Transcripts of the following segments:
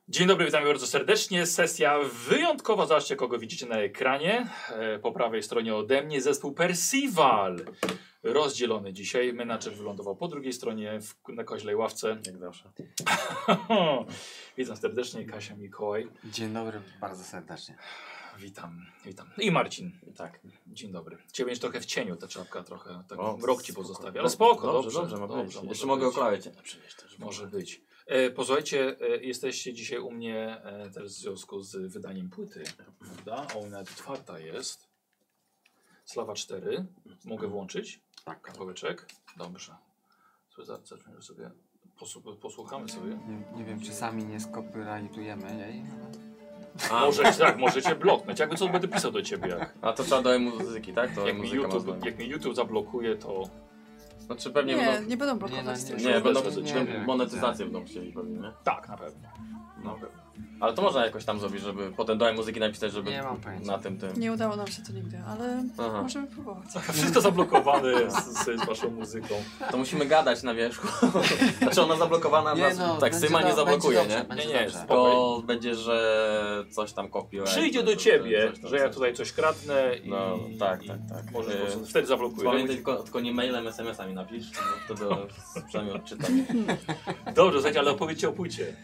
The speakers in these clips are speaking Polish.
Dzień dobry, witam bardzo serdecznie. Sesja wyjątkowa. Zobaczcie, kogo widzicie na ekranie. Po prawej stronie ode mnie zespół Percival. Rozdzielony dzisiaj. Menadżer wylądował po drugiej stronie na koźlej ławce. Jak zawsze. Witam serdecznie, Kasia, Mikołaj. Dzień dobry, bardzo serdecznie. Witam. I Marcin. Tak. Dzień dobry. Ciebie jest trochę w cieniu, ta czapka trochę, tak O, mrok ci spoko. pozostawia. Ale spoko, Dobrze, dobrze. Jeszcze mogę oklawiać. Może być. Posłuchajcie, jesteście dzisiaj u mnie też w związku z wydaniem płyty, prawda? A ona nawet otwarta jest. Slawa 4. Mogę włączyć? Tak. Kawałeczek? Dobrze. Zacznijmy sobie, posłuchamy sobie. Nie wiem, czy sami nie skopyrajtujemy jej. Możecie bloknąć. Jakby co będę pisał do ciebie. A to trzeba do muzyki, tak? To Jak mi YouTube zablokuje, to... Znaczy pewnie nie będą blokować. Nie, będą nie. monetyzację będą chcieli pewnie, nie? Tak, na pewno. No. Ale to można jakoś tam zrobić, żeby potem do muzyki napisać, żeby Nie mam pojęcia. na tym. Nie udało nam się to nigdy, ale Aha. możemy próbować. Wszystko zablokowane z waszą muzyką. To musimy gadać na wierzchu. Znaczy ona zablokowana, tak Syma nie zablokuje, nie? Nie, Tylko będzie, że coś tam kopiuje. Przyjdzie do ciebie, że ja tutaj coś kradnę i... No, tak. Może wtedy zablokuję. Pamiętaj, tylko nie mailem, SMS-ami napisz, bo wtedy przynajmniej odczytam. Dobrze, słuchajcie, ale opowiedzcie o płycie.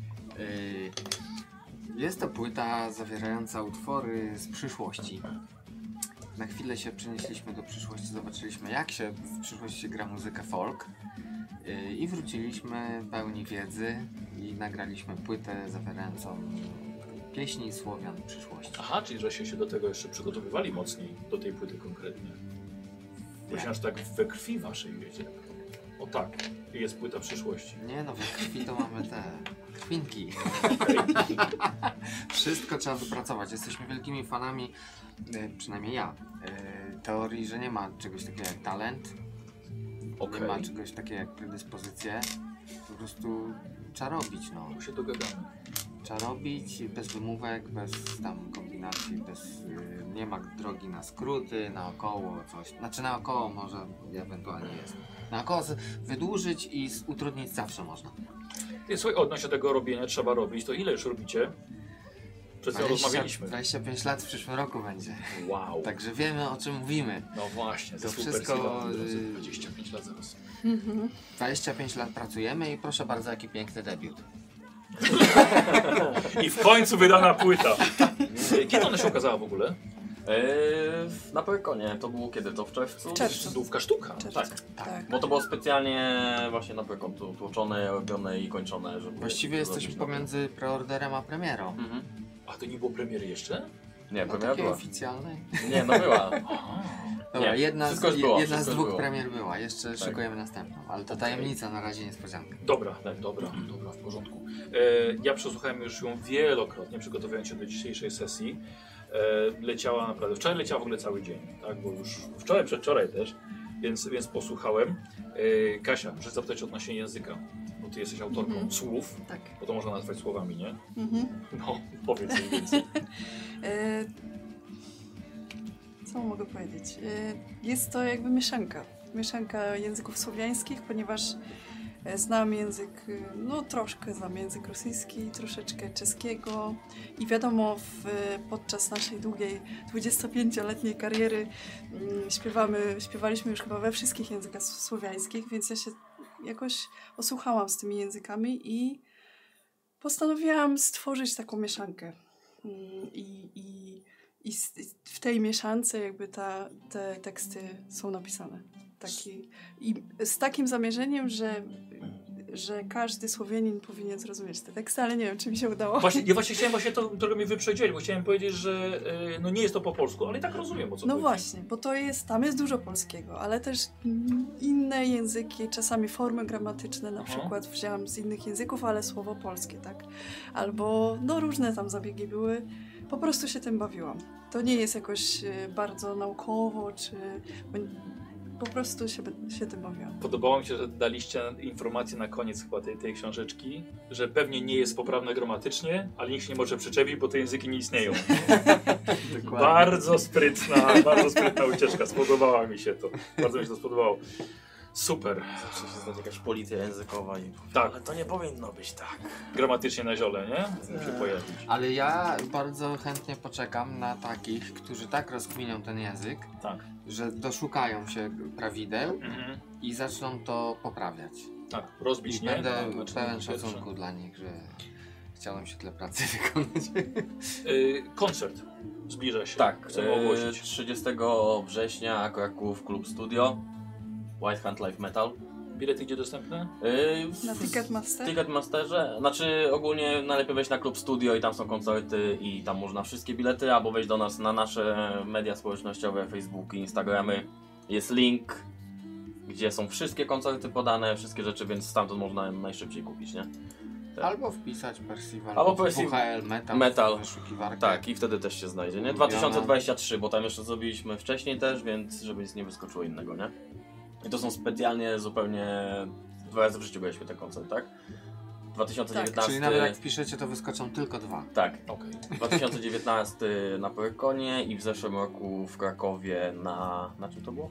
Jest to płyta zawierająca utwory z przyszłości. Na chwilę się przenieśliśmy do przyszłości, zobaczyliśmy jak się w przyszłości gra muzykę folk i wróciliśmy pełni wiedzy i nagraliśmy płytę zawierającą pieśni Słowian przyszłości. Aha, czyli żeście się do tego jeszcze przygotowywali mocniej, do tej płyty konkretnie. Myślałem, że tak we krwi waszej, wiecie. O tak, jest płyta przyszłości. Nie no, we krwi to mamy te krwinki. Wszystko trzeba wypracować. Jesteśmy wielkimi fanami, przynajmniej ja, teorii, że nie ma czegoś takiego jak talent. Nie ma czegoś takiego jak predyspozycje. Po prostu trzeba robić, no. Tu się dogadamy. Trzeba robić bez wymówek, bez tam kombinacji, nie ma drogi na skróty, naokoło coś. Znaczy naokoło może ewentualnie jest. Naokoło wydłużyć i utrudnić zawsze można. Słuchaj, odnośnie tego robienia trzeba robić, to ile już robicie? Przed chwilą rozmawialiśmy. 25 lat w przyszłym roku będzie. Wow. Także wiemy, o czym mówimy. No właśnie, to zespół wszystko... Percival, 25 lat zaraz. 25 lat pracujemy i proszę bardzo, jaki piękny debiut. I w końcu wydana płyta. Kiedy ona się okazała w ogóle? Na Poekonie, to było kiedy? To w czerwcu? W czerwcu. Stówka sztuka. Tak. Bo to było specjalnie właśnie na Poekon tłoczone, robione i kończone, żeby... Właściwie jesteśmy pomiędzy preorderem a premierą. Mhm. A to nie było premiery jeszcze? Nie, No premiera takiej była. oficjalnej. Nie, no była. Dobra, Nie, jedna wszystko już było, z wszystko dwóch było. premier była. Jeszcze szykujemy następną. Ale to tajemnica, na razie niespodzianka. Dobra, w porządku. Ja przesłuchałem już ją wielokrotnie, przygotowując się do dzisiejszej sesji. Leciała naprawdę, wczoraj leciała w ogóle cały dzień, tak? Bo już wczoraj, przedwczoraj też, więc posłuchałem. Kasia, muszę zapytać odnośnie języka, bo ty jesteś autorką słów, Tak. bo to można nazwać słowami, nie? Mhm. No, powiedz mi więcej. Co mogę powiedzieć? Jest to jakby mieszanka języków słowiańskich, ponieważ znam język, troszkę znam język rosyjski, troszeczkę czeskiego i wiadomo, podczas naszej długiej 25-letniej kariery śpiewaliśmy już chyba we wszystkich językach słowiańskich, więc ja się jakoś osłuchałam z tymi językami i postanowiłam stworzyć taką mieszankę. I w tej mieszance jakby te teksty są napisane. I z takim zamierzeniem, że każdy Słowianin powinien zrozumieć te teksty, ale nie wiem, czy mi się udało. Ja chciałem to trochę mnie wyprzedzić, bo chciałem powiedzieć, że nie jest to po polsku, ale i tak rozumiem, o co chodzi. Właśnie, bo tam jest dużo polskiego, ale też inne języki, czasami formy gramatyczne na przykład wzięłam z innych języków, ale słowo polskie, tak? Albo różne tam zabiegi były. Po prostu się tym bawiłam. To nie jest jakoś bardzo naukowo, po prostu się tym bawiłam. Podobało mi się, że daliście informację na koniec chyba tej książeczki, że pewnie nie jest poprawne gramatycznie, ale nikt się nie może przyczepić, bo te języki nie istnieją. Bardzo sprytna ucieczka. Spodobała mi się to. Bardzo mi się to spodobało. Super. Zawsze się stać jakaś policja językowa i Tak. ale to nie powinno być tak. Gramatycznie na ziole, nie? Chcę się pojawić. Ale ja bardzo chętnie poczekam na takich, którzy tak rozkminią ten język, Tak. że doszukają się prawideł Mhm. i zaczną to poprawiać. Tak, rozbić, I nie? będę Tak, znaczy, pełen pierwsze. szacunku dla nich, że chciałem się tyle pracy wykonać. Koncert zbliża się. Tak, Chcemy ogłosić. 30 września Kraków Klub Studio, White Hand Live Metal. Bilety gdzie dostępne? Na Ticketmaster? Ticketmasterze, znaczy ogólnie najlepiej wejść na Klub Studio i tam są koncerty i tam można wszystkie bilety, albo wejść do nas na nasze media społecznościowe, Facebooki, Instagramy. Jest link, gdzie są wszystkie koncerty podane, wszystkie rzeczy, więc stamtąd można najszybciej kupić, nie? Albo wpisać Percival, Albo WHL Metal. w wyszukiwarkę. Tak, i wtedy też się znajdzie, nie? 2023, bo tam jeszcze zrobiliśmy wcześniej też, więc żeby nic nie wyskoczyło innego, nie? I to są specjalnie zupełnie 2 razy w życiu graliśmy ten koncert, tak? 2019... Czyli nawet jak wpiszecie, to wyskoczą tylko 2. Tak, Okej. 2019 na Porykonie i w zeszłym roku w Krakowie na czym to było?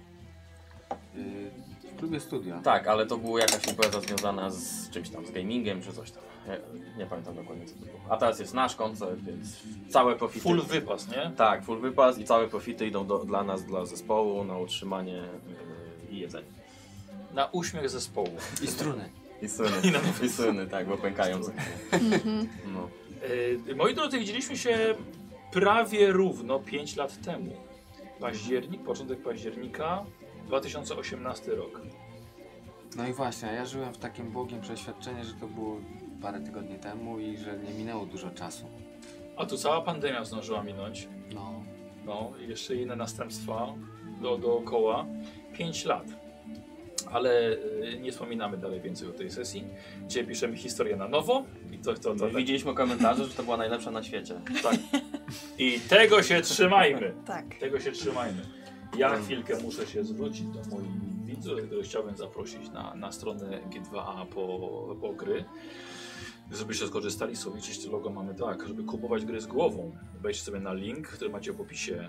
W klubie studio. Tak, ale to była jakaś impreza związana z czymś tam, z gamingiem czy coś tam. Nie pamiętam dokładnie co to było. A teraz jest nasz koncert, więc całe profity... Full wypas, nie? Tak, full wypas i całe profity idą dla nas, dla zespołu, na utrzymanie i jedzenie. Na uśmiech zespołu. I struny. I syny, i syny, tak, bo pękają za no. Moi drodzy, widzieliśmy się prawie równo 5 lat temu. Początek października 2018 rok. No i właśnie, ja żyłem w takim błogim przeświadczeniu, że to było parę tygodni temu i że nie minęło dużo czasu. A tu cała pandemia zdążyła minąć. No. No i jeszcze inne następstwa dookoła. 5 lat. Ale nie wspominamy dalej więcej o tej sesji. Dzisiaj piszemy historię na nowo. I to Widzieliśmy komentarze, że to była najlepsza na świecie. tak. I tego się trzymajmy. Tak. Tego się trzymajmy. Ja chwilkę muszę się zwrócić do moich widzów, których chciałbym zaprosić na stronę G2A po gry. Żebyście skorzystali sobie, oczywiście logo mamy tak, żeby kupować gry z głową. Wejdźcie sobie na link, który macie w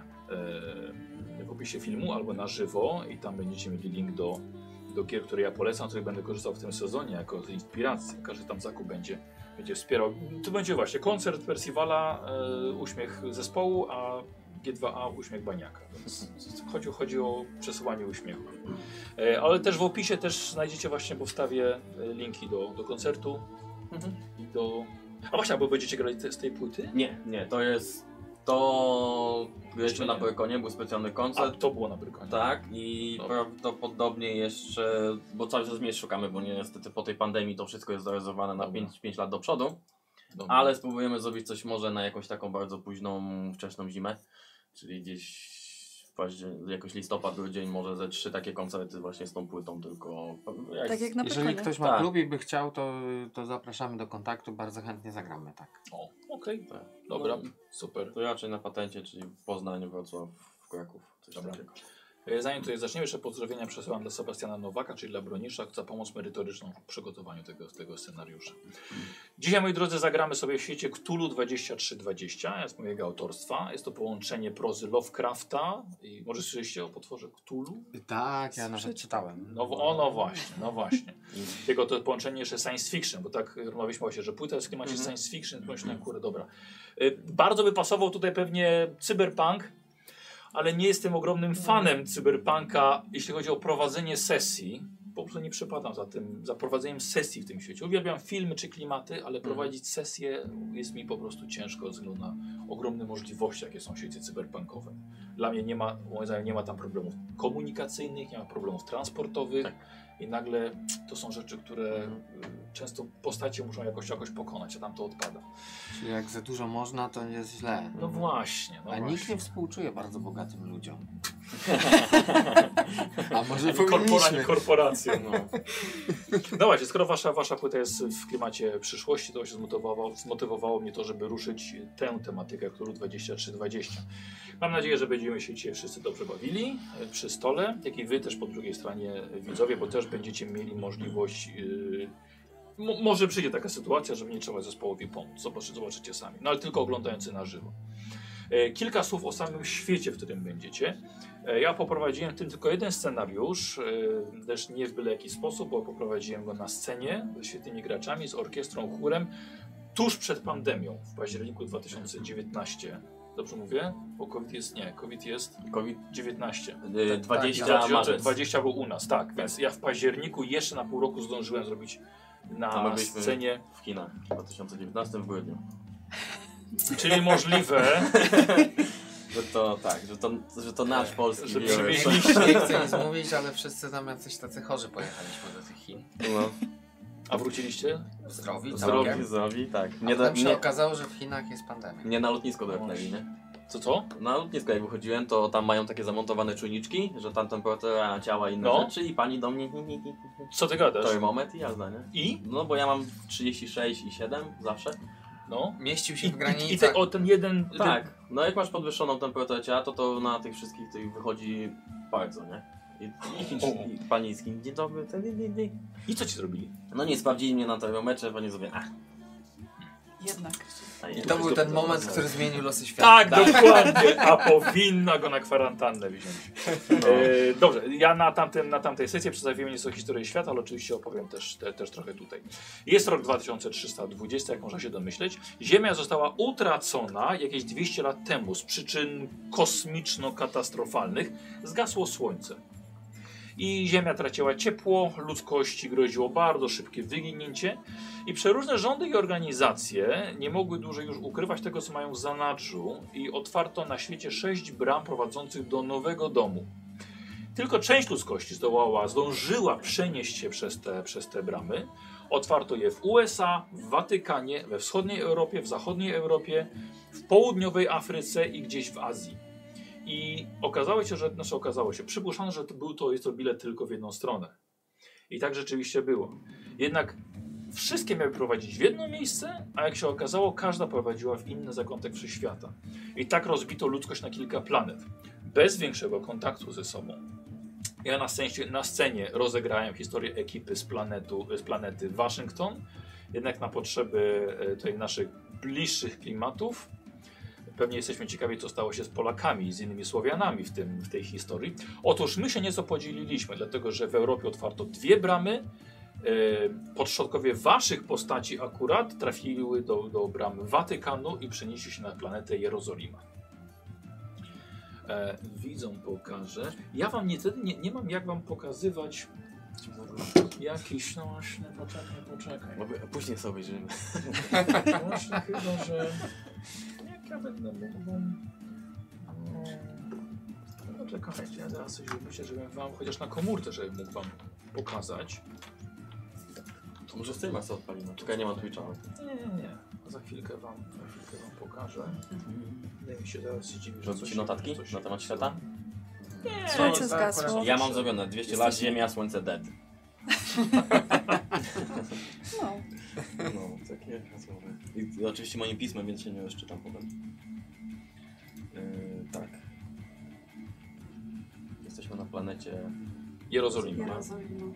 opisie filmu albo na żywo i tam będziecie mieli link do gier, które ja polecam, których będę korzystał w tym sezonie jako inspiracji. Każdy tam zakup będzie wspierał. Tu będzie właśnie koncert Percivala, uśmiech zespołu, a G2A uśmiech baniaka. Więc chodzi o przesyłanie uśmiechów. Ale też w opisie też znajdziecie właśnie, bo wstawię linki do koncertu i do... A właśnie, bo będziecie grali z tej płyty? Nie, to jest... To graliśmy na Porykonie, był specjalny A koncert. to było na Brykonie. Tak, i prawdopodobnie jeszcze, bo cały czas miejsc szukamy, bo niestety po tej pandemii to wszystko jest zarezerwowane na 5 lat do przodu. Dobra. Ale spróbujemy zrobić coś może na jakąś taką bardzo późną, wczesną zimę. Czyli gdzieś jakoś listopad, grudzień, może ze 3 takie koncerty właśnie z tą płytą, tylko... Tak jak na Jeżeli Brykonie. ktoś ma Tak. klub i by chciał, to zapraszamy do kontaktu, bardzo chętnie zagramy, tak. O, okej. Tak. Dobra, No, super. to raczej na patencie, czyli Poznań, Wrocław, Kraków. Coś Dobra. takiego. Zanim tutaj zaczniemy, jeszcze pozdrowienia przesyłam dla Sebastiana Nowaka, czyli dla Bronisza, za pomoc merytoryczną w przygotowaniu tego scenariusza. Dzisiaj, moi drodzy, zagramy sobie w świecie Cthulhu 2320, jest mojego autorstwa. Jest to połączenie prozy Lovecrafta i może słyszeliście o potworze Cthulhu? Tak, ja nawet czytałem. No właśnie. Tylko to połączenie jeszcze science fiction, bo tak rozmawialiśmy właśnie, że płyta jest w klimacie science fiction, pomyślałem, kurde, dobra. Bardzo by pasował tutaj pewnie cyberpunk, ale nie jestem ogromnym fanem cyberpunka, jeśli chodzi o prowadzenie sesji. Po prostu nie przepadam za prowadzeniem sesji w tym świecie. Uwielbiam filmy czy klimaty, ale prowadzić sesję jest mi po prostu ciężko ze względu na ogromne możliwości, jakie są w świecie cyberpunkowym. Dla mnie moim zdaniem nie ma tam problemów komunikacyjnych, nie ma problemów transportowych. Tak. I nagle to są rzeczy, które często postacie muszą jakoś pokonać, a tam to odpada. Czyli jak za dużo można, to jest źle. No właśnie. A nikt nie współczuje bardzo bogatym ludziom. A może korporacje. No właśnie, skoro wasza płyta jest w klimacie przyszłości, to się zmotywowało mnie to, żeby ruszyć tę tematykę, którą 2320. Mam nadzieję, że będziemy się dzisiaj wszyscy dobrze bawili przy stole, jak i wy też po drugiej stronie widzowie, bo też będziecie mieli możliwość, może przyjdzie taka sytuacja, że nie trzeba zespołowi pomóc, zobaczycie sami, no ale tylko oglądający na żywo. Kilka słów o samym świecie, w którym będziecie. Ja poprowadziłem w tym tylko jeden scenariusz, też nie w byle jaki sposób, bo poprowadziłem go na scenie ze świetnymi graczami, z orkiestrą, chórem, tuż przed pandemią w październiku 2019. Dobrze mówię? Bo COVID jest nie, COVID jest COVID-19. 20 był u nas, tak. Więc ja w październiku jeszcze na pół roku zdążyłem zrobić na scenie. W Chinach w 2019 w grudniu. Czyli możliwe, że to nasz polski że viewer. przywieźliście. Nie chcę nic mówić, ale wszyscy tam jacyś tacy chorzy pojechaliśmy do tych Chin. No. A wróciliście? Zdrowi, Zdrowi. całkiem. Zdrowi, tak. A potem się okazało, że w Chinach jest pandemia. Nie na lotnisko dropnęli, nie? Co? Na lotnisko jak wychodziłem, to tam mają takie zamontowane czujniczki, że tam temperatura ciała i inne No. rzeczy i pani do mnie Co ty gadasz? termometr i jazda, nie? I? No bo ja mam 36,7 zawsze. No. Mieścił się w I granicach. ten jeden... Tak. No jak masz podwyższoną temperaturę ciała, to na tych wszystkich tych wychodzi bardzo, nie? I pani z Chin, dzień dobry, I co ci zrobili? no nie, sprawdzili mnie na termometrze, pani sobie, Jednak. I to był ten moment, który zmienił losy świata. Tak, dokładnie. A powinna go na kwarantannę wziąć. No. Dobrze, ja na tamtej sesji przedstawiłem nieco historię świata, ale oczywiście opowiem też trochę tutaj. Jest rok 2320, jak można się domyśleć. Ziemia została utracona jakieś 200 lat temu z przyczyn kosmiczno-katastrofalnych. Zgasło słońce. I Ziemia traciła ciepło, ludzkości groziło bardzo szybkie wyginięcie i przeróżne rządy i organizacje nie mogły dłużej już ukrywać tego, co mają w zanadrzu i otwarto na świecie 6 bram prowadzących do nowego domu. Tylko część ludzkości zdążyła przenieść się przez te bramy. Otwarto je w USA, w Watykanie, we wschodniej Europie, w zachodniej Europie, w południowej Afryce i gdzieś w Azji. I przypuszczano, że jest to bilet tylko w jedną stronę. I tak rzeczywiście było. Jednak wszystkie miały prowadzić w jedno miejsce, a jak się okazało, każda prowadziła w inny zakątek wszechświata. I tak rozbito ludzkość na kilka planet, bez większego kontaktu ze sobą. Ja na scenie rozegrałem historię ekipy z planety Waszyngton, jednak na potrzeby tutaj naszych bliższych klimatów. Pewnie jesteśmy ciekawi, co stało się z Polakami i z innymi Słowianami w tej historii. Otóż my się nieco podzieliliśmy, dlatego że w Europie otwarto 2 bramy. Podszczotkowie waszych postaci akurat trafiły do bramy Watykanu i przenieśli się na planetę Jerozolima. Widzą, pokażę. Ja wam niestety nie mam jak wam pokazywać jakiś, no właśnie, poczekaj. Później sobie obejrzymy. Właśnie chyba, że... Jak ja będę mógł wam... No czekajcie, ja teraz coś myślę, żebym wam, chociaż na komórce, żebym mógł wam pokazać. To może streama sobie odpalimy. Czekaj, nie ma Twitcha. Nie. Za chwilkę wam pokażę. Nie mi się teraz dziwi, że Zrobić coś... ci notatki coś na temat świata? Nie, Słońce zgasło. Ja mam zrobione 200 lat, Ziemia, Słońce, dead. No. No, takie słowo. I oczywiście moim pismem, więc się nie rozczytam potem. Tak. Jesteśmy na planecie Jerozolima. Jerozolima.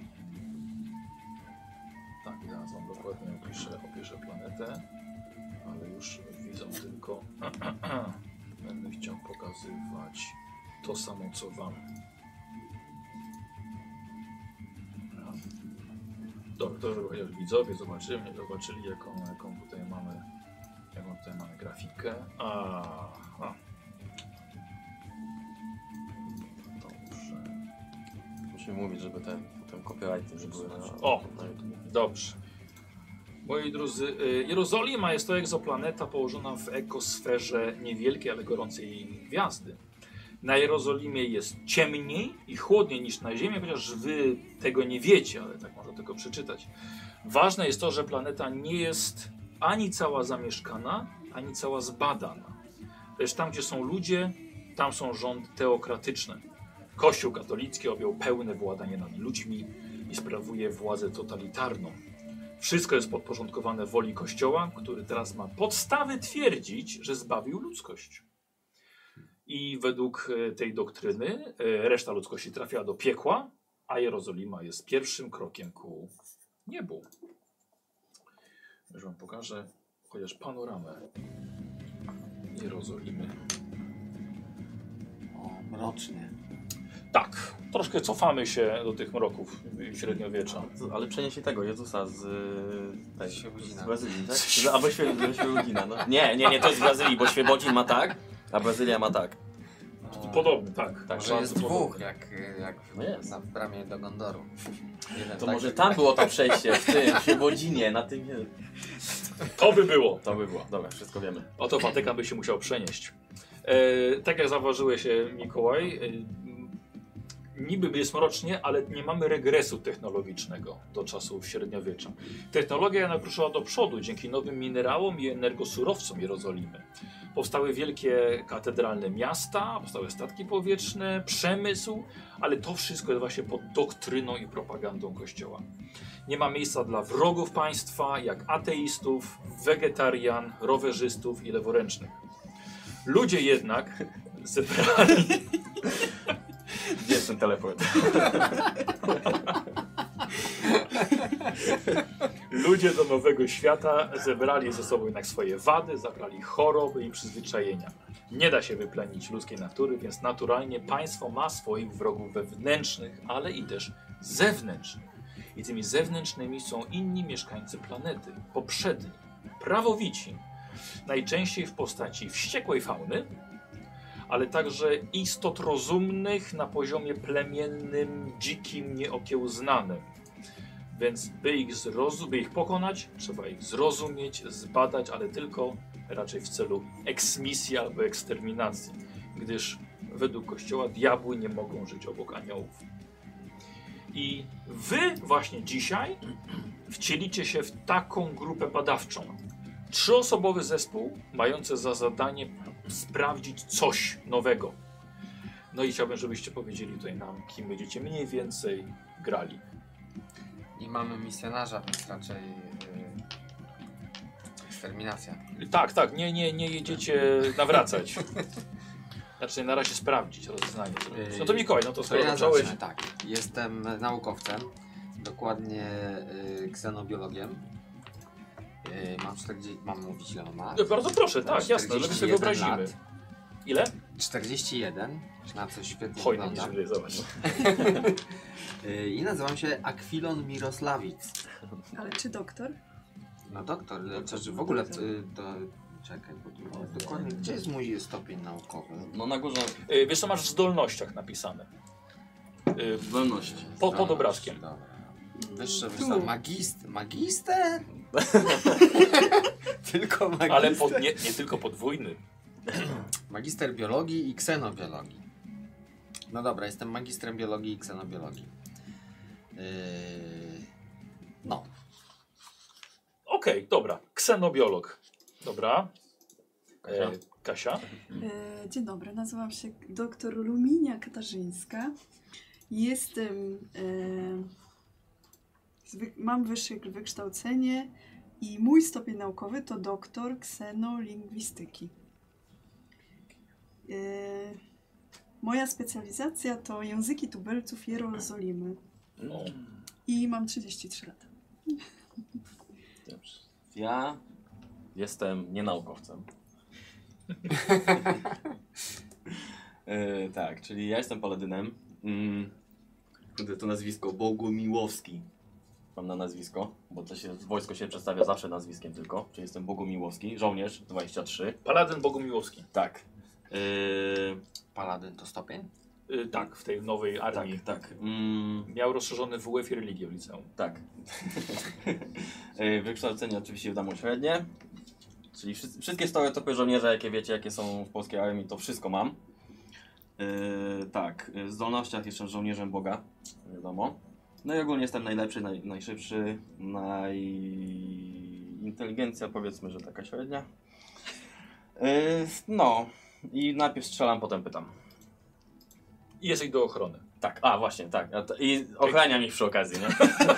Tak, i zaraz wam dokładnie opiszę planetę, ale już widzą tylko... Będę chciał pokazywać to samo, co wam. Dobrze, to żeby chociaż widzowie zobaczyli, jaką tutaj mamy grafikę. Aha. Dobrze. musimy mówić, żeby ten copyrighty nie były na YouTube. Dobrze. Moi drodzy, Jerozolima jest to egzoplaneta położona w ekosferze niewielkiej, ale gorącej gwiazdy. Na Jerozolimie jest ciemniej i chłodniej niż na Ziemi, chociaż wy tego nie wiecie, ale tak można tylko przeczytać. Ważne jest to, że planeta nie jest ani cała zamieszkana, ani cała zbadana. Lecz tam, gdzie są ludzie, tam są rządy teokratyczne. Kościół katolicki objął pełne władanie nad ludźmi i sprawuje władzę totalitarną. Wszystko jest podporządkowane woli Kościoła, który teraz ma podstawy twierdzić, że zbawił ludzkość. I według tej doktryny reszta ludzkości trafia do piekła, a Jerozolima jest pierwszym krokiem ku niebu. Już wam pokażę chociaż panoramę Jerozolimy. Mrocznie. Tak, troszkę cofamy się do tych mroków średniowiecza. Ale przeniesie tego Jezusa z Świebodzina. z Brazylii, tak? Albo Świebodzina, no. Nie, to jest z Brazylii, bo Świebodzin ma tak, a Brazylia ma tak. Podobny, tak. Tak, Może jest bardzo dwóch, podobny. jak No jest. na bramie do Gondoru. Jeden To tak, może drugi tam tak. było to przejście, w tym Świebodzinie, na tym... To by było. To by było, dobra, wszystko wiemy. Oto Watykan by się musiał przenieść. Tak jak zauważyłeś, Mikołaj, niby jest mrocznie, ale nie mamy regresu technologicznego do czasów średniowiecza. Technologia jednak ruszyła do przodu dzięki nowym minerałom i energosurowcom Jerozolimy. Powstały wielkie katedralne miasta, powstały statki powietrzne, przemysł, ale to wszystko jest właśnie pod doktryną i propagandą Kościoła. Nie ma miejsca dla wrogów państwa, jak ateistów, wegetarian, rowerzystów i leworęcznych. Ludzie jednak zebrali... Gdzie jest ten teleport? Ludzie do nowego świata zebrali ze sobą jednak swoje wady, zabrali choroby i przyzwyczajenia. Nie da się wyplenić ludzkiej natury, więc naturalnie państwo ma swoich wrogów wewnętrznych, ale i też zewnętrznych. I tymi zewnętrznymi są inni mieszkańcy planety, poprzedni, prawowici, najczęściej w postaci wściekłej fauny, ale także istot rozumnych na poziomie plemiennym, dzikim, nieokiełznanym. Więc by ich pokonać, trzeba ich zrozumieć, zbadać, ale tylko raczej w celu eksmisji albo eksterminacji, gdyż według Kościoła diabły nie mogą żyć obok aniołów. I wy właśnie dzisiaj wcielicie się w taką grupę badawczą. 3-osobowy zespół mający za zadanie sprawdzić coś nowego. No i chciałbym, żebyście powiedzieli tutaj nam, kim będziecie mniej więcej grali. I mamy misjonarza, więc raczej eksterminacja. Tak, nie jedziecie nawracać. Znaczy na razie sprawdzić rozeznanie. No to Mikołaj, no to To skoro ja zacząłeś... zacznę, tak. Jestem naukowcem, dokładnie ksenobiologiem. Mam mówić ile on ma? No, bardzo proszę, tak, jasne, żeby sobie 41 wyobrazimy. lat. Ile? 41, na co świetnie Hojny mi wygląda. się zobacz. I nazywam się Akwilon Mirosławic. Ale czy doktor? No doktor, czy w ogóle to... Czekaj, bo tu dokładnie, gdzie jest mój stopień naukowy? No na górze Wiesz co masz w zdolnościach napisane? zdolność. Pod obrazkiem. Dobra. Wyższe wyszło. Magister? Tylko magister? Ale nie tylko podwójny. Magister biologii i ksenobiologii. No dobra, jestem magistrem biologii i ksenobiologii. No. Okej, dobra. Ksenobiolog. Dobra. Kasia? Dzień dobry, nazywam się dr Luminia Katarzyńska. Jestem... mam wyższe wykształcenie i mój stopień naukowy to doktor ksenolingwistyki. Moja specjalizacja to języki tubylców Jerozolimy. O. I mam 33 lata. Dobrze. Ja jestem nienaukowcem. Tak, czyli ja jestem paladynem. To nazwisko Bogumiłowski. Mam na nazwisko, bo to się, wojsko się przedstawia zawsze nazwiskiem tylko. Czyli jestem Bogumiłowski, żołnierz 23. Paladyn Bogumiłowski. Tak. Paladyn to stopień? Tak, w tej nowej armii. Tak. Miał rozszerzony WF i religię w liceum. Tak. Wykształcenie oczywiście wiadomo średnie. Czyli wszystkie stereotypy żołnierza, jakie wiecie, jakie są w polskiej armii, to wszystko mam. Tak, w zdolnościach jestem żołnierzem Boga, wiadomo. No i ogólnie jestem najlepszy, najszybszy, inteligencja powiedzmy, że taka średnia. No i najpierw strzelam, potem pytam. I jest ich do ochrony. Tak, właśnie, tak. I ochraniam ich przy okazji, nie?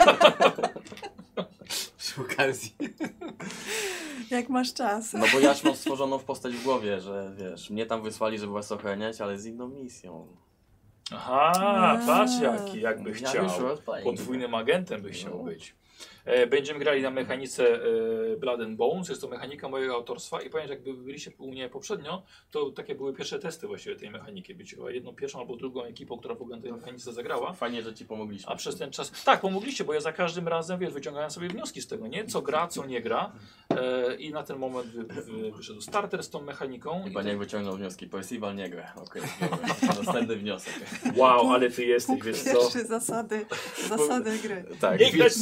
Przy okazji. Jak masz czas. No bo ja już mam stworzoną w postać w głowie, że wiesz, mnie tam wysłali, żeby was ochraniać, ale z inną misją. Aha, patrz jakby Ja chciał. już rozpalę. Podwójnym agentem by chciał No. być. Będziemy grali na mechanice Blood and Bones. Jest to mechanika mojego autorstwa i powiem, że jakby byliście u mnie poprzednio, to takie były pierwsze testy właściwie tej mechaniki. Być chyba jedną pierwszą albo drugą ekipą, która w ogóle na tej mechanice zagrała. Fajnie, że ci pomogliśmy. A przez ten czas... Tak, pomogliście, bo ja za każdym razem, wiesz, wyciągałem sobie wnioski z tego, nie? Co gra, co nie gra. I na ten moment wyszedł starter z tą mechaniką. Chyba nie wyciągnął wnioski. Percival nie gra. Okej, dobra. Następny wniosek. Wow, ale ty jesteś, Punkt wiesz co? pierwszy, zasady gry. Tak. Nie grać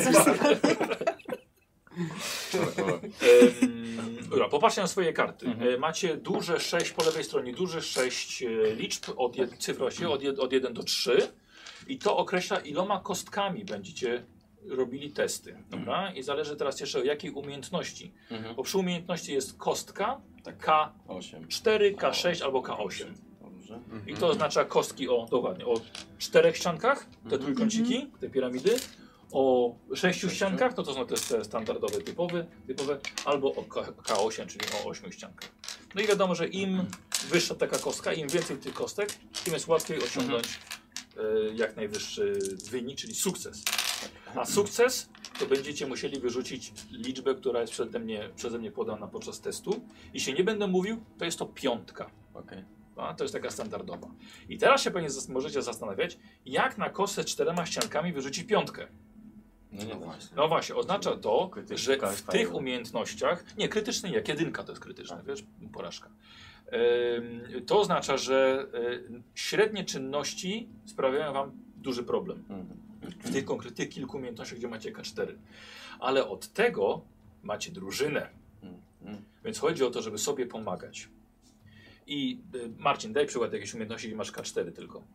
Dobra, popatrzcie na swoje karty. Macie duże 6 po lewej stronie, duże 6 liczb, cyfr właściwie, od 1 do 3 i to określa, iloma kostkami będziecie robili testy. Dobra? I zależy teraz jeszcze o jakiej umiejętności. Bo przy umiejętności jest kostka K4, K6 albo K8. Dobrze. I to oznacza kostki dokładnie, o 4 ściankach, te trójkąciki, te piramidy, o 6 ściankach, to są te standardowe, typowe, albo o K8, czyli o 8 ściankach. No i wiadomo, że im wyższa taka kostka, im więcej tych kostek, tym jest łatwiej osiągnąć jak najwyższy wynik, czyli sukces. A sukces to będziecie musieli wyrzucić liczbę, która jest przeze mnie podana podczas testu. Jeśli nie będę mówił, to jest to 5. Okej. To jest taka standardowa. I teraz się pewnie możecie zastanawiać, jak na kostce z 4 ściankami wyrzucić 5. No właśnie. No właśnie, oznacza to, Krytyczka że jest w tych fajna. umiejętnościach, nie, krytyczny jak, 1 to jest krytyczne, wiesz, porażka. To oznacza, że średnie czynności sprawiają wam duży problem. W tych konkretnych kilku umiejętnościach, gdzie macie K4. Ale od tego macie drużynę. Więc chodzi o to, żeby sobie pomagać. I Marcin, daj przykład jakiejś umiejętności, gdzie masz K4 tylko.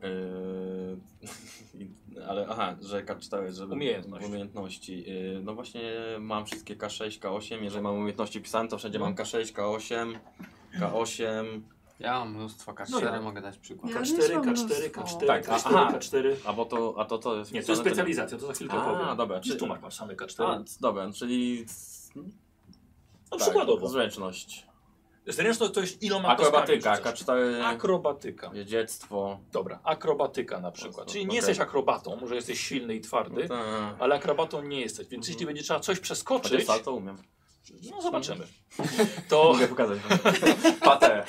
Ale że K4, żeby umiejętności. No właśnie mam wszystkie K6, K8. Jeżeli mam umiejętności pisane, to wszędzie mam K6, K8, K8. Ja mam mnóstwo K4, No ja. mogę dać przykład. Ja K4, też mam K4, mnóstwo. K4, Tak, K4, K4. A to co jest? Nie, to jest wpisane, specjalizacja, to za chwilkę powiem. dobra. Czy tu masz same K4? Dobra, czyli... No przykładowo. Zręczność. Zręczność to jest iloma Akrobatyka, kostkami rzucasz. K4, Akrobatyka. jeździectwo. Dobra, akrobatyka na przykład. Czyli nie jesteś akrobatą, może jesteś silny i twardy, ale akrobatą nie jesteś. Więc jeśli będzie trzeba coś przeskoczyć, Chociaż salto umiem. no zobaczymy. To, Mogę pokazać. Patę.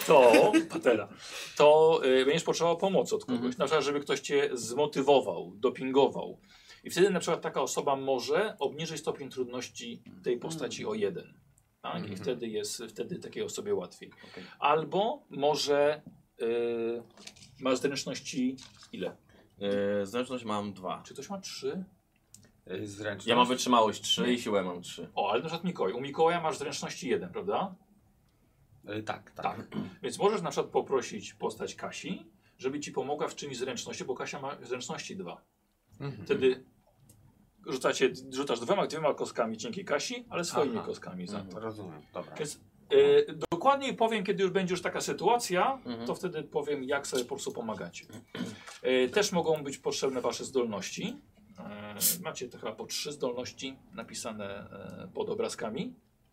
to będziesz potrzebował pomocy od kogoś. Na przykład, żeby ktoś cię zmotywował, dopingował. I wtedy na przykład taka osoba może obniżyć stopień trudności tej postaci o 1. Tak? I wtedy jest takiej osobie łatwiej. Okay. Albo może ma zręczności ile? Zręczność mam 2. Czy ktoś ma 3? Zręczność. Ja mam wytrzymałość 3 i siłę mam 3. O, ale na przykład Mikołaj. U Mikołaja masz zręczności 1, prawda? Tak. Więc możesz na przykład poprosić postać Kasi, żeby ci pomogła w czymś zręczności, bo Kasia ma zręczności 2. Wtedy rzucasz dwiema kostkami dzięki Kasi, ale swoimi kostkami za to. Rozumiem, dobra. Więc dokładniej powiem, kiedy już będzie już taka sytuacja, to wtedy powiem, jak sobie po prostu pomagacie. Też mogą być potrzebne wasze zdolności. Macie to chyba po 3 zdolności napisane pod obrazkami,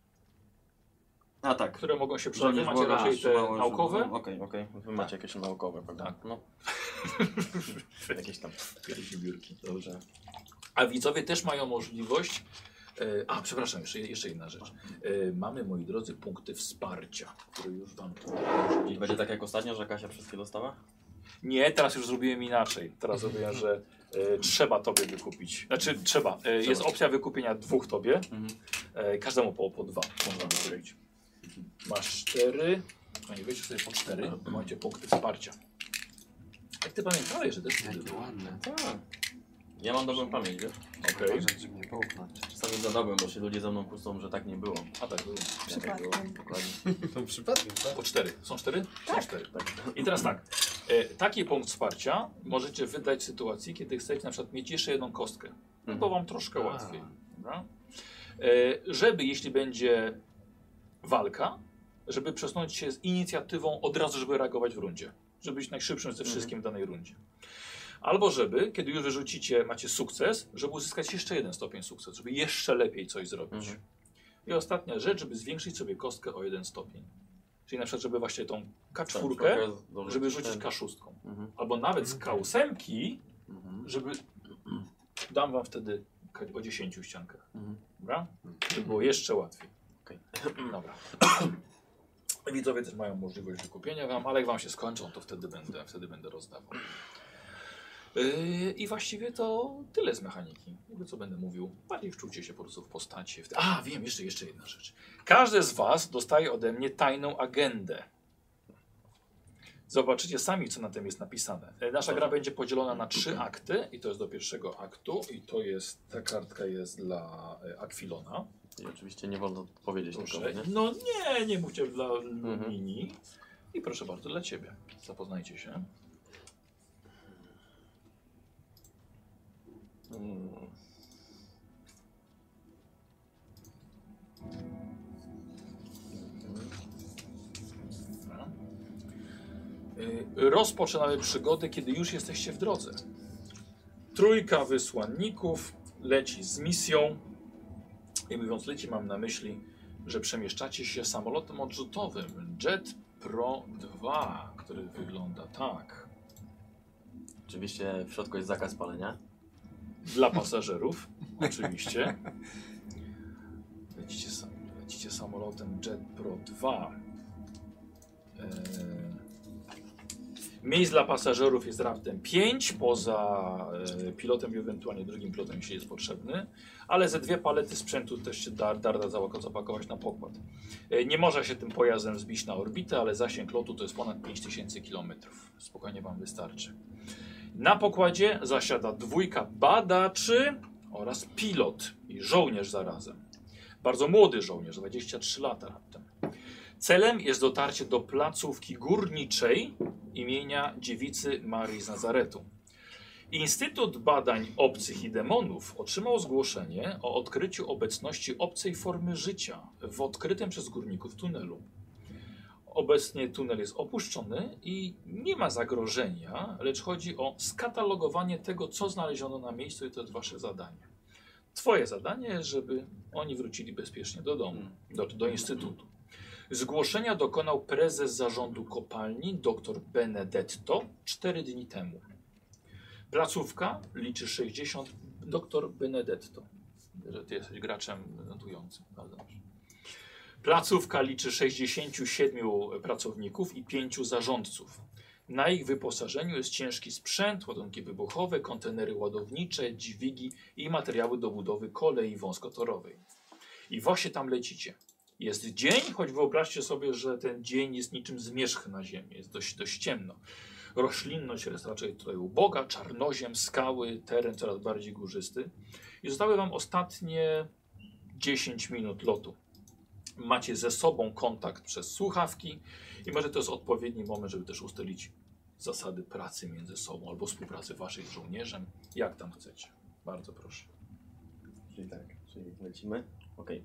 Tak. które mogą się przełożyć. Macie raczej te naukowe. Okej. Wy macie jakieś naukowe, prawda? Tak. No. Jakieś tam. Biurki. Dobrze. A widzowie też mają możliwość. Przepraszam, jeszcze jedna rzecz. Mamy, moi drodzy, punkty wsparcia, które już wam. I będzie tak jak ostatnio, że Kasia wszystkie dostała? Nie, teraz już zrobiłem inaczej. Teraz zrobiłem, że trzeba tobie wykupić. Znaczy trzeba. Jest opcja wykupienia 2 tobie. Każdemu po 2 można wykupić. Masz 4. Nie wiecie sobie po 4. Macie punkty wsparcia. Jak ty pamiętałeś, że też Jakie ładne. Tak. Ja mam dobrą pamięć, wiesz? Okej. Uważać, żeby nie połknąć. Czasami za dobrym, bo się ludzie ze mną kłócą, że tak nie było. A tak było. Przypadkiem. Dokładnie. To przypadkiem, tak? Po 4. Są 4? Są 4. Tak. I teraz tak. Taki punkt wsparcia możecie wydać w sytuacji, kiedy chcecie na przykład mieć jeszcze jedną kostkę. Bo wam troszkę łatwiej. Dobra? Żeby, jeśli będzie walka, żeby przesunąć się z inicjatywą od razu, żeby reagować w rundzie. Żeby być najszybszym ze wszystkim w danej rundzie. Albo żeby, kiedy już wyrzucicie, macie sukces, żeby uzyskać jeszcze 1 stopień sukcesu, żeby jeszcze lepiej coś zrobić. I ostatnia rzecz, żeby zwiększyć sobie kostkę o 1 stopień. Czyli na przykład, żeby właśnie tą K4, żeby rzucić K6. Albo nawet z K8, żeby dam wam wtedy o 10 ściankach. Mhm. Dobra? Żeby było jeszcze łatwiej. Okej. Dobra. Widzowie też mają możliwość wykupienia wam, ale jak wam się skończą, to wtedy będę rozdawał. I właściwie to tyle z mechaniki. Jakby co będę mówił, bardziej wczucie się po prostu w postaci. A, wiem, jeszcze jedna rzecz. Każdy z was dostaje ode mnie tajną agendę. Zobaczycie sami, co na tym jest napisane. Nasza gra będzie podzielona na 3 akty i to jest do pierwszego aktu i to jest, ta kartka jest dla Aquilona. I oczywiście nie wolno powiedzieć nikomu, nie? No nie mówcie dla Lumini. I proszę bardzo, dla ciebie. Zapoznajcie się. Rozpoczynamy przygodę, kiedy już jesteście w drodze. 3 wysłanników leci z misją. I mówiąc leci, mam na myśli, że przemieszczacie się samolotem odrzutowym Jet Pro 2, który wygląda tak. Oczywiście w środku jest zakaz palenia. Dla pasażerów, oczywiście. Lecicie samolotem Jet Pro 2. Miejsc dla pasażerów jest raptem 5, poza pilotem i ewentualnie drugim pilotem, jeśli jest potrzebny, ale ze 2 palety sprzętu też się da zapakować na pokład. Nie można się tym pojazdem wzbić na orbitę, ale zasięg lotu to jest ponad 5000 km. Spokojnie wam wystarczy. Na pokładzie zasiada 2 badaczy oraz pilot i żołnierz zarazem. Bardzo młody żołnierz, 23 lata raptem. Celem jest dotarcie do placówki górniczej imienia dziewicy Marii z Nazaretu. Instytut Badań Obcych i Demonów otrzymał zgłoszenie o odkryciu obecności obcej formy życia w odkrytym przez górników tunelu. Obecnie tunel jest opuszczony i nie ma zagrożenia, lecz chodzi o skatalogowanie tego, co znaleziono na miejscu i to jest wasze zadanie. Twoje zadanie jest, żeby oni wrócili bezpiecznie do domu, do instytutu. Zgłoszenia dokonał prezes zarządu kopalni dr Benedetto 4 dni temu. Placówka liczy 60... Dr Benedetto, że ty jesteś graczem notującym. Bardzo dobrze. Placówka liczy 67 pracowników i 5 zarządców. Na ich wyposażeniu jest ciężki sprzęt, ładunki wybuchowe, kontenery ładownicze, dźwigi i materiały do budowy kolei wąskotorowej. I właśnie tam lecicie. Jest dzień, choć wyobraźcie sobie, że ten dzień jest niczym zmierzch na ziemi. Jest dość ciemno. Roślinność jest raczej tutaj uboga, czarnoziem, skały, teren coraz bardziej górzysty. I zostały wam ostatnie 10 minut lotu. Macie ze sobą kontakt przez słuchawki i może to jest odpowiedni moment, żeby też ustalić zasady pracy między sobą albo współpracy waszej z żołnierzem. Jak tam chcecie. Bardzo proszę. Czyli tak, czyli lecimy. Okej.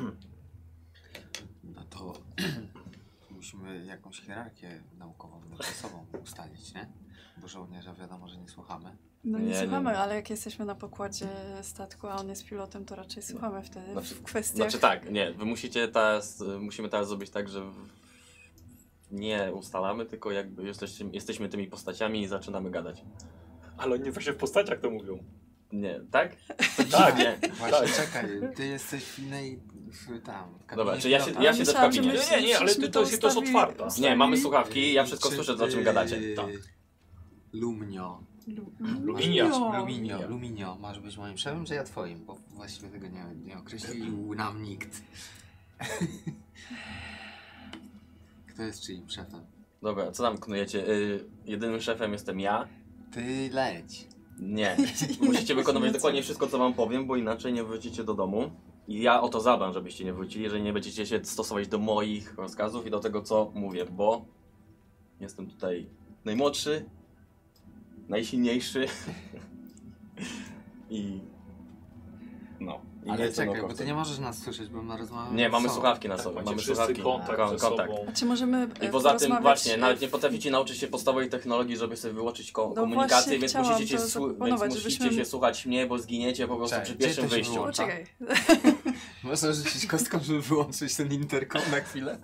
No to musimy jakąś hierarchię naukową między sobą ustalić, nie? Bo żołnierza wiadomo, że nie słuchamy. No nie Nie, słuchamy, nie. ale jak jesteśmy na pokładzie statku, a on jest pilotem, to raczej słuchamy wtedy w kwestiach... Znaczy tak, nie, wy musimy teraz zrobić tak, że nie ustalamy, tylko jakby jesteśmy tymi postaciami i zaczynamy gadać. Ale oni właśnie w postaciach to mówią. Nie, tak? Tak. Nie. Właśnie, czekaj, ty jesteś w innej... Dobra, czy ja się Ale też w myślałam, że kabinie. my- Nie, ale żeśmy to jest ustawili- otwarta. Nie, mamy ustawili- słuchawki, ja wszystko słyszę, o czym gadacie. Tak. Lumnio. Luminio. Luminio. Masz być moim szefem, czy ja twoim? Bo właściwie tego nie określił nam nikt. Kto jest czyim szefem? Dobra, co tam knujecie? Jedynym szefem jestem ja. Ty leć. Nie. Musicie wykonywać dokładnie wszystko, co wam powiem, bo inaczej nie wrócicie do domu. I ja o to zadbam, żebyście nie wrócili, jeżeli nie będziecie się stosować do moich rozkazów i do tego, co mówię, bo jestem tutaj najmłodszy, najsilniejszy i no. I Ale jestem czekaj, bo naukowcem. ty nie możesz nas słyszeć, bo my rozmawiamy Nie, mamy z sobą. słuchawki na Tak, sobie, macie mamy wszyscy słuchawki. kontakt ze kontakt. sobą. Czy możemy I poza tym porozmawiać, właśnie, nawet nie potraficie nauczyć się podstawowej technologii, żeby sobie wyłączyć komunikację, właśnie więc chciałam musicie, to zaproponować, żebyśmy- się słuchać mnie, bo zginiecie po prostu Cześć, przy gdzie pierwszym to się wyjściu. wyłącza? Poczekaj. Można rzucić kostką, żeby wyłączyć ten interkom na chwilę?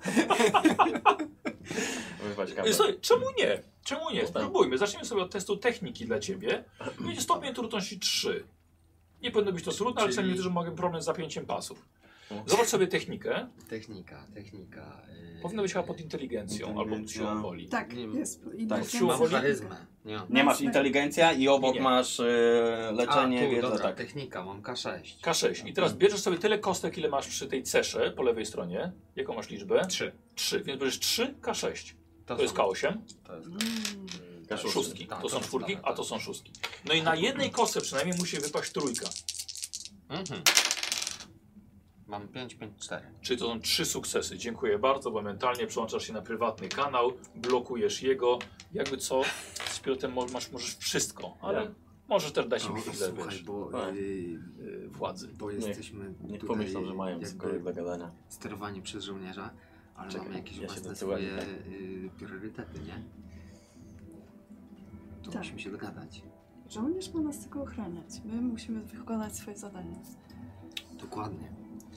Wyrwać kabel. Słuchaj, czemu nie? Czemu nie? No tak. Spróbujmy. Zacznijmy sobie od testu techniki dla ciebie. Będzie stopień trudności 3. Nie powinno być to trudne, ale czasami też mogę problem z zapięciem pasów. Zobacz sobie technikę. Technika. Powinno być chyba pod inteligencją albo siłą woli. Tak, Nie- jest. tak, siłą Mam woli. charyzmę. Nie mam. Nie masz inteligencja i obok Nie. masz leczenie, wiedzę, dobra, tak. technika, mam K6. K6. I teraz bierzesz sobie tyle kostek, ile masz przy tej cesze po lewej stronie. Jaką masz liczbę? 3. 3. Więc bierzesz 3, K6. To są- jest K8. To jest... K6. Szóstki. Tak, To są to czwórki, tak, a tak. to są szóstki. No i na jednej kostce przynajmniej musi wypaść trójka. Mhm. Mam 5, 5, 4. Czyli to są 3 sukcesy. Dziękuję bardzo, bo mentalnie przełączasz się na prywatny kanał, blokujesz jego. Jakby co, z pilotem możesz wszystko, ale możesz też dać im chwilę, Słuchaj, wiesz, bo, Tak. władzy. bo jesteśmy Niech tutaj pomyślą, że mają jakby cokolwiek do gadania. sterowani przez żołnierza, ale Czekaj, mamy jakieś ja się własne wytyłem, swoje tak? priorytety, nie? To Tak. musimy się dogadać. Żołnierz ma nas tylko ochraniać. My musimy wykonać swoje zadanie. Dokładnie.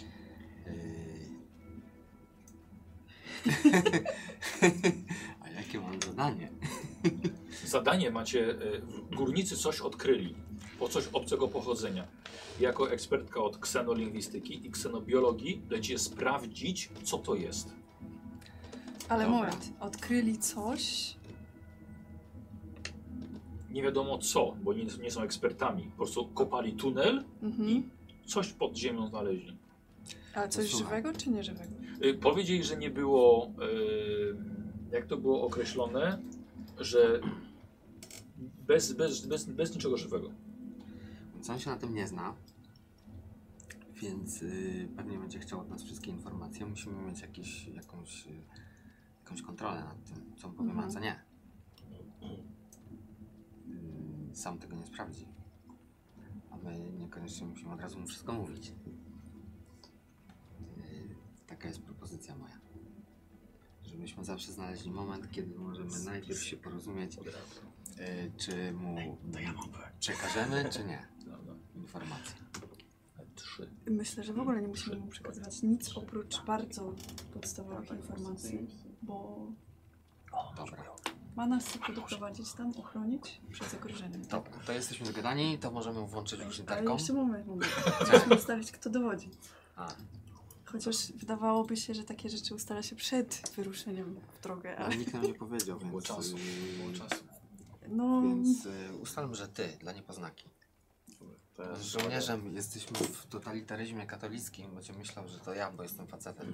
A jakie mam zadanie? Zadanie macie, górnicy coś odkryli, po coś obcego pochodzenia. Jako ekspertka od ksenolingwistyki i ksenobiologii lecicie sprawdzić, co to jest. Ale Dobra. moment, odkryli coś. Nie wiadomo co, bo nie są ekspertami. Po prostu kopali tunel Mhm. i coś pod ziemią znaleźli. Ale coś Słuchaj. żywego czy nieżywego? Powiedzieli, że nie było, jak to było określone, że bez niczego żywego. Więc on się na tym nie zna, więc pewnie będzie chciał od nas wszystkie informacje. Musimy mieć jakąś kontrolę nad tym, co on powie, a co nie. Sam tego nie sprawdzi. A my niekoniecznie musimy od razu mu wszystko mówić. Taka jest propozycja moja. Żebyśmy zawsze znaleźli moment, kiedy możemy najpierw się porozumieć, czy mu przekażemy, czy nie informacje. 3. Myślę, że w ogóle nie musimy mu przekazywać nic oprócz bardzo podstawowych informacji, bo Dobra. ma nas tylko doprowadzić tam, ochronić przed zagrożeniem. Dobra, to jesteśmy dogadani, to możemy włączyć już Ale interkom. jeszcze moment. Musimy ustalić, kto dowodzi. A, Chociaż wydawałoby się, że takie rzeczy ustala się przed wyruszeniem w drogę, ale ale nikt nam nie powiedział, Było więc, czasu. Było czasu. no... więc ustalmy, że ty, dla niepoznaki. To Z żołnierzem jesteśmy w totalitaryzmie katolickim, bo cię myślał, że to ja, bo jestem facetem.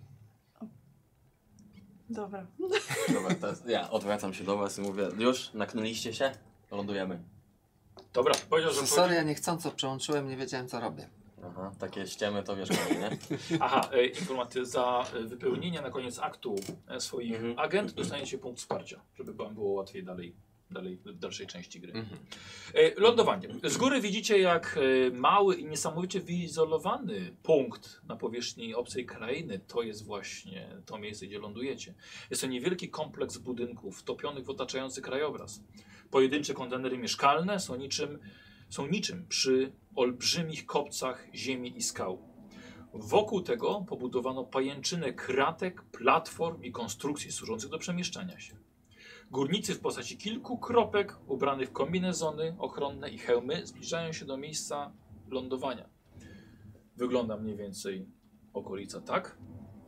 Dobra. Dobra, teraz ja odwracam się do was i mówię, już naknęliście się? Lądujemy. Dobra, powiedział, że Sorry, ja niechcąco przełączyłem, nie wiedziałem co robię. Aha, takie ściemy to wiesz, nie? Aha, informacje za wypełnienie na koniec aktu swoich agent dostaniecie punkt wsparcia, żeby wam było łatwiej dalej w dalszej części gry. Lądowanie. Z góry widzicie, jak mały i niesamowicie wyizolowany punkt na powierzchni obcej krainy to jest właśnie to miejsce, gdzie lądujecie. Jest to niewielki kompleks budynków wtopionych w otaczający krajobraz. Pojedyncze kontenery mieszkalne są niczym przy olbrzymich kopcach ziemi i skał. Wokół tego pobudowano pajęczynę kratek, platform i konstrukcji służących do przemieszczania się. Górnicy w postaci kilku kropek ubranych w kombinezony ochronne i hełmy zbliżają się do miejsca lądowania. Wygląda mniej więcej okolica tak.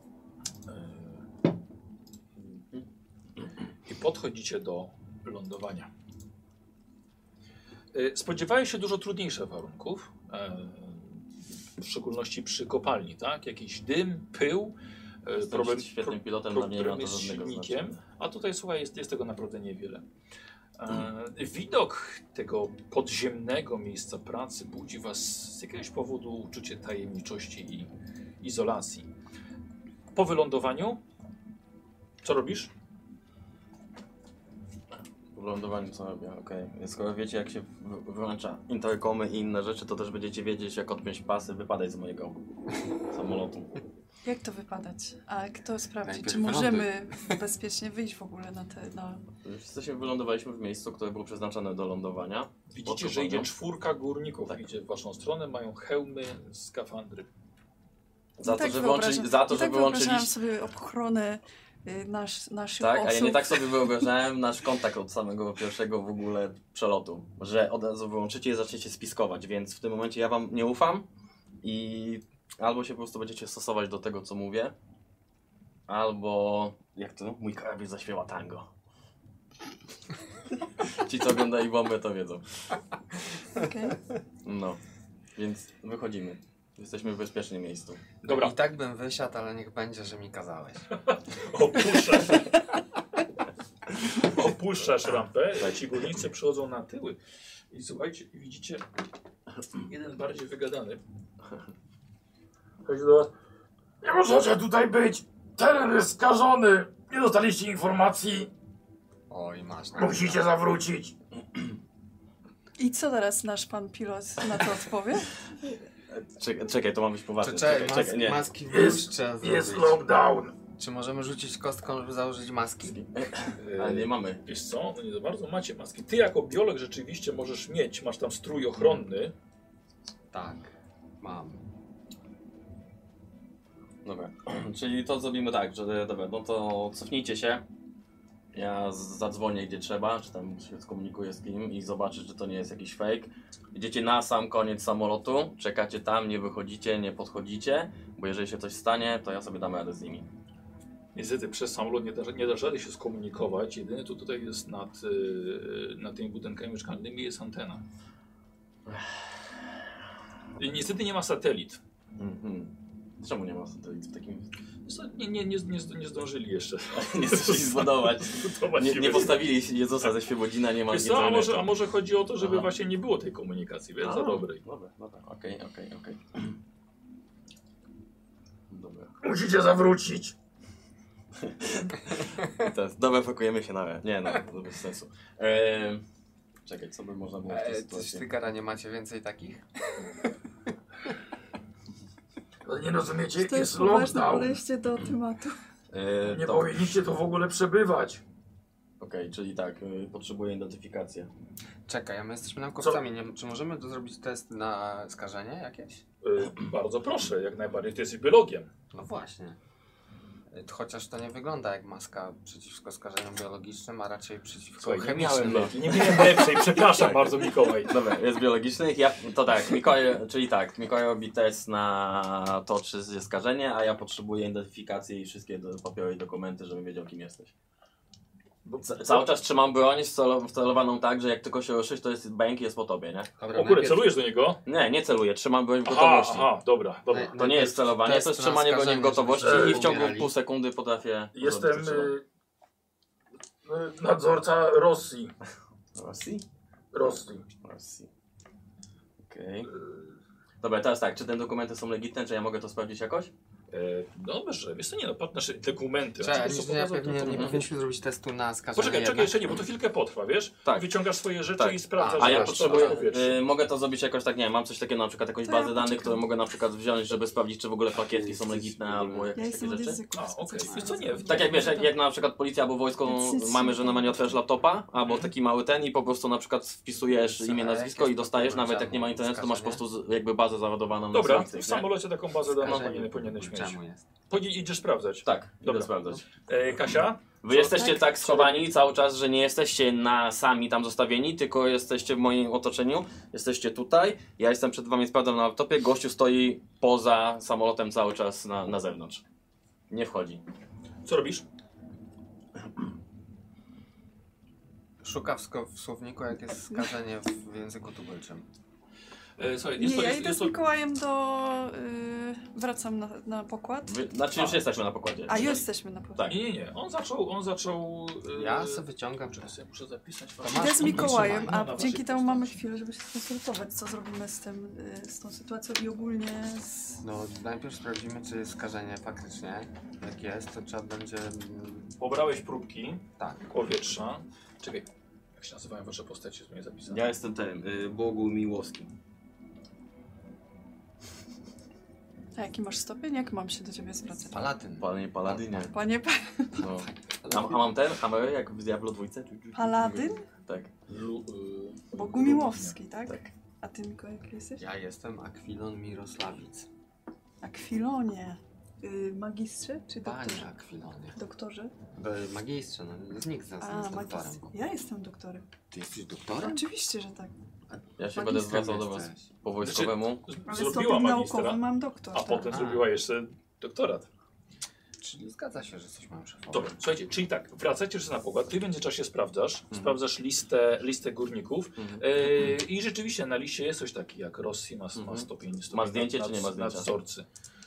I podchodzicie do lądowania. Spodziewałeś się dużo trudniejszych warunków, w szczególności przy kopalni, tak? Jakiś dym, pył, Jestem świetnym pilotem, dla mnie nie ma problem to z żadnego silnikiem, znaczenia. a tutaj słuchaj, jest tego naprawdę niewiele. Widok tego podziemnego miejsca pracy budzi was z jakiegoś powodu uczucie tajemniczości i izolacji. Po wylądowaniu, co robisz? W lądowaniu co robię, okej. Skoro wiecie jak się włącza interkomy i inne rzeczy, to też będziecie wiedzieć jak odpiąć pasy, wypadać z mojego samolotu. Jak to wypadać? A kto sprawdzi, Najpierw czy możemy bezpiecznie wyjść w ogóle na te... Jesteśmy, wylądowaliśmy w miejscu, które było przeznaczone do lądowania. Widzicie, że idzie 4 górników, Tak. idzie w waszą stronę, mają hełmy, skafandry. Za to, że wyobrażałam wyłączyliście... wyobrażałam sobie ochronę naszych Tak, osób. a ja nie tak sobie wyobrażałem nasz kontakt od samego pierwszego w ogóle przelotu, że od razu wyłączycie i zaczniecie spiskować, więc w tym momencie ja wam nie ufam i albo się po prostu będziecie stosować do tego, co mówię, albo, jak to, mój karabin zaśpiewa tango. Ci, co oglądali bombę, to wiedzą. Okej. No, więc wychodzimy. Jesteśmy w bezpiecznym miejscu. Dobra, I tak bym wysiadł, ale niech będzie, że mi kazałeś. opuszczasz rampę, ci górnicy przychodzą na tyły. I słuchajcie, widzicie, jeden bardziej wygadany. Chodzi do was. Nie możecie tutaj być! Teren jest skażony! Nie dostaliście informacji! Oj, masz. Musicie zawrócić! I co teraz nasz pan pilot na to odpowie? Czekaj, to ma być poważne. Czekaj, nie. maski już trzeba Jest zrobić. lockdown! Czy możemy rzucić kostką, żeby założyć maski? Ale nie mamy. Wiesz co? No nie za bardzo macie maski. Ty jako biolog rzeczywiście możesz mieć, masz tam strój ochronny. Tak, mam. Dobra, czyli to zrobimy tak, że dobra, no to cofnijcie się. Ja zadzwonię gdzie trzeba, czy tam się skomunikuję z kim i zobaczę, czy to nie jest jakiś fake. Idziecie na sam koniec samolotu, czekacie tam, nie wychodzicie, nie podchodzicie, bo jeżeli się coś stanie, to ja sobie dam radę z nimi. Niestety przez samolot nie dasz rady się skomunikować. Jedyne to tutaj jest nad tymi budynkami mieszkalnymi jest antena. I niestety nie ma satelit. Czemu nie ma satelit w takim... Nie zdążyli jeszcze. nie zdążyli zbudować. Nie postawili Jezusa ze Świebodzina, nie ma... Wiesz co, a może chodzi o to, żeby właśnie nie było tej komunikacji, wiesz, za dobrej. Dobra, okej. Dobra. Musicie zawrócić! Teraz, dobra, pakujemy się na... Nie, no, to bez sensu. Czekaj, co by można było w tej Coś sytuacji? Tygara, nie macie więcej takich? Ale nie rozumiecie, To jest poważne podejście do tematu. Nie powinniście tu w ogóle przebywać. Okej, czyli tak, potrzebuję identyfikację. Czekaj, a my jesteśmy naukowcami. Czy możemy zrobić test na skażenie jakieś? Bardzo proszę, jak najbardziej. Ty jesteś biologiem. No właśnie. Chociaż to nie wygląda jak maska przeciwko skażeniom biologicznym, a raczej przeciwko Słuchaj, chemicznym. nie miałem lepszej, przepraszam bardzo Mikołaj. Dobra, jest biologicznych. To tak, Mikołaj robi test na to, czy jest skażenie, a ja potrzebuję identyfikację i wszystkie papiery i dokumenty, żebym wiedział, kim jesteś. Cały czas trzymam broń wcelowaną tak, że jak tylko się ruszysz, to jest bęk i jest po tobie, nie? Dobra, O kurde, celujesz do niego? Nie celuję, trzymam broń w gotowości. Aha, dobra. To nie jest celowanie, to jest trzymanie broni w gotowości i w ciągu pół sekundy potrafię... Jestem nadzorca Rosji. Rosji. Okej. Dobra, teraz tak, czy te dokumenty są legitne, czy ja mogę to sprawdzić jakoś? Dobrze, wiesz co, nie no, nasze dokumenty. Czekaj, nie powinniśmy zrobić testu na skażenie. Poczekaj, jeszcze nie, bo to chwilkę potrwa, wiesz? Tak. Wyciągasz swoje rzeczy Tak. i sprawdzasz. A ja że potrzebuję, powietrze. mogę to zrobić jakoś tak, nie wiem, mam coś takiego, na przykład jakąś To bazę ja danych, poczekam. które mogę na przykład wziąć, żeby sprawdzić, czy w ogóle plakietki są legitne albo Ja jakieś takie jestem od rzeczy. języków. Okej, wiesz co, nie. Tak jak wiesz, jak na przykład policja albo wojsko mamy, że normalnie otwierasz laptopa, albo taki mały ten i po prostu na przykład wpisujesz imię, nazwisko i dostajesz, nawet jak nie ma internetu, to masz po prostu jakby bazę załadowaną na Dobra, serwisach, w nie? samolocie taką bazę danych powinieneś mieć. Czemu jest? Idziesz sprawdzać. Tak, Dobra. idę sprawdzać. Kasia? Wy jesteście tak schowani cały czas, że nie jesteście sami tam zostawieni, tylko jesteście w moim otoczeniu, jesteście tutaj, ja jestem przed wami, sprawdzam na laptopie, gościu stoi poza samolotem cały czas na zewnątrz. Nie wchodzi. Co robisz? Szuka w słowniku, jak jest skażenie w języku tubylczym. Słuchaj, Nie, ja idę z Mikołajem wracam na pokład. Znaczy już jesteśmy na pokładzie. A, już jesteśmy na pokładzie. Tak. Nie. On zaczął... Ja sobie wyciągam. Czekaj, sobie muszę zapisać. Idę z Mikołajem, No, a na dzięki waszej temu mamy postaci. chwilę, żeby się skonsultować, co zrobimy z tą sytuacją i ogólnie z... No, najpierw sprawdzimy, czy jest skażenie faktycznie. Jak jest, to trzeba będzie... Pobrałeś próbki Tak. powietrza. Czekaj, jak się nazywają wasze postacie, jest mnie zapisane. Ja jestem Bogu Miłowski. A jaki masz stopień? Jak mam się do ciebie zwracać? Paladyn. Panie Paladynie. Panie No. A mam ten hammer jak w Diablo 2? Paladyn? Tak. Bogumiłowski, tak? Tak. A ty, Mikołaj, jaki jesteś? Ja jestem Akwilon Mirosławic. Akwilonie. Magistrze czy Panie doktorze? Akwilonie. Doktorze? Magistrze, no nikt z nas nie jest doktorem. magistrze. Ja jestem doktorem. Ty jesteś doktorem? Oczywiście, że tak. Ja się będę Magistrem zwracał do was jesteś. po wojskowemu. Ale Zrobiła stopień magistra, naukowy mam doktor. a potem A. zrobiła jeszcze doktorat. Czyli zgadza się, że jesteś moim szefowym. Dobra, słuchajcie, czyli tak, wracacie już na pokład, ty w międzyczasie sprawdzasz listę górników i rzeczywiście na liście jest coś takiego jak Rossi ma stopień Ma zdjęcie, czy nie ma zdjęcia? nadzorcy.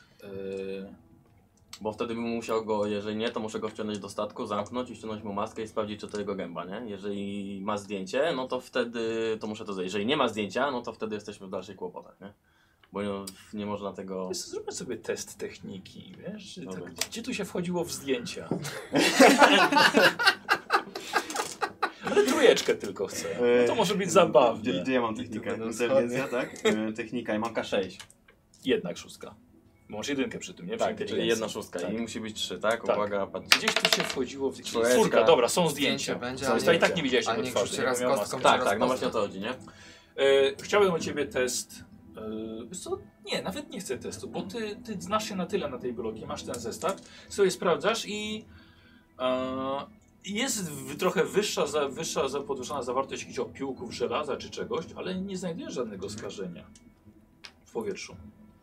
Bo wtedy bym musiał go, jeżeli nie, to muszę go wciągnąć do statku, zamknąć i ściągnąć mu maskę i sprawdzić, czy to jego gęba, nie? Jeżeli ma zdjęcie, no to wtedy to muszę to zrobić. Jeżeli nie ma zdjęcia, no to wtedy jesteśmy w dalszych kłopotach, nie? Bo nie można tego... Wiesz co, zróbmy sobie test techniki, wiesz? Dobra. Tak, gdzie tu się wchodziło w zdjęcia? Ale trójeczkę tylko chcę. No to może być zabawne. Gdzie ja mam technikę? będą Inteligencja, tak? Technika i mam K6. Jednak szóstka. Bo masz jedynkę przy tym, nie? Przy Tak, czyli inteligencji. jedna szóstka Tak. i musi być 3, tak? Tak. Uwaga, patrz. Gdzieś tu się wchodziło w... Czwóreczka. Czwórka, dobra, są zdjęcia. Będzie, Są, ale to i tak nie widziałeś ale jego nie twarzy. krzyczy nie raz miał kostką, maski. Tak, no właśnie o to chodzi, nie? Chciałbym od ciebie test. Wiesz co? Nie, nawet nie chcę testu, bo ty znasz się na tyle na tej biologii, masz ten zestaw, sobie sprawdzasz i jest trochę wyższa podwyższona zawartość jakichś opiłków żelaza czy czegoś, ale nie znajdujesz żadnego skażenia w powietrzu.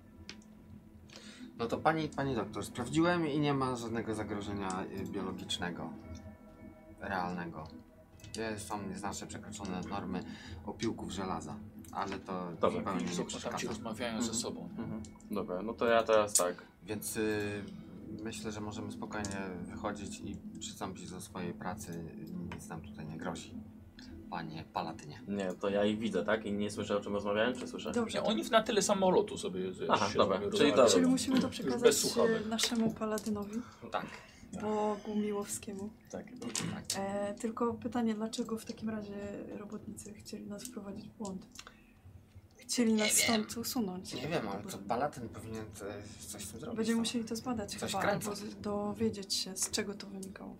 No to pani doktor, sprawdziłem i nie ma żadnego zagrożenia biologicznego, realnego. Są nieznacznie przekroczone normy opiłków żelaza, ale to Dobrze. zupełnie nie Zobacz, tam ci przeszkadza. rozmawiają ze sobą. Dobra, no to ja teraz tak. Więc myślę, że możemy spokojnie wychodzić i przystąpić do swojej pracy. Nic nam tutaj nie grozi, panie Palatynie. Nie, to ja ich widzę, tak? I nie słyszę, o czym rozmawiałem, czy słyszę? Dobrze. Oni na tyle samolotu sobie Aha, się dobra, z nami czyli rozmawiają. Czyli musimy to Już przekazać bez słuchawek. naszemu Paladynowi, Tak. Bogu Miłowskiemu. Tak. Tylko pytanie, dlaczego w takim razie robotnicy chcieli nas wprowadzić w błąd? Chcieli nas stąd usunąć. Nie wiem, ale to Palatyn powinien coś z tym zrobić. Będziemy musieli to zbadać Coś chyba, kręcą. albo dowiedzieć się, z czego to wynikało.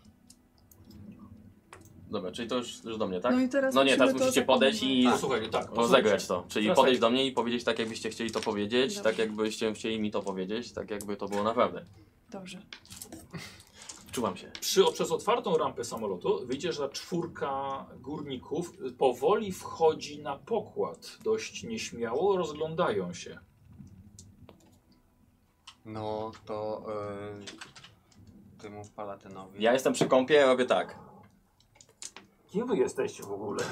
Dobra, czyli to już do mnie, tak? No i teraz No nie, teraz musimy to musicie podejść i Posłuchaj, tak. rozegrać to. Czyli Teraz podejść tak. do mnie i powiedzieć tak, jakbyście chcieli to powiedzieć, Dobrze. tak jakbyście chcieli mi to powiedzieć, tak jakby to było naprawdę. Dobrze. Wczuwam się. Przez otwartą rampę samolotu wyjdzie, że 4 górników powoli wchodzi na pokład. Dość nieśmiało rozglądają się. No to ty mów Palatynowi. Ja jestem przy kąpie, robię tak. Kim wy jesteście w ogóle?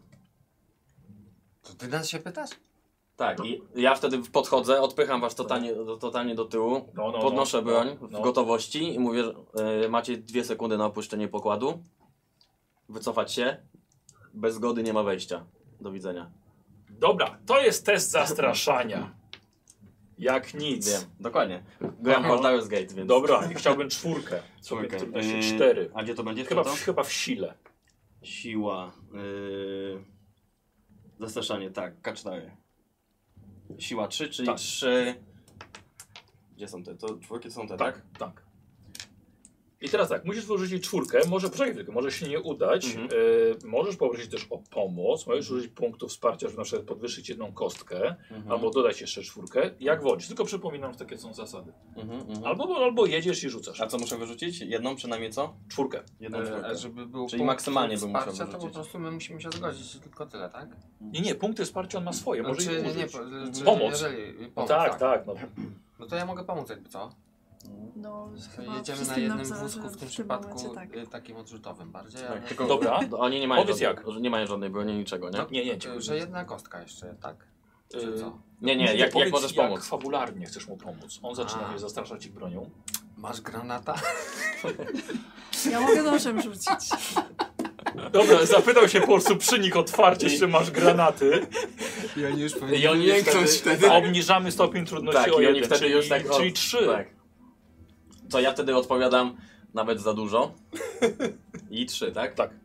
To ty nas się pytasz? Tak, i ja wtedy podchodzę, odpycham was totalnie do tyłu, podnoszę broń w gotowości i mówię, że macie 2 sekundy na opuszczenie pokładu, wycofać się, bez zgody nie ma wejścia. Do widzenia. Dobra, to jest test zastraszania. Jak nic. Wiem, dokładnie. Gram Baldur's Gate, więc... Dobra, i chciałbym 4. Sobie trudności 4. A gdzie to będzie? Chyba w sile. Siła. Zastraszanie, tak, K4. Siła 3, czyli Tak. 3... Gdzie są te? To 4 są te, tak? Tak. I teraz tak, musisz wyrzucić 4, poczekaj chwilkę, może się nie udać, możesz poprosić też o pomoc, możesz użyć punktu wsparcia, żeby na przykład podwyższyć 1 kostkę, albo dodać jeszcze 4, jak wolisz, tylko przypominam, że takie są zasady. Albo jedziesz i rzucasz. A co muszę wyrzucić? Jedną przynajmniej co? 4. Jedną A czwórkę. żeby był Czyli punkt maksymalnie bym musiał wsparcia, to po wyrzucić. prostu my musimy się zgodzić i tylko tyle, tak? Nie, punkty wsparcia on ma swoje, może Czy ich nie, użyć. czy Pomoc. Jeżeli, pomoc, Tak. No to ja mogę pomóc jakby co? No, To chyba jedziemy na wszystkim nam jednym zależy wózku w tym w przypadku momencie, tak. takim odrzutowym bardziej, Tak, ale... tylko Dobra. Oni nie mają Powiedz nie mają żadnej broni, niczego, nie? No, Nie, że 1 kostka jeszcze, tak? Czy co? Nie, jak powiedz, możesz jak pomóc? fabularnie chcesz mu pomóc. On zaczyna A. mnie zastraszać ich bronią. Masz granata? Ja mogę nożem rzucić. Dobra, zapytał się po prostu przynik otwarcie, czy masz granaty. I oni już I oni wtedy obniżamy stopień trudności Tak, o i 1, oni wtedy czyli, już tak... czyli 3. Tak. To ja wtedy odpowiadam nawet za dużo. I 3, tak? Tak.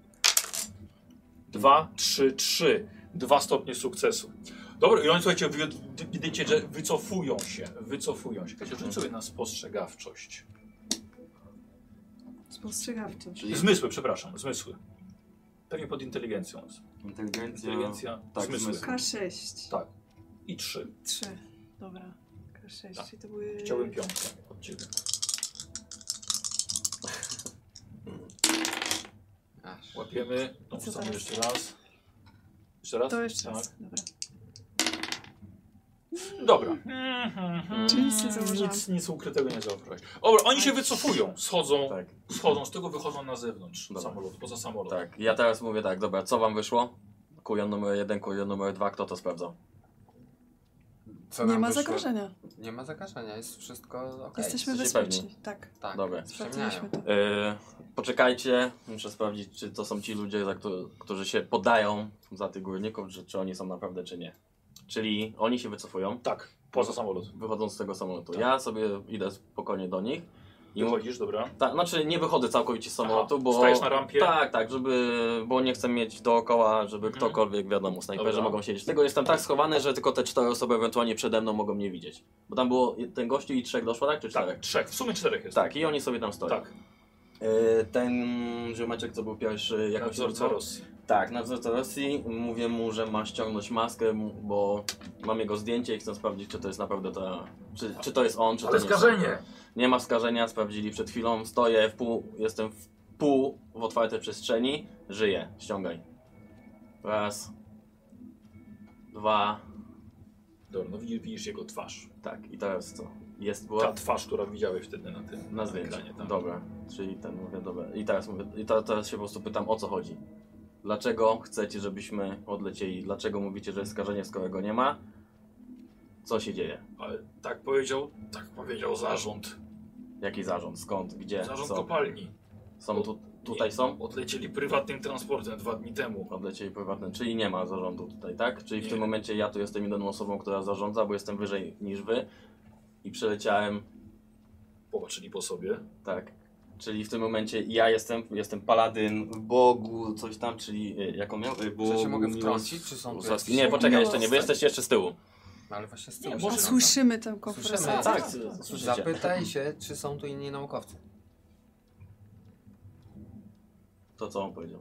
2, 3, 3. 2 stopnie sukcesu. Dobra, i oni słuchajcie, widzicie, że wycofują się. Rzuć sobie na spostrzegawczość. Spostrzegawczość. Zmysły, przepraszam, zmysły. Pewnie pod inteligencją jest. Inteligencja, tak, zmysły. K6. Tak. I 3. 3. Dobra. K6. Tak. Czyli to były... Chciałbym 5. od ciebie. Aż. Łapiemy. Co Rzucamy teraz? jeszcze raz. Jeszcze raz? To jeszcze Tak. raz. Dobra. Dobra. Czyli nic nie zauważyłam. Nic ukrytego nie zauważyłeś. Dobra, oni się wycofują. Schodzą, Tak, z tego wychodzą na zewnątrz Dobra. samolotu, poza samolot. tak. Ja teraz mówię tak, dobra, co wam wyszło? Kujon numer 1, kujon numer 2, kto to sprawdzał? Co Nie nam ma wyszło? zagrożenia. Nie ma zagrożenia, jest wszystko ok. Jesteśmy jesteście bezpieczni. Tak. Tak, Dobra. Sprawdziliśmy to. Poczekajcie, muszę sprawdzić, czy to są ci ludzie, którzy się podają za tych górników, czy oni są naprawdę, czy nie. Czyli oni się wycofują, Tak, poza samolot. wychodząc z tego samolotu. Tak. Ja sobie idę spokojnie do nich. I wychodzisz, dobra. Znaczy nie wychodzę całkowicie z samolotu, Aha, bo... stajesz na rampie? Tak, bo nie chcę mieć dookoła, żeby ktokolwiek, wiadomo, snajperzy Dobra. mogą siedzieć. Tego jestem tak schowany, że tylko te 4 osoby ewentualnie przede mną mogą mnie widzieć. Bo tam było ten gościu i 3 doszło, tak? Czy 4? Tak, 3. W sumie 4 jest. Tak, i oni sobie tam stoją. Tak. Ten ziomeczek, co był pierwszy, jakoś Nadzorca Rosji. Tak, nadzorca Rosji. Mówię mu, że ma ściągnąć maskę, bo mam jego zdjęcie i chcę sprawdzić, czy to jest naprawdę ta... Czy to jest on, czy Ale to nie jest skażenie! on. Nie ma skażenia, sprawdzili przed chwilą. Stoję jestem w pół w otwartej przestrzeni. Żyję, ściągaj. Raz. 2. Dobra, no widzisz jego twarz. Tak, i teraz co? Ta twarz, którą widziałeś wtedy na tym Na zdjęciu. ekranie. Tak. Dobra, czyli ten mówię, dobra. I teraz mówię, teraz się po prostu pytam, o co chodzi. Dlaczego chcecie, żebyśmy odlecieli? Dlaczego mówicie, że jest skażenie, skoro go nie ma? Co się dzieje? Ale tak powiedział zarząd. Jaki zarząd? Skąd? Gdzie? Zarząd Co? kopalni. Są tutaj są? Odlecieli prywatnym transportem 2 dni temu. Odlecieli prywatnym, czyli nie ma zarządu tutaj, tak? Czyli w Nie. tym momencie ja tu jestem jedyną osobą, która zarządza, bo jestem wyżej niż wy i przeleciałem, Popatrzyli po sobie. tak. Czyli w tym momencie ja jestem paladyn Bogu, coś tam, czyli jaką miał? Czy się mogę wtrącić, czy są tu Łaski. jakieś- Nie, poczekaj jeszcze, nie, Miłostek? wy jesteście jeszcze z tyłu. No ale właśnie z Nie, tym. może- A słyszymy tę konferencję. Słyszymy. Tak, słyszycie. Zapytaj się, czy są tu inni naukowcy. To co on powiedział?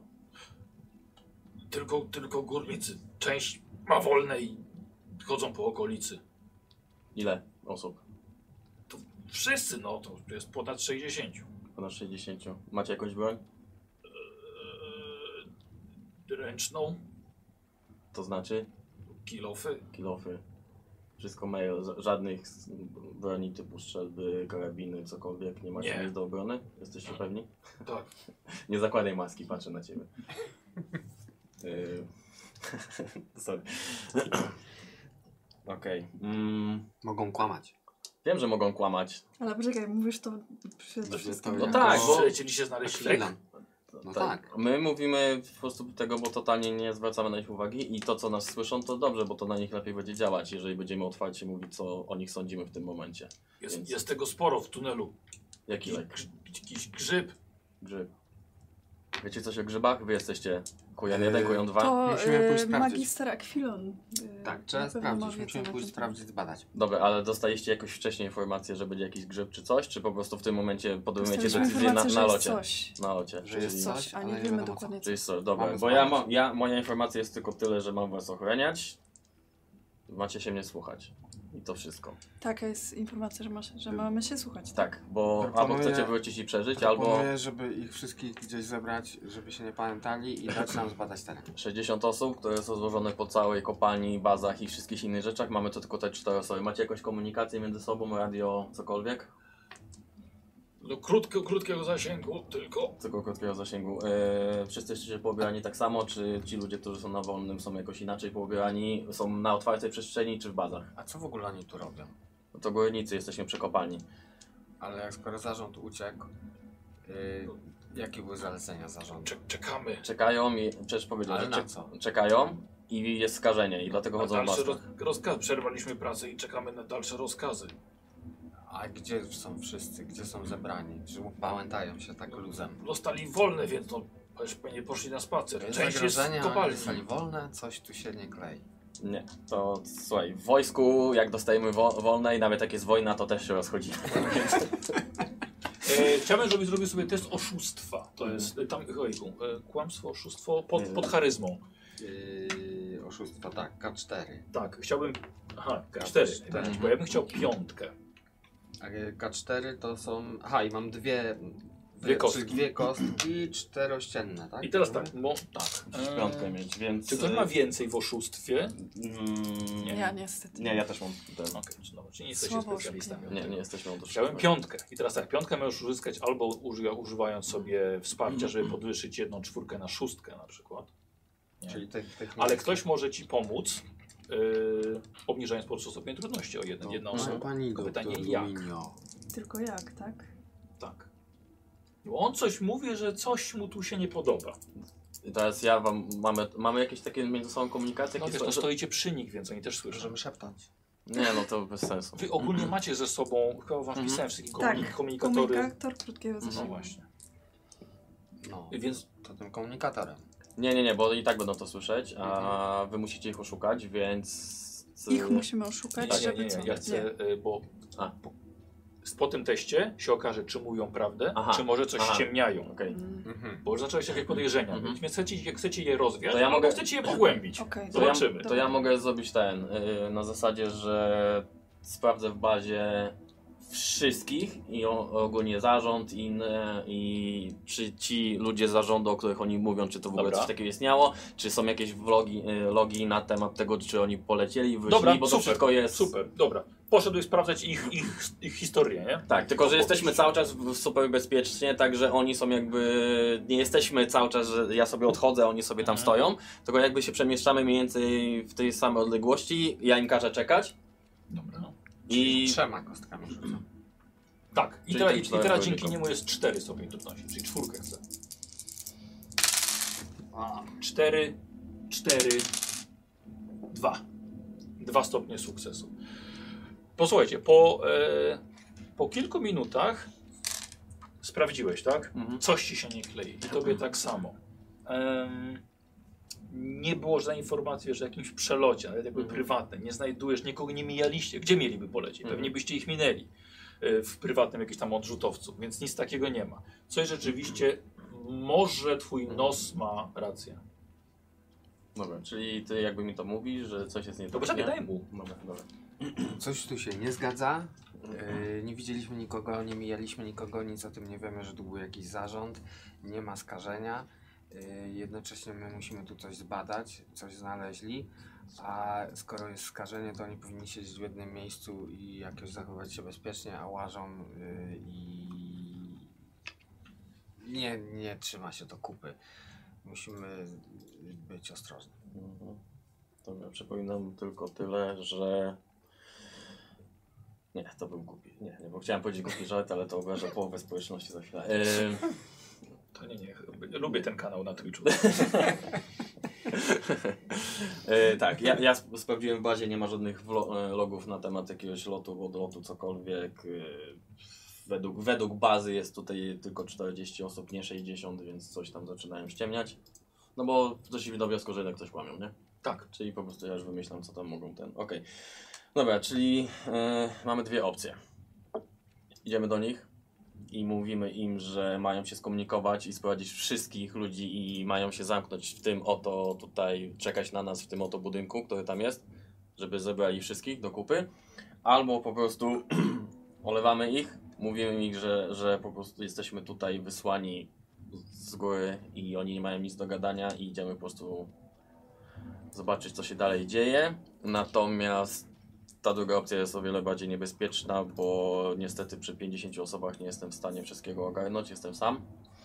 Tylko górnicy. Część ma wolne i chodzą po okolicy. Ile osób? Wszyscy, no to jest ponad 60. Ponad 60. Macie jakąś broń? Ręczną, To znaczy? kilofy. Kilofy. Wszystko mają, żadnych broni typu strzelby, karabiny, cokolwiek. Nie macie Nie. nic do obrony? Jesteście pewni? Tak. Nie zakładaj maski, patrzę na ciebie. Sorry. Okej. Mogą kłamać. Wiem, że mogą kłamać. Ale poczekaj, mówisz to przede To wszystkim. ja- No tak, bo- Lecieli się znaleźć lek. Chwila. No tak. My mówimy po prostu tego, bo totalnie nie zwracamy na nich uwagi i to, co nas słyszą, to dobrze, bo to na nich lepiej będzie działać, jeżeli będziemy otwarcie mówić, co o nich sądzimy w tym momencie. Jest tego sporo w tunelu. Jaki lek? Jakiś grzyb. Grzyb. Wiecie coś o grzybach? Wy jesteście kujon 1, kujon 2. To Musimy pójść sprawdzić. magister Aquilon. Tak, trzeba na pewno sprawdzić. ma wiedzę Musimy na pójść ten sprawdzić, zbadać. Dobra, ale dostaliście jakoś wcześniej informację, że będzie jakiś grzyb czy coś? Czy po prostu w tym momencie temat. podejmujecie Dostaliśmy decyzję na informację, że jest locie? coś. Na locie. Że jest Czyli- coś, Coś, a ale nie nie wiemy wiadomo dokładnie co. Czyli co, dobra, Mamy bo sprawdzić. moja informacja jest tylko tyle, że mam was ochraniać. Macie się mnie słuchać. I to wszystko. Taka jest informacja, że mamy się słuchać. Tak, bo albo Proponuję- chcecie wrócić i przeżyć, albo Proponuję, żeby ich wszystkich gdzieś zebrać, żeby się nie pamiętali i dać nam zbadać teren. 60 osób, które są złożone po całej kopalni, bazach i wszystkich innych rzeczach. Mamy tu tylko te 4 osoby. Macie jakąś komunikację między sobą, radio, cokolwiek? No krótkiego zasięgu tylko. Tylko krótkiego zasięgu. Wszyscy jesteście poobierani tak samo, czy ci ludzie, którzy są na wolnym, są jakoś inaczej poobierani? Są na otwartej przestrzeni, czy w bazach? A co w ogóle oni tu robią? No to górnicy, jesteśmy przy kopalni. Ale jak skoro zarząd uciekł, jakie były zalecenia zarządu? Czekamy. Czekają i przecież powiedział, Ale że na co? czekają i jest skażenie i dlatego A chodzą w dalsze maskach. rozkazy. Przerwaliśmy pracę i czekamy na dalsze rozkazy. A gdzie są wszyscy? Gdzie są zebrani? Czy pamiętają się tak luzem? Dostali wolne, więc no pewnie poszli na spacer. To jest Część jest zagrożenie, w a oni kopalni. dostali wolne? Coś tu się nie klei. Nie, to słuchaj, w wojsku jak dostajemy wolne i nawet jak jest wojna, to też się rozchodzimy. Chciałbym, żebyś zrobił sobie test oszustwa. To jest tam, ojku, kłamstwo, oszustwo pod charyzmą. Oszustwo, tak, K4. Tak, chciałbym. Aha, K4, K4, tak, bo ja bym chciał 5. A K4 to są... Aha, i mam dwie kostki czterościenne, tak? I teraz tak, bo tak. Piątkę mieć, więc... Czy ktoś ma więcej w oszustwie? Nie. Ja niestety. Nie, ja też mam ten. Okej, czy nie jesteście Słabo specjalistami? od Nie, tego? nie jesteśmy od Chciałem piątkę. I teraz tak, piątkę możesz uzyskać albo używając sobie wsparcia, żeby podwyższyć 1/4 na 6 na przykład. Nie. Czyli Ale ktoś może ci pomóc, obniżając po prostu stopień trudności o jedną osobę. Pani Pytanie doktor jak? Luminio. Tylko jak, tak? Tak. Bo on coś mówi, że coś mu tu się nie podoba. I teraz mamy jakieś takie między sobą komunikacje? No Jakieś wiesz, to stoicie przy nich, więc oni też słyszą. Możemy szeptać. Nie, no to bez sensu. Wy ogólnie macie ze sobą, chyba wam wpisałem wszystkie komunikatory. Komunikator krótkiego No zasięgu. właśnie. No, Więc to tym komunikatorem. Nie, bo i tak będą to słyszeć, a wy musicie ich oszukać, więc... Ich musimy oszukać, żeby co? ja chcę, bo A. po tym teście się okaże, czy mówią prawdę, czy może coś ściemniają. Okej. Bo już zaczęły się jakieś podejrzenia, Mhm. więc jak chcecie je rozwiać, To ja albo mogę- chcecie je pogłębić. Okej, Zobaczymy. To ja mogę zrobić na zasadzie, że sprawdzę w bazie wszystkich i ogólnie zarząd i czy ci ludzie z zarządu, o których oni mówią, czy to w ogóle Dobra. coś takiego istniało, czy są jakieś logi na temat tego, czy oni polecieli, wyszli, Dobra, bo to super, wszystko jest... Super, dobra. Poszedłeś sprawdzać ich historię, nie? Tak, tylko że jesteśmy cały czas super bezpiecznie, także oni są jakby... Nie jesteśmy cały czas, że ja sobie odchodzę, a oni sobie tam stoją, tylko jakby się przemieszczamy mniej więcej w tej samej odległości, ja im każę czekać Dobra. i... Trzema kostkami rzucam. Tak, i Czyli teraz, ten i człowiek teraz robi dzięki to. niemu jest 4 stopień trudności, czyli 4 chcę. 4, 2. 2 stopnie sukcesu. Posłuchajcie, po kilku minutach sprawdziłeś, tak? Mhm. Coś ci się nie klei. I tobie tak samo. Nie było żadnej informacji, że jakimś przelocie, nawet jakby prywatne, nie znajdujesz, nikogo nie mijaliście. Gdzie mieliby polecieć? Pewnie byście ich minęli w prywatnym jakimś tam odrzutowcu, więc nic takiego nie ma. Coś rzeczywiście, może twój nos ma rację. Dobra, czyli ty jakby mi to mówisz, że coś jest nie tak, To poczekaj, nie? daj mu. Dobra. Coś tu się nie zgadza. Nie widzieliśmy nikogo, nie mijaliśmy nikogo, nic o tym nie wiemy, że tu był jakiś zarząd. Nie ma skażenia. Jednocześnie my musimy tu coś zbadać, coś znaleźli. A skoro jest skażenie, to oni powinni siedzieć w jednym miejscu i jakoś zachowywać się bezpiecznie, a łażą i nie trzyma się to kupy. Musimy być ostrożni. Mhm. Dobra, przypominam tylko tyle, że... Nie, to był głupi. Nie, bo chciałem powiedzieć głupi żart, ale to obraża połowę społeczności za chwilę. To nie, lubię ten kanał na Twitchu. Tak, ja sprawdziłem w bazie, nie ma żadnych logów na temat jakiegoś lotu, odlotu, cokolwiek. Według bazy jest tutaj tylko 40 osób, nie 60, więc coś tam zaczynają ściemniać. No bo doszli do wniosku, że jednak coś kłamią, nie? Tak. Czyli po prostu ja już wymyślam, co tam mogą Okej. Dobra, czyli mamy dwie opcje. Idziemy do nich i mówimy im, że mają się skomunikować i sprowadzić wszystkich ludzi i mają się zamknąć w tym oto tutaj, czekać na nas w tym oto budynku, który tam jest, żeby zebrali wszystkich do kupy. Albo po prostu olewamy ich, mówimy im, że po prostu jesteśmy tutaj wysłani z góry i oni nie mają nic do gadania i idziemy po prostu zobaczyć, co się dalej dzieje. Natomiast ta druga opcja jest o wiele bardziej niebezpieczna, bo niestety przy 50 osobach nie jestem w stanie wszystkiego ogarnąć, jestem sam.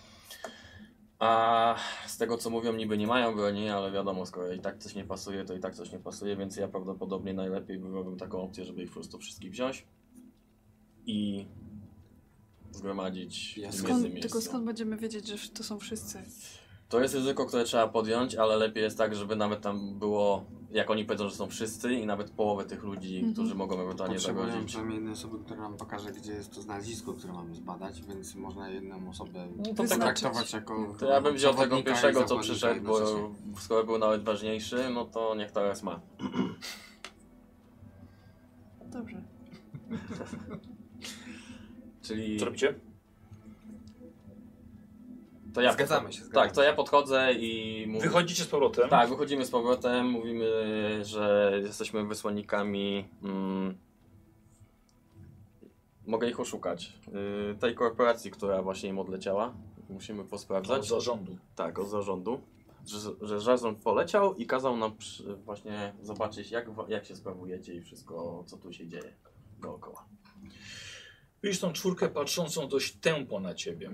A z tego co mówią, niby nie mają broni, ale wiadomo, skoro i tak coś nie pasuje, to i tak coś nie pasuje, więc ja prawdopodobnie najlepiej wybrałbym taką opcję, żeby ich po prostu wszystkich wziąć i zgromadzić w tym jednym miejscu. Tylko skąd będziemy wiedzieć, że to są wszyscy? To jest ryzyko, które trzeba podjąć, ale lepiej jest tak, żeby nawet tam było, jak oni powiedzą, że są wszyscy i nawet połowę tych ludzi, którzy mogą ewentualnie Potrzebujemy zagrozić. przynajmniej jednej osoby, która nam pokaże, gdzie jest to znalezisko, które mamy zbadać, więc można jedną osobę to potraktować jako... To ja bym wziął tego zawodnika i pierwszego, co zakładnika przyszedł, bo jednocześnie. skoro był nawet ważniejszy, no to niech teraz ma. Dobrze. Czyli Co robicie? to ja Zgadzamy się. Tak, to ja podchodzę i mówię. Wychodzicie z powrotem. Tak, wychodzimy z powrotem, mówimy, że jesteśmy wysłannikami Mogę ich oszukać. Tej korporacji, która właśnie im odleciała, musimy Od posprawdzać. zarządu. Tak, od zarządu. Że zarząd poleciał i kazał nam właśnie zobaczyć, jak się sprawujecie i wszystko, co tu się dzieje dookoła. Widzisz tą czwórkę patrzącą dość tępo na ciebie.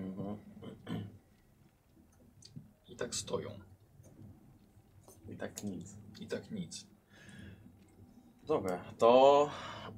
I tak stoją. I tak nic. I tak nic. Dobra, to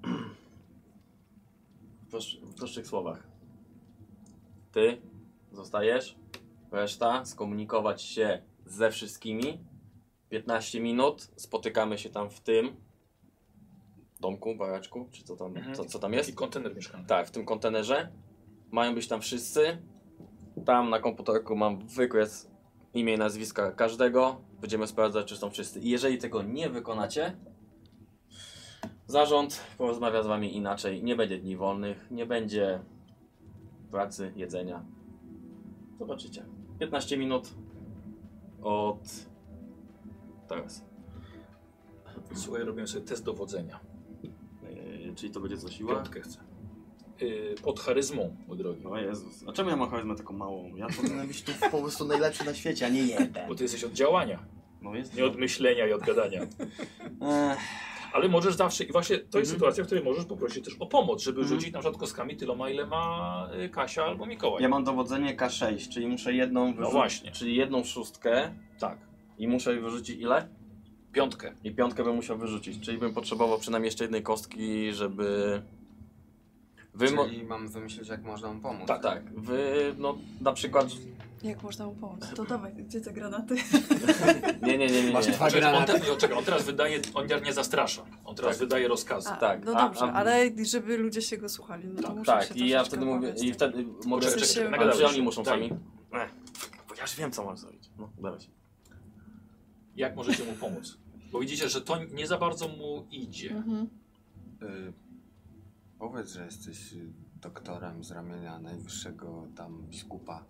w prostych słowach. Ty zostajesz, reszta skomunikować się ze wszystkimi. 15 minut, spotykamy się tam w tym domku, baraczku, czy co tam, co tam jest. I kontener mieszkalny. Tak, w tym kontenerze. Mają być tam wszyscy. Tam na komputerku mam wykres imię i nazwiska każdego. Będziemy sprawdzać, czy są wszyscy. I jeżeli tego nie wykonacie, zarząd porozmawia z wami inaczej. Nie będzie dni wolnych, nie będzie pracy, jedzenia. Zobaczycie. 15 minut od teraz. Słuchaj, robię sobie test dowodzenia. Czyli to będzie co, siła? Piątkę chcę. Pod charyzmą, mój drogi. O Jezus. A czemu ja mam charyzmę taką małą? Ja powinienem być tu po prostu najlepszy na świecie, a nie jeden. Bo ty jesteś od działania, No jest. nie od myślenia i od gadania. Ale możesz zawsze, i właśnie to jest sytuacja, w której możesz poprosić też o pomoc, żeby rzucić na przykład kostkami tyloma, ile ma Kasia albo Mikołaj. Ja mam dowodzenie K6, czyli muszę jedną wyrzucić. No właśnie. Czyli jedną szóstkę Tak. i muszę wyrzucić ile? Piątkę. I piątkę bym musiał wyrzucić. Czyli bym potrzebował przynajmniej jeszcze jednej kostki, żeby... Czyli mam wymyślić, jak można mu pomóc. Tak, tak. Wy, no na przykład... Jak można mu pomóc? To dawaj, gdzie te granaty? Nie. Masz dwa Czekaj, granaty. on teraz wydaje, on nie zastrasza. On teraz wydaje rozkazy. Tak, No dobrze, ale żeby ludzie się go słuchali, no to muszę Tak, się i ja troszeczkę wtedy mówię, powiedz. i wtedy mogę... Poczekaj, się- nagadałeś Ale że oni się. muszą Daj. sami... Bo ja już wiem, co mam zrobić. No, dawaj. Jak możecie mu pomóc? Bo widzicie, że to nie za bardzo mu idzie. Mhm. Powiedz, że jesteś doktorem z ramienia najwyższego tam biskupa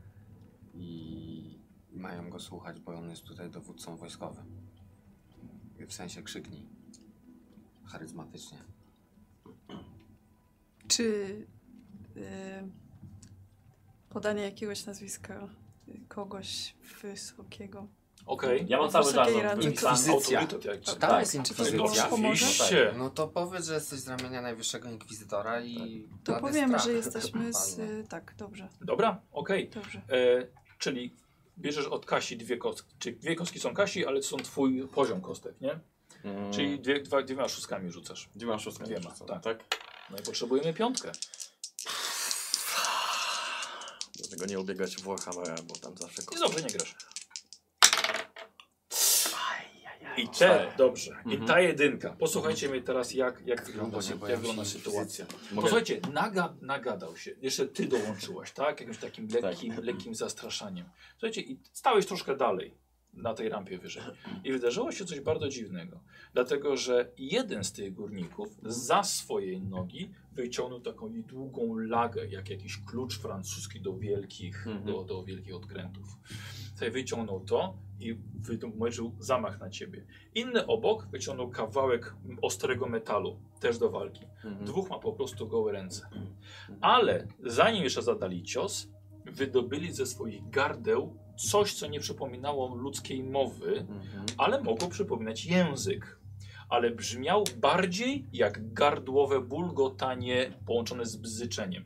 i mają go słuchać, bo on jest tutaj dowódcą wojskowym. W sensie krzyknij. Charyzmatycznie. Czy podanie jakiegoś nazwiska kogoś wysokiego? Okej. Ja mam cały Wysokiej zarząd rangi. wypisany. Inkwizycja. Autorytet jak Czy tak. tam jest Czy to inkwizycja? pomoże? Oczywiście. No to powiedz, że jesteś z ramienia najwyższego inkwizytora i... To blady powiemy, strach że jesteśmy z... padnie. Tak, dobrze, Dobra, okej. dobrze. Czyli bierzesz od Kasi dwie kostki. Czyli dwie kostki są Kasi, ale to są twój poziom kostek, nie? Czyli dwiema szóstkami rzucasz. Dwiema szóstkami Dwiema, rzucam, tak. No i potrzebujemy piątkę. Dlatego nie ubiegać w Warhammera, bo tam zawsze I dobrze, nie grasz. I te, Cztery. dobrze. I ta jedynka. Posłuchajcie mnie teraz, jak wygląda, Bo nie boję jak wygląda się sytuacja. Mogę- Posłuchajcie, nagadał się. Jeszcze ty dołączyłaś, tak? Jakimś takim lekkim zastraszaniem. Słuchajcie, i stałeś troszkę dalej na tej rampie wyżej. I wydarzyło się coś bardzo dziwnego. Dlatego, że jeden z tych górników za swojej nogi wyciągnął taką długą lagę, jak jakiś klucz francuski do wielkich, do wielkich odkrętów. Tutaj wyciągnął to i wymierzył zamach na ciebie. Inny obok wyciągnął kawałek ostrego metalu, też do walki. Dwóch ma po prostu gołe ręce. Ale zanim jeszcze zadali cios, wydobyli ze swoich gardeł coś, co nie przypominało ludzkiej mowy, ale mogło przypominać język. Ale brzmiał bardziej jak gardłowe bulgotanie połączone z bzyczeniem.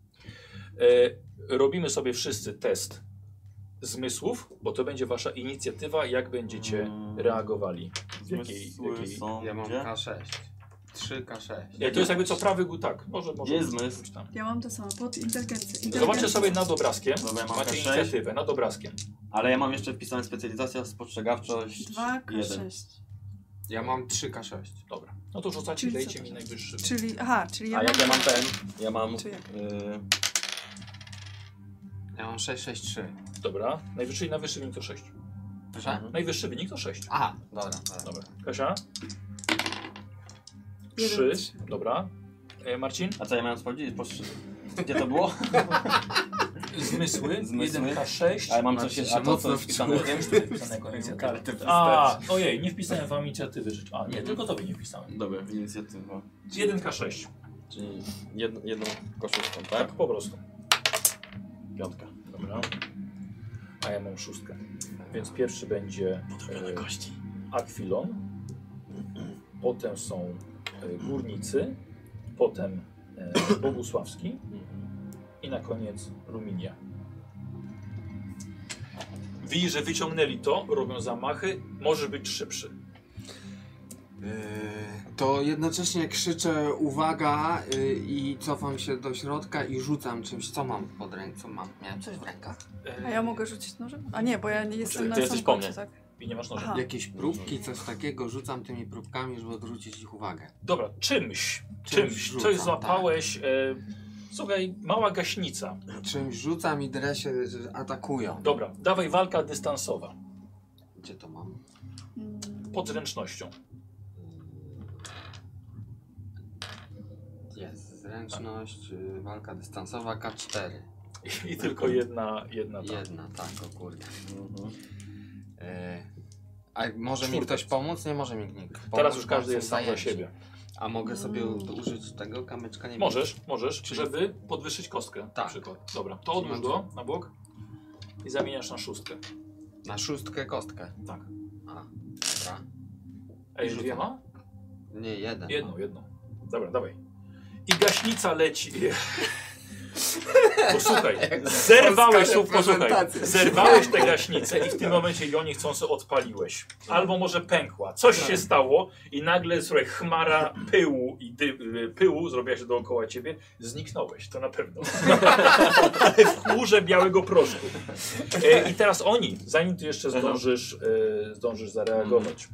Robimy sobie wszyscy test zmysłów, bo to będzie wasza inicjatywa, jak będziecie reagowali. W jakiej... są Ja mam gdzie? K6. 3K6. To jest jakby co prawy gór, tak. Może Gdzie jest zmysł? być tam. Ja mam to samo, pod inteligencję. Zobaczcie sobie nad obrazkiem. Dobra, ja mam Macie K6. inicjatywę nad obrazkiem. Ale ja mam jeszcze wpisane specjalizacja, spostrzegawczość 1. 2K6. Ja mam 3K6. Dobra. No to rzucacie, Czyli dajcie co to mi jest? najwyższy. Czyli ja A jak ja mam ten? Ja mam... Czy jak? Ja mam 663. Dobra. Najwyższy wynik to 6. Proszę? Najwyższy wynik to 6. Aha, dobra. Dobra. Kasia? 3. 1, 3. Dobra. Marcin? A co ja miałem sprawdzić? Gdzie to było? Zmysły. Zmysły. 1K6. Ale mam coś jeszcze, a to co jest wpisane? A, ojej, nie wpisałem wam inicjatywy. A, nie, tylko tobie nie wpisałem. Dobra, inicjatywa. 1K6. Czyli jedną koszulką, tak? Tak, po prostu. 5. Dobra. A ja mam 6. Więc pierwszy będzie kości. Akwilon. Potem są Górnicy. Potem Bogusławski. I na koniec Ruminia. Widzisz, że wyciągnęli to, robią zamachy. Możesz być szybszy. To jednocześnie krzyczę uwaga i cofam się do środka i rzucam czymś, co mam pod ręką. Co mam? Miałem coś w rękach. A ja mogę rzucić nożem? A nie, bo ja nie jestem ty na jesteś samym po końcu, mnie. tak? I nie masz noża. Aha. Jakieś próbki, coś takiego, rzucam tymi próbkami, żeby odwrócić ich uwagę. Dobra, czymś. rzucam, Coś złapałeś. Słuchaj, mała gaśnica. Czymś rzucam i dresie atakują. Dobra, dawaj walka dystansowa. Gdzie to mam? Pod zręcznością. Jest zręczność, walka dystansowa K4. I tylko jedna ta. Jedna, tak, o kurde. A może mi Czwórka. ktoś pomóc? Nie może mi nikt pomóc. Teraz już każdy bo jest są sam za zajęci. siebie. A mogę sobie użyć tego kamyczka niebieskiego? Możesz, Czyli- żeby podwyższyć kostkę na Tak. przykład. Dobra, to Czyli odłóż mam go na bok i zamieniasz na 6. Na 6 kostkę. Tak. A, dobra. Ej, rzucam. dwiema? Nie, jeden. Jedną. Dobra, dawaj. I gaśnica leci. Posłuchaj, zerwałeś tę gaśnicę i w tym momencie ją niechcący odpaliłeś. Albo może pękła. Coś się stało i nagle, słuchaj, chmara pyłu i pyłu zrobiła się dookoła ciebie. Zniknąłeś, to na pewno. Ale w chmurze białego proszku. I teraz oni, zanim ty jeszcze zdążysz zareagować.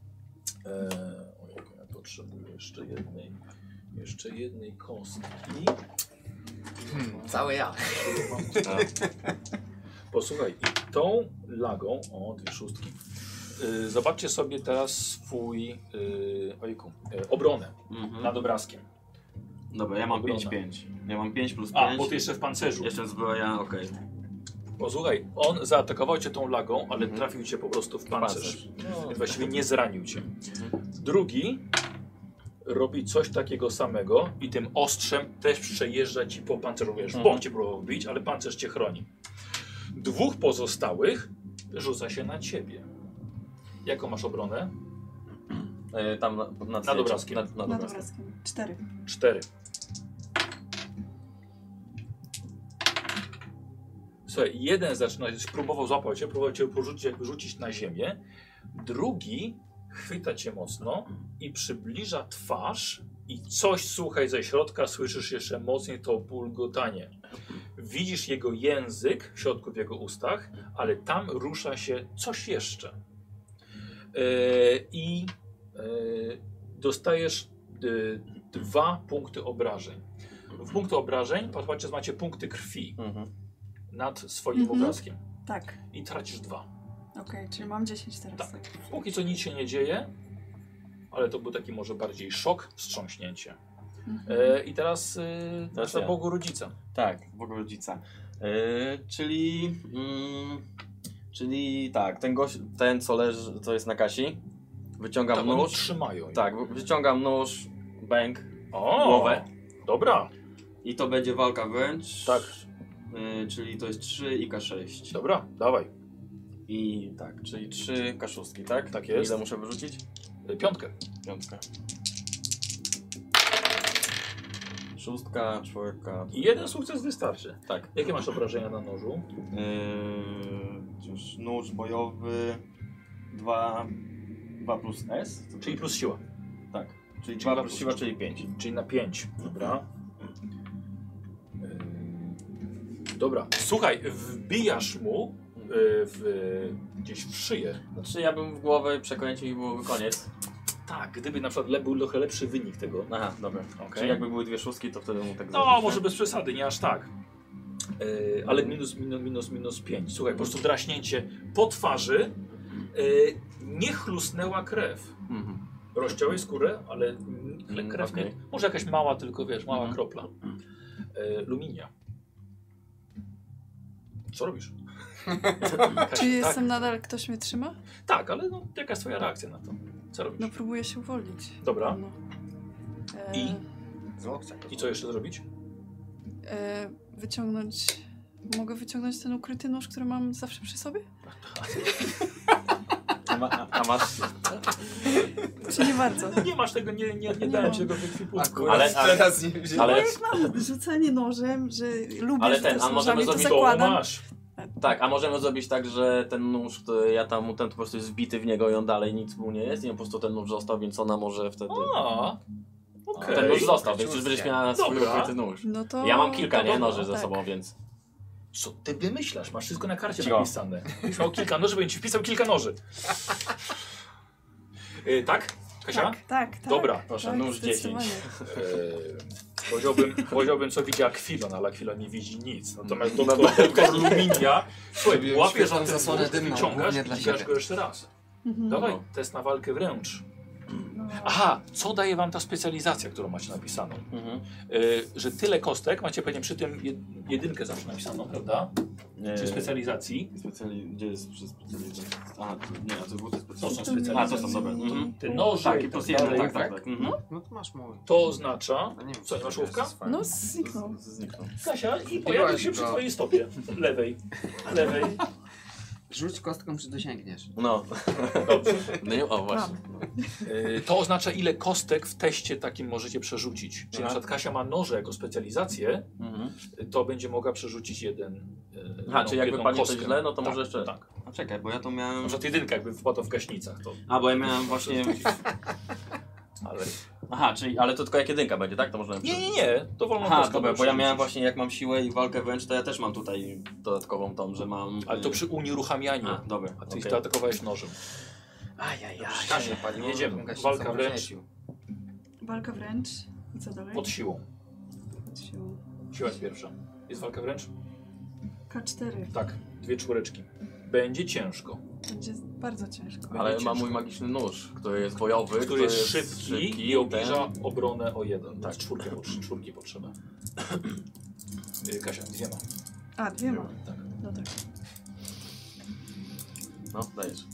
Ojej, ja potrzebuję jeszcze jednej kostki. Cały ja. Posłuchaj, i tą lagą, o, 2 szóstki, zobaczcie sobie teraz swój obronę nad obrazkiem. Dobra, ja mam Obrona. 5-5. Ja mam 5 plus 5. A, bo ty jeszcze w pancerzu. Jeszcze zbroja, okej. Posłuchaj, on zaatakował cię tą lagą, ale trafił cię po prostu w pancerz. Więc właściwie nie zranił cię. Drugi robi coś takiego samego i tym ostrzem też przejeżdża ci po pancerzu. Wiesz, w bok cię próbował bić, ale pancerz cię chroni. 2 pozostałych rzuca się na ciebie. Jaką masz obronę? Tam nad obrazkiem. Nad Nad obrazkiem. obrazkiem. 4. 4. Słuchaj, jeden zaczyna, próbował złapać cię, próbował cię porzucić, jakby rzucić na ziemię. Drugi chwyta cię mocno i przybliża twarz i coś, słuchaj, ze środka słyszysz jeszcze mocniej to bulgotanie. Widzisz jego język w środku, w jego ustach, ale tam rusza się coś jeszcze. Dostajesz 2 punkty obrażeń. W punkty obrażeń, patrzcie, macie punkty krwi nad swoim obrazkiem Tak. i tracisz 2. Okej, czyli mam 10 teraz. Tak. Póki co nic się nie dzieje, ale to był taki może bardziej szok, wstrząśnięcie. I teraz nasza ja. Bogu Rodzica. Tak, Bogu Rodzica. Czyli tak, ten gość, ten co leży, co jest na Kasi, wyciągam Tak, oni nóż. trzymają. ją. Tak, wyciągam nóż, bęk, O, głowę. Dobra, I to będzie walka wręcz. Tak. Czyli to jest 3 i K6. dobra, dawaj. I tak, czyli 3 K6, tak? Tak jest. Ile muszę wyrzucić? 5. 5. 6, 4. I 1 sukces wystarczy. Tak. Jakie masz obrażenia na nożu? Już nóż bojowy 2 plus S? Czyli plus siła. Tak. Czyli Czyli 2 dwa plus plus siła, czyli 5. Czyli na 5. Dobra. Dobra. Słuchaj, wbijasz mu gdzieś w szyję. Znaczy ja bym w głowę przekręcił i byłoby koniec. Tak, gdyby na przykład był trochę lepszy wynik tego. Aha, dobra. Okej. Czyli jakby były 2 szóstki, to wtedy mu tak No, zrobić, może tak? bez przesady, nie aż tak. Ale minus 5. Słuchaj, po prostu draśnięcie po twarzy. Nie chlusnęła krew. Mhm. Rozciąłeś skórę, ale krew nie. okej. Może jakaś mała, tylko wiesz, mała kropla. Luminia. Co robisz? Czy jestem nadal, ktoś mnie trzyma? Tak, ale no, jaka jest twoja reakcja na to? Co robisz? No próbuję się uwolnić. Dobra. No. I? Z łokcia. I co jeszcze zrobić? Mogę wyciągnąć ten ukryty nóż, który mam zawsze przy sobie? A masz... Czy nie bardzo? Nie masz tego, nie dałem ci tego w ekwipunku. Ale teraz nie wziąłem. ale Jak mam rzucanie nożem, że lubię Ale rzucać a możemy nożami, to zrobić- zakładam. masz. tak, a możemy zrobić tak, że ten nóż, który ja tam, ten po prostu jest wbity w niego i on dalej nic mu nie jest i on po prostu ten nóż został, więc ona może wtedy... A, okej. Ten nóż został, więc już będziesz miała swój Dobra. ukryty nóż. No to... Ja mam kilka, to nie, dobra, noży ze tak. sobą, więc... Co ty wymyślasz? Masz wszystko na karcie Cicho. napisane. Już miał kilka noży, będzie ci wpisał kilka noży. Tak? Kasia? Tak. Dobra, proszę, tak, nóż 10. zdecydowanie. Powiedziałbym, co widzi Akwilon, ale Akwilon nie widzi nic. Natomiast doktor Luminia, słuchaj, łapiesz Świeżą za ten zasłonę nóż, dymną, wyciągasz głównie i dla ścigasz siebie. go jeszcze raz. Mhm. Dawaj, No. test na walkę wręcz. No. Aha, co daje wam ta specjalizacja, którą macie napisaną? Że tyle kostek, macie pewnie przy tym jedynkę zawsze napisaną, prawda? Czy specjalizacji? Gdzie jest przy specjalizacji? Aha, nie, a to było te To są specjalizacje. specjalizacje. A, to są dobre. Mhm. Te noże Tak, i i plus tak jeden, dalej. tak. Mhm. No to masz mój. To oznacza... No nie wiem, Co, nie masz to jest łówka? fajne. No zniknął. Zniknął. Kasia, i pojawił się przy go. twojej stopie. Lewej. Lewej. Rzuć kostką, czy dosięgniesz. No. Dobrze. No nie, o właśnie. To oznacza, ile kostek w teście takim możecie przerzucić. Czyli na przykład Kasia ma noże jako specjalizację, Mhm. to będzie mogła przerzucić jeden. Aha, czyli jakby jedną pani coś kostkę. źle, no to Tak, może jeszcze... Tak. A czekaj, bo ja to Na miałem... przykład jedynka jakby wpadła w gaśnicach, to. A, bo ja miałem właśnie... Ale. Aha, czyli, ale to tylko jak jedynka będzie, tak? To możemy... Nie. To wolno Aha, kostkę dobra, bo ja przerzucić. miałem właśnie, jak mam siłę i walkę wręcz, to ja też mam tutaj dodatkową tą, że mam... Ale to przy unieruchamianiu. A, dobra, A ty okej. to atakowałeś nożem. Kasia paliło, jedziemy. żebym gaśnicą Walka wręcz. podniecił. Walka wręcz. I co dalej? Pod siłą. Pod siłą. Siła jest pierwsza. Jest walka wręcz? K4. Tak. 2 czwóreczki. Będzie ciężko. Będzie bardzo ciężko. Ale Będzie ma ciężko. mój magiczny nóż, który jest bojowy, Który jest szybki i obniża ten... obronę o 1. Tak. Tak. Czwórki potrzeba. Kasia, 2 ma. A, 2 ma. Tak. No tak. No, dajesz.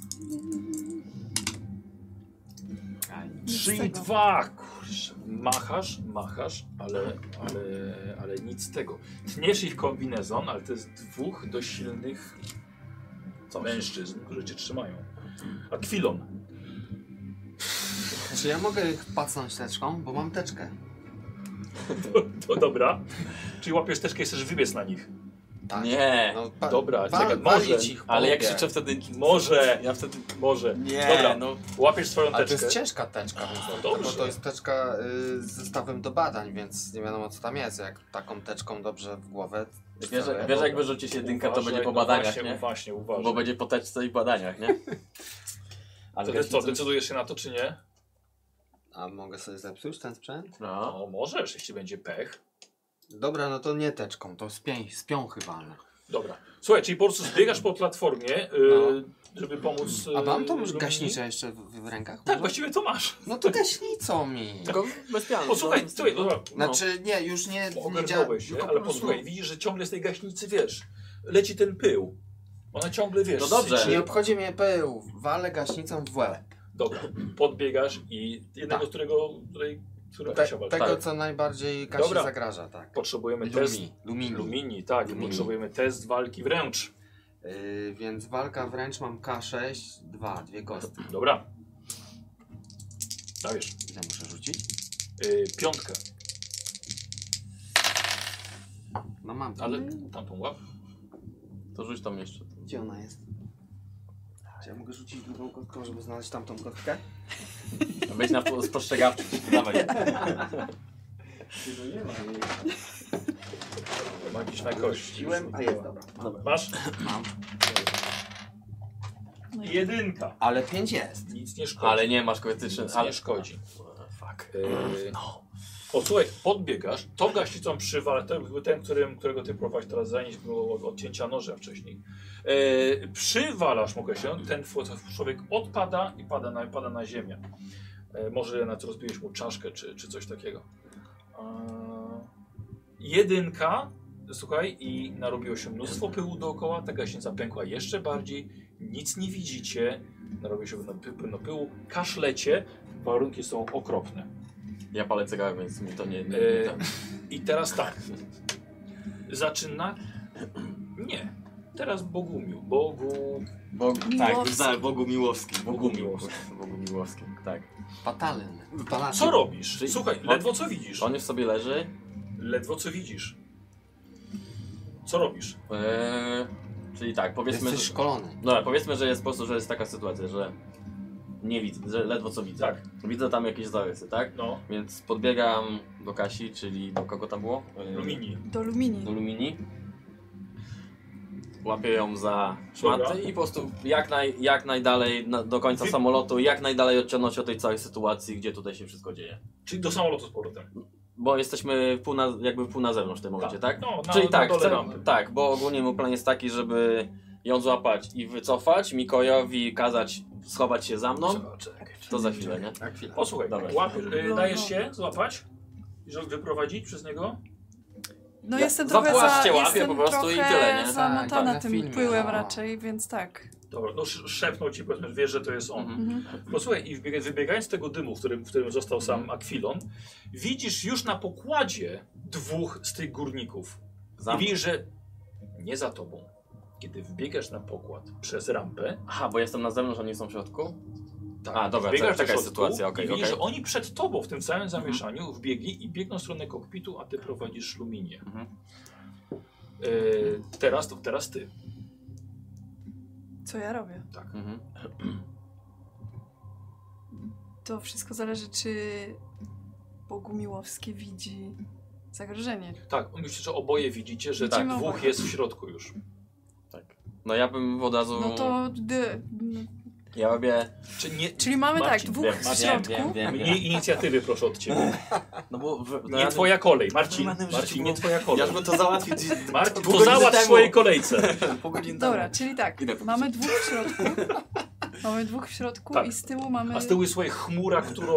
3 i tego. 2. Kurczę. Machasz, ale nic z tego. Tniesz ich kombinezon, ale to jest 2 dość silnych mężczyzn, którzy cię trzymają. Akwilon. Czy ja mogę ich pacnąć teczką? Bo mam teczkę. To dobra. Czyli łapiesz teczkę i chcesz wybiec na nich. Tak. Nie, No, Dobra, czekaj, walić może. ich, ale jak pomogę. krzyczę wtedy... Może. Ja wtedy... Może. Nie, Dobra, no... łapiesz swoją Ale to teczkę. jest ciężka teczka, więc dobrze. bo to jest teczka z zestawem do badań, więc nie wiadomo co tam jest. Jak taką teczką dobrze w głowę. Wiesz jak wyrzucisz jedynkę, to będzie po badaniach, właśnie, nie? Właśnie, uważaj. Bo będzie po teczce i badaniach, nie? To jest co, decydujesz się na to, czy nie? A mogę sobie zepsuć ten sprzęt? No. No, możesz, jeśli będzie pech. Dobra, no to nie teczką, to z piąchy walne. Dobra. Słuchaj, czyli po prostu zbiegasz po platformie, żeby pomóc... A mam tą Lumini? gaśnicę jeszcze w rękach? Tak, może? właściwie to masz. No to gaśnicą mi. Tylko bez piany. Posłuchaj, słuchaj, dobra. Znaczy nie, już nie Ogarnąłeś się, tylko ale po prostu- posłuchaj, widzisz, że ciągle z tej gaśnicy, wiesz, leci ten pył. Ona ciągle, wiesz... No dobrze. syczy. Nie obchodzi mnie pył, walę gaśnicą w łeb. Dobra, podbiegasz i jednego, Tak. którego Kasia walczy. Tego Tak. co najbardziej Kasi Dobra. zagraża, tak. Potrzebujemy test... Lumini. Lumini, tak. Lumini. Potrzebujemy test walki wręcz. Więc walka wręcz mam K6, 2 kostki. Dobra. Dajesz. Ile muszę rzucić? 5. No mam. Ale tamtą łap. To rzuć tam jeszcze. Gdzie ona jest? Czy ja mogę rzucić drugą kostką, żeby znaleźć tamtą kostkę? Być na spostrzegawczy. Dawaj. Nie ma. Magiczna kość. Rzuciłem, a jest, dobra. Masz? Mam. No i 1. Ale 5 jest. Nic nie szkodzi. Ale nie masz krytyczny. Nic Ale nie szkodzi. Fuck. O, słuchaj, podbiegasz, tą gaśnicą przywala, ten, którego ty prowadzisz teraz zanieść, było od odcięcia noża wcześniej. Przywalasz mu się, ten człowiek odpada i pada na ziemię. Może na co rozbiłeś mu czaszkę, czy coś takiego. 1, słuchaj, i narobiło się mnóstwo pyłu dookoła, ta gaśnica pękła jeszcze bardziej, nic nie widzicie, narobiło się pełno pyłu, kaszlecie, warunki są okropne. Ja palę cygarę, więc mi to nie... I teraz tak. Zaczyna... Nie. Teraz Bogumił. Tak, Bogu Miłowski. Bogu Miłowski. Bogu Miłowski, tak. Fatalny. Co robisz? Czyli- Słuchaj, ledwo co widzisz. On już sobie leży. Ledwo co widzisz. Co robisz? Czyli tak, powiedzmy... Jesteś szkolony. Dobra, powiedzmy, że jest po prostu, że jest taka sytuacja, że nie widzę, że ledwo co widzę. Tak. Widzę tam jakieś zarysy, tak? No. Więc podbiegam do Kasi, czyli do kogo tam było? Lumini. Do Lumini. Do Lumini. Łapię ją za szmaty Dobra. i po prostu jak najdalej do końca samolotu, jak najdalej odciągnąć od tej całej sytuacji, gdzie tutaj się wszystko dzieje. Czyli do samolotu z powrotem. Bo jesteśmy pół na zewnątrz w tym momencie, tak? No, Czyli na tak, dole rampy. tak, bo ogólnie mój plan jest taki, żeby ją złapać i wycofać, Mikołajowi kazać schować się za mną. Czekaj. To za chwilę, nie? Tak, chwilę. Posłuchaj, Dobra. dajesz się złapać? I żeby wyprowadzić przez niego? No Ja jestem za trochę płaszcie łapię jestem po prostu i trochę tyle, nie? zamotana Tak, na tym filmie, pyłem no. raczej, więc tak. Dobra, no szepnął ci, powiedzmy, wiesz, że to jest on. Mhm. Posłuchaj, i wybiegając z tego dymu, w którym został sam Akwilon, widzisz już na pokładzie dwóch z tych górników. Za I mną. widzisz, że nie za tobą. Kiedy wbiegasz na pokład przez rampę, Aha, bo jestem na zewnątrz, oni są w środku? tak, A, dobra, wbiegasz taka do jest środku sytuacja, okej, i widzisz, okej. że oni przed tobą w tym całym zamieszaniu wbiegli i biegną w stronę kokpitu, a ty prowadzisz Luminię. Mhm. Teraz ty. Co ja robię? Tak. Mhm. To wszystko zależy, czy Bogumiłowski widzi zagrożenie. Tak, myślę, że oboje widzicie, że Widzimy dwóch oboje. jest w środku już. Tak. No ja bym od razu... No to... Ja robię... Czy nie, Czyli mamy Marcin, tak, dwóch wiem, w środku. wiem. mniej inicjatywy proszę od ciebie. No bo... Nie twoja kolej, Marcin. Normalnym Marcin, życiu nie było- twoja kolej. Ja już bym to załatwił Marcin, pół to godziny załatw w temu. swojej kolejce. Pół godziny Dobra, temu. czyli tak, Idę po mamy dwóch w środku. Mamy dwóch w środku Tak. i z tyłu mamy... A z tyłu jest słuchaj, chmura, którą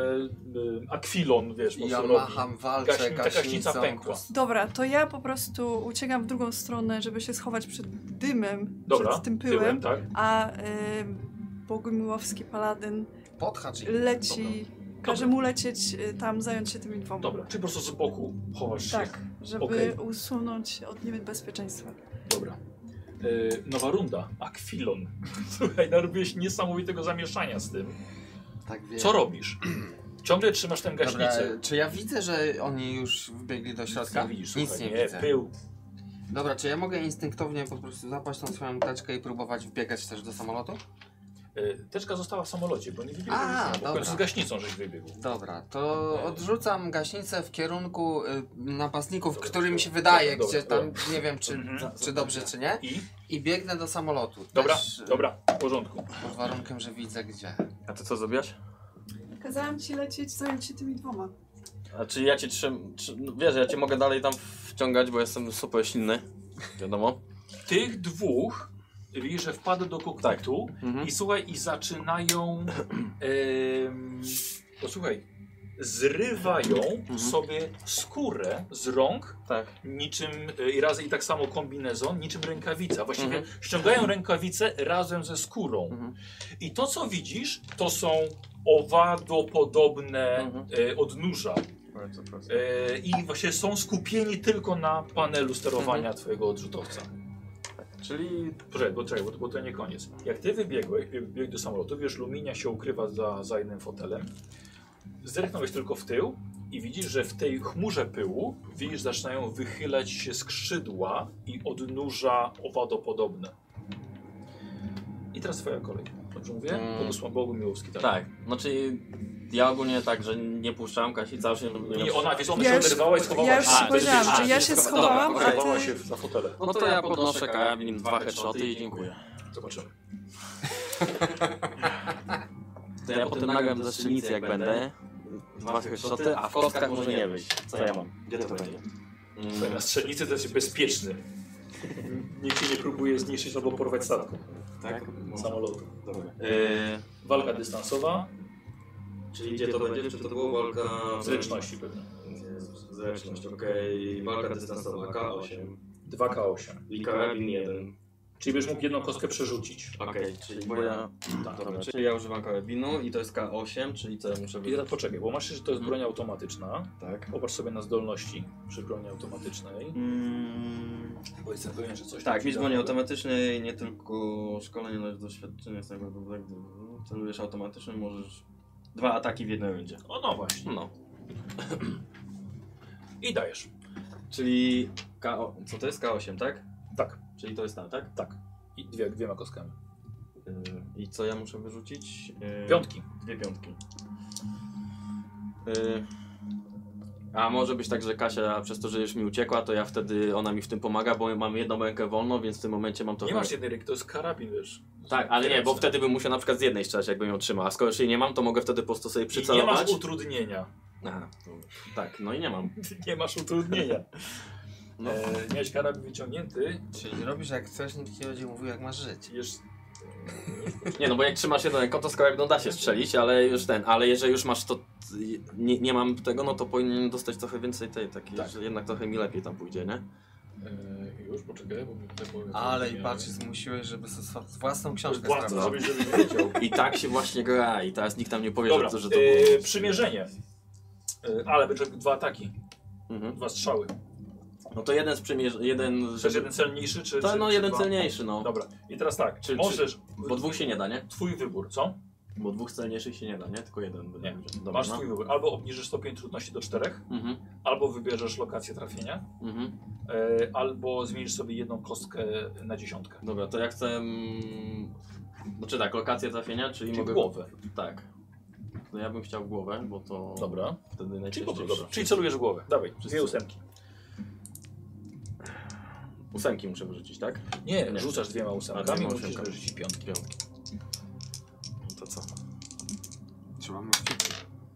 Akwilon, wiesz, po Ja prostu macham, robi. walczę, Ta gaśnica gaśnicą, pękła. po prostu. Dobra, to ja po prostu uciekam w drugą stronę, żeby się schować przed dymem, Dobra, przed tym pyłem, tak? a Bogumiłowski paladyn Podhacz i... leci, każe mu lecieć tam, zająć się tymi dwoma. Dobra, czy po prostu z boku chowasz się? Tak, żeby Okej. usunąć od niebezpieczeństwa. Dobra. Nowa runda. Akwilon. Słuchaj, narobiłeś niesamowitego zamieszania z tym. Tak wiem. Co robisz? Ciągle trzymasz tę Dobra, gaśnicę. czy ja widzę, że oni już wbiegli do środka? Nie widzisz, Nic słuchaj, nie widzę. pył. Dobra, czy ja mogę instynktownie po prostu zapaść tą swoją teczkę i próbować wbiegać też do samolotu? Teczka została w samolocie, bo nie wybiegł. A, W końcu dobra. z gaśnicą żeś wybiegł. Dobra, to odrzucam gaśnicę w kierunku napastników, Dobra, który mi się dobra, wydaje, dobra, gdzie tam dobra. nie wiem czy, Mhm. czy dobrze czy nie. I? Biegnę do samolotu. Dobra, Też, dobra, w porządku. Pod warunkiem, że widzę gdzie. A ty co zrobiłaś? Kazałam ci lecieć, zająć się tymi dwoma. A czy ja cię wiesz, ja cię mogę dalej tam wciągać, bo jestem super silny. Wiadomo. Tych dwóch widzisz, że wpadły do kokpitu Mhm. i słuchaj, i zaczynają posłuchaj, zrywają sobie skórę z rąk Tak. niczym i tak samo kombinezon, niczym rękawica. Właściwie Mhm. ściągają rękawicę razem ze skórą. Mhm. I to co widzisz, to są owadopodobne Mhm. odnóża. Bardzo proste. I właśnie są skupieni tylko na panelu sterowania twojego odrzutowca. Czyli Poczekaj, bo to nie koniec. Jak ty wybiegłeś do samolotu, wiesz, Luminia się ukrywa za jednym fotelem. Zerknąłeś tylko w tył i widzisz, że w tej chmurze pyłu widzisz, zaczynają wychylać się skrzydła i odnóża owadopodobne. I teraz twoja kolej. Dobrze mówię? Bogusław Bogumiłowski, tak? tak, znaczy ja ogólnie tak, że nie puszczam Kasi, cały się... Nie, ona się Ja już- oderwała i schowała Ja już się. ci powiedziałam, że ja się schowałam, dobra, a Schowała ty... się za fotelem. No to ja podnoszę karabin, 2 headshoty i dziękuję. Zobaczymy. To ja potem nagram ze strzelnicy jak będę. 2 headshoty, a w kostkach może nie wyjść. Co ja mam? Gdzie to będzie? Na strzelnicy to jest bezpieczny. Nikt cię nie próbuje zniszczyć albo porwać statku. Tak? Samolotu. Dobra. Walka dystansowa, Czyli gdzie to będzie? Czy to była walka... zręczności pewnie. Zręczność, okej. Walka dystansowa, K8. 2K8. I karabin 1. Czyli będziesz mógł jedną kostkę przerzucić. Okej, czyli bo ja... Dobra, czyli ja używam karabinu i to jest K8, czyli co ja muszę I teraz poczekaj, bo masz, że to jest broń automatyczna. Tak. Popatrz sobie na zdolności przy broni automatycznej. Bo jestem pewien, że coś... Tak, mistrz broni automatycznej, nie tylko szkolenie, ale doświadczenie z tego, gdy celujesz automatycznym, możesz 2 ataki w jednej rundzie. O no właśnie. No. I dajesz. Czyli co to jest? K8, tak? Tak, Czyli to jest tam, tak? tak. I dwiema kostkami. I co ja muszę wyrzucić? Piątki. 2 piątki. A może być tak, że Kasia przez to, że już mi uciekła, to ja wtedy, ona mi w tym pomaga, bo mam jedną rękę wolną, więc w tym momencie mam to... Nie masz jednej ręki, to jest karabin, wiesz. Tak, ale nie, bo wtedy bym musiał na przykład z jednej strzelać, jakbym ją trzymał, a skoro już jej nie mam, to mogę wtedy po prostu sobie I nie przycelować. masz utrudnienia. Aha, tak, no i nie mam. Nie masz utrudnienia. No. Miałeś karabin wyciągnięty. Czyli robisz jak chcesz, nikt ci będzie mówił jak masz żyć. Nie, no bo jak trzymasz jedną ręką, to z karabinu da się strzelić, ale jeżeli już masz to, nie mam tego, no to powinien dostać trochę więcej tej takiej, Tak. że jednak trochę mi lepiej tam pójdzie, nie? Już poczekaj, bo mi tutaj powiem. Ale i patrz, zmusiłeś, żeby własną książkę Własną, sprawdzał. żebyś nie wiedział. I tak się właśnie gra i teraz nikt tam nie powie, Dobra, że to było... przymierzenie. Ale będzie 2 ataki, Mhm. 2 strzały. No to jeden jeden... Chcesz jeden celniejszy, czy... To no czy jeden 2? celniejszy, no. Dobra, i teraz tak, Czy- możesz... Bo 2 się nie da, nie? Twój wybór, co? Bo 2 celniejszych się nie da, nie? Tylko jeden. Nie. Dobra, Masz no. twój wybór. Albo obniżysz stopień trudności do 4, Mhm, albo wybierzesz lokację trafienia, mhm. albo zmienisz sobie jedną kostkę na 10. Dobra, to ja chcę... Znaczy tak, lokację trafienia, czyli Czyli mogę... w głowę. Tak. No ja bym chciał w głowę, bo to... Dobra. Wtedy Czyli, najczęściej... dobra. Czyli celujesz w głowę. Dawaj, 2 ósemki. 8 muszę wyrzucić, tak? Nie, Nie. rzucasz 2 A, ósemkami, 2 musisz ósemkami. wyrzucić piątki. Piątki. No to co? Trzeba mościć.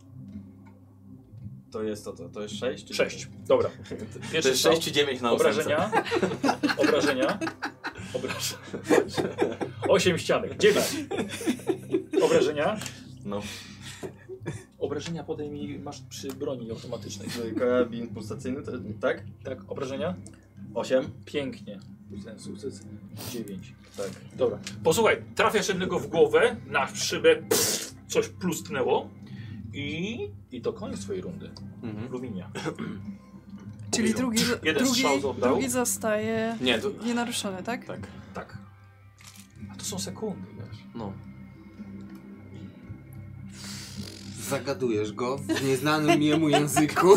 To jest to jest 6? Czy 6. Dobra. To Pierwszy jest strzał. 6 czy 9 na 8. Obrażenia. Obrażenia. 8 ścianek. 9. Obrażenia. No. Obrażenia podejmij masz przy broni automatycznej. Karabin pulsacyjny, to, tak? Tak, obrażenia? 8? Pięknie. Ten sukces 9. Tak. Dobra. Posłuchaj, trafiasz jednego w głowę, na szybę coś plustnęło i to koniec twojej rundy. Mhm. Lubinia. Czyli Jeden strzał oddał. drugi zostaje Nie, to... nienaruszony, tak? Tak. Tak. A to są sekundy, wiesz. No. Zagadujesz go w nieznanym jemu języku.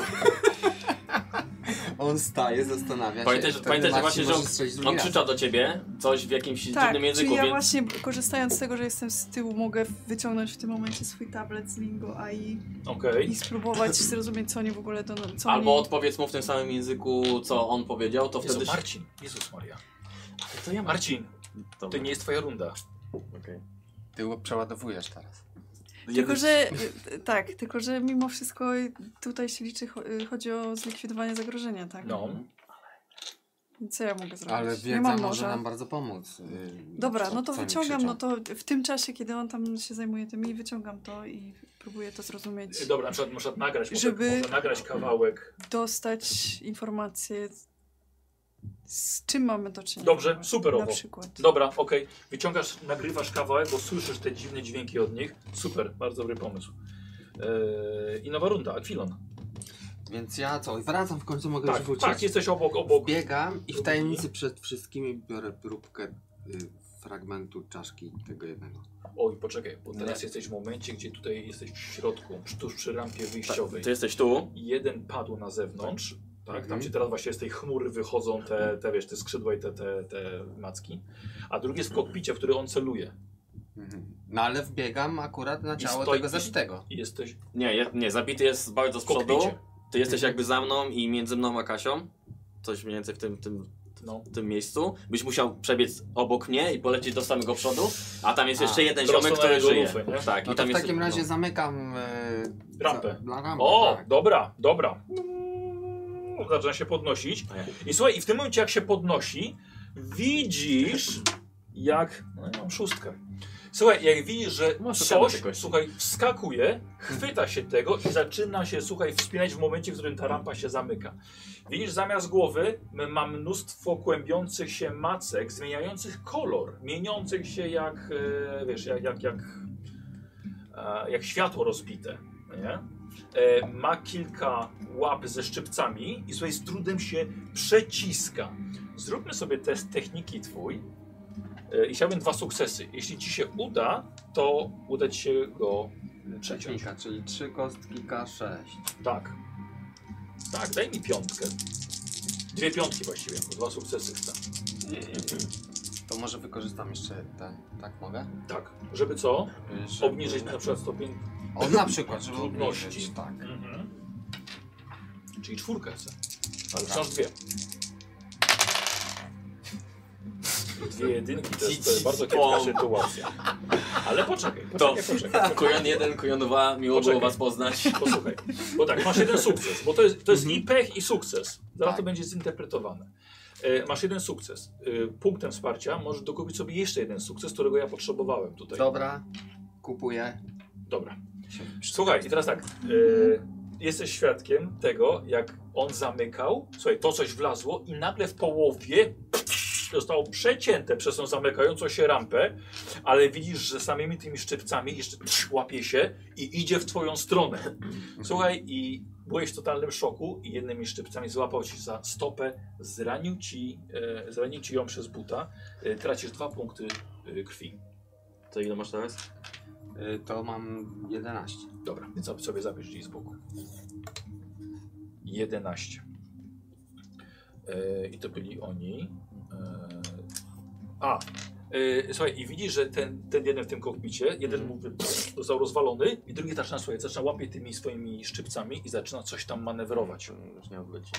On staje, zastanawia się. Pamiętaj, w że pewnym momencie właśnie, że może strzelić drugi on raz. krzyczał do ciebie coś w jakimś Tak, dziwnym języku, czyli ja więc... właśnie korzystając z tego, że jestem z tyłu, mogę wyciągnąć w tym momencie swój tablet z Lingo AI Okej. i spróbować zrozumieć, co oni w ogóle co Albo oni... odpowiedz mu w tym samym języku, co on powiedział, to Jezu, wtedy... Marcin. Jezus Maria. To ja Marcin, Dobra. to nie jest twoja runda. Okej. Ty przeładowujesz teraz. Tylko że mimo wszystko tutaj się liczy, chodzi o zlikwidowanie zagrożenia, tak? No. Co ja mogę zrobić? Ale nie wiedza mam może noża. nam bardzo pomóc. Dobra, no to co mi wyciągam, krzyczą. no to w tym czasie, kiedy on tam się zajmuje tymi, wyciągam to i próbuję to zrozumieć. Dobra, na przykład można nagrać, Żeby- może nagrać kawałek. Dostać informacje, z czym mamy do czynienia. Dobrze, superowo. Na przykład. Dobra, okej. Wyciągasz, nagrywasz kawałek, bo słyszysz te dziwne dźwięki od nich. Super, bardzo dobry pomysł. I nowa runda, Aquilon. Więc ja co? Wracam w końcu, mogę Tak, już wrócić. tak, jesteś obok. Biegam i w tajemnicy przed wszystkimi biorę próbkę fragmentu czaszki tego jednego. Oj, poczekaj, bo teraz jesteś w momencie, gdzie tutaj jesteś w środku, tuż przy rampie wyjściowej. Ty jesteś tu? Jeden padł na zewnątrz, tak? Tam Mhm. gdzie teraz właśnie z tej chmury wychodzą te wiesz, te skrzydła i te macki. A drugi jest w kokpicie, w który on celuje. Mhm. No ale wbiegam akurat na ciało stoi- tego zabitego. I jesteś Nie, zabity jest bardzo z w przodu. kokpicie. Ty jesteś jakby za mną i między mną a Kasią. Coś mniej więcej No. w tym miejscu. Byś musiał przebiec obok mnie i polecieć do samego przodu, a tam jest jeszcze jeden prosto ziomek, na który jego żyje. lufę, nie? Tak, No i to tam w jest... takim razie no. zamykam Rampę. Dla rampy, O, tak. dobra. Zaczyna się podnosić. I słuchaj, i w tym momencie jak się podnosi, widzisz jak... No ja mam 6. Słuchaj, jak widzisz, że szukamy coś, tej kości. słuchaj, wskakuje, chwyta się tego i zaczyna się, słuchaj, wspinać w momencie, w którym ta rampa się zamyka. Widzisz, zamiast głowy ma mnóstwo kłębiących się macek, zmieniających kolor, mieniących się jak, wiesz, jak światło rozbite, nie? Ma kilka łap ze szczypcami i słuchaj, z trudem się przeciska. Zróbmy sobie test techniki twój i chciałbym 2 sukcesy. Jeśli ci się uda, to uda ci się go przeciąć. Technika, czyli 3 kostki K6. Tak. Tak, daj mi 5. 2 piątki właściwie, bo 2 sukcesy chcę. To może wykorzystam jeszcze ten, tak mogę? Tak, żeby co? Żeby- Obniżyć na przykład stopień O, na przykład, żeby trudności. obniżyć, tak. Czyli 4 chcę. Ale Dobra. wciąż 2. 2 jedynki to jest bardzo kiepska sytuacja. Ale poczekaj. Kujon 1, Kujon 2, miło Poczekaj. było was poznać. Posłuchaj, bo tak, masz 1 sukces, bo to jest i pech, i sukces. Zaraz Tak. to będzie zinterpretowane. Masz 1 sukces. Punktem wsparcia możesz dokupić sobie jeszcze 1 sukces, którego ja potrzebowałem tutaj. Dobra, kupuję. Dobra. Słuchaj, i teraz tak. Jesteś świadkiem tego, jak on zamykał. Słuchaj, to coś wlazło i nagle w połowie zostało przecięte przez tą zamykającą się rampę, ale widzisz, że samymi tymi szczypcami jeszcze łapie się i idzie w twoją stronę. Słuchaj, i byłeś w totalnym szoku i jednymi szczypcami złapał ci za stopę, zranił ci ją przez buta, tracisz 2 punkty krwi. To ile masz teraz? To mam 11. Dobra, więc sobie zapisz gdzieś z boku. 11. I to byli oni. Słuchaj, i widzisz, że ten jeden w tym kokpicie, jeden został rozwalony i drugi zaczyna łapie tymi swoimi szczypcami i zaczyna coś tam manewrować. Już nie odleci.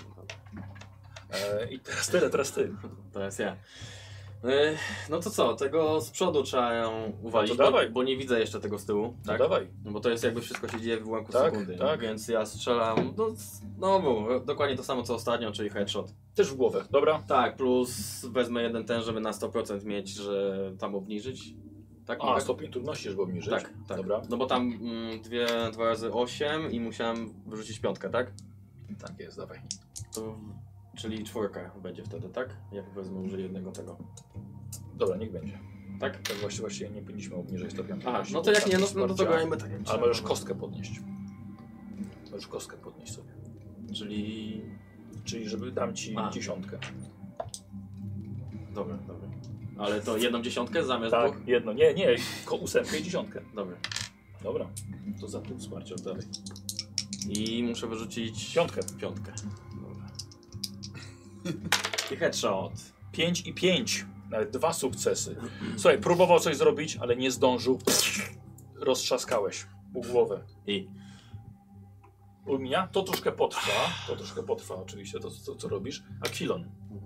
I teraz ty. Teraz ja. No to co, tego z przodu trzeba ją uwalić, No to dawaj. bo nie widzę jeszcze tego z tyłu, No tak? dawaj. No bo to jest jakby wszystko się dzieje w ułamku Tak, sekundy, tak. więc ja strzelam, no dokładnie to samo co ostatnio, czyli headshot. Też w głowę, dobra? Tak, plus wezmę jeden ten, żeby na 100% mieć, że tam obniżyć. Tak? A, mogę? stopień trudności, żeby obniżyć. Tak, tak. Dobra. No bo tam 2 razy 8 i musiałem wyrzucić 5, tak? Tak jest, dawaj. To, czyli 4 będzie wtedy, tak? Jak wezmę użyję jednego tego. Dobra, niech będzie. Tak? Tak właściwie nie powinniśmy obniżać stopień Aha, trudności. no to jak nie, no to Wsparcia. grajmy tak. Ale możesz kostkę podnieść. Możesz kostkę podnieść sobie. Czyli żeby dam ci 10. Dobra. Ale to 1/10 zamiast Tak, 2? jedno. Nie, 8 i 10. Dobra. Dobra. To za tym wsparciem dalej. I muszę wyrzucić 5. 5. Dobra. I headshot. 5 i 5. Nawet 2 sukcesy. Słuchaj, próbował coś zrobić, ale nie zdążył. Roztrzaskałeś mu głowę. I Ulmia, to troszkę potrwa oczywiście to, co robisz. Akwilon.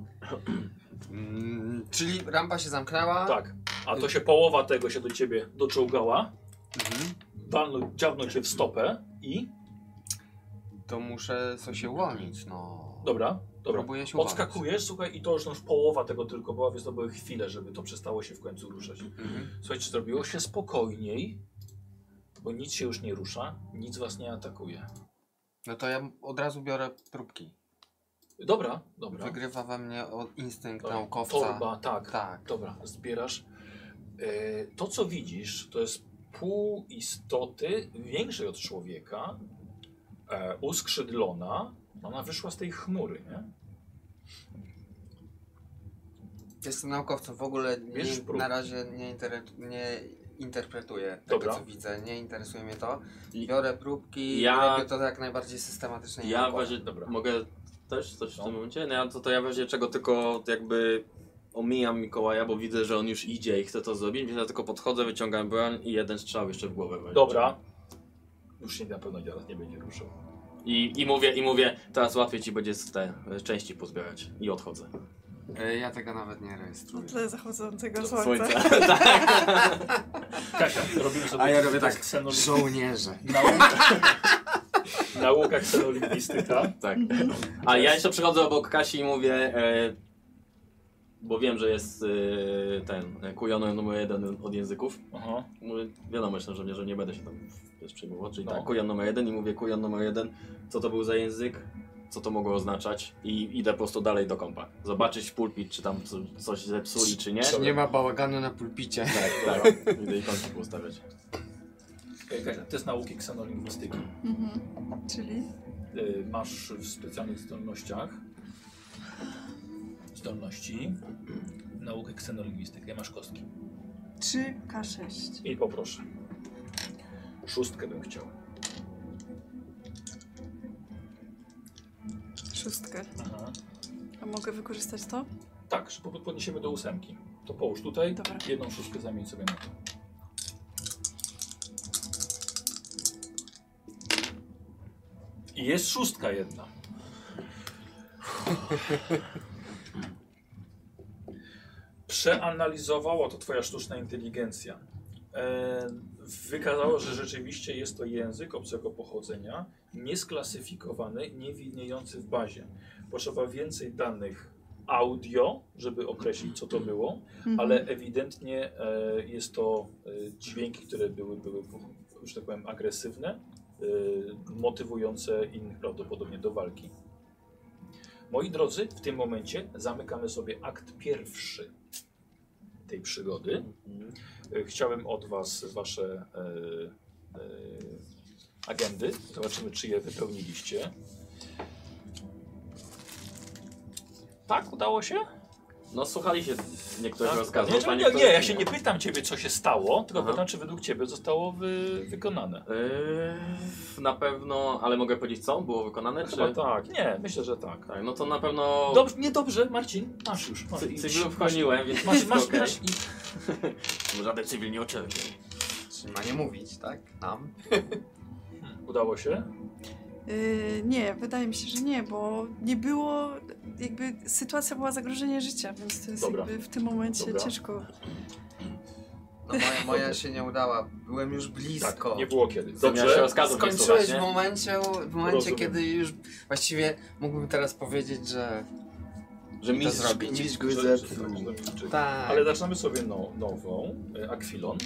Czyli rampa się zamknęła. Tak. A to się połowa tego się do ciebie doczołgała. Mhm. Dziabnął cię w stopę i... To muszę coś się uwolnić, no. Dobra. Próbuję się uwolnić. Odskakujesz, słuchaj, i to już połowa tego tylko była, więc to były chwile, żeby to przestało się w końcu ruszać. Mhm. Słuchajcie, zrobiło się spokojniej, bo nic się już nie rusza, nic was nie atakuje. No to ja od razu biorę próbki. Dobra. Wygrywa we mnie instynkt Dobra. naukowca. Torba, tak. Tak. Dobra, zbierasz. To, co widzisz, to jest pół istoty większej od człowieka, uskrzydlona. Ona wyszła z tej chmury, nie? Jestem naukowcem, w ogóle Bierzesz próbki. na razie nie interpretuję tego, Dobra. co widzę. Nie interesuje mnie to. Biorę próbki i Ja- robię to jak najbardziej systematycznie. i ja w naukowo. razie, Dobra. mogę też coś w No. tym momencie? No ja to ja w razie czego tylko jakby omijam Mikołaja, bo widzę, że on już idzie i chce to zrobić, więc ja tylko podchodzę, wyciągam broń i jeden strzał jeszcze w głowę. będzie. Dobra. Już się na pewno teraz nie będzie ruszał. I mówię, teraz łatwiej ci będzie z te części pozbierać i odchodzę. Ja tego nawet nie rejestruję. Tle zachodzącego Słońce. słońca. Tak. Kasia, robimy sobie A ja robię tak, ksenolingwistykę. żołnierze. Nauka ksenolingwistyka. Tak. A ja jeszcze przychodzę obok Kasi i mówię, bo wiem, że jest ten Kujono numer 1 od języków. Aha. Mówię, wiadomo, że nie będę się tam przejmował, czyli No. tak, Kujon numer 1 i mówię Kujon numer 1, co to był za język, co to mogło oznaczać i idę po prostu dalej do kompa. Zobaczyć pulpit, czy tam coś zepsuli, czy nie. Czy nie ma bałaganu na pulpicie? Tak, tak. Idę ikonki ustawiać. To jest nauki ksenolingwistyki. Czyli? Masz w specjalnych zdolności naukę ksenolingwistyki. Masz kostki. 3K6. I poproszę. 6 bym chciał. 6. Aha. A mogę wykorzystać to? Tak, że podniesiemy do 8. To połóż tutaj. Dobra. Jedną 6 zamień sobie na to. I jest 6 jedna. Przeanalizowała to twoja sztuczna inteligencja. Wykazało, że rzeczywiście jest to język obcego pochodzenia, niesklasyfikowany, nie widniejący w bazie. Potrzeba więcej danych audio, żeby określić, co to było, ale ewidentnie jest to dźwięki, które były, że tak powiem, agresywne, motywujące innych prawdopodobnie do walki. Moi drodzy, w tym momencie zamykamy sobie akt pierwszy tej przygody. Chciałem od Was Wasze agendy. Zobaczymy, czy je wypełniliście. Tak, udało się? No słuchali się niektórych Tak, rozkazów. nie, ja się nie pytam Ciebie, co się stało, tylko pytam, czy według Ciebie zostało wykonane. Na pewno, ale mogę powiedzieć co? Było wykonane? Chyba czy... tak. Nie, myślę, że tak. Tak, no to na pewno... Dobrze, niedobrze, Marcin, masz już. Cywil wchłoniłem, więc Masz i... Żaden cywil nie oczerpie. Czy ma nie mówić, tak? Nam? Udało się? Nie, wydaje mi się, że nie, bo nie było, jakby sytuacja była zagrożenie życia, więc to jest Dobra. jakby w tym momencie Dobra. ciężko. No moja się nie udała. Byłem już blisko. Tak, nie było kiedy. Dobrze. Dobrze. Się rozkazów nie Skończyłeś słuchać, w momencie Rozumiem. kiedy już właściwie mógłbym teraz powiedzieć, że Że to mistrz, zrobić. mistrz Że- gry że- zepsuł. że- że- że- tak. Ale zaczynamy sobie nową, Akwilon.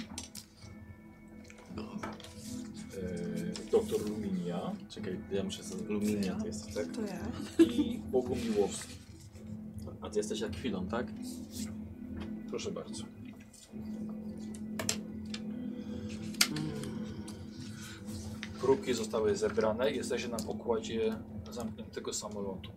Doktor Luminia Czekaj, ja muszę sobie... Luminia to jest, tak? To ja. i Bogumiłowski. A ty jesteś jak chwilą, tak? Proszę bardzo. Próbki zostały zebrane. Jesteście na pokładzie zamkniętego samolotu.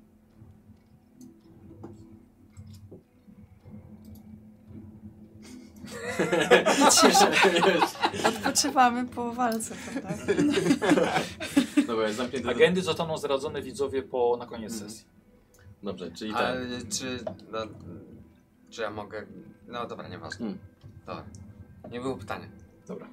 Odpoczywamy po walce, prawda? Dobra, jest zamknięty... Agendy zostaną zdradzone widzowie na koniec sesji. Dobrze, czyli Ale tak. czy ja mogę... No dobra, nieważne. Dobra. Nie było pytania. Dobra.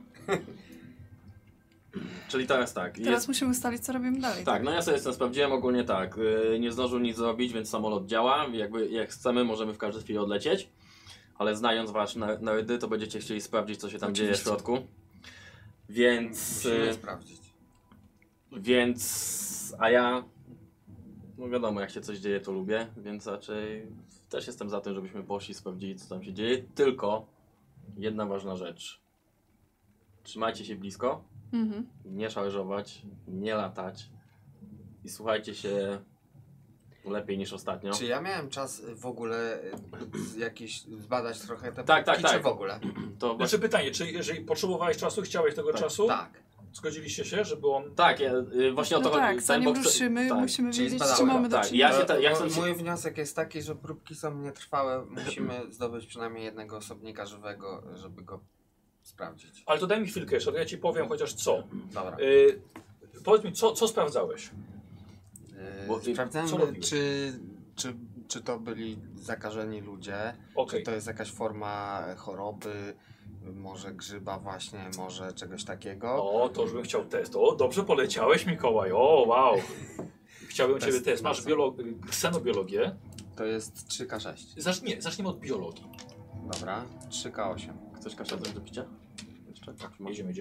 Czyli teraz tak. Teraz musimy ustalić, co robimy dalej. Tak, no ja sobie sprawdziłem ogólnie tak. Nie zdążył nic zrobić, więc samolot działa. Jakby jak chcemy, możemy w każdej chwili odlecieć. Ale znając wasze nerdy, to będziecie chcieli sprawdzić, co się tam dzieje w środku. Więc... Musimy sprawdzić. A ja... No wiadomo, jak się coś dzieje, to lubię. Więc raczej też jestem za tym, żebyśmy poszli, sprawdzili, co tam się dzieje. Tylko jedna ważna rzecz. Trzymajcie się blisko. Nie szarżować, nie latać i słuchajcie się lepiej niż ostatnio. Czy ja miałem czas w ogóle jakiś zbadać trochę te Tak, próbki, tak. czy w ogóle? To Znaczy pytanie, czy jeżeli potrzebowałeś czasu, chciałeś tego czasu? Tak. Zgodziliście się, żeby on... tak, właśnie o to No tak, chodzi. zanim Ten box- ruszymy, tak. musimy Czyli wiedzieć, zbadałem czy mamy go. do Tak, czynienia. ja chcę się- Mój wniosek jest taki, że próbki są nietrwałe. Musimy zdobyć przynajmniej jednego osobnika żywego, żeby go sprawdzić. Ale to daj mi chwilkę jeszcze, to ja ci powiem chociaż co. Dobra. Powiedz mi, co sprawdzałeś? Bo- Sprawdzałem, co robiłeś? czy to byli zakażeni ludzie, Okej. czy to jest jakaś forma choroby, może grzyba właśnie, może czegoś takiego. O, to już bym chciał test. O, dobrze poleciałeś, Mikołaj. O, wow. Chciałbym u ciebie Test test. Masz na ksenobiologię. To jest 3K6. Zaczniemy od biologii. Dobra, 3K8. Chcesz kaszę coś do picia? Jeszcze? Tak, Jedziemy.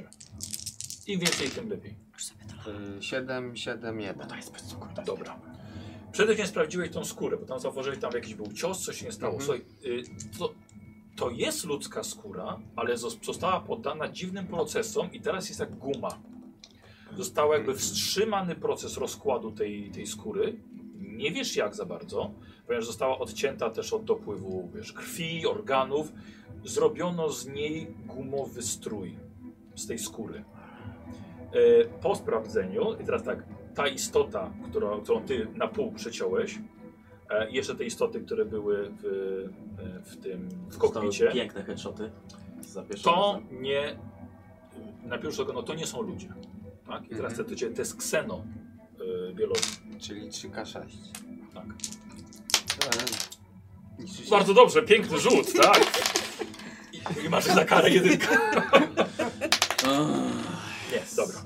Im więcej, tym lepiej. 7, 7, 1. jest bez cukru. Dobra. Przede wszystkim sprawdziłeś tą skórę, bo tam zauważyłeś, tam jakiś był cios, coś się nie stało. Słuchaj, to jest ludzka skóra, ale została poddana dziwnym procesom i teraz jest jak guma. Został jakby wstrzymany proces rozkładu tej skóry. Nie wiesz jak za bardzo, ponieważ została odcięta też od dopływu krwi, organów. Zrobiono z niej gumowy strój z tej skóry. Po sprawdzeniu, i teraz tak, ta istota, którą ty na pół przeciąłeś, jeszcze te istoty, które były w kokpicie, piękne headshoty. Za to nie, na pierwszy rzut oka, no to nie są ludzie. Tak? I teraz to jest kseno biologii. Czyli 3K6. Tak. Bardzo dobrze, piękny rzut, tak. I masz za karę 1. Nie, dobra.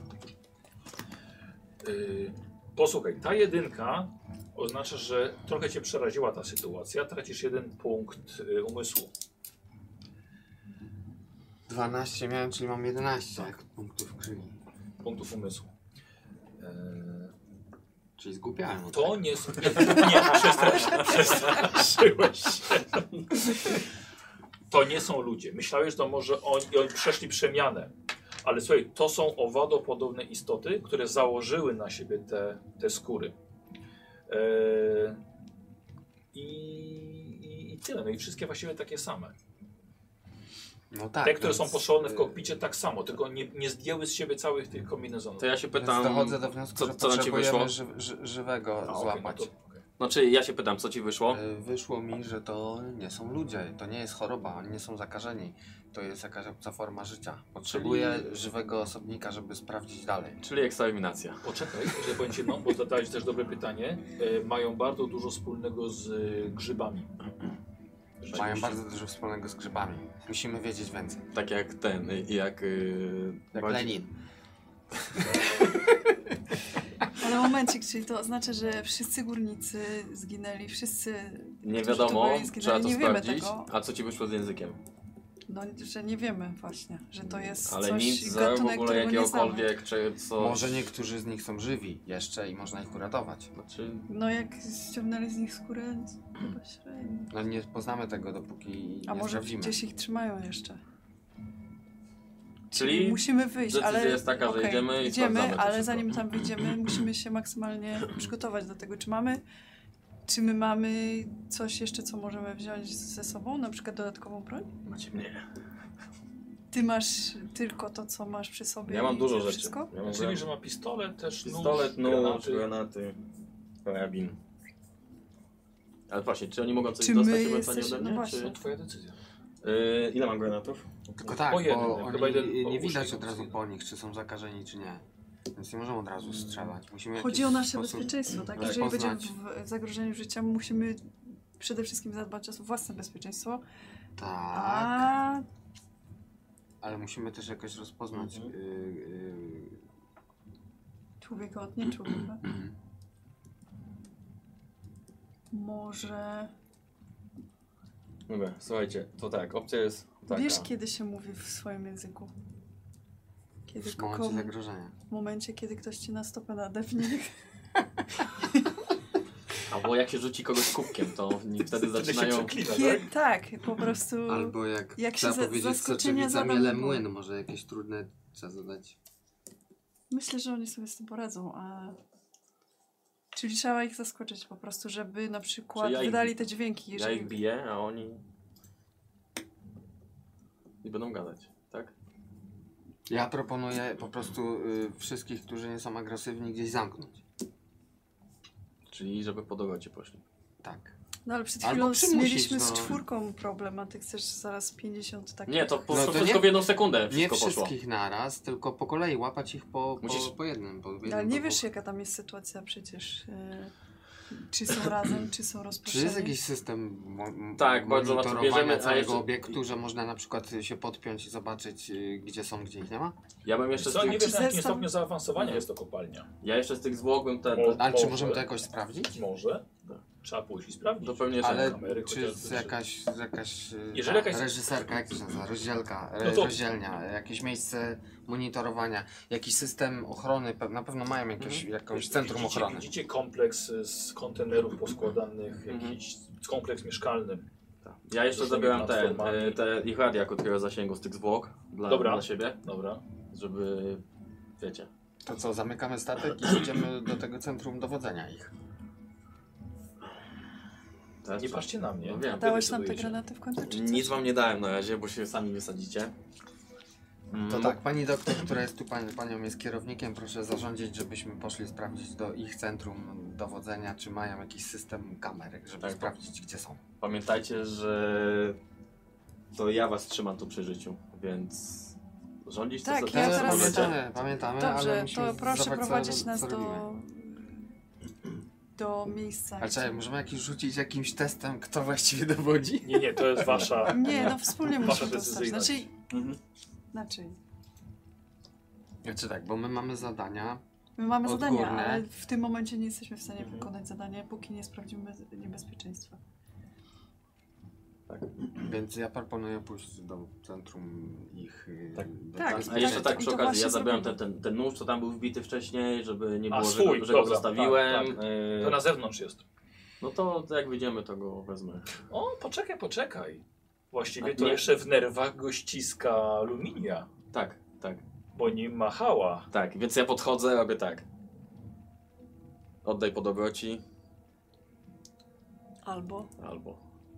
Posłuchaj, ta 1 oznacza, że trochę cię przeraziła ta sytuacja. Tracisz 1 punkt umysłu. 12 miałem, czyli mam 11 punktów krwi. Punktów umysłu. Czyli zgubiałem. To nie... Nie, przestraszyłeś się. To nie są ludzie. Myślałeś, że to może oni przeszli przemianę. Ale słuchaj, to są owadopodobne istoty, które założyły na siebie te skóry. I tyle. No i wszystkie właściwie takie same. No tak, te, które są poszczególne w kokpicie tak samo, tylko nie zdjęły z siebie całych tych kombinezonów. To ja się pytam, dochodzę do wniosku, że co na ci wyszło? żywego złapać. Okay, no okay. Znaczy ja się pytam, co ci wyszło? Wyszło mi, że to nie są ludzie, to nie jest choroba, oni nie są zakażeni. To jest jakaś obca forma życia. Potrzebuję żywego osobnika, żeby sprawdzić dalej. Czyli eksterminacja. Poczekaj, że powiem ci, bo zadałeś też dobre pytanie. Mają bardzo dużo wspólnego z grzybami. Mają bardzo dużo wspólnego z grzybami. Musimy wiedzieć więcej. Tak jak jak Lenin. Ale momencik, czyli to oznacza, że wszyscy górnicy zginęli, wszyscy... Nie wiadomo, trzeba to nie sprawdzić. Tego. A co ci wyszło z językiem? No, że nie wiemy właśnie, że to jest ale coś nic gatunek, w ogóle jakiegokolwiek, czy coś... Może niektórzy z nich są żywi jeszcze i można ich uratować. Znaczy... No jak ściągnęli z nich skórę, chyba średnio. No nie poznamy tego, dopóki nie może sprawdzimy. gdzieś ich trzymają jeszcze. Czyli musimy wyjść, decyzja ale jest taka, że idziemy i sprawdzamy to ale wszystko. zanim tam wyjdziemy, musimy się maksymalnie przygotować do tego, czy my mamy coś jeszcze, co możemy wziąć ze sobą, na przykład dodatkową broń? Macie mnie. Ty masz tylko to, co masz przy sobie. Ja mam dużo rzeczy. Wszystko? Ja mam Czyli, że ma pistolet, też pistolet, nóż, granaty, karabin. Ale właśnie, czy oni mogą coś Czy dostać my ewentualnie jesteśmy- ode no mnie? właśnie. czy... To twoja decyzja. Ile mam granatów? Tylko tak, Po jednym, bo chyba oni jeden- nie po widać uszy od razu nie po nich, czy są zakażeni, czy nie. Więc nie możemy od razu strzelać. Musimy w Chodzi jakiś o nasze sposób bezpieczeństwo, tak? Jeżeli rozpoznać. będziemy w zagrożeniu życia, musimy przede wszystkim zadbać o własne bezpieczeństwo. Tak, ale musimy też jakoś rozpoznać. Człowieka od nie człowieka. Może... Dobra, słuchajcie, to tak, opcja jest taka. Wiesz, kiedy się mówi w swoim języku? Kiedy w momencie zagrożenia. w momencie, kiedy ktoś ci na stopę nadepnie. Albo jak się rzuci kogoś kubkiem, to oni wtedy zaczynają... Tak, po prostu... Albo jak Jak trzeba się powiedzieć zaskoczenia soczewica zadam, miele bo- młyn, może jakieś trudne trzeba zadać. Myślę, że oni sobie z tym poradzą, a... Czyli trzeba ich zaskoczyć po prostu, żeby na przykład Czy ja ich- wydali te dźwięki. Ja Jeżeli... ich biję, a oni... Nie będą gadać, tak? Ja proponuję po prostu wszystkich, którzy nie są agresywni, gdzieś zamknąć. Czyli żeby po dogocie poszli. Tak. No ale przed Albo chwilą przymusić, mieliśmy z no. 4 problem, a ty chcesz zaraz 50 takich. Nie, to po No prostu to wszystko nie- w jedną sekundę Nie wszystko poszło. wszystkich naraz, tylko po kolei łapać ich Musisz- po jednym. Po jednym Ale nie po wiesz, dwóch. jaka tam jest sytuacja przecież. Czy są razem, czy są Czy rozproszeni. jest jakiś system Tak, bardzo łatwo monitorowania bierzemy, a całego jeszcze- obiektu, że można na przykład się podpiąć i zobaczyć, gdzie są, gdzie ich nie ma? Ja bym jeszcze z Co, nie tych, wiesz, na jakim zestaw- stopniu zaawansowania jest to kopalnia. ja jeszcze z tych zwłok bym ten... O. Ale czy Może. możemy to jakoś sprawdzić? Może. Trzeba pójść i sprawdzić. To pewnie, że Ale kamery czy chociażby, jakaś Jeżeli jakaś- reżyserka, jak to się nazywa, rozdzielka, No to- rozdzielnia, jakieś miejsce monitorowania, jakiś system ochrony, na pewno mają jakąś centrum ochrony. Widzicie kompleks z kontenerów poskładanych, jakiś kompleks mieszkalny. Ja jeszcze Różnymi zabieram platformami. te ich radia krótkiego zasięgu z tych zwłok dla siebie, Dobra. żeby, wiecie. To co, zamykamy statek i idziemy do tego centrum dowodzenia ich. Teraz Nie co? patrzcie na mnie. No wiem. Dałeś nam te decydujecie. granaty w końcu, czy coś? Nic wam nie dałem na razie, bo się sami wysadzicie. To tak, pani doktor, która jest tu panią jest kierownikiem, proszę zarządzić, żebyśmy poszli sprawdzić do ich centrum dowodzenia, czy mają jakiś system kamerek, żeby Tak. sprawdzić, gdzie są. Pamiętajcie, że to ja was trzymam tu przy życiu, więc rządzić Tak, to ja co teraz- możecie. Pamiętamy, ale Dobrze, musimy to proszę zobaczyć, prowadzić co nas robimy. do miejsca. Ale czekaj, możemy rzucić jakimś testem, kto właściwie dowodzi? Nie, to jest wasza... Nie, no wspólnie Wasza musimy dostać. decyzyjność. Znaczy, Znaczy tak, bo my mamy zadania. my mamy Odgórne. zadania, ale w tym momencie nie jesteśmy w stanie Mhm. wykonać zadania, póki nie sprawdzimy niebezpieczeństwa. Więc ja proponuję pójść do centrum ich. Tak. do Tak, A bezpieczeństwa. jeszcze tak i przy to okazji, właśnie ja zabrałem zrobimy. ten nóż, co tam był wbity wcześniej, żeby nie A, było, swój, że go dobra, zostawiłem. tak, To na zewnątrz jest. No to jak wyjdziemy, to go wezmę. O, poczekaj. Właściwie A, to nie. jeszcze w nerwach go ściska Luminia, Tak, tak, bo nim machała. tak. Więc ja podchodzę, robię tak. Oddaj po dobroci, Albo. albo...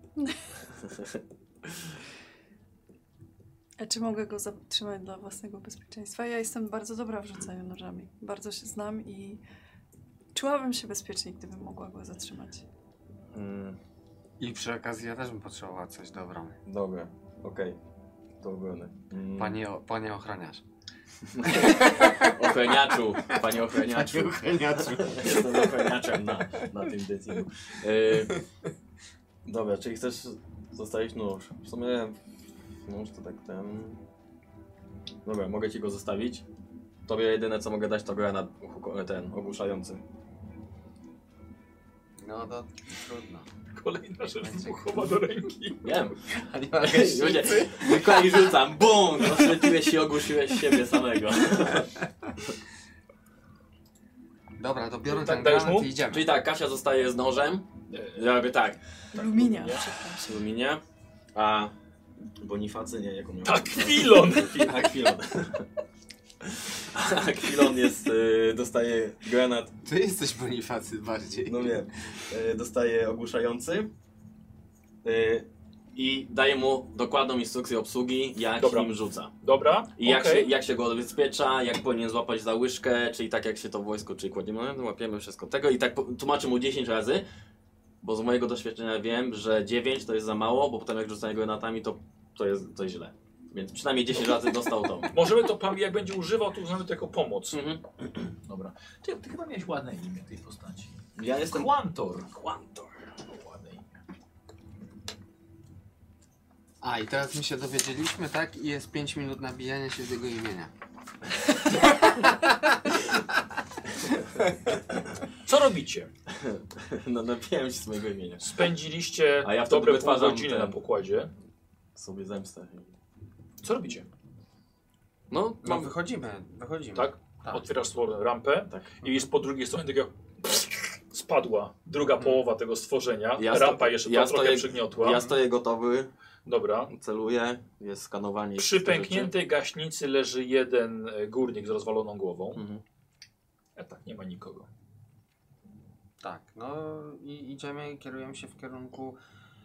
A czy mogę go zatrzymać dla własnego bezpieczeństwa? Ja jestem bardzo dobra w rzucaniu nożami. Bardzo się znam i czułabym się bezpiecznie, gdybym mogła go zatrzymać. I przy okazji ja też bym potrzebowała coś do obrony. Dobra, okej. To obrony. Panie ochroniarz. Ochroniaczu, panie ochroniaczu. ochroniaczu. Jestem ochroniaczem na tym decydu. Dobra, czyli chcesz zostawić nóż? W sumie nóż to tak ten... Dobra, mogę ci go zostawić. Tobie jedyne co mogę dać to granat ten ogłuszający. No to trudno. Kolejna rzecz wybuchowa do ręki. Wiem. A nie ma gaśnicy? Wykład i rzucam, bum! Rozświetliłeś się, ogłuszyłeś siebie samego. Dobra, to biorę Tak, ten dajesz granat mu? i idziemy. Czyli tak, Kasia zostaje z nożem. Ja robię tak. Luminia, nie? przepraszam. Luminie. A Bonifacy nie, jak on miał? Tak, Filon! Akwilon. Akwilon jest, dostaje granat, Ty jesteś Bonifacy bardziej. no wiem, dostaje ogłuszający i daje mu dokładną instrukcję obsługi, jak Dobra. nim rzuca. Dobra, I okej. jak się go odbezpiecza, jak powinien złapać za łyżkę, czyli tak jak się to w wojsku, czyli kładziemy, no, łapiemy wszystko tego i tak tłumaczę mu 10 razy, bo z mojego doświadczenia wiem, że 9 to jest za mało, bo potem jak rzucanie granatami to jest źle. Więc przynajmniej 10 razy dostał to. Możemy to, jak będzie używał, to uznamy to jako pomoc. Mhm. Dobra. Ty chyba miałeś ładne imię tej postaci. Ja jestem... Quantor. Ładne imię. A i teraz my się dowiedzieliśmy, tak? I jest 5 minut nabijania się z jego imienia. Co robicie? No napiłem się swojego imienia. Spędziliście A ja wtedy dobre pół wytwarzam godziny ten- na pokładzie. Sobie zemstę. Co robicie? No, No wychodzimy. Tak? Tak. Otwierasz swoją rampę Tak. i z po drugiej strony takiego spadła druga połowa tego stworzenia. Ja Rampa jeszcze ja trochę stoję- przygniotła. Ja stoję gotowy, Dobra. celuję, jest skanowanie. Przy pękniętej gaśnicy leży jeden górnik z rozwaloną głową. Mhm. A tak, nie ma nikogo. Tak, no i idziemy, kierujemy się w kierunku.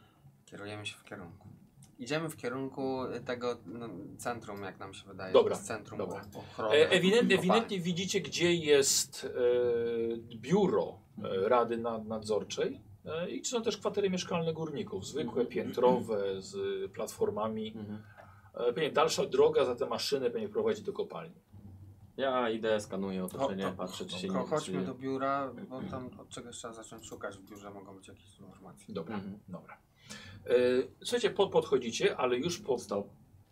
Idziemy w kierunku tego centrum, jak nam się wydaje. Dobra, to jest centrum dobra. ochrony. Ewidentnie widzicie, gdzie jest biuro Rady Nadzorczej i są też kwatery mieszkalne górników, zwykłe, piętrowe, z platformami. Mhm. Pewnie dalsza droga za te maszyny pewnie prowadzi do kopalni. Ja idę, skanuję otoczenie, To- patrzę czy się nie... Chodźmy czy... do biura, bo tam od czegoś trzeba zacząć szukać w biurze, mogą być jakieś informacje. Dobra, Mhm. dobra. Słuchajcie, podchodzicie, ale już Stop.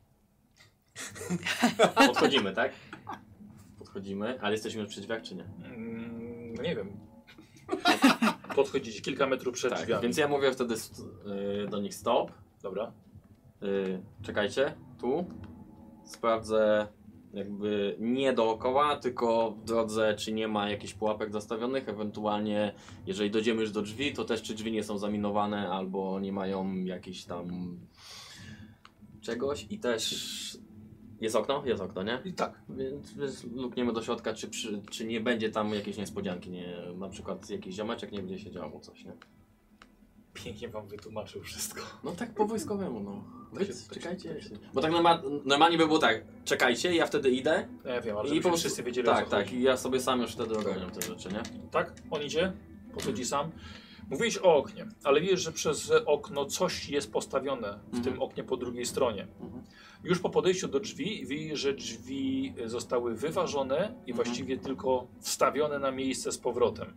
Podchodzimy, tak? Podchodzimy, ale jesteśmy już przy drzwiach czy nie? Nie wiem. Podchodzicie kilka metrów przed Tak, drzwiami. więc ja mówię wtedy do nich stop. Dobra. Czekajcie, tu. Sprawdzę jakby nie dookoła, tylko w drodze, czy nie ma jakichś pułapek zastawionych, ewentualnie jeżeli dojdziemy już do drzwi, to też czy drzwi nie są zaminowane, albo nie mają jakichś tam czegoś i też jest okno? Jest okno, nie? I tak. Więc lukniemy do środka, czy nie będzie tam jakiejś niespodzianki, nie? Na przykład jakiś ziomeczek nie będzie się działo coś, nie? Pięknie wam wytłumaczył wszystko. No tak po wojskowemu, no. Tak się- Czekajcie. tak się- Bo tak normalnie by było tak, czekajcie, ja wtedy idę No ja wiem, ale i żeby po prostu wszyscy wiedzieli, o tak, co tak, chodzi. i ja sobie sam już wtedy ogarniam te rzeczy, nie? Tak? On idzie? Podchodzi sam. Mówiłeś o oknie, ale wiesz, że przez okno coś jest postawione w tym oknie po drugiej stronie. Już po podejściu do drzwi widzisz, że drzwi zostały wyważone i właściwie tylko wstawione na miejsce z powrotem.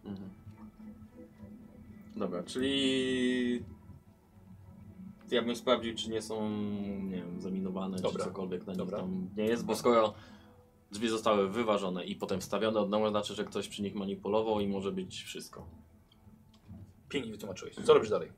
Dobra, czyli ja bym sprawdził, czy nie są, nie wiem, zaminowane, Dobra. czy cokolwiek na nich Dobra. tam nie jest, bo skoro drzwi zostały wyważone i potem wstawione od nowa, znaczy, że ktoś przy nich manipulował i może być wszystko. Pięknie wytłumaczyłeś. Co robisz dalej?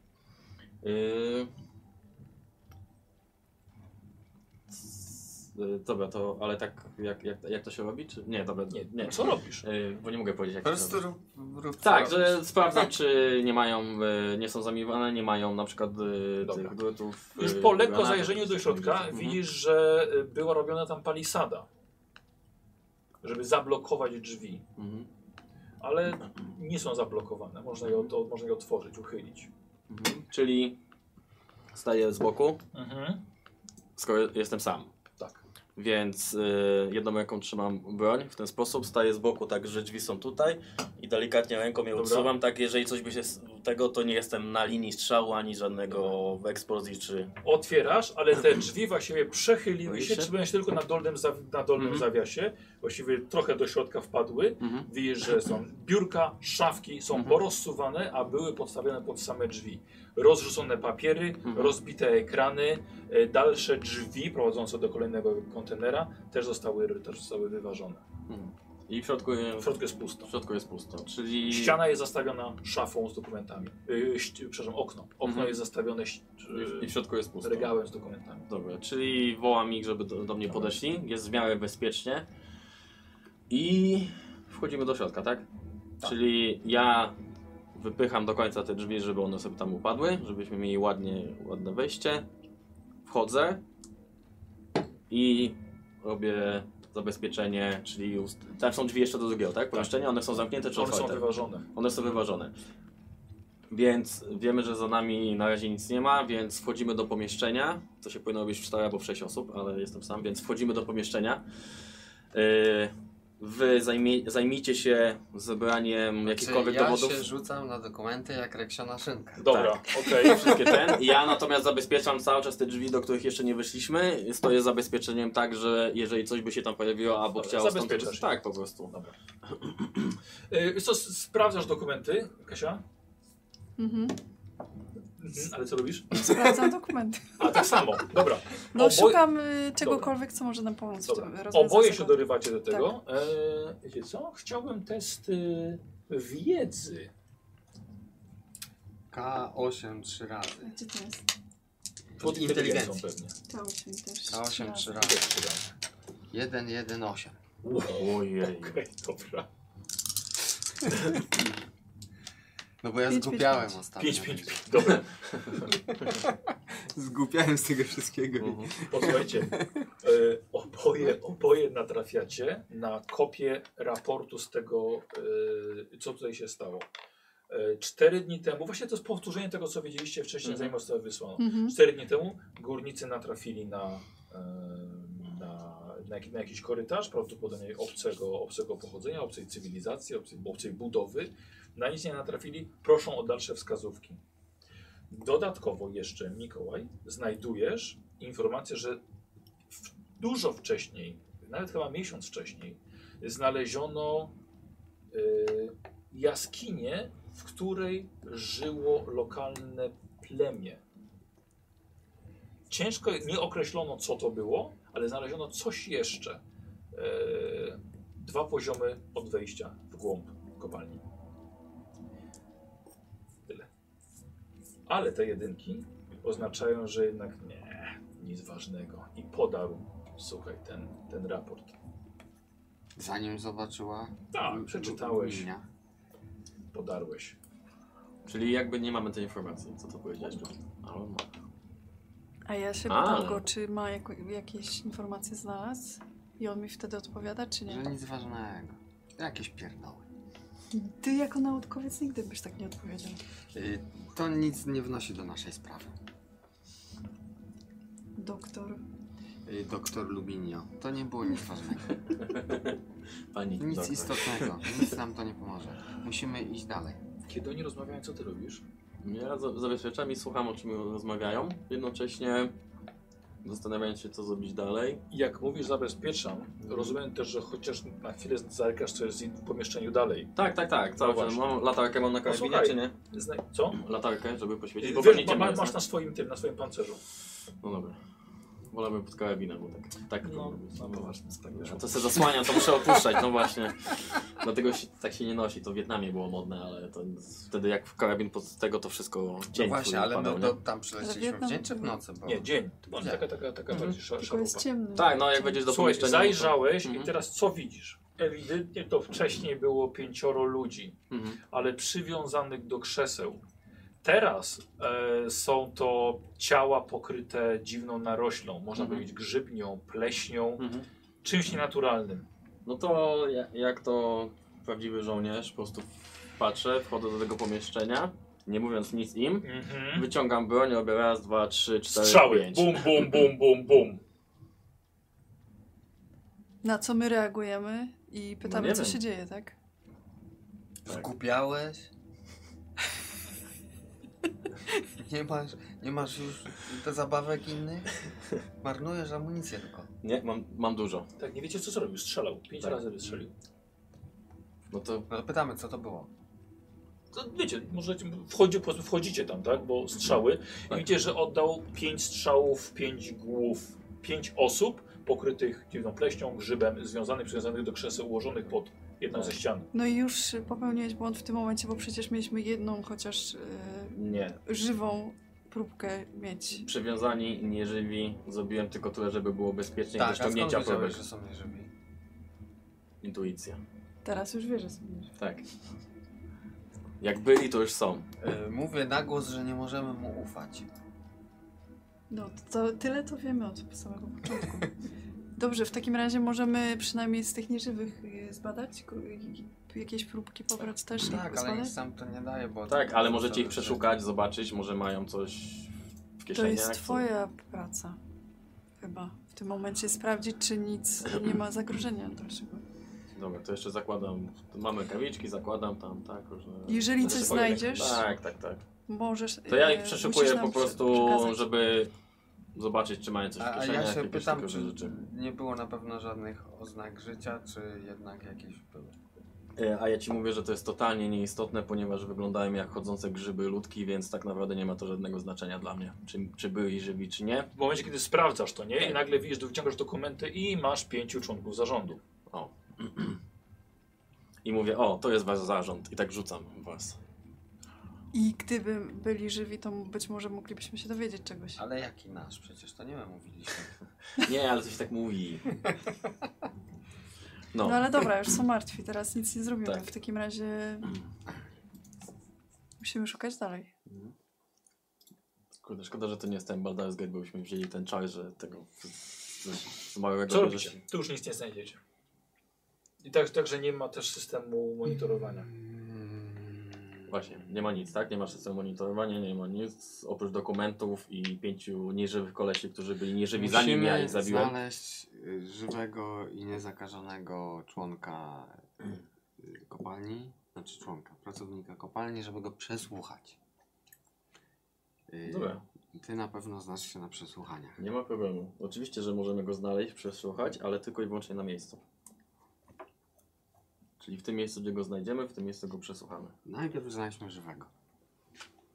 Dobra, to, ale tak, jak to się robi? Czy... Nie, dobra, nie. Co robisz? Bo nie mogę powiedzieć, jak Po to się prostu robi. rób co Tak, robisz. że sprawdzam, czy nie mają, nie są zaminowane, nie mają na przykład Dobra. tych drutów. Już po lekko granatów, zajrzeniu do czy środka coś. widzisz, że była robiona tam palisada, żeby zablokować drzwi, Mhm. ale nie są zablokowane. Można je otworzyć, uchylić. Mhm. Czyli staję z boku, skoro jestem sam. Tak. Więc jedną ręką trzymam broń w ten sposób, staję z boku tak, że drzwi są tutaj i delikatnie ręką je Dobra. odsuwam, tak jeżeli coś by się tego, to nie jestem na linii strzału ani żadnego eksplozji czy... Otwierasz, ale te drzwi właściwie przechyliły się, Boisz się? trzymając tylko na dolnym zawiasie. Właściwie trochę do środka wpadły. Widzisz, że są biurka, szafki, są porozsuwane, a były podstawione pod same drzwi. Rozrzucone papiery, rozbite ekrany, dalsze drzwi prowadzące do kolejnego kontenera też zostały wyważone. I w środku jest pusto. W środku jest pusto, czyli... Ściana jest zastawiona szafą z dokumentami. Przepraszam, okno. Okno jest zastawione I w środku jest pusto. regałem z dokumentami. Dobra, czyli wołam ich, żeby do mnie podeszli. Jest w miarę bezpiecznie. I wchodzimy do środka, tak? Tak. Czyli ja wypycham do końca te drzwi, żeby one sobie tam upadły, żebyśmy mieli ładne wejście. Wchodzę i robię zabezpieczenie, czyli tam są drzwi jeszcze do drugiego, tak? Pomieszczenia, one są zamknięte czy One są otwarte? wyważone. One są wyważone. Więc wiemy, że za nami na razie nic nie ma, więc wchodzimy do pomieszczenia. To się powinno być w 4 albo w 6 osób, ale jestem sam, więc wchodzimy do pomieszczenia. Wy zajmijcie się zebraniem jakichkolwiek ja dowodów. się rzucam na dokumenty jak Reksiona Szynka. Dobra, Tak. okej. Wszystkie ja natomiast zabezpieczam cały czas te drzwi, do których jeszcze nie wyszliśmy. Stoję zabezpieczeniem tak, że jeżeli coś by się tam pojawiło albo Dobra, chciało zabezpieczasz. tak, po prostu. Dobra. Co, sprawdzasz dokumenty, Kasia? Ale co robisz? Sprawdzam dokumenty. A, tak samo. Dobra. No szukam czegokolwiek, co może nam pomóc w Dobra. tym rozwiązaniu. Oboje się dorywacie do tego. Wiecie co? Chciałbym test wiedzy. K8 3 razy. Gdzie to jest? Pod inteligencją pewnie. K8 też. K8 3 razy. 1, 1, 8. Ojej. Okej, dobra. No bo ja 5, zgłupiałem 5, ostatnio. 5, 5, 5. Dobra. Zgłupiałem z tego wszystkiego. Posłuchajcie. Oboje natrafiacie na kopię raportu z tego, co tutaj się stało. 4 dni temu, właśnie to jest powtórzenie tego, co wiedzieliście wcześniej, zanim zostało wysłano. 4 dni temu górnicy natrafili na jakiś korytarz, prawdopodobnie obcego pochodzenia, obcej cywilizacji, obcej budowy. Na nic nie natrafili, proszą o dalsze wskazówki. Dodatkowo jeszcze, Mikołaj, znajdujesz informację, że dużo wcześniej, nawet chyba miesiąc wcześniej, znaleziono jaskinię, w której żyło lokalne plemię. Ciężko, nie określono, co to było, ale znaleziono coś jeszcze. 2 poziomy od wejścia w głąb kopalni. Ale te jedynki oznaczają, że jednak nie, nic ważnego. I podarł, słuchaj, ten raport. Zanim zobaczyła... Tak, przeczytałeś. Linia. Podarłeś. Czyli jakby nie mamy tej informacji, co to powiedziałeś. Ale on ma. A ja się Ale. pytam go, czy ma jakieś informacje znalazł i on mi wtedy odpowiada, czy Że nie. nic ważnego. Jakieś pierdoły. Ty jako naukowiec nigdy byś tak nie odpowiedział. To nic nie wnosi do naszej sprawy. Doktor. Doktor Luminio. To nie było nic ważnego. Pani Nic doktor. istotnego. Nic nam to nie pomoże. Musimy iść dalej. Kiedy oni rozmawiają, co ty robisz? Ja zabezpieczam i słucham, o czym rozmawiają. Jednocześnie zastanawiając się, co zrobić dalej. Jak mówisz zabezpieczam, rozumiem też, że chociaż na chwilę zarykasz, co jest w pomieszczeniu dalej. Tak. Cały czas. właśnie. Mam latarkę, mam na karabinie, słuchaj. czy nie? Co? Latarkę, żeby poświecić. Bo Wiesz, pewnie ciemno jest, masz nie? na swoim pancerzu. No dobra. Wolałbym pod karabinem, bo tak No, powinno być. no poważnie, tak wiesz. A to się zasłaniam, to muszę opuszczać, no właśnie. Dlatego tak się nie nosi. To w Wietnamie było modne, ale to wtedy jak w karabin pod tego to wszystko cień No właśnie, twój ale padał, my nie? tam przyleciliśmy w Wietnam- dzień czy w nocy? Bo... Nie, dzień. To była Dzień. taka bardziej Tylko jest szarupa. ciemny. Tak, no jak będziesz do Słuchaj, pomieszczenia... zajrzałeś Mhm. i teraz co widzisz? Ewidentnie to wcześniej było 5 ludzi, Mhm. ale przywiązanych do krzeseł. Teraz są to ciała pokryte dziwną naroślą, można Mhm. powiedzieć grzybnią, pleśnią, Mhm. czymś nienaturalnym. No to jak to prawdziwy żołnierz, po prostu patrzę, wchodzę do tego pomieszczenia, nie mówiąc nic im, Mhm. wyciągam broń, robię raz, dwa, trzy, cztery, Strzały, pięć. bum, bum, bum, bum, bum. Na co my reagujemy i pytamy, nie co wiem. się dzieje, tak? Zgubiałeś? Nie masz już te zabawek innych? Marnujesz amunicję tylko. Nie, mam dużo. Tak, nie wiecie co zrobił, strzelał, 5 Tak. razy wystrzelił. No to No to pytamy, co to było. To wiecie, możecie, wchodzicie tam, tak, bo strzały i Tak. widzicie, że oddał 5 strzałów, 5 głów, 5 osób pokrytych dziwną pleśnią, grzybem, przywiązanych do krzeseł, ułożonych pod jedną ze ścian. No i już popełniłeś błąd w tym momencie, bo przecież mieliśmy jedną chociaż nie. żywą próbkę mieć. Przywiązani, nieżywi, zrobiłem tylko tyle, żeby było bezpiecznie do Tak, a skąd ściągnięcia wiedziałeś, próbek. że są nieżywi? Intuicja. Teraz już wiesz, że są. Tak. Jak byli, to już są. Mówię na głos, że nie możemy mu ufać. No to tyle to wiemy od samego początku. Dobrze, w takim razie możemy przynajmniej z tych nieżywych zbadać? Jakieś próbki pobrać też i Tak, ale zbadać? nic sam to nie daje, bo... Tak, ale możecie ich przeszukać, zobaczyć, może mają coś w To kieszeniach. jest twoja praca. Chyba. W tym momencie sprawdzić, czy nic nie ma zagrożenia dalszego. Dobra, to jeszcze zakładam. Mamy kawiczki, zakładam tam, tak, różne. Jeżeli Znaczy, coś swoje znajdziesz, Tak. możesz. To ja ich musisz przeszukuję nam po prostu, przekazać. żeby zobaczyć, czy mają coś w A kieszeniach, ja się jakieś pytam, ciekawe czy rzeczy. nie było na pewno żadnych oznak życia, czy jednak jakieś były? A ja ci mówię, że to jest totalnie nieistotne, ponieważ wyglądają jak chodzące grzyby ludki, więc tak naprawdę nie ma to żadnego znaczenia dla mnie, czy byli żywi, czy nie. W momencie, kiedy sprawdzasz to, nie? Tak. I nagle widzisz, wyciągasz dokumenty i masz 5 członków zarządu. O. I mówię, o, to jest wasz zarząd. I tak rzucam was. I gdyby byli żywi, to być może moglibyśmy się dowiedzieć czegoś. Ale jaki nasz? Przecież to nie my mówiliśmy. Nie, ale to się tak mówi. No No, ale dobra, już są martwi, teraz nic nie zrobimy. Tak. W takim razie musimy szukać dalej. kurde, szkoda, że to nie jest ten Baldur's Gate, bo byśmy wzięli ten czar, że tego z małego Co bierzesz- robicie? Tu już nic nie znajdziecie. I także nie ma też systemu monitorowania. Właśnie, nie ma nic, tak? Nie ma systemu monitorowania, nie ma nic, oprócz dokumentów i 5 nieżywych kolesi, którzy byli nieżywi zanim ja ich zabiłem. znaleźć żywego i niezakażonego członka kopalni, znaczy członka, pracownika kopalni, żeby go przesłuchać. Dobra. Ty na pewno znasz się na przesłuchaniach. Nie ma problemu. Oczywiście, że możemy go znaleźć, przesłuchać, ale tylko i wyłącznie na miejscu. Czyli w tym miejscu, gdzie go znajdziemy, w tym miejscu go przesłuchamy. Najpierw znajdźmy żywego.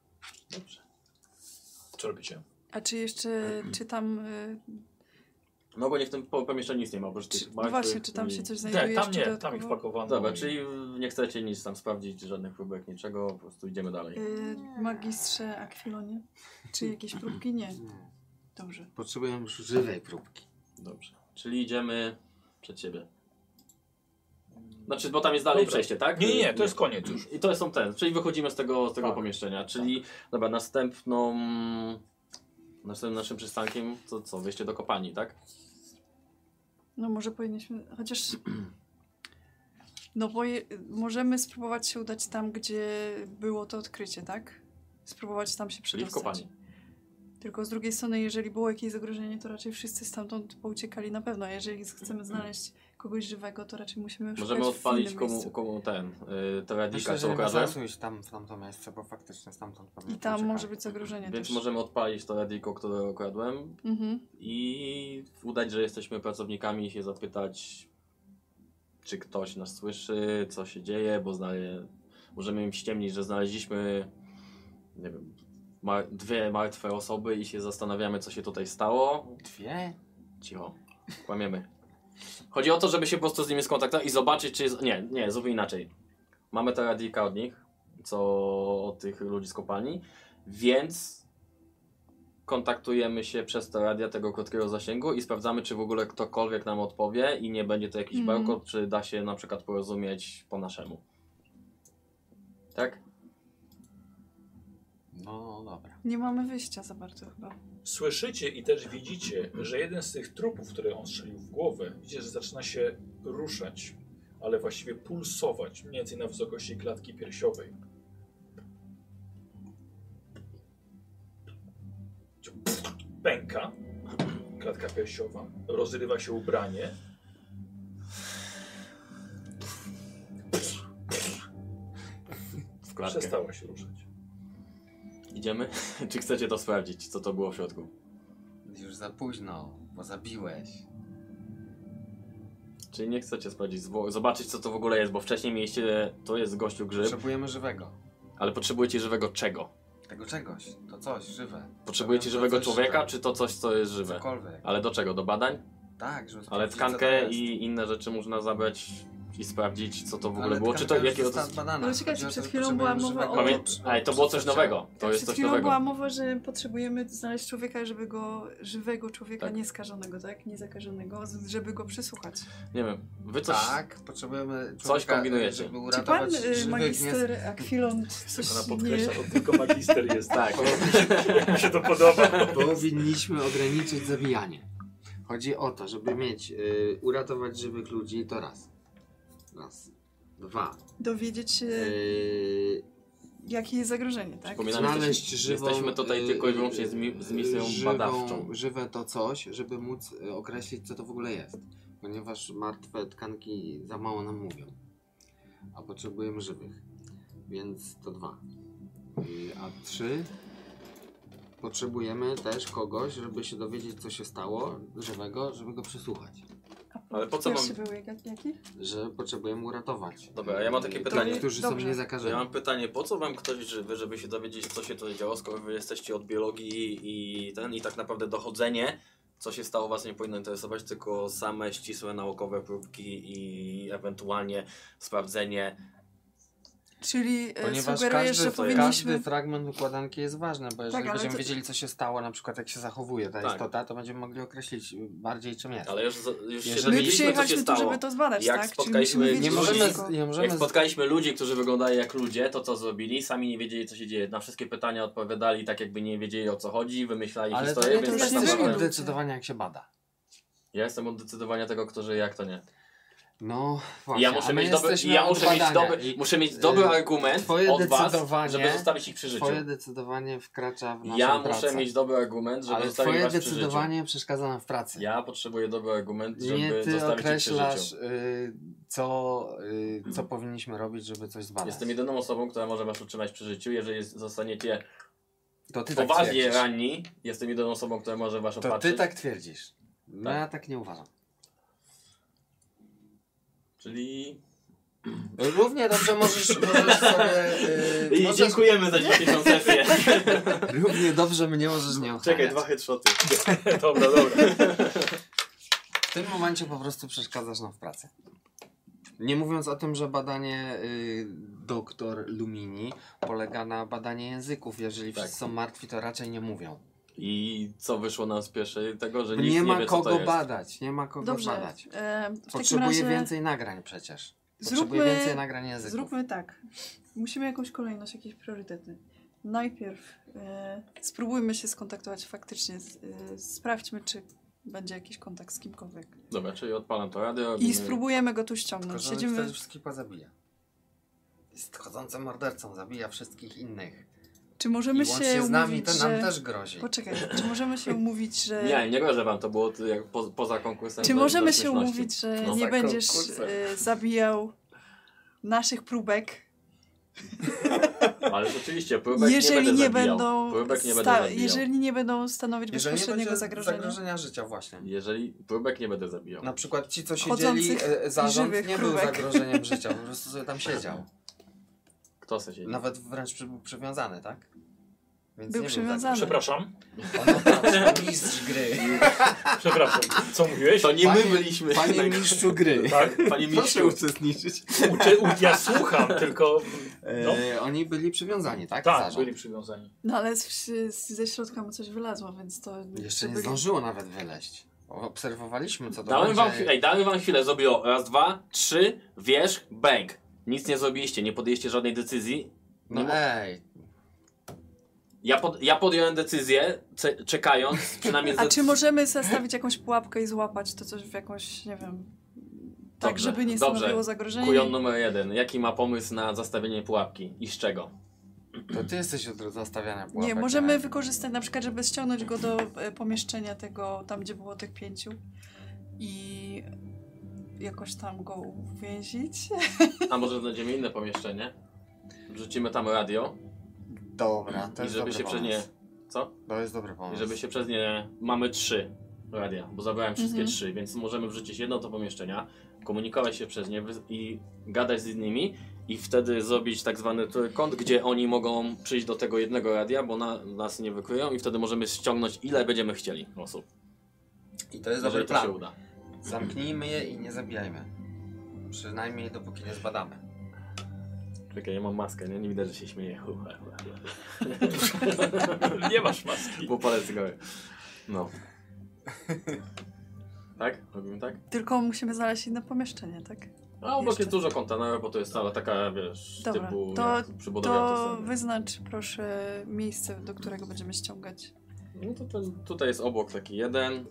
Dobrze. Co robicie? A czy jeszcze czytam No bo nie w tym pomieszczeniu nic nie ma, oprócz tych No właśnie, czy tam się coś znajduje Nie, tam jeszcze nie, dodatkowo? tam ich wpakowano. Dobra, i- czyli nie chcecie nic tam sprawdzić, żadnych próbek, niczego, po prostu idziemy dalej. Magistrze Akwilonie? Czy jakieś próbki? Nie. Dobrze. Potrzebujemy już żywej próbki. Dobrze. Czyli idziemy przed siebie. Znaczy, bo tam jest dalej Dobra. przejście, tak? Nie, to jest koniec już. I to są czyli wychodzimy z tego Tak. pomieszczenia. Czyli, dobra, następnym naszym przystankiem to co? Wyjście do kopalni, tak? No może powinniśmy, chociaż... No bo możemy spróbować się udać tam, gdzie było to odkrycie, tak? Spróbować tam się Czyli w przedostać. kopalni. Tylko z drugiej strony, jeżeli było jakieś zagrożenie, to raczej wszyscy stamtąd pouciekali na pewno. A jeżeli chcemy znaleźć kogoś żywego, to raczej musimy szukać Możemy w odpalić innym miejscu. komu to radika, Myślę, co że nie ma ukradłem. sensu iść tam w tamto miejsce, bo faktycznie stamtąd pewnie I tam uciekali. może być zagrożenie Więc też. możemy odpalić to radiko, które ukradłem Mhm. i udać, że jesteśmy pracownikami i się zapytać, czy ktoś nas słyszy, co się dzieje, bo możemy im ściemnić, że znaleźliśmy, nie wiem, dwie martwe osoby i się zastanawiamy, co się tutaj stało. Dwie? Cicho, kłamiemy. Chodzi o to, żeby się po prostu z nimi skontaktować i zobaczyć, czy jest... Nie, zupełnie inaczej. Mamy te radika od nich, od tych ludzi z kopalni, więc kontaktujemy się przez te radia tego krótkiego zasięgu i sprawdzamy, czy w ogóle ktokolwiek nam odpowie i nie będzie to jakiś bełkot, czy da się na przykład porozumieć po naszemu. Tak? No dobra. Nie mamy wyjścia za bardzo chyba. Słyszycie i też widzicie, że jeden z tych trupów, które on strzelił w głowę, widzicie, że zaczyna się ruszać, ale właściwie pulsować, mniej więcej na wysokości klatki piersiowej. Pęka klatka piersiowa, rozrywa się ubranie. W klatkę. Przestała się ruszać. Idziemy? Czy chcecie to sprawdzić, co to było w środku? Już za późno, bo zabiłeś. Czyli nie chcecie sprawdzić, zobaczyć, co to w ogóle jest, bo wcześniej mieliście, to jest gościu grzyb, Potrzebujemy żywego. ale potrzebujecie żywego czego? Tego czegoś. To coś, żywe. Potrzebujecie To żywego coś człowieka, żywe. czy to coś, co jest żywe? Cokolwiek. Ale do czego? Do badań? Tak, żeby Ale sprawdzić, co tkankę to jest. i inne rzeczy można zabrać i sprawdzić, co to w ogóle Ale było. Czy to tkanka już jakiego to... została zbadana. Ale czekajcie, Chodzi o to, przed że chwilą była potrzebujemy mowa żywego o- Ale to było coś nowego. To jest Przed coś chwilą nowego. była mowa, że potrzebujemy znaleźć człowieka, żywego człowieka, Tak. nieskażonego, tak? Niezakażonego, żeby go przesłuchać. Nie wiem, wy coś... Tak, potrzebujemy Coś człowieka, kombinujecie. żeby Czy pan uratować żywych magister Akwilon coś Ona nie... podkreśla, to tylko magister jest. Tak. Mi się to podoba. Powinniśmy ograniczyć zabijanie. Chodzi o to, żeby mieć, uratować żywych ludzi, to raz. Dwa. Dowiedzieć się, jakie jest zagrożenie, tak? Przypominam, Znaleźć żywą... jesteśmy tutaj tylko i wyłącznie z misją badawczą. Żywe to coś, żeby móc określić, co to w ogóle jest. Ponieważ martwe tkanki za mało nam mówią. A potrzebujemy żywych. Więc to dwa. A trzy... Potrzebujemy też kogoś, żeby się dowiedzieć, co się stało żywego, żeby go przesłuchać. Ale po co mam... Pierwszy był jaki? Że potrzebujemy uratować. Dobra, ja mam takie Tych, pytanie. którzy Dobrze. są niezakażeni. Ja mam pytanie, po co wam ktoś żywy, żeby się dowiedzieć, co się tutaj działo, skoro wy jesteście od biologii i tak naprawdę dochodzenie, co się stało, was nie powinno interesować, tylko same ścisłe naukowe próbki i ewentualnie sprawdzenie. Czyli Ponieważ sugerujesz, że każdy powinniśmy... fragment układanki jest ważny, bo jeżeli ale będziemy to- wiedzieli, co się stało, na przykład jak się zachowuje ta Tak. istota, to będziemy mogli określić bardziej, czym jest. Ale już się Jeżeli- My dowiedzieliśmy, co się przyjechaliśmy tu, stało. żeby to zbadać, Jak tak? Czyli spotkaliśmy- musimy wiedzieć Nie ludzi- możemy, wszystko. nie możemy Jak spotkaliśmy ludzi, którzy wyglądają jak ludzie, to co zrobili? Sami nie wiedzieli, co się dzieje. Na wszystkie pytania odpowiadali tak, jakby nie wiedzieli, o co chodzi, wymyślali ale to historię, nie więc już tak jest nie naprawdę... byli od ludzie. decydowania, jak się bada. Ja jestem od decydowania tego, kto żyje, jak to nie. No właśnie, Ja muszę a my mieć dobry, jesteśmy ja od muszę mieć badania dobry, i, muszę mieć dobry y, argument twoje od was, decydowanie- żeby zostawić ich przy życiu. Twoje decydowanie wkracza w naszą Ja pracę. muszę mieć dobry argument, żeby Ale zostawić twoje was przy życiu. decydowanie przeszkadza nam w pracy. Ja potrzebuję dobry argument, żeby Nie ty zostawić ich przy określasz, życiu. co powinniśmy robić, żeby coś zbadać. Jestem jedyną osobą, która może was utrzymać przy życiu. Jeżeli zostaniecie To ty tak poważnie twierdzisz. ranni, jestem jedyną osobą, która może was To opatrzyć. ty tak twierdzisz. No Tak. ja tak nie uważam. Czyli... Równie dobrze możesz sobie... I możesz, dziękujemy za dzisiejszą sesję. równie dobrze mnie możesz nie ochraniać. Czekaj, 2 headshoty. Dobra. W tym momencie po prostu przeszkadzasz nam w pracy. Nie mówiąc o tym, że badanie doktor Lumini polega na badaniu języków. Jeżeli wszyscy są martwi, to raczej nie mówią. I co wyszło nam z pierwszej tego, że nikt Nie ma wie, co to kogo jest. badać. Nie ma kogo Dobrze. badać. W Potrzebuje takim razie więcej nagrań przecież. Potrzebuje więcej nagrań języków. Zróbmy tak. Musimy jakąś kolejność, jakieś priorytety. Najpierw spróbujmy się skontaktować faktycznie. Sprawdźmy, czy będzie jakiś kontakt z kimkolwiek. Dobra, czyli odpalam to radio. I spróbujemy go tu Tylko, ściągnąć. że on Siedzimy... wtedy wszystkich pozabija. Jest chodzącym mordercą, zabija wszystkich innych. Czy możemy I się łącznie z nami umówić, to że... nam też grozi. Poczekaj, czy możemy się umówić, że... Nie grożę wam, to było jak poza konkursem. Czy do możemy się śmieszności. umówić, że No, nie za będziesz konkursem. zabijał naszych próbek? Ale rzeczywiście, próbek Jeżeli nie nie będę zabijał. będą Próbek nie będę zabijał. jeżeli nie będą stanowić Jeżeli nie bezpośredniego będzie zagrożenia. zagrożenia życia właśnie. Jeżeli próbek nie będę zabijał. Na przykład ci, co Chodzących siedzieli, zarząd żywych nie był próbek. zagrożeniem życia, po prostu sobie tam siedział. Kto chce siedzieć? Nawet wręcz był przywiązany, tak? Więc Był nie przywiązany. Przepraszam. Był zagrożeniem. Mistrz gry. Przepraszam. Co mówiłeś? To nie my byliśmy. Panie mistrzu gry. Tak? Panie Proszę mistrzu. uczestniczyć. Ja słucham, tylko... No. Oni byli przywiązani, tak? Tak, Zarząd. byli przywiązani. No ale ze środka mu coś wylazło, więc to... Jeszcze nie byli- zdążyło nawet wyleść. Obserwowaliśmy, co to Dałem będzie. dałem wam chwilę, zrobiło raz, dwa, trzy, wierzch, bang. Nic nie zrobiliście, nie podjęliście żadnej decyzji. No ej, Ja podjąłem decyzję, czekając, przynajmniej... A czy możemy zastawić jakąś pułapkę i złapać to coś w jakąś, nie wiem... Tak, Dobrze, żeby nie dobrze. stanowiło zagrożenia? Kujon numer 1. Jaki ma pomysł na zastawienie pułapki? I z czego? to ty jesteś od zastawiania pułapek. Nie, możemy wykorzystać na przykład, żeby ściągnąć go do pomieszczenia tego, tam gdzie było tych 5 i jakoś tam go uwięzić. A może znajdziemy inne pomieszczenie? Wrzucimy tam radio Dobra, to i jest żeby dobry się przez pomysł. nie... Co? To jest dobry I pomysł. żeby się przez nie... Mamy 3 radia, bo zabrałem wszystkie Mhm. 3, więc możemy wrzucić jedno do pomieszczenia, komunikować się przez nie i gadać z innymi i wtedy zrobić tak zwany trójkąt, gdzie oni mogą przyjść do tego jednego radia, bo nas nie wykryją i wtedy możemy ściągnąć ile będziemy chcieli osób. I to jest dobry Jeżeli to się plan. uda. Zamknijmy je i nie zabijajmy. Przynajmniej dopóki nie zbadamy. Czekaj, ja mam maskę, nie widać, że się śmieję. Nie masz maski. Bo palec goły. No. Tak? Robimy tak? Tylko musimy znaleźć inne pomieszczenie, tak? A obok Jeszcze. jest dużo kontenerów, bo to jest cała taka, wiesz, Dobra, typu to- jak przy budowie To autostrady. wyznacz proszę miejsce, do którego będziemy ściągać. No to tutaj jest obok taki jeden.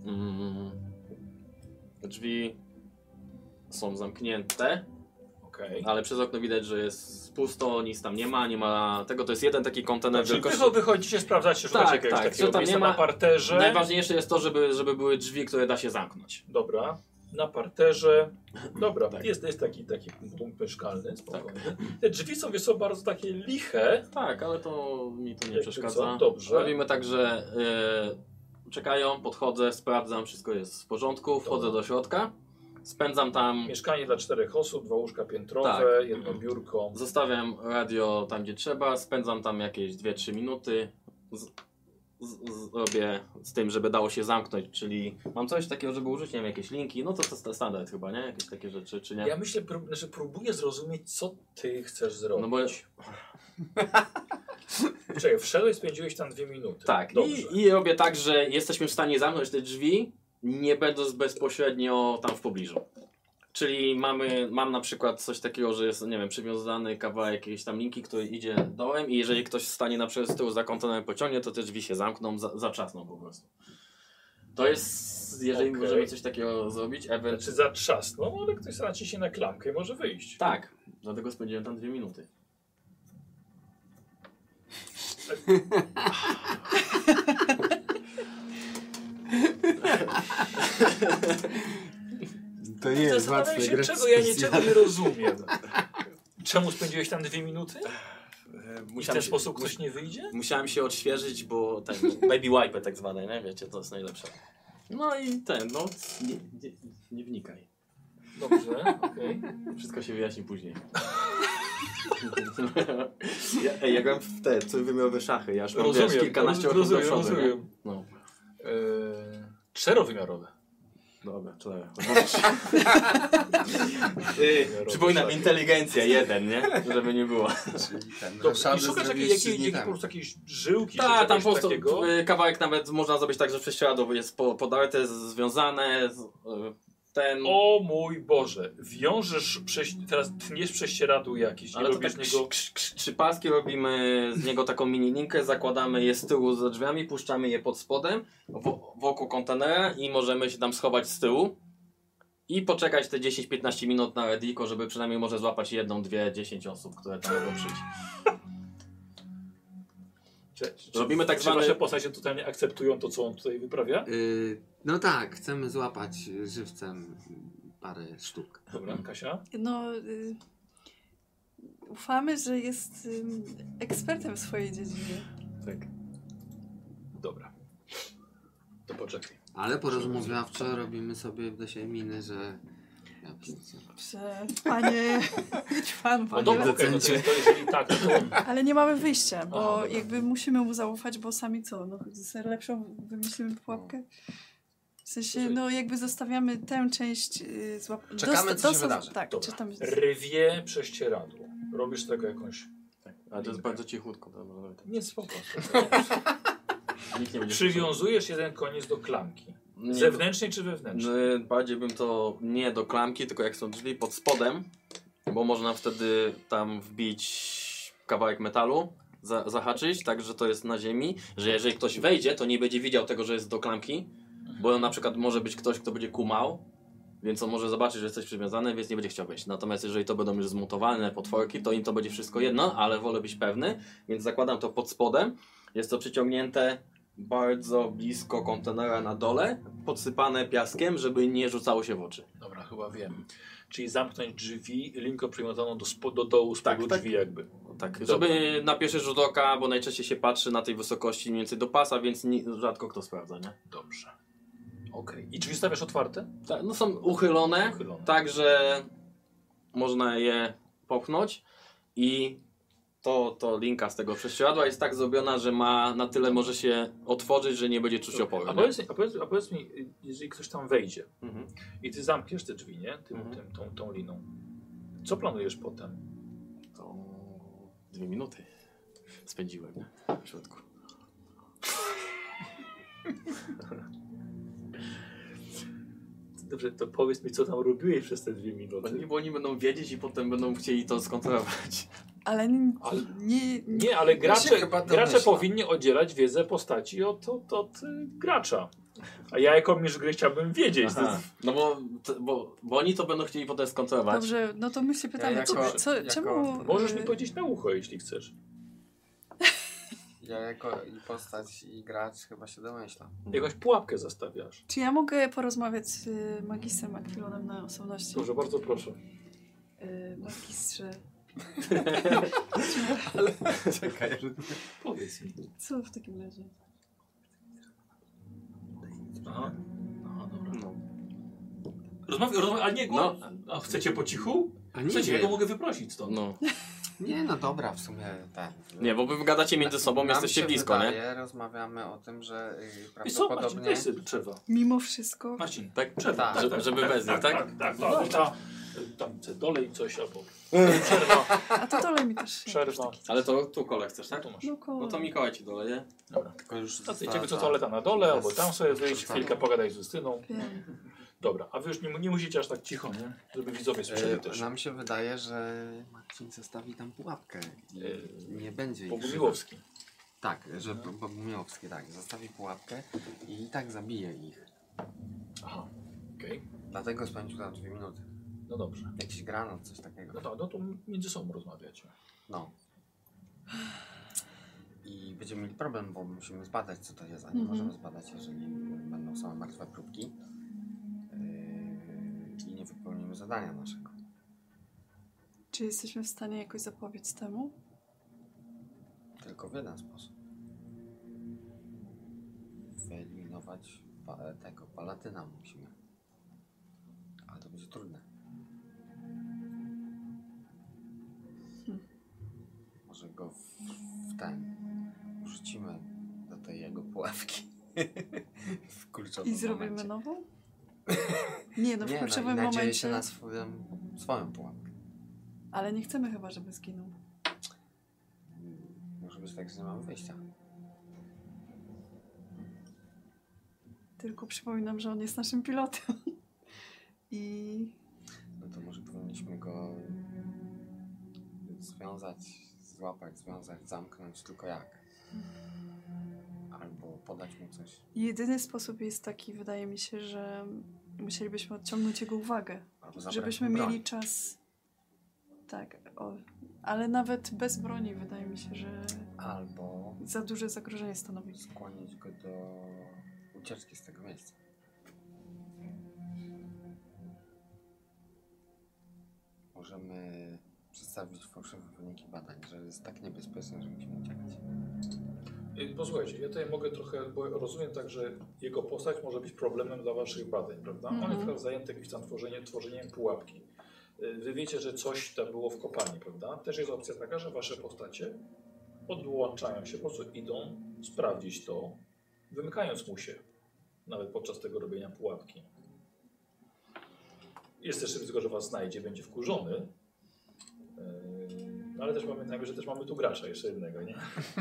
Drzwi są zamknięte, Okej. ale przez okno widać, że jest pusto, nic tam nie ma tego. To jest jeden taki kontener Czyli wielkości. wychodzicie, sprawdzacie, szukacie Tak, jakiegoś tak, takiego że tam miejsca nie ma- na parterze. Najważniejsze jest to, żeby były drzwi, które da się zamknąć. Dobra, na parterze. Dobra, Tak. jest taki punkt mieszkalny, spokojnie. Te drzwi są, wiesz, są bardzo takie liche. Tak, ale to mi to nie Jakby przeszkadza. co? Dobrze. Robimy tak, że czekają, podchodzę, sprawdzam, wszystko jest w porządku, wchodzę Dobra. do środka, spędzam tam, Mieszkanie dla 4 osób, 2 łóżka piętrowe, Tak. jedno biurko. zostawiam radio tam, gdzie trzeba, spędzam tam jakieś 2-3 minuty, robię z tym, żeby dało się zamknąć, czyli mam coś takiego, żeby użyć, nie wiem, jakieś linki, no to standard chyba, nie? Jakieś takie rzeczy, czy nie? Ja myślę, że próbuję zrozumieć, co ty chcesz zrobić. No bo Czekaj, wszedłeś, spędziłeś tam 2 minuty. tak, Dobrze. i robię tak, że jesteśmy w stanie zamknąć te drzwi, nie będąc bezpośrednio tam w pobliżu. Czyli mam na przykład coś takiego, że jest, nie wiem, przywiązany kawałek jakiejś tam linki, który idzie dołem i jeżeli ktoś stanie na przykład z tyłu za kontenerem pociągnie, to te drzwi się zamkną, zatrzasną po prostu. To jest, jeżeli Okej. możemy coś takiego zrobić, Znaczy zatrzasną, ale ktoś sobie naciśnie na klamkę i może wyjść. Tak, dlatego spędziłem tam 2 minuty. To nie jest Zastanawiam łatwe się, grać czego ja niczego specjalnie. nie rozumiem. Czemu spędziłeś tam 2 minuty? I w ten sposób ktoś nie wyjdzie? Musiałem się odświeżyć, bo tak, baby wipe tak zwane, nie? Wiecie, to jest najlepsze. No i nie wnikaj. Dobrze, okej. Wszystko się wyjaśni później. Ja gram w te trójwymiarowe szachy, ja już mam wiesz, kilkanaście osób do przodu, nie? No. Czterowymiarowe. Dobra, to przypominam, inteligencja 1, nie? Żeby nie było. Czyli ten Dobrze, Ryszard i szukasz zrobił jakiej, 3 dni po temu. prostu jakiejś żyłki, Tak, czy tam po czegoś prostu takiego? kawałek nawet można zrobić tak, że prześcieradło jest podarte, związane, ten... O mój Boże, wiążesz, teraz tniesz prześcieradło jakieś i Ale to robisz tak z niego... trzy paski, robimy z niego taką mini linkę, zakładamy je z tyłu za drzwiami, puszczamy je pod spodem, wokół kontenera i możemy się tam schować z tyłu i poczekać te 10-15 minut na rediko, żeby przynajmniej może złapać 1, 2, 10 osób, które tam mogą przyjść. Robimy tak czy zwany- wasze postacie totalnie akceptują to, co on tutaj wyprawia? No tak, chcemy złapać żywcem parę sztuk. Dobra, Kasia? No, ufamy, że jest ekspertem w swojej dziedzinie. Tak. Dobra. To poczekaj. Ale porozmawiawczo robimy sobie w desie miny, że... Ja pierdzielę. Że panie, pan, No panie. dobra, okej, no to jeżeli tak, to... Ale nie mamy wyjścia, bo Aha, dobra. jakby musimy mu zaufać, bo sami co, no sobie lepszą wymyślimy pułapkę. W sensie, no jakby zostawiamy tę część Czekamy, co się wydarzy. Tak, Dobra. czytam. Rwie prześcieradło. Robisz z tego jakąś... Ale to jest bardzo cichutko. To może tak. Nie, spoko. Nikt nie będzie Przywiązujesz jeden koniec do klamki. Nie, Zewnętrznej czy wewnętrznej? bardziej bym to nie do klamki, tylko jak są drzwi pod spodem, bo można wtedy tam wbić kawałek metalu, zahaczyć, tak że to jest na ziemi, że jeżeli ktoś wejdzie, to nie będzie widział tego, że jest do klamki, bo na przykład może być ktoś, kto będzie kumał, więc on może zobaczyć, że jesteś przywiązany, więc nie będzie chciał wejść. Natomiast jeżeli to będą już zmutowane potworki, to im to będzie wszystko jedno, ale wolę być pewny, więc zakładam to pod spodem. Jest to przyciągnięte bardzo blisko kontenera na dole, podsypane piaskiem, żeby nie rzucało się w oczy. Dobra, chyba wiem. Czyli zamknąć drzwi linką przywiązaną do dołu z Tak, tak, tak. drzwi jakby. Tak, Dobra. żeby na pierwszy rzut oka, bo najczęściej się patrzy na tej wysokości mniej więcej do pasa, więc rzadko kto sprawdza, nie? Dobrze. Okej. I drzwi stawiasz otwarte? Tak, no są uchylone, tak, że można je popchnąć i to linka z tego prześcieradła jest tak zrobiona, że ma na tyle może się otworzyć, że nie będzie czuć oporu. A nie? powiedz mi, jeżeli ktoś tam wejdzie Mhm. i ty zamkniesz te drzwi, nie? Tą liną. Co planujesz potem? To 2 minuty spędziłem, nie? W środku. Dobrze, to powiedz mi, co tam robiłeś przez te 2 minuty. Bo oni będą wiedzieć i potem będą chcieli to skontrolować. Ale nie... Nie, ale Ja się chyba gracze domyślam. powinni oddzielać wiedzę postaci od gracza. A ja jako mistrz gry chciałbym wiedzieć. Aha. No bo oni to będą chcieli potem skontrolować. Dobrze, no to my się pytamy, jako- czemu... Możesz mi powiedzieć na ucho, jeśli chcesz. Ja jako i postać i gracz chyba się domyślam. Jakąś pułapkę zastawiasz. Czy ja mogę porozmawiać z magistrem Akwilonem na osobności? Proszę, bardzo proszę. Magistrze, Czekaj, Powiedz mi. co w takim razie? Aha. Aha, dobra. No. Rozmawiaj, a nie, No. a chcecie po cichu? A nie, Chcecie, ja nie. go mogę wyprosić stąd. No. Nie, no dobra, w sumie tak. Nie, bo wy gadacie między sobą, Nam jesteście się blisko, nie? wydaje, rozmawiamy o tym, że I co, Marcin, prawdopodobnie... weź sobie drzewa. Mimo wszystko... Marcin, Tak? przerwa. Tak, żeby bez nich, tak? Tak. Tam dolej coś albo... Przerwa, A to dolej mi też. przerwa. Ale to tu kole chcesz, tak? Tu masz. No koło. No to Mikołaj ci doleje. Dobra. Tylko już A ty idziemy co toaleta na dole, albo tam sobie wyjść, chwilkę pogadać z Justyną. Wiem. Dobra, a wy już nie musicie aż tak cicho, nie? Żeby widzowie słyszeli też. Nam się wydaje, że Marcin zostawi tam pułapkę. Nie będzie ich. Bogumiłowski. Tak, że Bogumiłowski, tak. Zostawi pułapkę i tak zabije ich. Aha, okej. Dlatego spędził tam 2 minuty. No dobrze. Jakiś granat, coś takiego. No to między sobą rozmawiacie. No. I będziemy mieli problem, bo musimy zbadać, co to jest, a nie możemy zbadać, jeżeli będą same martwe próbki i nie wypełnimy zadania naszego. Czy jesteśmy w stanie jakoś zapobiec temu? Tylko w jeden sposób. Wyeliminować tego palatyna musimy. Ale to będzie trudne. Może go w ten wrzucimy do tej jego pułapki. W kluczowym I zrobimy momencie. nową? Nie, no w Nie, kluczowym i nadzieję się momencie... na swoją pułapkę. Ale nie chcemy chyba, żeby zginął. Może być tak, że nie mamy wyjścia. Tylko przypominam, że on jest naszym pilotem. I No to może powinniśmy go związać, związać, zamknąć, tylko jak? Albo podać mu coś. jedyny sposób jest taki, wydaje mi się, że musielibyśmy odciągnąć jego uwagę. Albo zabrać Żebyśmy mu broń. mieli czas. Tak, ale nawet bez broni wydaje mi się, że Albo za duże zagrożenie stanowi. skłonić go do ucieczki z tego miejsca. Możemy przedstawić fałszywe wyniki badań, że jest tak niebezpieczne, że musimy uciekać. Posłuchajcie, ja tutaj mogę trochę, bo rozumiem tak, że jego postać może być problemem dla waszych badań, prawda? On jest teraz zajęty jakimś tam tworzeniem pułapki. Wy wiecie, że coś tam było w kopalni, prawda? Też jest opcja taka, że wasze postacie odłączają się, po prostu idą sprawdzić to, wymykając mu się, nawet podczas tego robienia pułapki. Jest też ryzyko, że was znajdzie, będzie wkurzony. No ale też pamiętajmy, że też mamy tu gracza jeszcze jednego, nie?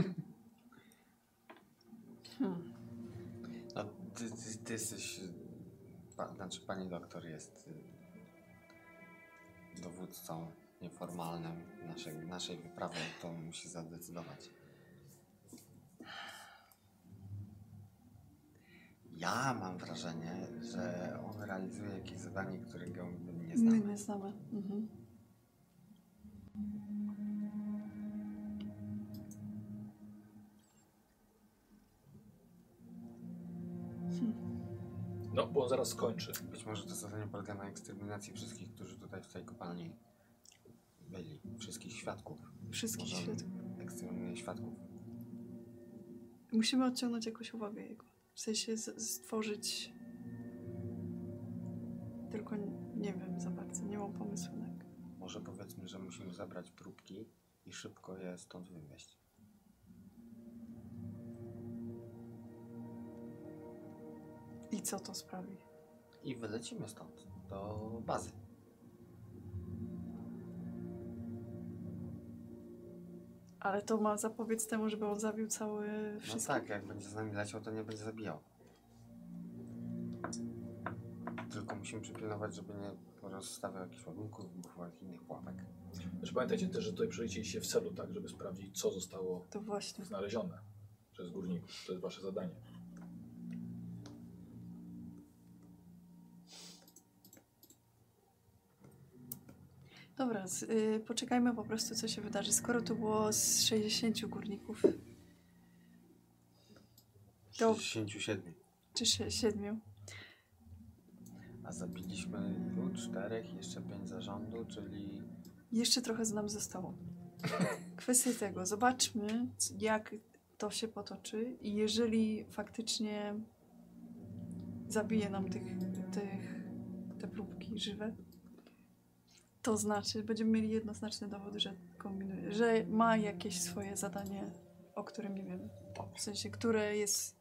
No, ty jesteś, znaczy pani doktor jest dowódcą nieformalnym naszej wyprawy, to musi zadecydować. Ja mam wrażenie, że on realizuje jakieś zadanie, którego my nie My znamy. nie znamy. Mhm. No, bo on zaraz skończy. Być może to zadanie polega na eksterminacji wszystkich, którzy tutaj w tej kopalni byli. Wszystkich świadków. Wszystkich Może on świadków. eksterminuje świadków. Musimy odciągnąć jakąś uwagę jego. W sensie stworzyć... Tylko nie wiem za bardzo, nie mam pomysłu na jak. Może powiedzmy, że musimy zabrać próbki i szybko je stąd wywieźć. I co to sprawi? I wylecimy stąd, do bazy. Ale to ma zapobiec temu, żeby on zabił cały No wszystko. tak, jak będzie z nami leciał, to nie będzie zabijał. Tylko musimy przypilnować, żeby nie rozstawiał jakichś ładunków, wybuchowych i innych pułapek. Znaczy, pamiętajcie też, że tutaj przylecieliście w celu, tak, żeby sprawdzić, co zostało To właśnie. znalezione przez górników. To jest wasze zadanie. Dobra, poczekajmy po prostu, co się wydarzy. Skoro to było z 60 górników, To- 67. czy 7, A zabiliśmy ilu? 4, jeszcze 5 zarządu, czyli... jeszcze trochę z nam zostało. Kwestia tego, zobaczmy, jak to się potoczy i jeżeli faktycznie zabije nam te próbki żywe, to znaczy, będziemy mieli jednoznaczny dowód, że kombinuje, że ma jakieś swoje zadanie, o którym nie wiemy. W sensie, które jest...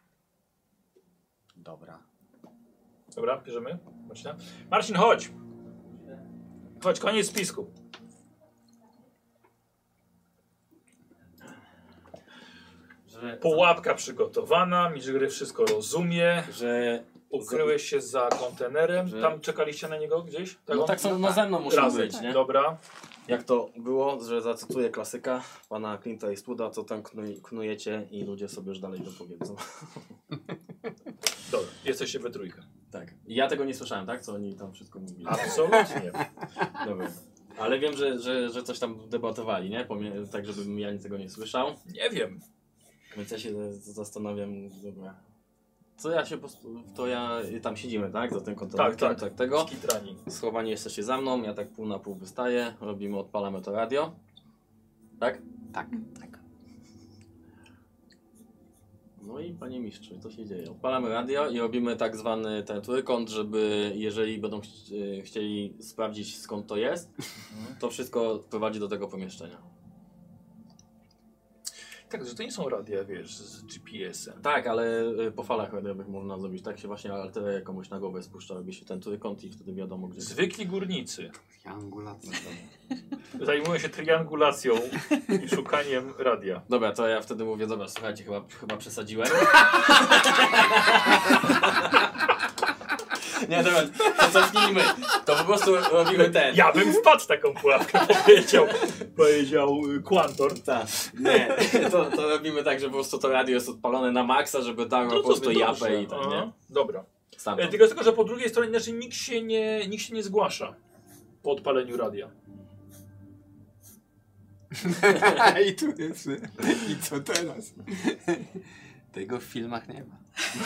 Dobra. Dobra, bierzemy. Marcina. Marcin, chodź! Chodź, koniec spisku. Że, Pułapka przygotowana, Midżgry wszystko rozumie. że Ukryłeś się za kontenerem. Że- Tam czekaliście na niego gdzieś? no on- tak samo no ze mną muszą Razem, być, nie? Dobra. Jak to było, że zacytuję klasyka pana Clint'a Eastwooda, co tam knujecie i ludzie sobie już dalej dopowiedzą. Dobra, jesteście we trójkę. Tak. I ja tego nie słyszałem, tak? Co oni tam wszystko mówili. Absolutnie. Dobra. Ale wiem, że coś tam debatowali, nie? Tak, żebym ja tego nie słyszał. Nie wiem. Więc ja się zastanawiam, dobra. Co ja się po prostu... To ja... Tam siedzimy, tak? Za tym kontenerem, Tak. tego. Skitrani. Schowani jesteście za mną, ja tak pół na pół wystaję. Robimy, odpalamy to radio. Tak? Tak. Tak. No i panie mistrzu, co się dzieje? Odpalamy radio i robimy tak zwany ten trójkąt, żeby jeżeli będą chcieli sprawdzić skąd to jest, to wszystko prowadzi do tego pomieszczenia. Tak, że to nie są radia, wiesz, z GPS-em. Tak, ale po falach radiowych można zrobić. Tak się właśnie artyleria komuś na głowę spuszcza, robi się ten trójkąt i wtedy wiadomo gdzie. Zwykli górnicy Triangulacja. zajmują się triangulacją i szukaniem radia. Dobra, to ja wtedy mówię, dobra, słuchajcie, chyba przesadziłem. Nie, dobra, to cofnijmy. To po prostu robimy ten. Ja bym wpadł w taką pułapkę, powiedział Kwantor. Tak, nie, to robimy tak, że po prostu to radio jest odpalone na maksa, żeby dało po prostu sobie japę dobrze. i tak, Aha, nie? dobra. Stamtąd. Tylko, że po drugiej stronie znaczy nikt się nie zgłasza po odpaleniu radia. I tu jest. I co teraz? Tego w filmach nie ma.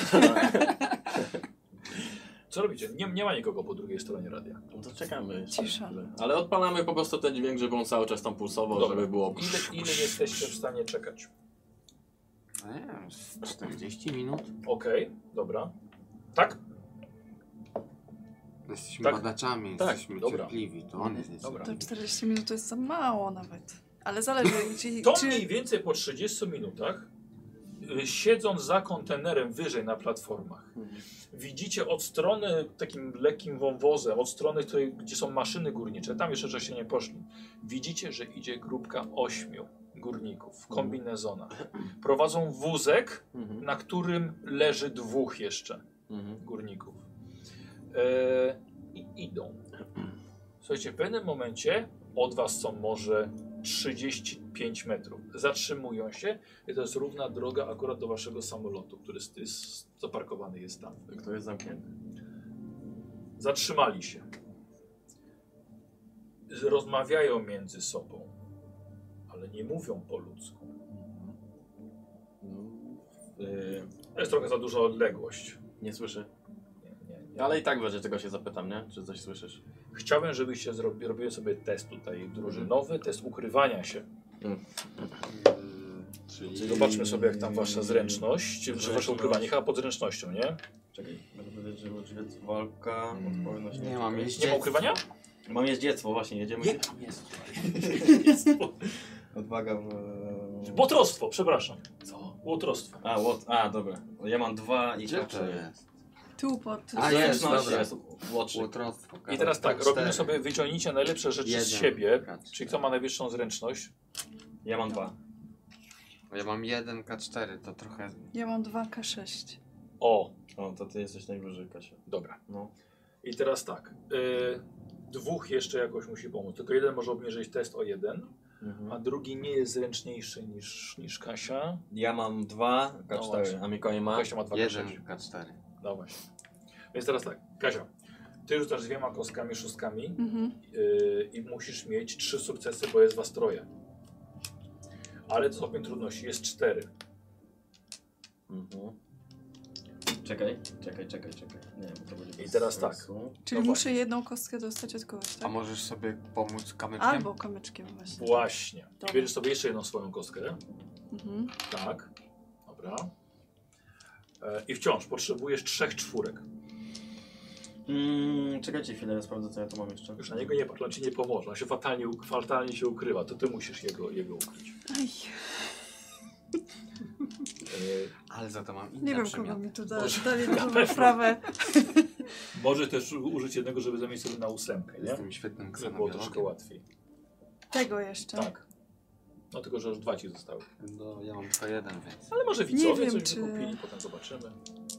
Co robicie? Nie ma nikogo po drugiej stronie radia. No to czekamy. jeszcze Cisza. chwilę. Ale odpalamy po prostu ten dźwięk, żeby on cały czas tam pulsował, Dobra. żeby było... Ile jesteście w stanie czekać? No nie wiem, z 40 minut. Okej, dobra. Tak? Jesteśmy Tak? badaczami, Tak, jesteśmy dobra. cierpliwi. To on jest Dobra. To 40 minut to jest za mało nawet. Ale zależy, gdzie... To czy... mniej więcej po 30 minutach, siedząc za kontenerem wyżej na platformach, widzicie od strony takim lekkim wąwozem, od strony, gdzie są maszyny górnicze, tam jeszcze żeście nie poszli, widzicie, że idzie grupka 8 górników w kombinezonach. Prowadzą wózek, Mhm. na którym leży 2 jeszcze Mhm. górników. I idą. Słuchajcie, w pewnym momencie od was są może 35 metrów. Zatrzymują się i to jest równa droga akurat do waszego samolotu, który zaparkowany jest tam. Kto jest zamknięty? Zatrzymali się. Rozmawiają między sobą, ale nie mówią po ludzku. To jest trochę za duża odległość. Nie słyszy. Nie. Ale i tak w razie tego się zapytam, nie? Czy coś słyszysz? Chciałbym, żebyście robiły sobie test tutaj drużynowy, test ukrywania się. Czyli Zobaczmy sobie, jak tam wasza zręczność, czy wasze ukrywanie, chyba pod zręcznością, nie? Czekaj, będę powiedzieć, że użyć walka, odporność... Nie mam jeździectwo. Nie ma ukrywania? Mam jeździectwo, właśnie, jedziemy. Jest. Odwaga Łotrostwo, przepraszam. Co? Łotrostwo. A, dobra. Ja mam 2 i Gdzie to K4. jest? Tu pod... A, jest, Zręczność dobra. jest łotrzyk. Łotrostwo. I teraz tak, K4. robimy sobie, wyciągnijcie najlepsze rzeczy z Jeden. siebie. K4. Czyli kto ma najwyższą zręczność? Ja mam 2. Ja mam 1 K4, to trochę... Ja mam 2K6. O, O, to ty jesteś najwyżej, Kasia. dobra. No. I teraz tak, 2 jeszcze jakoś musi pomóc. Tylko jeden może obniżyć test o 1, a drugi nie jest zręczniejszy niż Kasia. Ja mam 2 No K4, właśnie. a Mikołaj ma? Kasia ma 2 1 K4. No właśnie. Więc teraz tak, Kasia, ty rzucasz 2 kostkami, 6 Mhm. i musisz mieć 3 sukcesy, bo jest was 3. Ale to stopień trudności jest 4. Mhm. Czekaj. Nie, bo to będzie I bez teraz tak. sensu. Czyli No muszę właśnie. jedną kostkę dostać od kogoś, A tak? możesz sobie pomóc kamyczkiem? Albo kamyczkiem właśnie. Właśnie. I Dobra. bierzesz sobie jeszcze jedną swoją kostkę. Mhm. Tak. Dobra. I wciąż potrzebujesz 3 czwórek. Czekajcie chwilę, ja sprawdzę co ja tu mam jeszcze. Już na niego nie patrz, on ci nie pomoże. On się fatalnie się ukrywa. To ty musisz jego ukryć. Aj, Ale za to mam inne nie wiem przymioty. kogo mi tu Może- dali na na pewno. wprawę. Może też użyć jednego, żeby zamienić sobie na 8, nie? Jestem świetnym Żeby było troszkę ksenobiologiem. łatwiej. Tego jeszcze. Tak. No tylko, że już 2 ci zostały. No, ja mam tylko 1, więc... Ale może widzowie wiem, coś czy- wykupili, potem zobaczymy.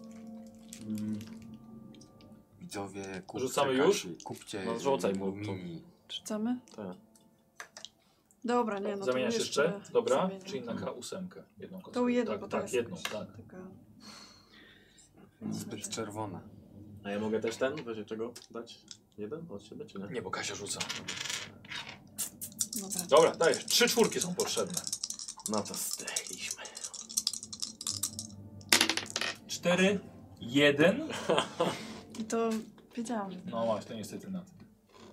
Widzowie, kupcie Rzucamy już? Kasi, kupcie No, rzucaj mu. mini. Rzucamy? Tak. Dobra, nie, no to Zamieniasz jeszcze? Dobra. zamieniam. Czyli na K8. Jedną kostkę. Tą jedną, tak, bo to tak, jest jedną, jakaś tak. taka... Zbyt czerwona. A ja mogę też ten, w razie czego dać? Jeden od siebie, czy nie? Nie, bo Kasia rzuca. Dobra. Dobra, dajesz. 3 czwórki są potrzebne. No to zdechliśmy. 4, 1. I to wiedziałam, że... No właśnie, to niestety na tym.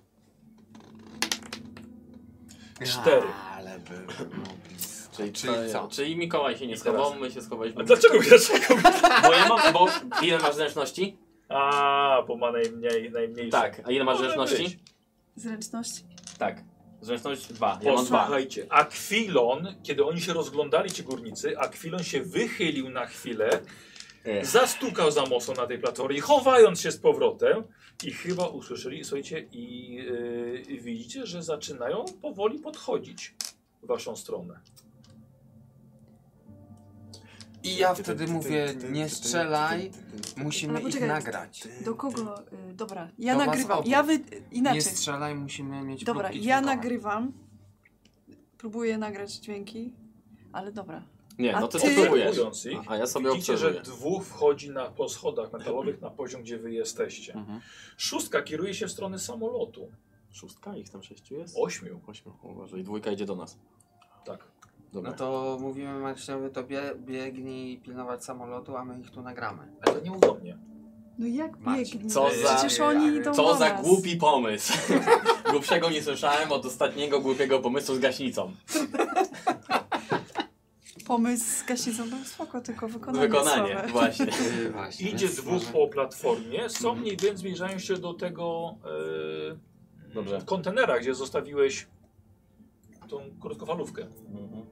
4. Ale by blisko. Czyli co? Czyli Mikołaj się nie I teraz- schował, my się schowaliśmy. A dlaczego? Bo ja mam, bo ile masz zręczności? A, bo ma najmniejsze. Tak, a ile masz Może zręczności? być. Zręczność? Tak. Zręczność 2. Ja mam 2. Posłuchajcie, Akwilon, kiedy oni się rozglądali, ci górnicy, Akwilon się wychylił na chwilę, zastukał za mocno na tej platformie, chowając się z powrotem i chyba usłyszeli, słuchajcie, i widzicie, że zaczynają powoli podchodzić w waszą stronę. I ja wtedy mówię, nie strzelaj, musimy Ale ich poczekaj, nagrać. Do kogo? Dobra, ja Do was nagrywam. obu. Inaczej. Nie strzelaj, musimy mieć Dobra, próbki ja dźwiękowe. nagrywam. Próbuję nagrać dźwięki, ale dobra. Nie, A no to ty- obserwujesz. Obserwując ich, A ja sobie widzicie, że obserwuję. 2 wchodzi po schodach metalowych na poziom, gdzie wy jesteście. Mhm. 6 kieruje się w stronę samolotu. 6, ich tam 6 jest? 8. 8, uważaj. 2 idzie do nas. Tak. Dobra. No to mówimy Marcinowi, to biegnij pilnować samolotu, a my ich tu nagramy. Ale to nie mów do mnie. No jak Marcin, biegnie? co za- Przecież oni idą Co do za nas. głupi pomysł. Głupszego nie słyszałem od ostatniego głupiego pomysłu z gaśnicą. Pomysł z gaśnicą był spoko, tylko wykonanie Wykonanie, słabe. właśnie. Właśnie, Idzie więc 2 może- po platformie, są mniej więcej zbliżają się do tego Dobrze. kontenera, gdzie zostawiłeś tą krótkofalówkę. Mhm.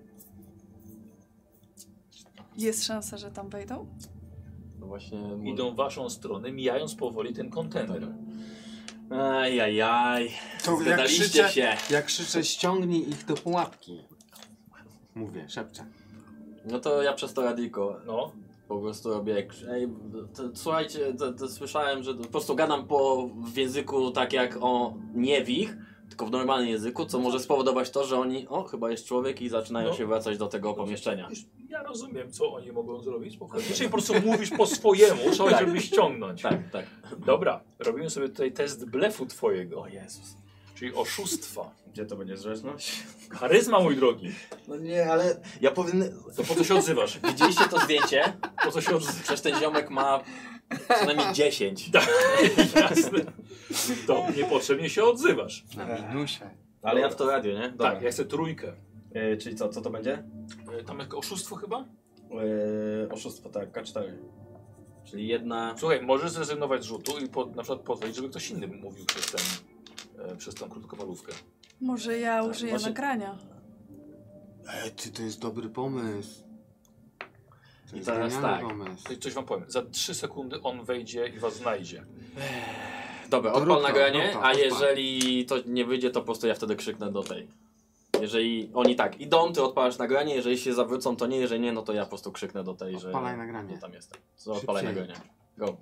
Jest szansa, że tam wejdą? No właśnie. Idą w waszą stronę, mijając powoli ten kontener. Ajajaj. To jak Zgadaliście krzyczę, się. jak krzyczę, ściągnij ich do pułapki. Mówię, szepczę. No to ja przez to radyjko No, po prostu robię jak... Ej, słuchajcie, to słyszałem, że po prostu gadam w języku tak jak nie w ich, tylko w normalnym języku, co może spowodować to, że oni, chyba jest człowiek i zaczynają No. się wracać do tego pomieszczenia. Już ja rozumiem, co oni mogą zrobić, spokojnie. Czyli po prostu mówisz po swojemu, Tak. żeby ściągnąć. Tak, tak. Dobra, robimy sobie tutaj test blefu twojego, O Jezus. czyli oszustwa. Gdzie to będzie zręczność? Charyzma, mój drogi. No nie, ale ja powiem... To po co się odzywasz? Widzieliście to zdjęcie? Po co się odzywasz? Przecież ten ziomek ma co najmniej 10. Jasne. To niepotrzebnie się odzywasz. Na minusie. Ale ja w to radio, nie? Dobra. Tak, ja chcę 3. Czyli co to będzie? Tam jak oszustwo chyba? Oszustwo, tak, K4. Czyli jedna... Słuchaj, możesz zrezygnować z rzutu i na przykład pozwolić, żeby ktoś inny mówił przez tą krótkofalówkę. Może ja użyję właśnie- nagrania. To jest dobry pomysł. To I jest teraz genialny tak. pomysł. To coś wam powiem. Za 3 sekundy on wejdzie i was znajdzie. Dobra, To odpal rób to, nagranie, rób to, a odpal. jeżeli to nie wyjdzie, to po prostu ja wtedy krzyknę do tej. Jeżeli oni tak idą, ty odpalasz nagranie, jeżeli się zawrócą, to nie, jeżeli nie, no to ja po prostu krzyknę do tej, że... Odpalaj nagranie. że tam jestem. Co, odpalaj Szybciej. nagranie. Go.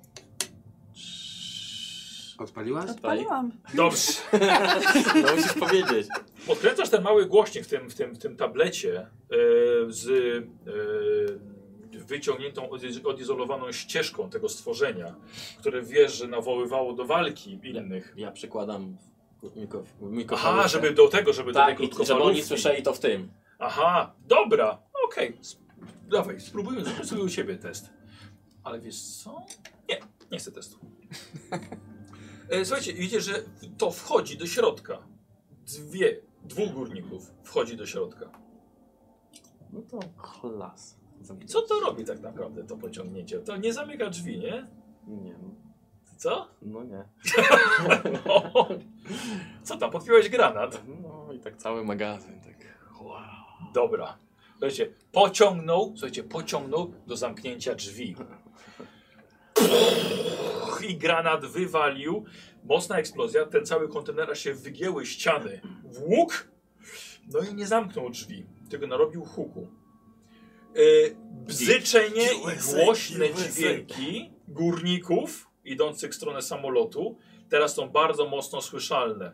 Odpaliłaś? Odpaliłam. Dobrze. No musisz powiedzieć. Podkręcasz ten mały głośnik w tym tablecie z wyciągniętą, odizolowaną ścieżką tego stworzenia, które wiesz, że nawoływało do walki innych. Ja przykładam mikrofon. Aha, żeby do tej Tak, i żeby krótkofalówki. oni słyszeli to w tym. Aha, dobra, okej. Dawaj, spróbujmy, zrobimy sobie u siebie test. Ale wiesz co? Nie chcę testu. Słuchajcie, widzicie, że to wchodzi do środka. 2 górników wchodzi do środka. No to klas. I co to robi tak naprawdę to pociągnięcie? To nie zamyka drzwi, nie? Nie, no. Co? No nie. No. Co tam, podpiąłeś granat? No i tak cały magazyn, tak. Wow. Dobra. Słuchajcie, pociągnął do zamknięcia drzwi. I granat wywalił. Mocna eksplozja, ten cały kontener się wygięły ściany. Włók. No i nie zamknął drzwi, tylko narobił huku. Bzyczenie i głośne dźwięki górników idących w stronę samolotu teraz są bardzo mocno słyszalne.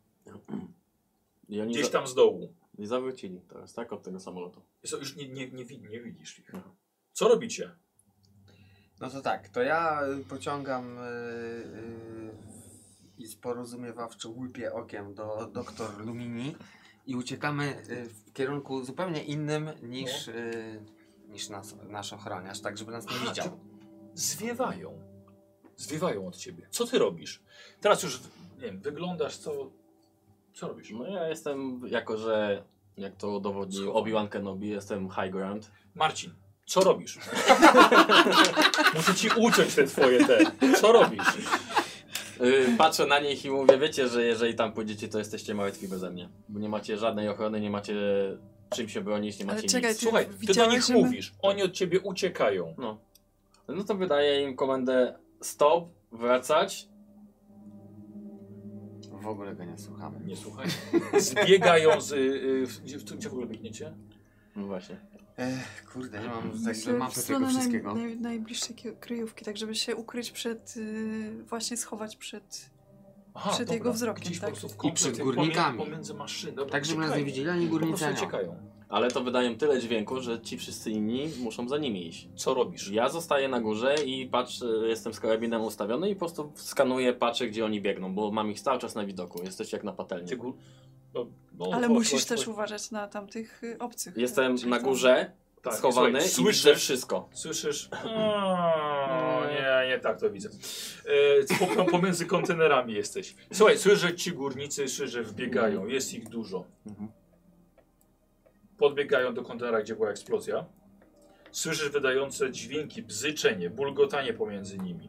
I oni Gdzieś tam z dołu. nie zawrócili teraz, tak? Od tego samolotu. Już nie widzisz ich. Co robicie? No to tak, to ja pociągam i porozumiewawczo łypię okiem do doktor Lumini i uciekamy w kierunku zupełnie innym niż nasz ochroniarz, tak żeby nas nie Aha, widział. Zwiewają od ciebie. Co ty robisz? Teraz już, nie wiem, wyglądasz, co robisz? No ja jestem, jako że, jak to udowodnił Obi-Wan Kenobi, jestem high ground. Marcin, co robisz? Muszę ci uciąć te twoje. Co robisz? Patrzę na nich i mówię, wiecie, że jeżeli tam pójdziecie, to jesteście martwi beze mnie. Bo nie macie żadnej ochrony, nie macie czym się bronić, nie Ale macie czekaj, nic. Słuchaj, ty do widziałeś, nich że my- mówisz, oni od ciebie uciekają. No to wydaje im komendę stop, wracać. W ogóle go nie słuchamy. Nie słuchaj. Zbiegają z... gdzie w ogóle biegniecie? No właśnie. Kurde, nie mam Myślę, mapy w tego stronę wszystkiego. najbliższej kryjówki, tak żeby się ukryć przed, właśnie schować przed... Aha, Przed jego wzrokiem, gdzieś tak? po prostu w I komplet, przed górnikami. Pomiędzy maszyn. Dobra, Tak, żeby nas nie uciekają. widzieli, ani Po prostu górnicy nie. uciekają. Ale to wydają tyle dźwięku, że ci wszyscy inni muszą za nimi iść. Co robisz? Ja zostaję na górze i patrzę, jestem z karabinem ustawiony i po prostu skanuję, patrzę gdzie oni biegną, bo mam ich cały czas na widoku. Jesteście jak na patelni. Ty gór... no, Ale chodź, musisz chodź, też chodź. uważać na tamtych obcych. Jestem Czyli na tam- górze, Tak, schowany słuchaj, i widzę wszystko. Słyszysz? Nie tak to widzę. Pomiędzy kontenerami jesteś. Słuchaj, słyszysz, że ci górnicy że wbiegają. Jest ich dużo. Podbiegają do kontenera, gdzie była eksplozja. Słyszysz wydające dźwięki, bzyczenie, bulgotanie pomiędzy nimi.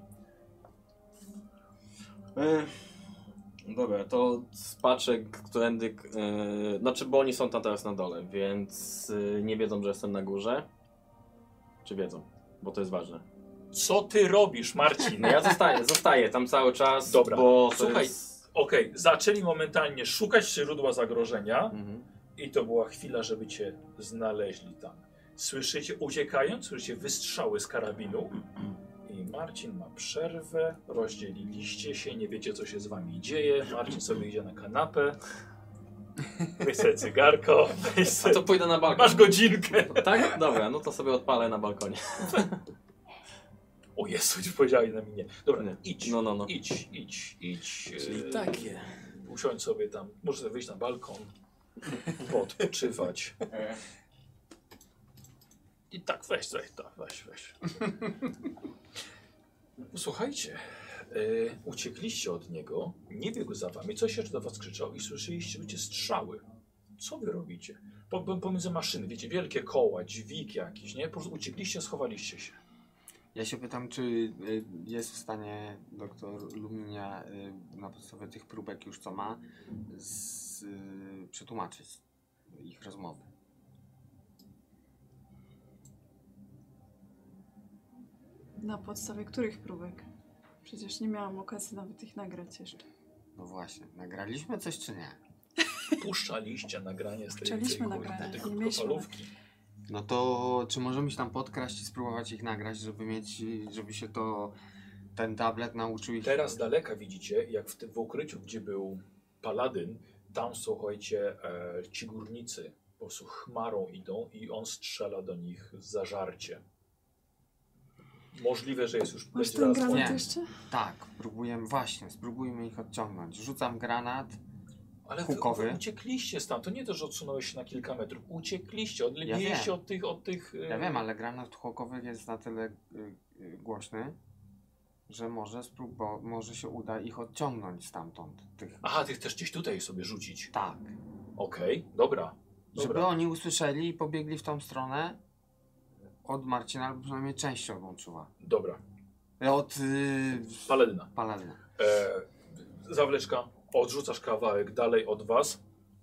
Dobra, to z paczek, którędy... znaczy, bo oni są tam teraz na dole, więc nie wiedzą, że jestem na górze. Czy wiedzą? Bo to jest ważne. Co ty robisz, Marcin? No ja zostaję tam cały czas, Dobra, bo to słuchaj. jest... Okej, zaczęli momentalnie szukać źródła zagrożenia Mhm. i to była chwila, żeby cię znaleźli tam. Słyszycie, uciekając, słyszycie wystrzały z karabinu i Marcin ma przerwę, rozdzieliliście się, nie wiecie co się z wami dzieje, Marcin sobie idzie na kanapę, weź sobie cygarko, weź A sobie... to pójdę na balkon. Masz godzinkę. Tak? Dobra, no to sobie odpalę na balkonie. O Jezu, już powiedziałeś na mnie. Dobra, Nie. idź, No. idź. Czyli takie. Usiądź sobie tam, możesz sobie wyjść na balkon, odpoczywać. I tak, weź. Słuchajcie, uciekliście od niego, nie biegł za wami, coś jeszcze do was krzyczał i słyszeliście strzały. Co wy robicie? Pomiędzy maszyny, wiecie, wielkie koła, dźwig jakiś, nie? Po prostu uciekliście, schowaliście się. Ja się pytam, czy jest w stanie doktor Luminia na podstawie tych próbek już co ma przetłumaczyć ich rozmowy. Na podstawie których próbek? Przecież nie miałam okazji nawet ich nagrać jeszcze. No właśnie, nagraliśmy coś czy nie? Puszczaliście nagranie z tej Puszczaliśmy nagranie, tej nie mieliśmy. krótkofalówki. No to czy możemy się tam podkraść i spróbować ich nagrać, żeby się ten tablet nauczył ich... Teraz z daleka widzicie, jak w ukryciu, gdzie był Paladyn, tam słuchajcie, ci górnicy po prostu chmarą idą i on strzela do nich zażarcie. Możliwe, że jest już Masz będzie ten zaraz granat Nie. jeszcze? Tak, spróbujmy ich odciągnąć. Rzucam granat. Ale hukowy. wy uciekliście stąd. To nie to, że odsunąłeś się na kilka metrów. Uciekliście, odlegliście się od tych... Ja wiem, ale granat hukowy jest na tyle głośny, że może się uda ich odciągnąć stamtąd. Aha, tych też gdzieś tutaj sobie rzucić. Tak. Okej, dobra. Żeby oni usłyszeli i pobiegli w tą stronę od Marcina, albo przynajmniej część odłączyła. Dobra. Od Paladyna. Paladyna. Zawleczka, odrzucasz kawałek dalej od was.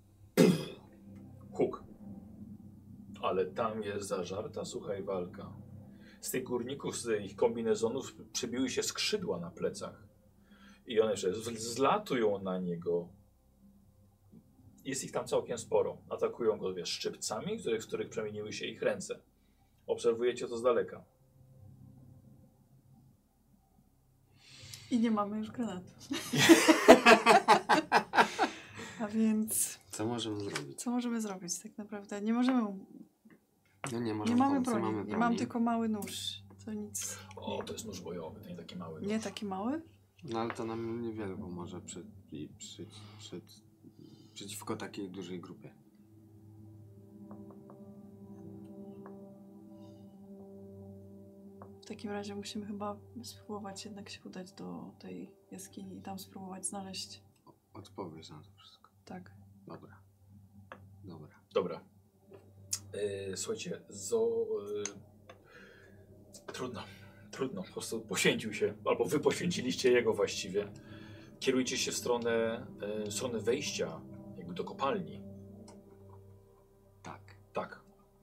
Huk. Ale tam jest zażarta, słuchaj, walka. Z tych górników, z ich kombinezonów przebiły się skrzydła na plecach. I one jeszcze zlatują na niego. Jest ich tam całkiem sporo. Atakują go, wiesz, szczypcami, z których przemieniły się ich ręce. Obserwujecie to z daleka. I nie mamy już granatu. A więc Co możemy zrobić? co możemy zrobić tak naprawdę? Nie możemy. No nie Nie możemy mamy pomóc, broni. nie mamy Nie mam tylko mały nóż. To nic. O, to jest nóż bojowy, to nie taki mały. Nie taki mały? No ale to nam niewiele pomoże przeciwko takiej dużej grupie. W takim razie musimy chyba spróbować jednak się udać do tej jaskini i tam spróbować znaleźć. Odpowiesz na to wszystko. Tak. Dobra. Dobra. Słuchajcie, trudno. Po prostu poświęcił się, albo wy poświęciliście jego właściwie. Kierujecie się w stronę wejścia, jakby do kopalni. Tak. Tak.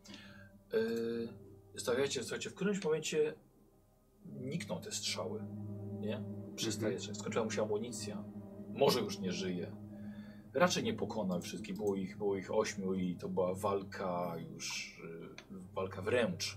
Słuchajcie, w którymś momencie nikną te strzały, nie? Przestaje, że skończyła mu się amunicja. Może już nie żyje. Raczej nie pokonał wszystkich. Było ich 8 i to była walka już, walka wręcz.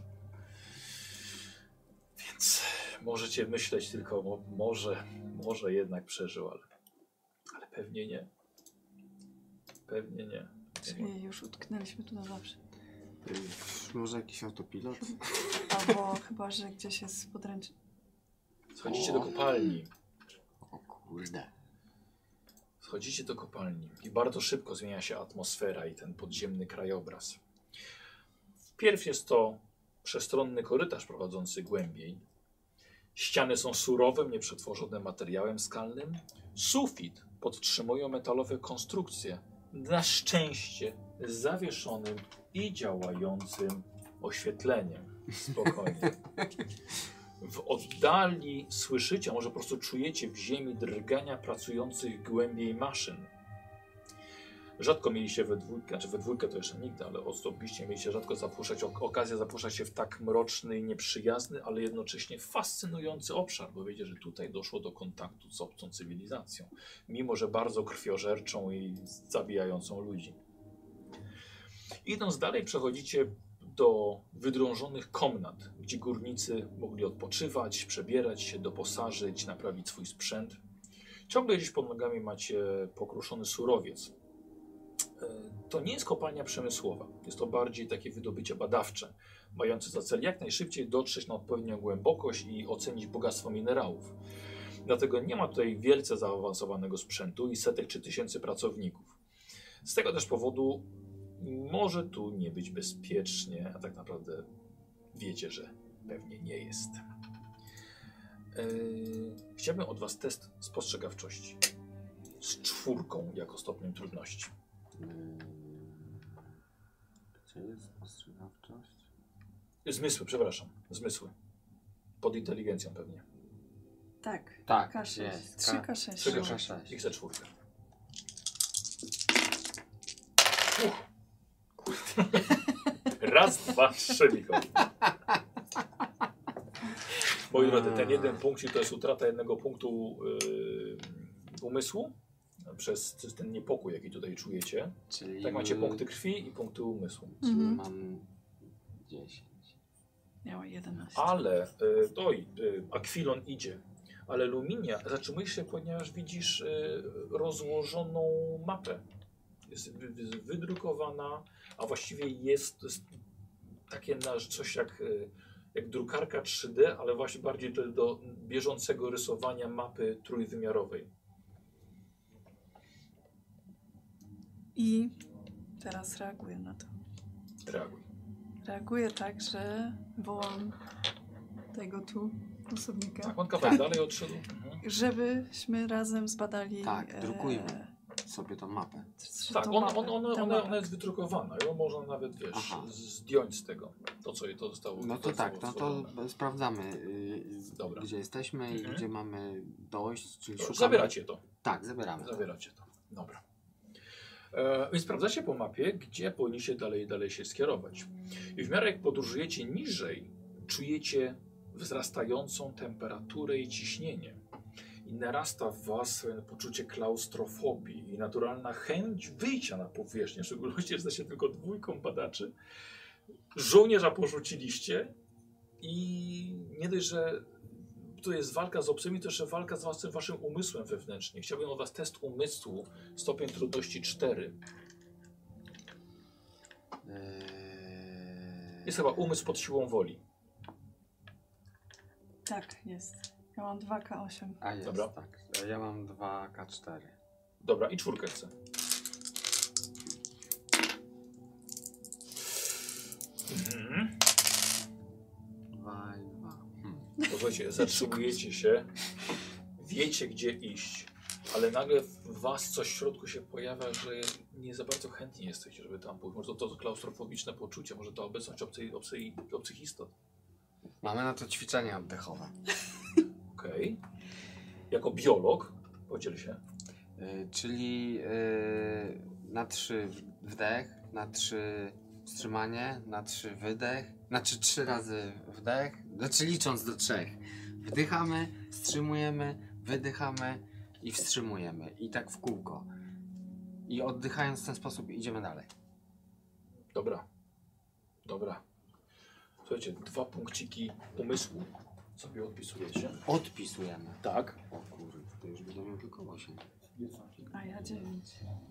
Więc możecie myśleć tylko, może jednak przeżył, ale pewnie nie. Pewnie nie. Czyli już utknęliśmy tu na zawsze. Może jakiś autopilot? Albo chyba, że gdzieś jest podręczny. Schodzicie do kopalni. O kurde. Schodzicie do kopalni i bardzo szybko zmienia się atmosfera i ten podziemny krajobraz. Wpierw jest to przestronny korytarz prowadzący głębiej. Ściany są surowym, nieprzetworzonym materiałem skalnym. Sufit podtrzymują metalowe konstrukcje, na szczęście z zawieszonym i działającym oświetleniem. Spokojnie. W oddali słyszycie, a może po prostu czujecie w ziemi drgania pracujących głębiej maszyn. Rzadko mieliście we dwójkę to jeszcze nigdy, ale osobiście mieliście rzadko okazję zapuszczać się w tak mroczny i nieprzyjazny, ale jednocześnie fascynujący obszar, bo wiecie, że tutaj doszło do kontaktu z obcą cywilizacją, mimo że bardzo krwiożerczą i zabijającą ludzi. Idąc dalej przechodzicie do wydrążonych komnat, gdzie górnicy mogli odpoczywać, przebierać się, doposażyć, naprawić swój sprzęt. Ciągle gdzieś pod nogami macie pokruszony surowiec. To nie jest kopalnia przemysłowa, jest to bardziej takie wydobycie badawcze, mające za cel jak najszybciej dotrzeć na odpowiednią głębokość i ocenić bogactwo minerałów. Dlatego nie ma tutaj wielce zaawansowanego sprzętu i setek czy tysięcy pracowników. Z tego też powodu może tu nie być bezpiecznie, a tak naprawdę wiecie, że pewnie nie jest. Chciałbym od Was test spostrzegawczości z 4 jako stopniem trudności. Gdzie jest spostrzegawczość? Zmysły, przepraszam. Zmysły. Pod inteligencją pewnie. Tak. Tak, K6. jest. 3K6. 3K6. Ich za 4. Raz, 2, 3, Mikołaj. Moi drodzy, ten jeden punkcik to jest utrata jednego punktu umysłu przez ten niepokój, jaki tutaj czujecie. Czyli Tak macie punkty krwi i punkty umysłu. Czyli mam 10. Miała 11. Ale, Akwilon idzie. Ale Luminia, zatrzymujesz się, ponieważ widzisz rozłożoną mapę. Jest wydrukowana, a właściwie jest takie coś jak drukarka 3D, ale właśnie bardziej do bieżącego rysowania mapy trójwymiarowej. I teraz reaguję na to. Reaguj. Reaguję tak, że wołam tego tu osobnika. Tak, on kawałek dalej odszedł. Żebyśmy razem zbadali... Tak, drukujmy sobie tą mapę. Tak, ona jest wydrukowana. Ją można nawet, zdjąć z tego. To, co jej to zostało. No to tak, no to sprawdzamy, Dobra. gdzie jesteśmy i gdzie mamy dojść, czyli szukamy... Zabieracie to. Tak, zabieramy. Zabieracie to. Dobra. Więc sprawdzacie po mapie, gdzie powinniście dalej się skierować. I w miarę jak podróżujecie niżej, czujecie wzrastającą temperaturę i ciśnienie. I narasta w was poczucie klaustrofobii i naturalna chęć wyjścia na powierzchnię, w szczególności, że jesteście tylko 2 badaczy. Żołnierza porzuciliście i nie dość, że to jest walka z obcymi, to jeszcze walka z waszym umysłem wewnętrznym. Chciałbym od was test umysłu, stopień trudności 4. Jest chyba umysł pod siłą woli. Tak, jest. Ja mam 2K8. A jest, Dobra. tak. A ja mam 2K4. Dobra, i 4 chcę. Mhm. 2 i 2. Posłuchajcie, zatrzymujecie się, wiecie gdzie iść, ale nagle w was coś w środku się pojawia, że nie za bardzo chętni jesteście, żeby tam pójść. Może to klaustrofobiczne poczucie, może to obecność obcych istot. Mamy na to ćwiczenia oddechowe. Okej. Jako biolog Podziel się. Czyli na 3 wdech, na 3 wstrzymanie, na 3 wydech, znaczy 3 razy wdech, znaczy licząc do 3. Wdychamy, wstrzymujemy, wydychamy i wstrzymujemy. I tak w kółko. I oddychając w ten sposób idziemy dalej. Dobra. Dobra. Słuchajcie, 2 punkciki umysłu sobie odpisujecie. Odpisujemy. Tak. O kurde, to już będę miał tylko 8. A ja 9.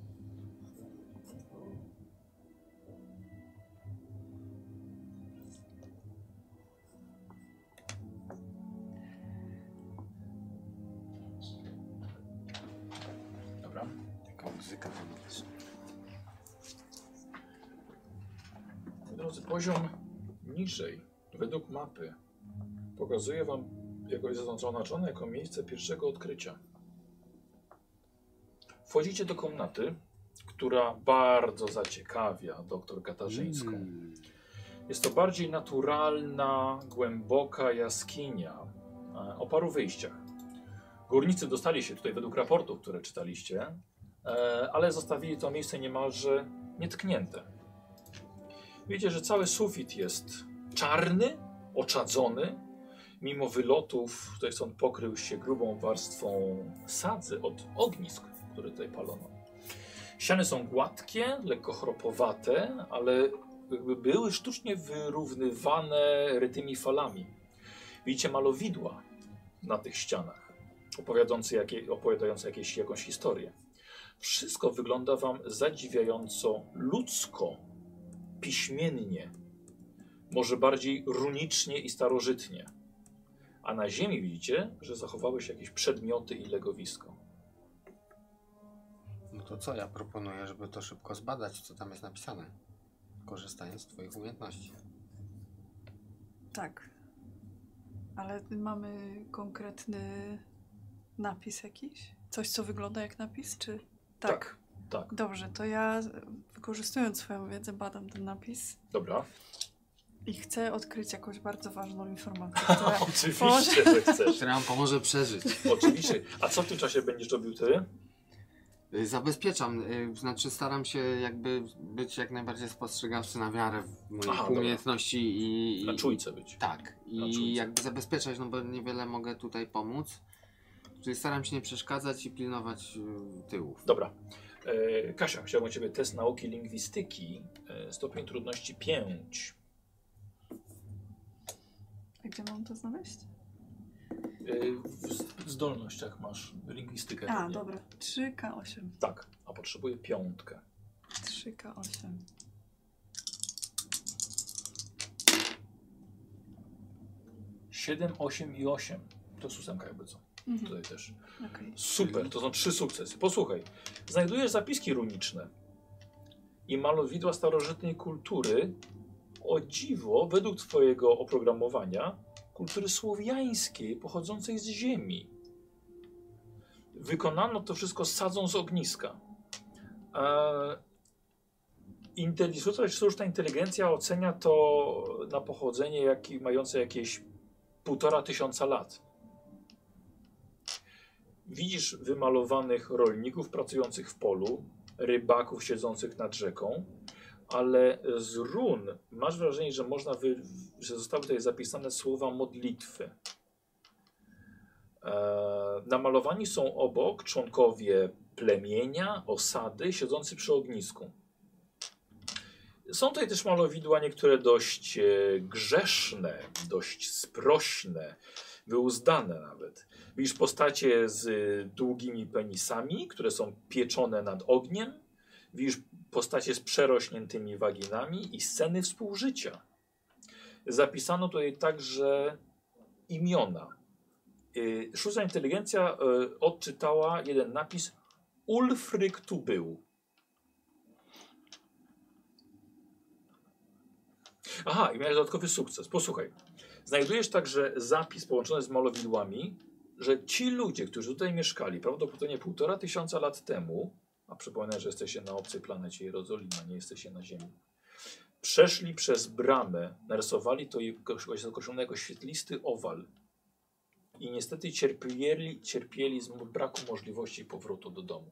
Dobra. Taka muzyka tam jest. Moi drodzy, poziom niżej, według mapy, pokazuje wam, jako jest zaznaczone jako miejsce pierwszego odkrycia. Wchodzicie do komnaty, która bardzo zaciekawia doktor Katarzyńską. Jest to bardziej naturalna, głęboka jaskinia o paru wyjściach. Górnicy dostali się tutaj według raportów, które czytaliście, ale zostawili to miejsce niemalże nietknięte. Widzicie, że cały sufit jest czarny, oczadzony. Mimo wylotów, tutaj stąd pokrył się grubą warstwą sadzy od ognisk, które tutaj palono. Ściany są gładkie, lekko chropowate, ale jakby były sztucznie wyrównywane rytymi falami. Widzicie malowidła na tych ścianach, opowiadające jakąś historię. Wszystko wygląda wam zadziwiająco ludzko, piśmiennie, może bardziej runicznie i starożytnie. A na ziemi widzicie, że zachowały się jakieś przedmioty i legowisko. No to co, ja proponuję, żeby to szybko zbadać, co tam jest napisane. Korzystając z twoich umiejętności. Tak. Ale mamy konkretny napis jakiś? Coś, co wygląda jak napis, czy... Tak. Dobrze, to ja wykorzystując swoją wiedzę badam ten napis Dobra. i chcę odkryć jakąś bardzo ważną informację, która Oczywiście, że chcesz. Która nam pomoże przeżyć. Oczywiście. A co w tym czasie będziesz robił ty? Zabezpieczam, znaczy staram się jakby być jak najbardziej spostrzegawczy na miarę moich Aha, dobra. umiejętności i... Na czujce być. Tak, Na czujce. i jakby zabezpieczać, no bo niewiele mogę tutaj pomóc. Czyli staram się nie przeszkadzać i pilnować tyłów. Dobra. Kasia, chciałbym od ciebie test nauki lingwistyki. Stopień trudności 5. A gdzie mam to znaleźć? W zdolnościach masz lingwistykę. A, pewnie. dobra. 3K8. Tak, a potrzebuję 5. 3K8. 7, 8 i 8. To jest 8 jakby co. Mhm. Tutaj też. Okej. Super, to są 3 sukcesy. Posłuchaj, znajdujesz zapiski runiczne i malowidła starożytnej kultury, o dziwo, według twojego oprogramowania, kultury słowiańskiej, pochodzącej z ziemi. Wykonano to wszystko sadzą z ogniska. Sztuczna inteligencja ocenia to na pochodzenie mające jakieś 1500 lat. Widzisz wymalowanych rolników pracujących w polu, rybaków siedzących nad rzeką, ale z run masz wrażenie, że że zostały tutaj zapisane słowa modlitwy. Namalowani są obok członkowie plemienia, osady, siedzący przy ognisku. Są tutaj też malowidła, niektóre dość grzeszne, dość sprośne, wyuzdane nawet. Widzisz postacie z długimi penisami, które są pieczone nad ogniem. Widzisz postacie z przerośniętymi waginami i sceny współżycia. Zapisano tutaj także imiona. Sztuczna inteligencja odczytała jeden napis: Ulfryk tu był. Aha, i miałeś dodatkowy sukces. Posłuchaj. Znajdujesz także zapis połączony z malowidłami, że ci ludzie, którzy tutaj mieszkali prawdopodobnie 1500 lat temu, a przypomnę, że jesteście na obcej planecie Jerozolima, nie jesteście na Ziemi, przeszli przez bramę, narysowali to i określono jako świetlisty owal. i niestety cierpieli z braku możliwości powrotu do domu.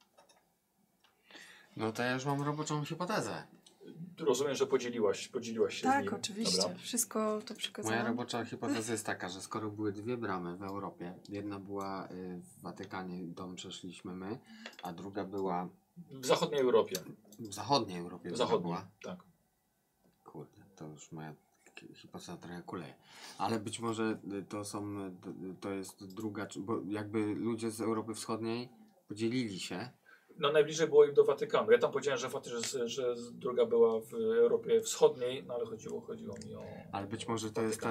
No to ja już mam roboczą hipotezę. Rozumiem, że podzieliłaś się z Tak, nim. oczywiście. Dobra. Wszystko to przekazałam. Moja robocza hipoteza jest taka, że skoro były dwie bramy w Europie, jedna była w Watykanie, dom przeszliśmy my, a druga była W zachodniej Europie. w zachodniej Europie. druga Zachodniej, była. tak. Kurde, to już moja hipoteza trochę kuleje. Ale być może to jest druga, bo jakby ludzie z Europy Wschodniej podzielili się. No najbliżej było im do Watykanu. Ja tam powiedziałem, że druga była w Europie Wschodniej, no ale chodziło mi o... Ale być może to jest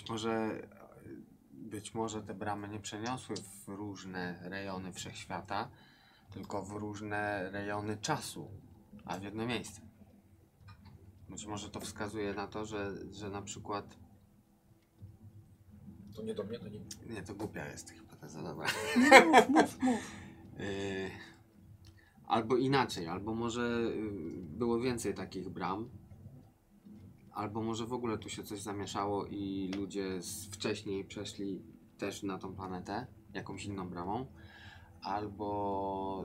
być może te bramy nie przeniosły w różne rejony wszechświata, tylko w różne rejony czasu, a w jedno miejsce. Być może to wskazuje na to, że na przykład... To nie do mnie, to nie... Nie, to głupia jest hipoteza, dobra. Nie, mów. Albo inaczej, albo może było więcej takich bram, albo może w ogóle tu się coś zamieszało i ludzie wcześniej przeszli też na tą planetę jakąś inną bramą, albo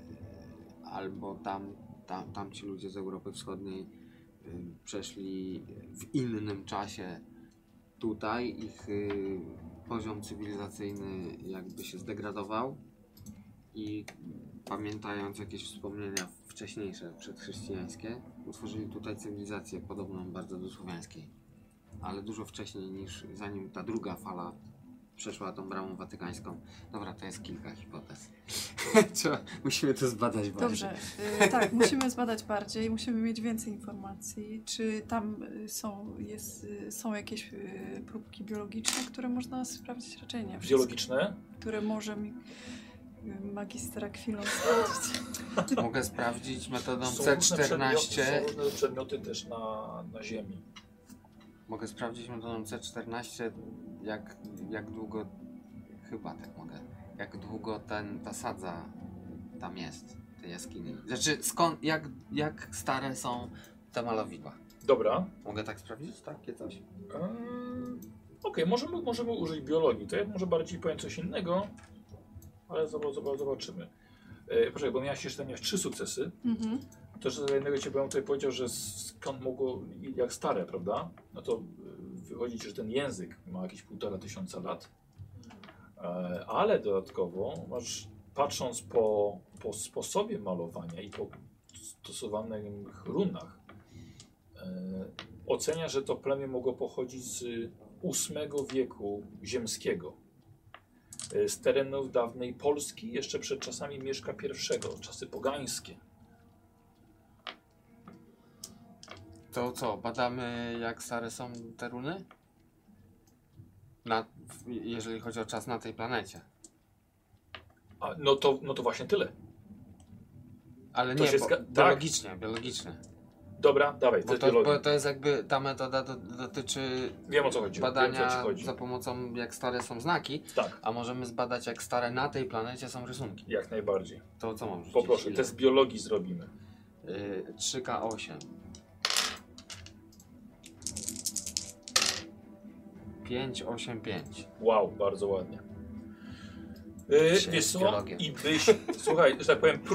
tam ci ludzie z Europy Wschodniej przeszli w innym czasie tutaj, ich poziom cywilizacyjny jakby się zdegradował i pamiętając jakieś wspomnienia wcześniejsze, przedchrześcijańskie, utworzyli tutaj cywilizację podobną bardzo do słowiańskiej. Ale dużo wcześniej niż zanim ta druga fala przeszła tą bramą watykańską. Dobra, to jest kilka hipotez. Musimy to zbadać bardziej. Dobrze, tak, musimy zbadać bardziej, musimy mieć więcej informacji. Czy tam są jakieś próbki biologiczne, które można sprawdzić? Raczej nie. Biologiczne? Które może mi magistra chwilą sprawdzić. Mogę sprawdzić metodą Są C14. Są różne przedmioty też na Ziemi. Mogę sprawdzić metodą C14, jak długo, chyba tak mogę, jak długo ta sadza tam jest, tej jaskini. Znaczy, jak stare są te malowidła. Dobra. Mogę tak sprawdzić? Takie coś? Okej, możemy użyć biologii. To ja może bardziej powiem coś innego, ale zobaczymy. Poczekaj, bo miałeś 3 sukcesy. Mhm. To, że za jednego cię bym tutaj powiedział, że skąd mogło, jak stare, prawda? No to wychodzi ci, że ten język ma jakieś 1500 lat. Ale dodatkowo masz, patrząc po sposobie malowania i po stosowanych runach, ocenia, że to plemię mogło pochodzić z VIII wieku ziemskiego. Z terenów dawnej Polski, jeszcze przed czasami Mieszka I, czasy pogańskie. To co, badamy jak stare są te runy? Jeżeli chodzi o czas na tej planecie. No to właśnie tyle. Ale To nie, się biologicznie. Dobra, dawaj, to jest biologia. Bo to jest jakby, ta metoda dotyczy Wiem, o co chodzi. badania Wiem, o co ci chodzi. za pomocą jak stare są znaki, Tak, a możemy zbadać jak stare na tej planecie są rysunki. jak najbardziej. To co mam rzucić? Poproszę, Ile? test biologii zrobimy. 3K8. 585. Wow, bardzo ładnie. Wiesz co? biologię. I słuchaj, że tak powiem,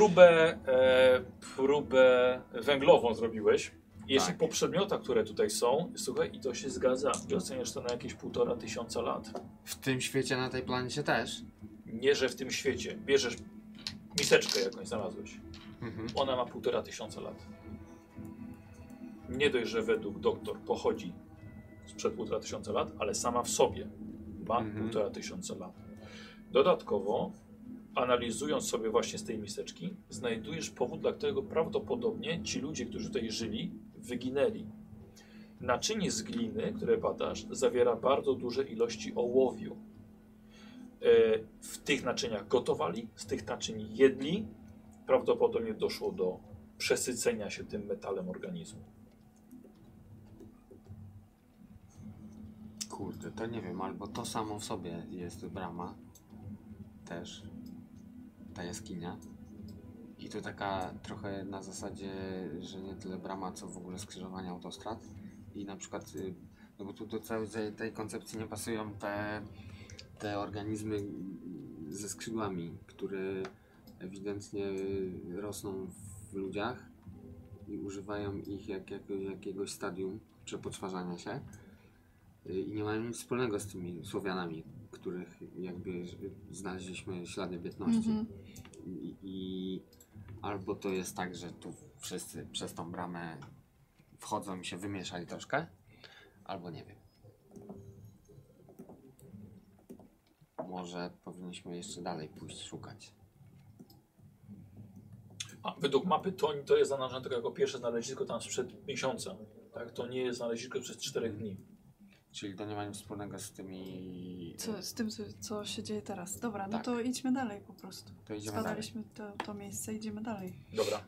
próbę węglową zrobiłeś. I jeszcze Tak. po przedmiotach, które tutaj są, słuchaj, i to się zgadza. I oceniasz to na jakieś 1500 lat. W tym świecie, na tej planecie też? Nie, że w tym świecie. Bierzesz miseczkę, jakąś znalazłeś. Mhm. Ona ma 1500 lat. Nie dość, że według doktor pochodzi sprzed 1500 lat, ale sama w sobie ma 1500 lat. Dodatkowo, analizując sobie właśnie z tej miseczki, znajdujesz powód, dla którego prawdopodobnie ci ludzie, którzy tutaj żyli, wyginęli. Naczynie z gliny, które badasz, zawiera bardzo duże ilości ołowiu. W tych naczyniach gotowali, z tych naczyń jedli. Prawdopodobnie doszło do przesycenia się tym metalem organizmu. Kurde, to nie wiem, albo to samo w sobie jest brama. Też. Ta jaskinia. I to taka trochę na zasadzie, że nie tyle brama, co w ogóle skrzyżowanie autostrad. I na przykład, no bo tu do całej tej koncepcji nie pasują te te organizmy ze skrzydłami, które ewidentnie rosną w ludziach i używają ich jakiegoś stadium przepoczwarzania się i nie mają nic wspólnego z tymi Słowianami, których jakby znaleźliśmy ślady bytności. I albo to jest tak, że tu wszyscy przez tą bramę wchodzą i się wymieszali troszkę, albo nie wiem. Może powinniśmy jeszcze dalej pójść szukać. A według mapy to jest zaznaczone tylko jako pierwsze znalezisko tam sprzed miesiąca. Tak? To nie jest znalezisko przez 4 dni. Czyli to nie ma nic wspólnego z tymi... Z tym, co się dzieje teraz. Dobra, no Tak. to idźmy dalej po prostu. To idziemy Zbadaliśmy to miejsce, idziemy dalej. Dobra.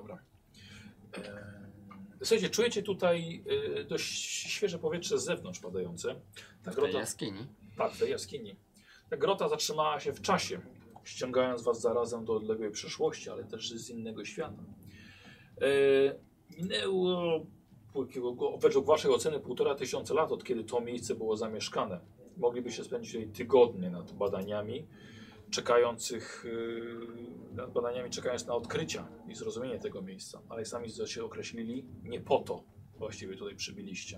Słuchajcie, czujecie tutaj dość świeże powietrze z zewnątrz padające. Ta w tej grota, jaskini. tak, w tej jaskini. Ta grota zatrzymała się w czasie, ściągając was zarazem do odległej przeszłości, ale też z innego świata. Minęło według waszej oceny 1500 lat, od kiedy to miejsce było zamieszkane. Moglibyście spędzić tutaj tygodnie nad badaniami, czekając na odkrycia i zrozumienie tego miejsca. Ale sami się określili, nie po to właściwie tutaj przybyliście.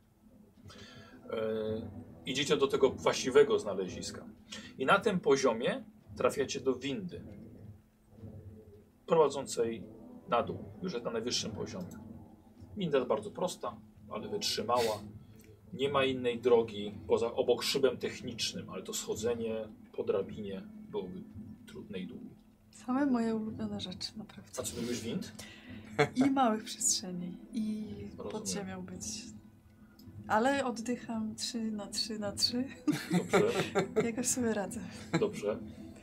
Idziecie do tego właściwego znaleziska. I na tym poziomie trafiacie do windy prowadzącej na dół, już na najwyższym poziomie. Winda jest bardzo prosta, ale wytrzymała. Nie ma innej drogi obok szybem technicznym, ale to schodzenie po drabinie byłoby trudne i długie. Same moje ulubione rzeczy, naprawdę. A co lubisz wind? I małych przestrzeni, i Rozumiem. pod ziemią być. Ale oddycham 3x3x3. Dobrze, Jakoś sobie radzę. dobrze.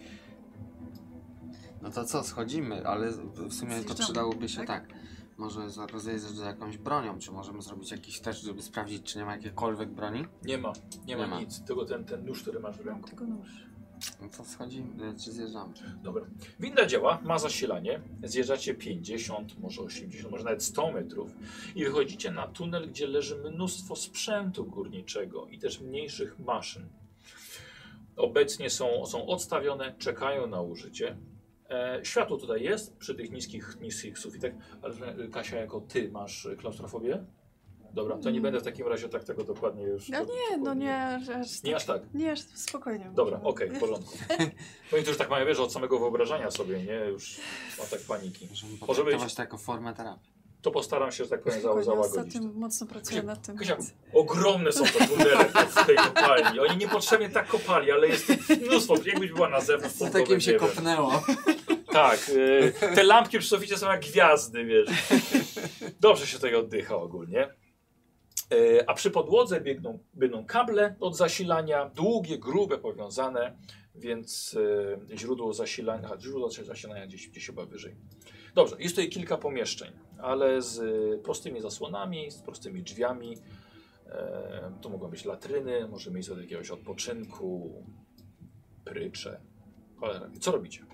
No to co, schodzimy, ale w sumie to Zjeżdżamy, przydałoby się tak? Może rozejrzeć za jakąś bronią, czy możemy zrobić jakiś test, żeby sprawdzić, czy nie ma jakiejkolwiek broni? Nie ma Nie ma. nic, tylko ten nóż, który masz w ręku. Tylko nóż. No to schodzimy, czy zjeżdżamy? Dobra. Winda działa, ma zasilanie. Zjeżdżacie 50, może 80, może nawet 100 metrów i wychodzicie na tunel, gdzie leży mnóstwo sprzętu górniczego i też mniejszych maszyn. Obecnie są odstawione, czekają na użycie. Światło tutaj jest przy tych niskich sufitach, ale Kasia, jako ty masz klaustrofobię? Dobra, to nie będę w takim razie tak tego dokładnie już... No nie, no nie aż tak. Nie aż tak. Nie, aż spokojnie. Dobra, możemy. okej, w porządku. No i to już tak mają, wiesz, od samego wyobrażania sobie, nie? Już atak paniki. Możemy Może potraktować to jako formę terapii. To postaram się, że tak powiem, Spokojnie, załagodzić. ostatnio mocno pracuję nad tym. Kasia, ogromne są te tunele w tej kopalni. Oni niepotrzebnie tak kopali, ale jest mnóstwo. Jakbyś była na zewnątrz. Co takim się kopnęło? Tak, te lampki przy suficie są jak gwiazdy, wiesz. Dobrze się tutaj oddycha ogólnie. A przy podłodze będą kable od zasilania, długie, grube, powiązane, więc źródło zasilania gdzieś chyba wyżej. Dobrze, jest tutaj kilka pomieszczeń, ale z prostymi zasłonami, z prostymi drzwiami. To mogą być latryny, może miejsce do jakiegoś odpoczynku, prycze. Cholera, co robicie?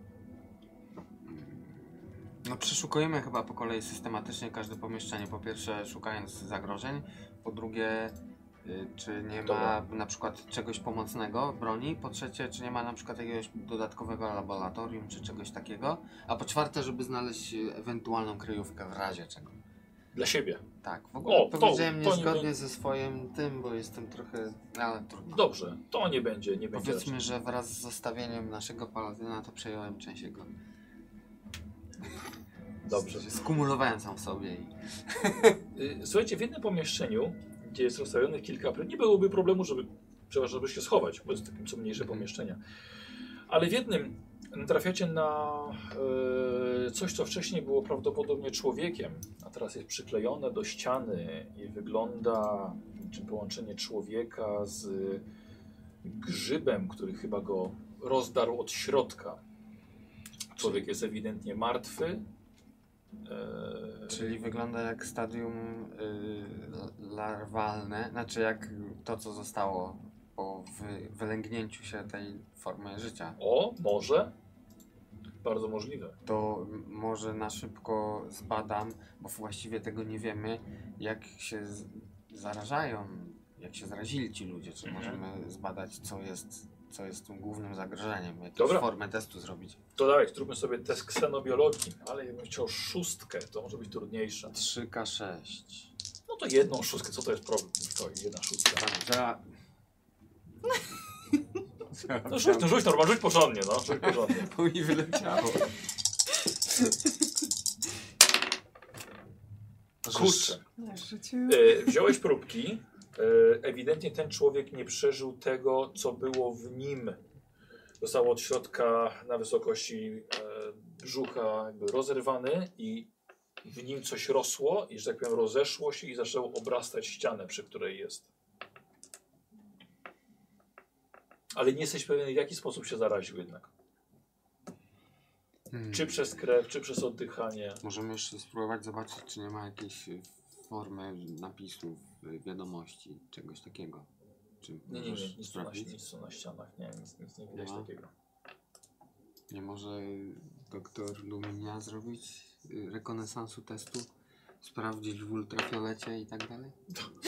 No przeszukujemy chyba po kolei systematycznie każde pomieszczenie. Po pierwsze szukając zagrożeń, po drugie czy nie ma na przykład czegoś pomocnego, broni, po trzecie czy nie ma na przykład jakiegoś dodatkowego laboratorium czy czegoś takiego, a po czwarte żeby znaleźć ewentualną kryjówkę w razie czego. Dla siebie. Tak, w ogóle powiedziałem to nie niezgodnie będzie- ze swoim tym, bo jestem trochę, ale trudno. Dobrze, to nie będzie. Powiedzmy, że wraz z zostawieniem naszego paladyna to przejąłem część jego. Dobrze. Skumulowałem sam w sobie i... Słuchajcie, w jednym pomieszczeniu, gdzie jest rozstawionych kilka nie byłoby problemu, żeby się schować, bo jest takim co mniejsze pomieszczenia. Ale w jednym trafiacie na coś, co wcześniej było prawdopodobnie człowiekiem, a teraz jest przyklejone do ściany i wygląda niczym połączenie człowieka z grzybem, który chyba go rozdarł od środka. Człowiek jest ewidentnie martwy. Czyli wygląda jak stadium larwalne, znaczy jak to, co zostało po wylęgnięciu się tej formy życia. O, może? Bardzo możliwe. To może na szybko zbadam, bo właściwie tego nie wiemy, jak się zarażają, jak się zarazili ci ludzie, czy możemy zbadać, co jest tym głównym zagrożeniem, jakąś Dobra. formę testu zrobić. To dawaj, zróbmy sobie test ksenobiologii, ale jakbym chciał 6, to może być trudniejsze. 3K6. No to 1 6, co to jest problem? To 1 6. No rzuć normalnie, rzuć porządnie, no, rzuć porządnie. Bo mi wyleciało. Kurczę. Rzucił. Wziąłeś próbki, ewidentnie ten człowiek nie przeżył tego, co było w nim. Został od środka na wysokości brzucha jakby rozerwany i w nim coś rosło i, że tak powiem, rozeszło się i zaczęło obrastać ścianę, przy której jest. Ale nie jesteś pewien, w jaki sposób się zaraził jednak. Czy przez krew, czy przez oddychanie. Możemy jeszcze spróbować zobaczyć, czy nie ma jakiejś formy napisów, wiadomości, czegoś takiego. Czy Nie, możesz nic sprawdzić? tu na ścianach, nie, nic nie widać No. takiego. Nie może doktor Luminia zrobić rekonesansu testu? Sprawdzić w ultrafiolecie i tak dalej?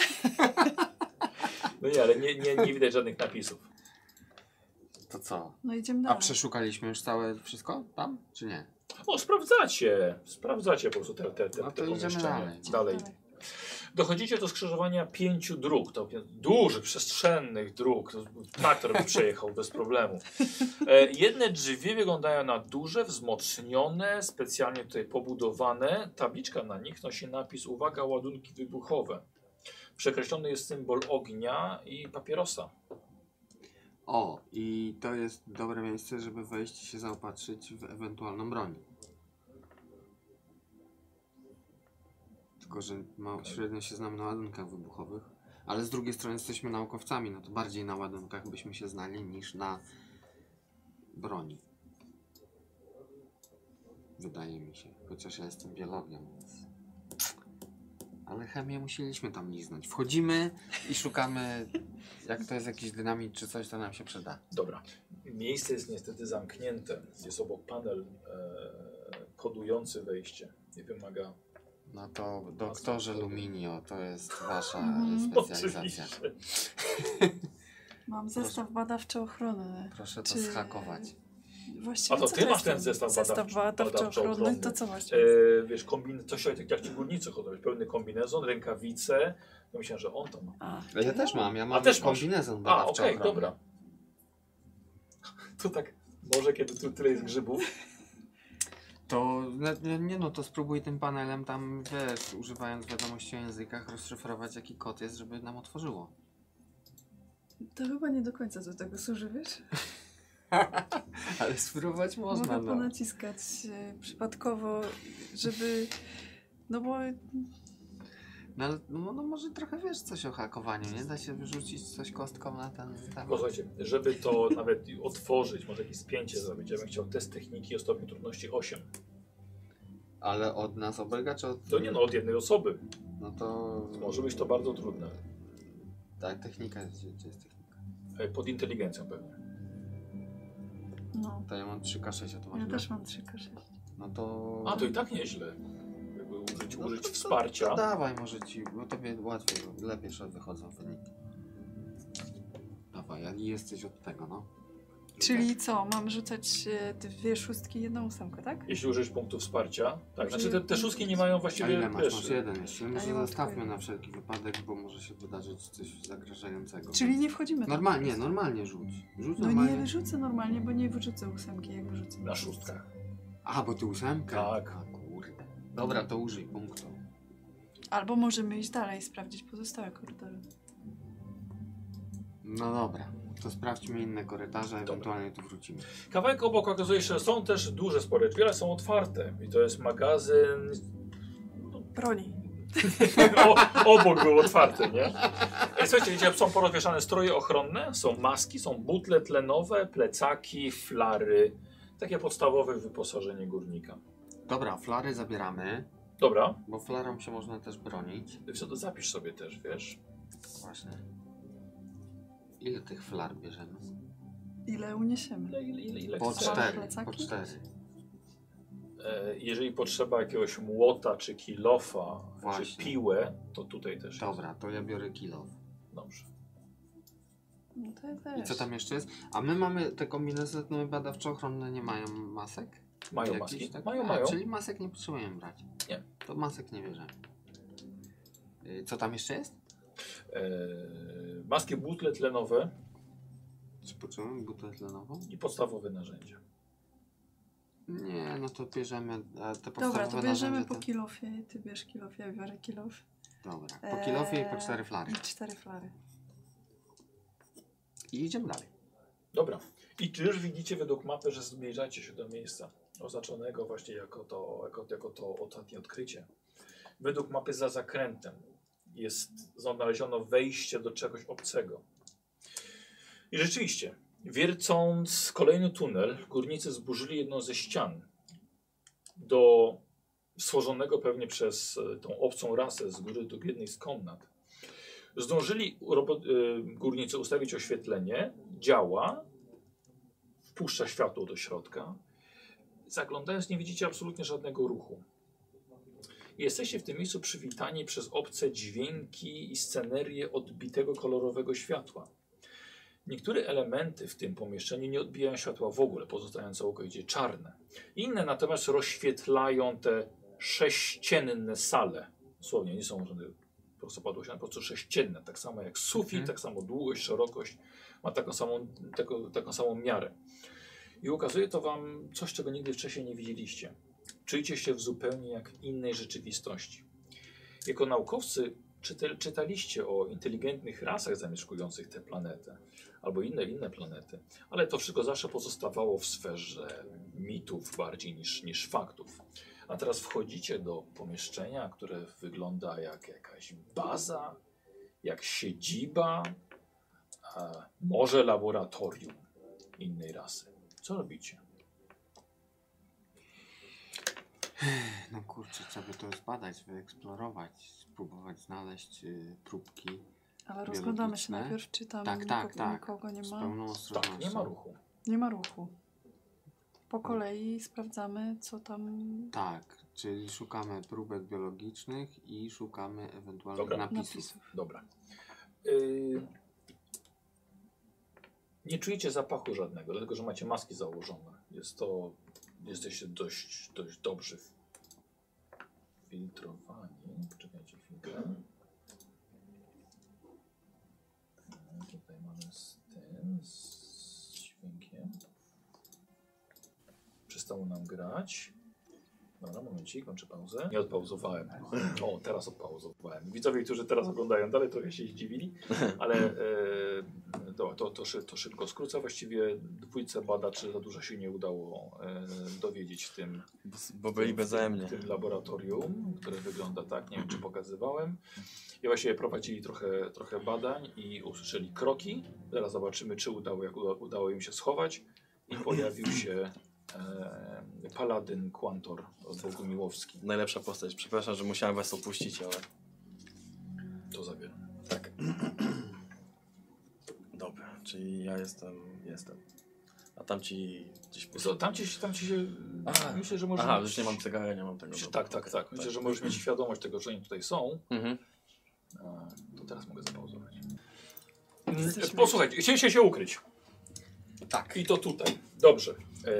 No nie, ale nie widać żadnych napisów. To co? No idziemy A dalej. przeszukaliśmy już całe wszystko tam, czy nie? O, sprawdzacie po prostu te No to idziemy pomieszczenia. dalej. Dochodzicie do skrzyżowania 5 dróg, to dużych, przestrzennych dróg. Traktor by przejechał bez problemu. Jedne drzwi wyglądają na duże, wzmocnione, specjalnie tutaj pobudowane. Tabliczka na nich nosi napis: uwaga, ładunki wybuchowe. Przekreślony jest symbol ognia i papierosa. O, i to jest dobre miejsce, żeby wejść i się zaopatrzyć w ewentualną broń. Tylko, że średnio się znamy na ładunkach wybuchowych, ale z drugiej strony jesteśmy naukowcami, no to bardziej na ładunkach byśmy się znali niż na broni. Wydaje mi się, chociaż ja jestem biologiem, więc... Ale chemię musieliśmy tam liznąć. Wchodzimy i szukamy, jak to jest jakiś dynamit czy coś, to nam się przyda. Dobra. Miejsce jest niestety zamknięte. Jest obok panel kodujący wejście. Nie wymaga... No to doktorze Luminio, to jest wasza specjalizacja. Oczywiście. Mam zestaw badawczo-ochronny. Proszę to Czy- zhakować. Właściwie A to co ty masz jest ten zestaw badawczo-ochronny? badawczo-ochronny. To co właśnie? Wiesz, coś jak ci górnicy chodzą. Pełny kombinezon, rękawice. No myślałem, że on to ma. A, Ja też mam, też masz? kombinezon A, okej, badawczo-ochronny. dobra. To tak, może kiedy tu tyle jest grzybów. To nie no, to spróbuj tym panelem tam, wiesz, używając wiadomości o językach, rozszyfrować jaki kod jest, żeby nam otworzyło. to chyba nie do końca do tego służy, wiesz? Ale spróbować można, Mogę no. ponaciskać przypadkowo, żeby... No bo No, ale, no może trochę wiesz coś o hakowaniu, nie? Da się wyrzucić coś kostką na ten temat. Posłuchajcie, żeby to nawet otworzyć, może jakieś spięcie zrobić, ja bym chciał test techniki o stopniu trudności 8. Ale od nas obojga, czy od... To nie no, od jednej osoby. No to... Może być to bardzo trudne. Tak, technika jest, gdzie jest technika? Pod inteligencją pewnie. no, To ja mam 3K6, a to masz ja ile? też mam 3K6. No to... A, to i tak nieźle. Jakby użyć to wsparcia. dawaj może ci, bo tobie łatwiej, lepiej wychodzą wyniki. Dawaj, ale jesteś od tego, no. Czyli co, mam rzucać 2 szóstki i 1 ósemkę, tak? Jeśli użyjesz punktu wsparcia. Tak, znaczy Czyli- te szóstki nie mają A właściwie, ile masz? wiesz, Masz jeden jeszcze. A Może ja mam zostawmy tylko na wszelki wypadek, bo może się wydarzyć coś zagrażającego. Czyli nie wchodzimy tam. Normalnie, normalnie rzuć. Rzuć No normalnie. nie wyrzucę normalnie, bo nie wyrzucę ósemki, jak wyrzucę na szóstkach. A, bo ty ósemkę? Tak. A kurde. Dobra, to użyj punktu. Albo możemy iść dalej i sprawdzić pozostałe korytarze. No dobra, to sprawdźmy inne korytarze, ewentualnie tu wrócimy. Kawałek obok okazuje się, że są też duże, spore drzwi, ale są otwarte. I to jest magazyn... Broni. Obok był otwarty, nie? Słuchajcie, widzicie, są porozwieszane stroje ochronne, są maski, są butle tlenowe, plecaki, flary. Takie podstawowe wyposażenie górnika. Dobra, flary zabieramy, Dobra, bo flarą się można też bronić. wiesz co, to zapisz sobie też, wiesz? Właśnie. Ile tych flar bierzemy? Ile uniesiemy? Ile Po chcesz. 4, plecaki? po 4. Jeżeli potrzeba jakiegoś młota, czy kilofa, czy Właśnie. piłę, to tutaj też Dobra, to ja biorę kilo. jest. Dobrze. No to ja też. I co tam jeszcze jest? A my mamy te kombinezony badawczo-ochronne, nie mają masek? Mają Jakiś, maski? tak? Mają. Czyli masek nie potrzebujemy brać. Nie. To masek nie bierzemy. Co tam jeszcze jest? Maski, butle tlenowe Czy potrzebujemy butlę tlenową? i podstawowe narzędzia. Nie, no to bierzemy te podstawowe Dobra, to bierzemy narzędzia, po kilofie. Ty bierz kilof, ja biorę kilof. Dobra, po kilofie i po 4 flary. I 4 flary. I idziemy dalej. Dobra. I już widzicie według mapy, że zbliżacie się do miejsca oznaczonego właśnie jako to ostatnie odkrycie. Według mapy za zakrętem znaleziono wejście do czegoś obcego. I rzeczywiście, wiercąc kolejny tunel, górnicy zburzyli jedną ze ścian do stworzonego pewnie przez tą obcą rasę z góry do jednej z komnat. Zdążyli górnicy ustawić oświetlenie, działa, wpuszcza światło do środka. Zaglądając nie widzicie absolutnie żadnego ruchu. Jesteście w tym miejscu przywitani przez obce dźwięki i scenerię odbitego kolorowego światła. Niektóre elementy w tym pomieszczeniu nie odbijają światła w ogóle, pozostając całkowicie czarne. Inne natomiast rozświetlają te sześcienne sale. Dosłownie nie są żadne prostopadłości, po prostu sześcienne. Tak samo jak sufit, tak samo długość, szerokość. Ma taką samą miarę. I ukazuje to wam coś, czego nigdy wcześniej nie widzieliście. Czujecie się w zupełnie jak innej rzeczywistości. Jako naukowcy czytaliście o inteligentnych rasach zamieszkujących tę planetę albo inne planety, ale to wszystko zawsze pozostawało w sferze mitów bardziej niż faktów. A teraz wchodzicie do pomieszczenia, które wygląda jak jakaś baza, jak siedziba, może laboratorium innej rasy. Co robicie? No kurczę, trzeba by to zbadać, wyeksplorować, spróbować znaleźć próbki. Ale rozglądamy się biologiczne. najpierw, czy tam Tak. nikogo nie Z ma. pełną ostrożnością. Tak, nie ma ruchu. Nie ma ruchu. Po kolei sprawdzamy, co tam... Tak, czyli szukamy próbek biologicznych i szukamy ewentualnych Dobra. napisów. Dobra. Nie czujecie zapachu żadnego, dlatego że macie maski założone. Jesteście dość dobrzy filtrowani. Poczekajcie chwilkę. Tutaj mamy z dźwiękiem. Przestało nam grać. Dobra, momencik, kończę pauzę. Nie odpauzowałem. O, teraz odpauzowałem. Widzowie, którzy teraz oglądają dalej, trochę się zdziwili, ale to szybko skrócę. Właściwie dwójce badaczy za dużo się nie udało dowiedzieć w tym, Bo byli beze mnie. w tym laboratorium, które wygląda tak, nie wiem czy pokazywałem. I właściwie prowadzili trochę badań i usłyszeli kroki. Zaraz zobaczymy, czy udało im się schować. I pojawił się Paladyn Quantor od Bogumiłowski. Najlepsza postać. Przepraszam, że musiałem was opuścić, ale... To zabieram. Tak. Dobra, czyli ja jestem. A tam ci gdzieś... Tam ci się... Myślę, że może... Aha, już nie mam cygara, nie mam tego. Tak. Myślę, że możesz mieć świadomość tego, że oni tutaj są. Mhm. To teraz mogę zapauzować. Posłuchajcie, chcieliście się ukryć. Tak. I to tutaj. Dobrze.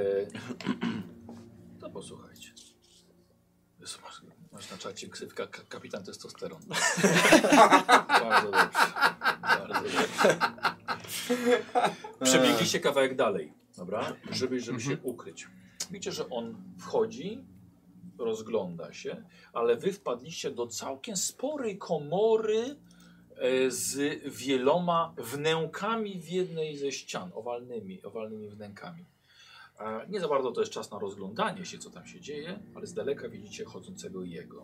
To posłuchajcie. Jezu, masz na czacie ksywka kapitan testosteron. Bardzo dobrze. Bardzo dobrze. Przebiegliście kawałek dalej, dobra? Żeby się ukryć. Widzicie, że on wchodzi, rozgląda się, ale wy wpadliście do całkiem sporej komory z wieloma wnękami w jednej ze ścian, owalnymi wnękami. Nie za bardzo to jest czas na rozglądanie się, co tam się dzieje, ale z daleka widzicie chodzącego jego.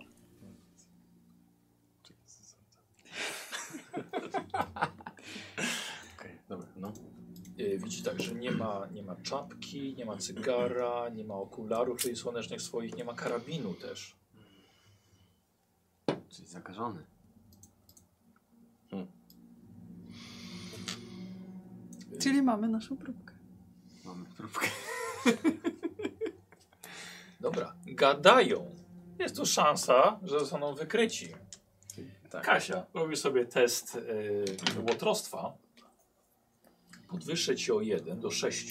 Okej, dobra, no. Widzicie tak, że nie ma czapki, nie ma cygara, nie ma okularów przeciwsłonecznych swoich, nie ma karabinu też. Czyli zakażony. Czyli mamy naszą próbkę. Mamy próbkę. Dobra, gadają. Jest tu szansa, że zostaną wykryci. Tak. Kasia, robi sobie test łotrostwa. Podwyższę ci o 1 do 6.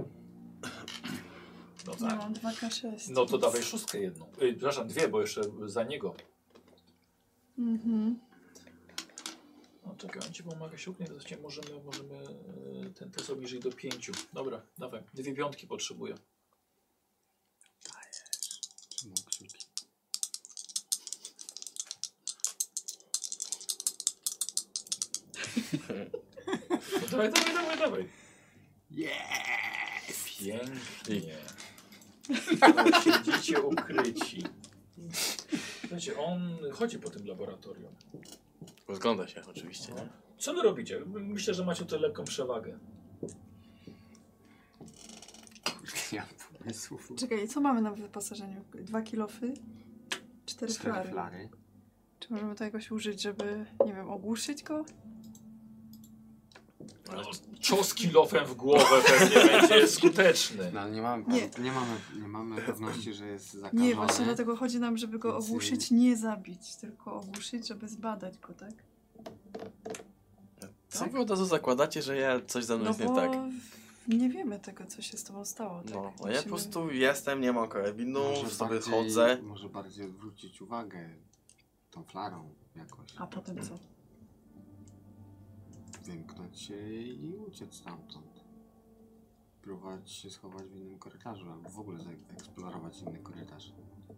No Ja tak. mam 2K6. No to dawaj 6 jedną. Przepraszam, 2, bo jeszcze za niego. Mhm. No czekaj, on ci pomaga się uknie, to możemy ten test obniżyć do 5. Dobra, dawaj. 2 piątki potrzebuję. Trzymam kciuki. No dawaj. Yes! Pięknie. Siedzicie ukryci. Słuchajcie, on chodzi po tym laboratorium. Rozgląda się oczywiście, nie? Co wy robicie? Myślę, że macie tutaj lekką przewagę. Ja mam pomysłów. Czekaj, co mamy na wyposażeniu? 2 kilofy? 4 4 flary. flary. Czy możemy to jakoś użyć, żeby, nie wiem, ogłuszyć go? No, cios kilofem w głowę pewnie będzie skuteczny. No ale nie mamy pewności, że jest zakażony. Nie, właśnie dlatego chodzi nam, żeby go Więc- ogłuszyć, nie zabić, tylko ogłuszyć, żeby zbadać go, tak? Co wy od razu zakładacie, że ja coś ze mną No jest nie bo tak? nie wiemy tego, co się z tobą stało, tak? No, a ja po Musimy- prostu jestem, nie mam karabinu, sobie bardziej- chodzę. Może bardziej odwrócić uwagę tą flarą jakoś. A potem co? Wymknąć się i uciec stamtąd. Próbować się schować w innym korytarzu, albo w ogóle zaeksplorować inny korytarz.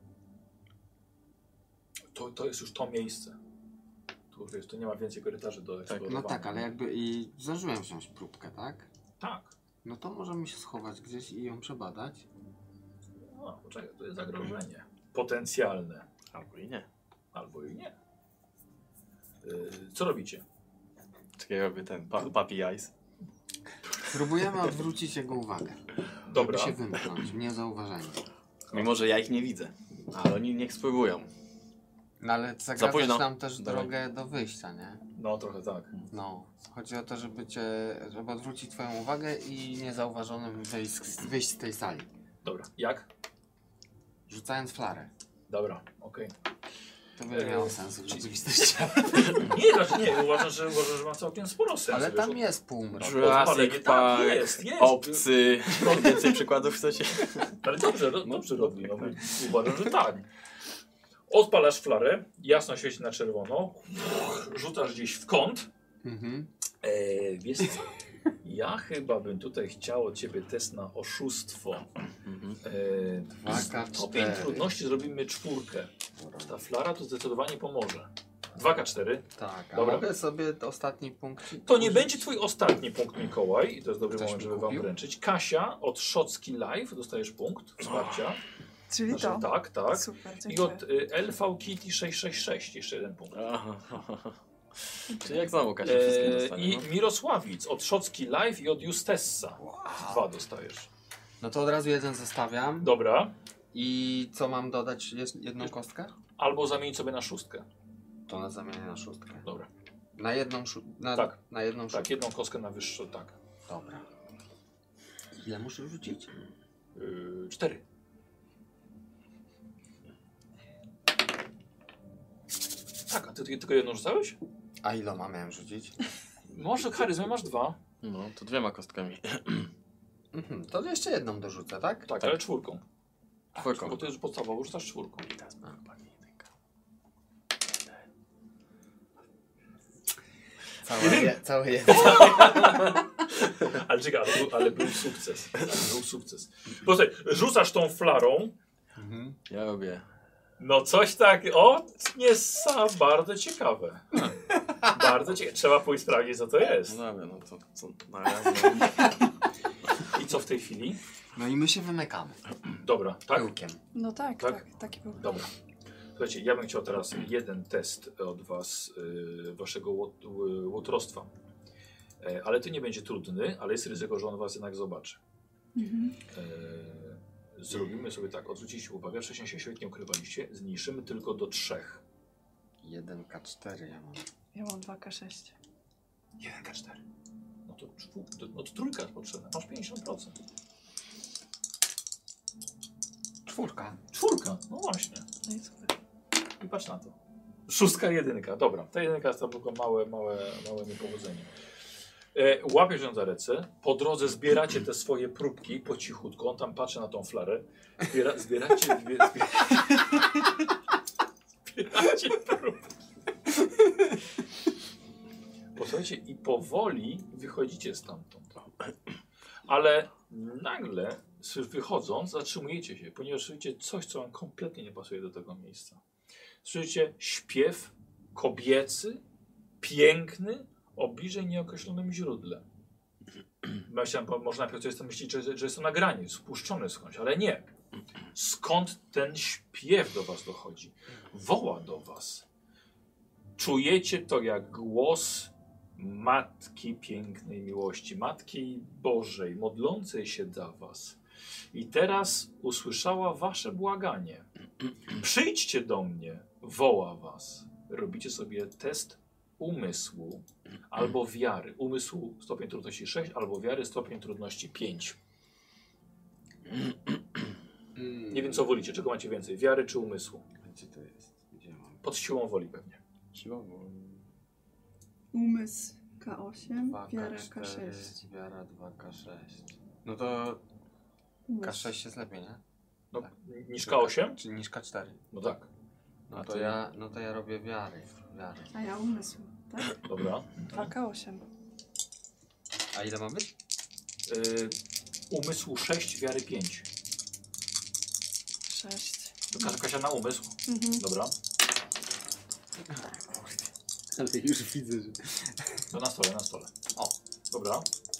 To jest już to miejsce. Tu, wiesz, tu nie ma więcej korytarzy do eksplorowania. No tak, ale jakby i zdążyłem wziąć próbkę, tak? Tak. No to możemy się schować gdzieś i ją przebadać. No, poczekaj, to jest zagrożenie. Potencjalne. Albo i nie. Albo i nie. Co robicie? Czekaj, robię ten puppy eyes. Próbujemy odwrócić jego uwagę. Dobra. Żeby się wymknąć, niezauważeni. Mimo, że ja ich nie widzę. Ale oni niech spróbują. No ale Za zagradzasz późno. nam też Dawaj. drogę do wyjścia, nie? No trochę tak. No. Chodzi o to, żeby odwrócić twoją uwagę i niezauważonym wyjść z tej sali. Dobra. Jak? Rzucając flarę. Dobra, okej. To by miało sens w rzeczywistości. Nie, znaczy nie, uważam, że ma całkiem sporo sensu. Ale wiesz, tam jest półmrok. ale nie, Jurassic tak, Park, jest. obcy. Więcej przykładów chcecie? Ale dobrze robi. No, uważam, że tak. Odpalasz flarę, jasno świeci na czerwono, rzucasz gdzieś w kąt. Mhm. Wiesz co? Ja chyba bym tutaj chciał od ciebie test na oszustwo. Stopień 2K4. trudności zrobimy 4. Ta flara to zdecydowanie pomoże. 2K4. Tak, a Dobra. mogę sobie ostatni punkt... To nie będzie twój ostatni punkt, Mikołaj. I to jest dobry Ktoś moment, mi żeby wam kupił? wręczyć. Kasia od Szocki Live dostajesz punkt wsparcia. Czyli Znaczy, to? tak, tak. Super, I dziękuję. od LV Kitty 666 jeszcze 1 punkt. Czyli jak znowu Kasia wszystkim dostanie, I no? Mirosławic od Szocki Live i od Justessa. 2 dostajesz. No to od razu jeden zostawiam. Dobra. I co mam dodać? Jedną kostkę? Albo zamienić sobie na 6. To na zamianę na 6. Dobra. Na jedną Tak. Na jedną Tak, jedną kostkę na wyższą, tak. Dobra. Ile muszę rzucić? 4. Tak, a ty tylko jedną rzucałeś? A iloma miałem rzucić? Może charyzmy masz 2. No, to 2 kostkami. Mhm, to jeszcze jedną dorzucę, tak? Tak, ale 4. Czwórką. Bo to jest podstawowo, rzucasz 4. Całe jedno. Ale czekaj, ale był sukces. Był sukces. Posłuchaj, rzucasz tą flarą. Mhm. Ja robię. No coś tak, bardzo ciekawe. Bardzo ciekawe. Trzeba pójść sprawdzić, co to jest. No dobra, no to co na razie. I co w tej chwili? No i my się wymykamy. Dobra, tak? Pyłkiem. No tak, Tak? tak, taki był. Dobra. Słuchajcie, ja bym chciał teraz jeden test od was, waszego łotrostwa. Ale to nie będzie trudny, ale jest ryzyko, że on was jednak zobaczy. Mhm. Zrobimy sobie tak, odwrócicie uwagę, wcześniej się świetnie ukrywaliście, zmniejszymy tylko do 3. 1K4 ja mam. Ja mam 2K6. 1K4. No to trójka potrzebna, masz 50%. 4. 4, no właśnie. No i super. I patrz na to. Szóstka, jedynka. Dobra, ta jedynka to tylko małe niepowodzenie. Łapiesz ją za ręce, po drodze zbieracie te swoje próbki po cichutku, on tam patrzy na tą flarę, zbieracie próbki. Posłuchajcie, i powoli wychodzicie stamtąd. Ale nagle, wychodząc, zatrzymujecie się, ponieważ słyszycie coś, co wam kompletnie nie pasuje do tego miejsca. Słyszycie śpiew kobiecy, piękny, o bliżej nieokreślonym źródle. Można najpierw myśleć, że jest to nagranie, spuszczone skądś, ale nie. Skąd ten śpiew do was dochodzi? Woła do was. Czujecie to jak głos Matki Pięknej Miłości, Matki Bożej, modlącej się dla was. I teraz usłyszała wasze błaganie. Przyjdźcie do mnie, woła was. Robicie sobie test umysłu albo wiary. Umysłu stopień trudności 6, albo wiary stopień trudności 5. Nie wiem, co wolicie, czego macie więcej, wiary czy umysłu? Gdzie to jest? Gdzie mam? Pod siłą woli pewnie. Siłowo. Umysł K8, 2K4, wiara K6. wiara 2K6. No to Umysł. K6 jest lepiej, nie? No, Tak. niż K8? Czy niż K4? No tak. No to ja robię wiary. A ja umysł, tak? Dobra. 2K8. A ile ma być? Umysłu 6, wiary 5. 6. To Kasia na umysł. Mhm. Dobra. Ale już widzę, że... To na stole. O. Dobra.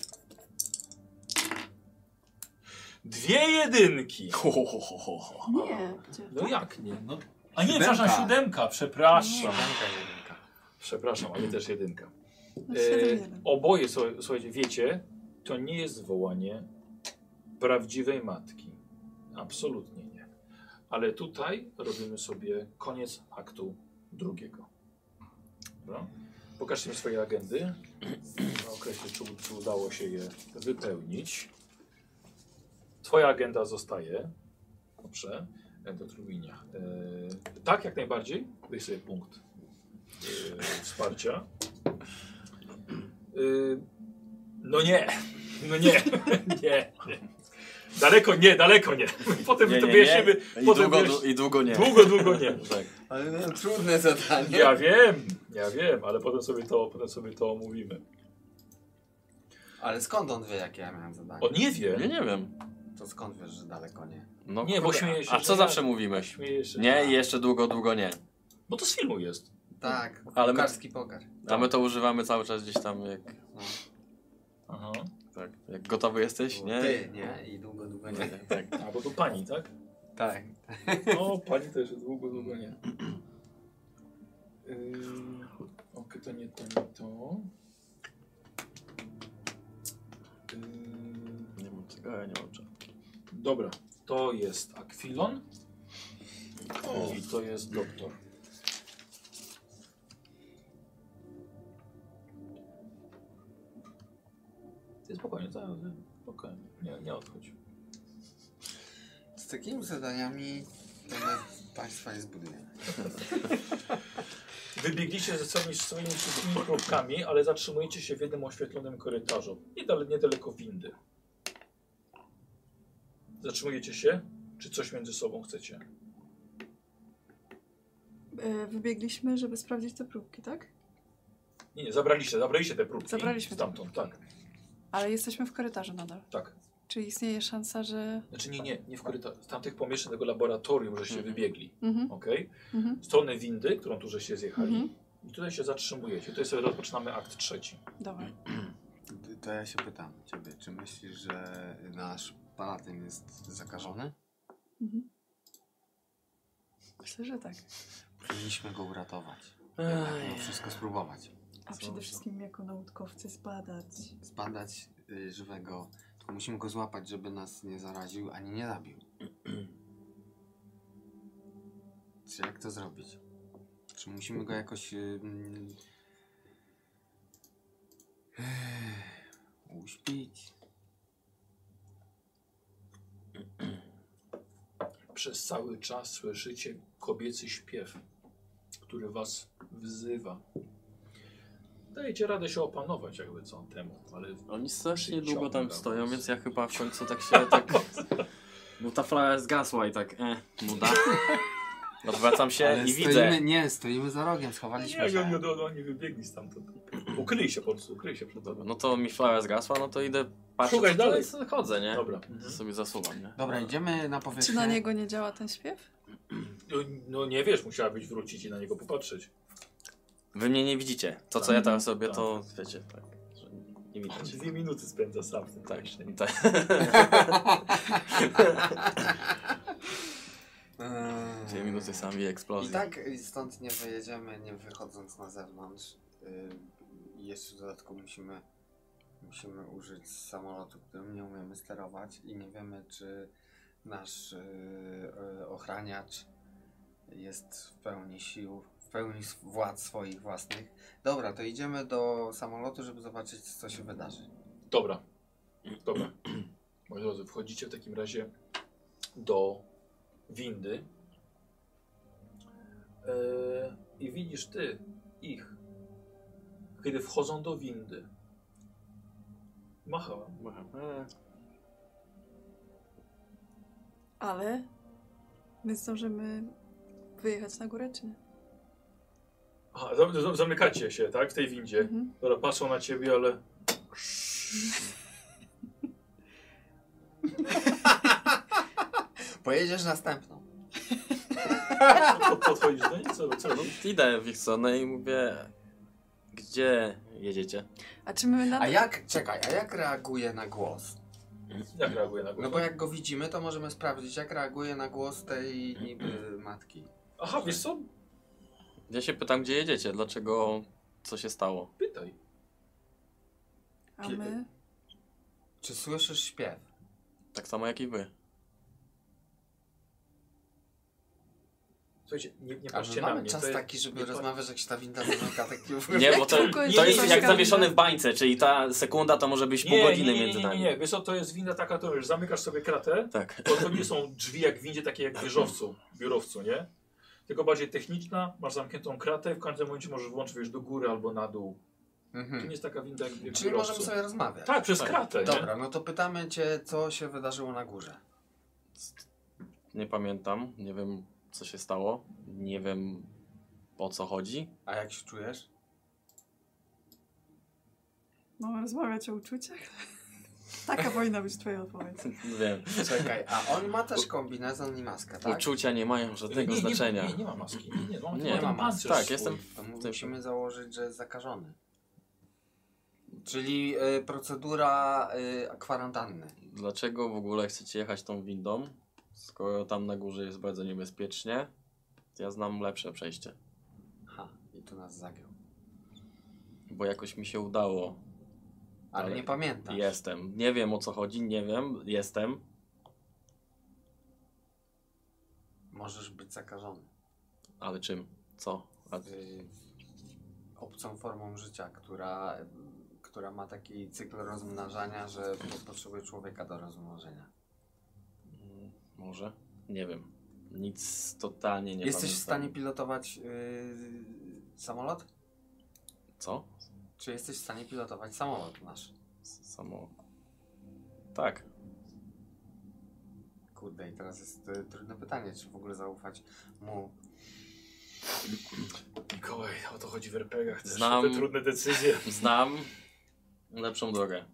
2 jedynki. Nie, gdzie? No jak nie? No. A nie, Siódemka. przepraszam, 7. Przepraszam. Jedynka. Przepraszam, ale też 1. No 7-1. Oboje, słuchajcie, wiecie, to nie jest wołanie prawdziwej matki. Absolutnie nie. Ale tutaj robimy sobie koniec aktu 2. Dobra? Pokażcie mi swoje agendy. Określę, czy udało się je wypełnić. Twoja agenda zostaje. Dobrze. Do Trubinia. Tak, jak najbardziej. Weź sobie punkt wsparcia. No nie. No nie. Nie. Daleko nie. Potem to wyjaśnimy. I długo nie. Długo nie. Tak. Ale no, trudne zadanie. Ja wiem, ale potem sobie to omówimy. Ale skąd on wie, jakie ja miałem zadanie? On nie wie. Ja nie wiem. To skąd wiesz, że daleko nie? No, Nie, bo śmieję się. a że co ja- zawsze mówimy? Śmieję się. Nie i jeszcze długo nie. Bo to z filmu jest. Tak, Ale my- bułgarski pokar. A my to używamy cały czas gdzieś tam jak... No. Aha. Tak. Jak gotowy jesteś, nie? Ty, nie? I długo nie. Tak. A, bo to pani, tak? Tak. O, pani też jest długo nie. Okej, to nie to. Nie mam czego, ja nie mam czego. Dobra, to jest Akwilon i to jest doktor. Ty spokojnie, spokojnie, nie odchodź. Z takimi zadaniami to my państwa nie zbudujemy. Wybiegliście ze swoimi wszystkimi próbkami, ale zatrzymujecie się w jednym oświetlonym korytarzu, niedaleko windy. Zatrzymujecie się? Czy coś między sobą chcecie? Wybiegliśmy, żeby sprawdzić te próbki, tak? Nie, zabraliście te próbki. Zabraliśmy te stamtąd, tak. Ale jesteśmy w korytarzu nadal. Tak. Czy istnieje szansa, że... Znaczy nie w korytarzu. Z tamtych pomieszczeń tego laboratorium, żeście wybiegli. Mhm. Okej? Mhm. W stronę windy, którą tu żeście zjechali. Mhm. I tutaj się zatrzymujecie. Tutaj sobie rozpoczynamy akt 3. Dobra. To ja się pytam ciebie, czy myślisz, że nasz paladyn jest zakażony? Mhm. Myślę, że tak. Powinniśmy go uratować. No wszystko spróbować. A przede wszystkim jako naukowcy zbadać. Zbadać żywego, tylko musimy go złapać, żeby nas nie zaraził ani nie zabił. Czy jak to zrobić? Czy musimy go jakoś uśpić? Przez cały czas słyszycie kobiecy śpiew. który was wzywa. Dajecie radę się opanować jakby co temu, ale Oni strasznie Przyciąga długo tam was. stoją, więc ja chyba w końcu tak się tak... Bo ta flara zgasła i tak nuda. Odwracam się Ale i stoimy, widzę. nie, stoimy za rogiem, schowaliśmy nie, się. oni wybiegli stamtąd. Ukryli się po prostu, ukryli się przed tobą. No to mi flara zgasła, no to idę patrzeć. Szukaj co to dalej. jest, chodzę, nie? Dobra. Sobie zasuwam, nie? Dobra, idziemy na powierzchnię. Czy na niego nie działa ten śpiew? No nie wiesz, musiałabyś wrócić i na niego popatrzeć. Wy mnie nie widzicie. To co Tak. ja teraz robię, to wiecie, tak. Że nie widać. 2 minuty spędza sam w tym Tak, pomieszczeniu. tak. Eee, 2 minuty sami eksplozji. I tak stąd nie wyjedziemy, nie wychodząc na zewnątrz. I jeszcze w dodatku musimy użyć samolotu, którym nie umiemy sterować i nie wiemy, czy nasz ochraniacz jest w pełni sił, w pełni władz swoich własnych. Dobra, to idziemy do samolotu, żeby zobaczyć, co się wydarzy. Dobra. Dobra. Moi drodzy, wchodzicie w takim razie do windy. I widzisz ty ich, kiedy wchodzą do windy. Machała. Ale my zdążymy wyjechać na górę, czy nie? Aha, zamykacie się, tak? W tej windzie. Mhm. Dobra, patrzą na ciebie, ale... Pojedziesz następną. Podchodzisz do niej? Co robisz? Idę w ich stronę i mówię, gdzie jedziecie? A czy my A jak reaguje na głos? Jak reaguje na głos? No bo jak go widzimy, to możemy sprawdzić, jak reaguje na głos tej niby matki. Aha, wiesz co? Ja się pytam, gdzie jedziecie, dlaczego, co się stało? Pytaj. A my? Czy słyszysz śpiew? Tak samo jak i wy. Słuchajcie, nie A my patrzcie na mamy mnie. czas to jest- taki, żeby nie rozmawiać, jak się ta winda zamyka, tak Nie, bo to Tylko jest jest jak coś zawieszony tam, w bańce, czyli ta sekunda to może być pół godziny między nami. Nie, wiesz co, to jest winda taka, to już zamykasz sobie kratę, Tak. to nie są drzwi jak w windzie, takie jak w biurowcu, nie? Tylko bardziej techniczna, masz zamkniętą kratę i w każdym momencie możesz włączyć wiesz, do góry albo na dół. To nie jest taka winda jak w Czyli biurowcu. możemy sobie rozmawiać. Tak, przez kratę, nie? Dobra, no to pytamy cię, co się wydarzyło na górze. Nie pamiętam, nie wiem co się stało, nie wiem o co chodzi. A jak się czujesz? Mamy rozmawiać o uczuciach? Taka powinna być twoja odpowiedź. Wiem. Czekaj, a on ma też kombinezon i maskę, tak? Uczucia nie mają żadnego znaczenia. Nie ma maski. Nie, ma ma pancerz tak, swój. jestem To musimy założyć, że jest zakażony. Czyli procedura kwarantanny. Dlaczego w ogóle chcecie jechać tą windą, skoro tam na górze jest bardzo niebezpiecznie? Ja znam lepsze przejście, Ha, i tu nas zagiął. bo jakoś mi się udało. Ale nie pamiętasz. Jestem. Nie wiem o co chodzi, nie wiem. Jestem. Możesz być zakażony. Ale czym? Co? Obcą formą życia, która ma taki cykl rozmnażania, że potrzebuje człowieka do rozmnożenia. Może? Nie wiem. Nic totalnie nie Jesteś w pamiętam. stanie pilotować samolot? Co? Czy jesteś w stanie pilotować samolot nasz? Samo... Tak. Kurde, i teraz jest trudne pytanie, czy w ogóle zaufać mu. Mikołaj, o to chodzi w RPG-ach też. Znam. Te trudne decyzje. Znam lepszą drogę.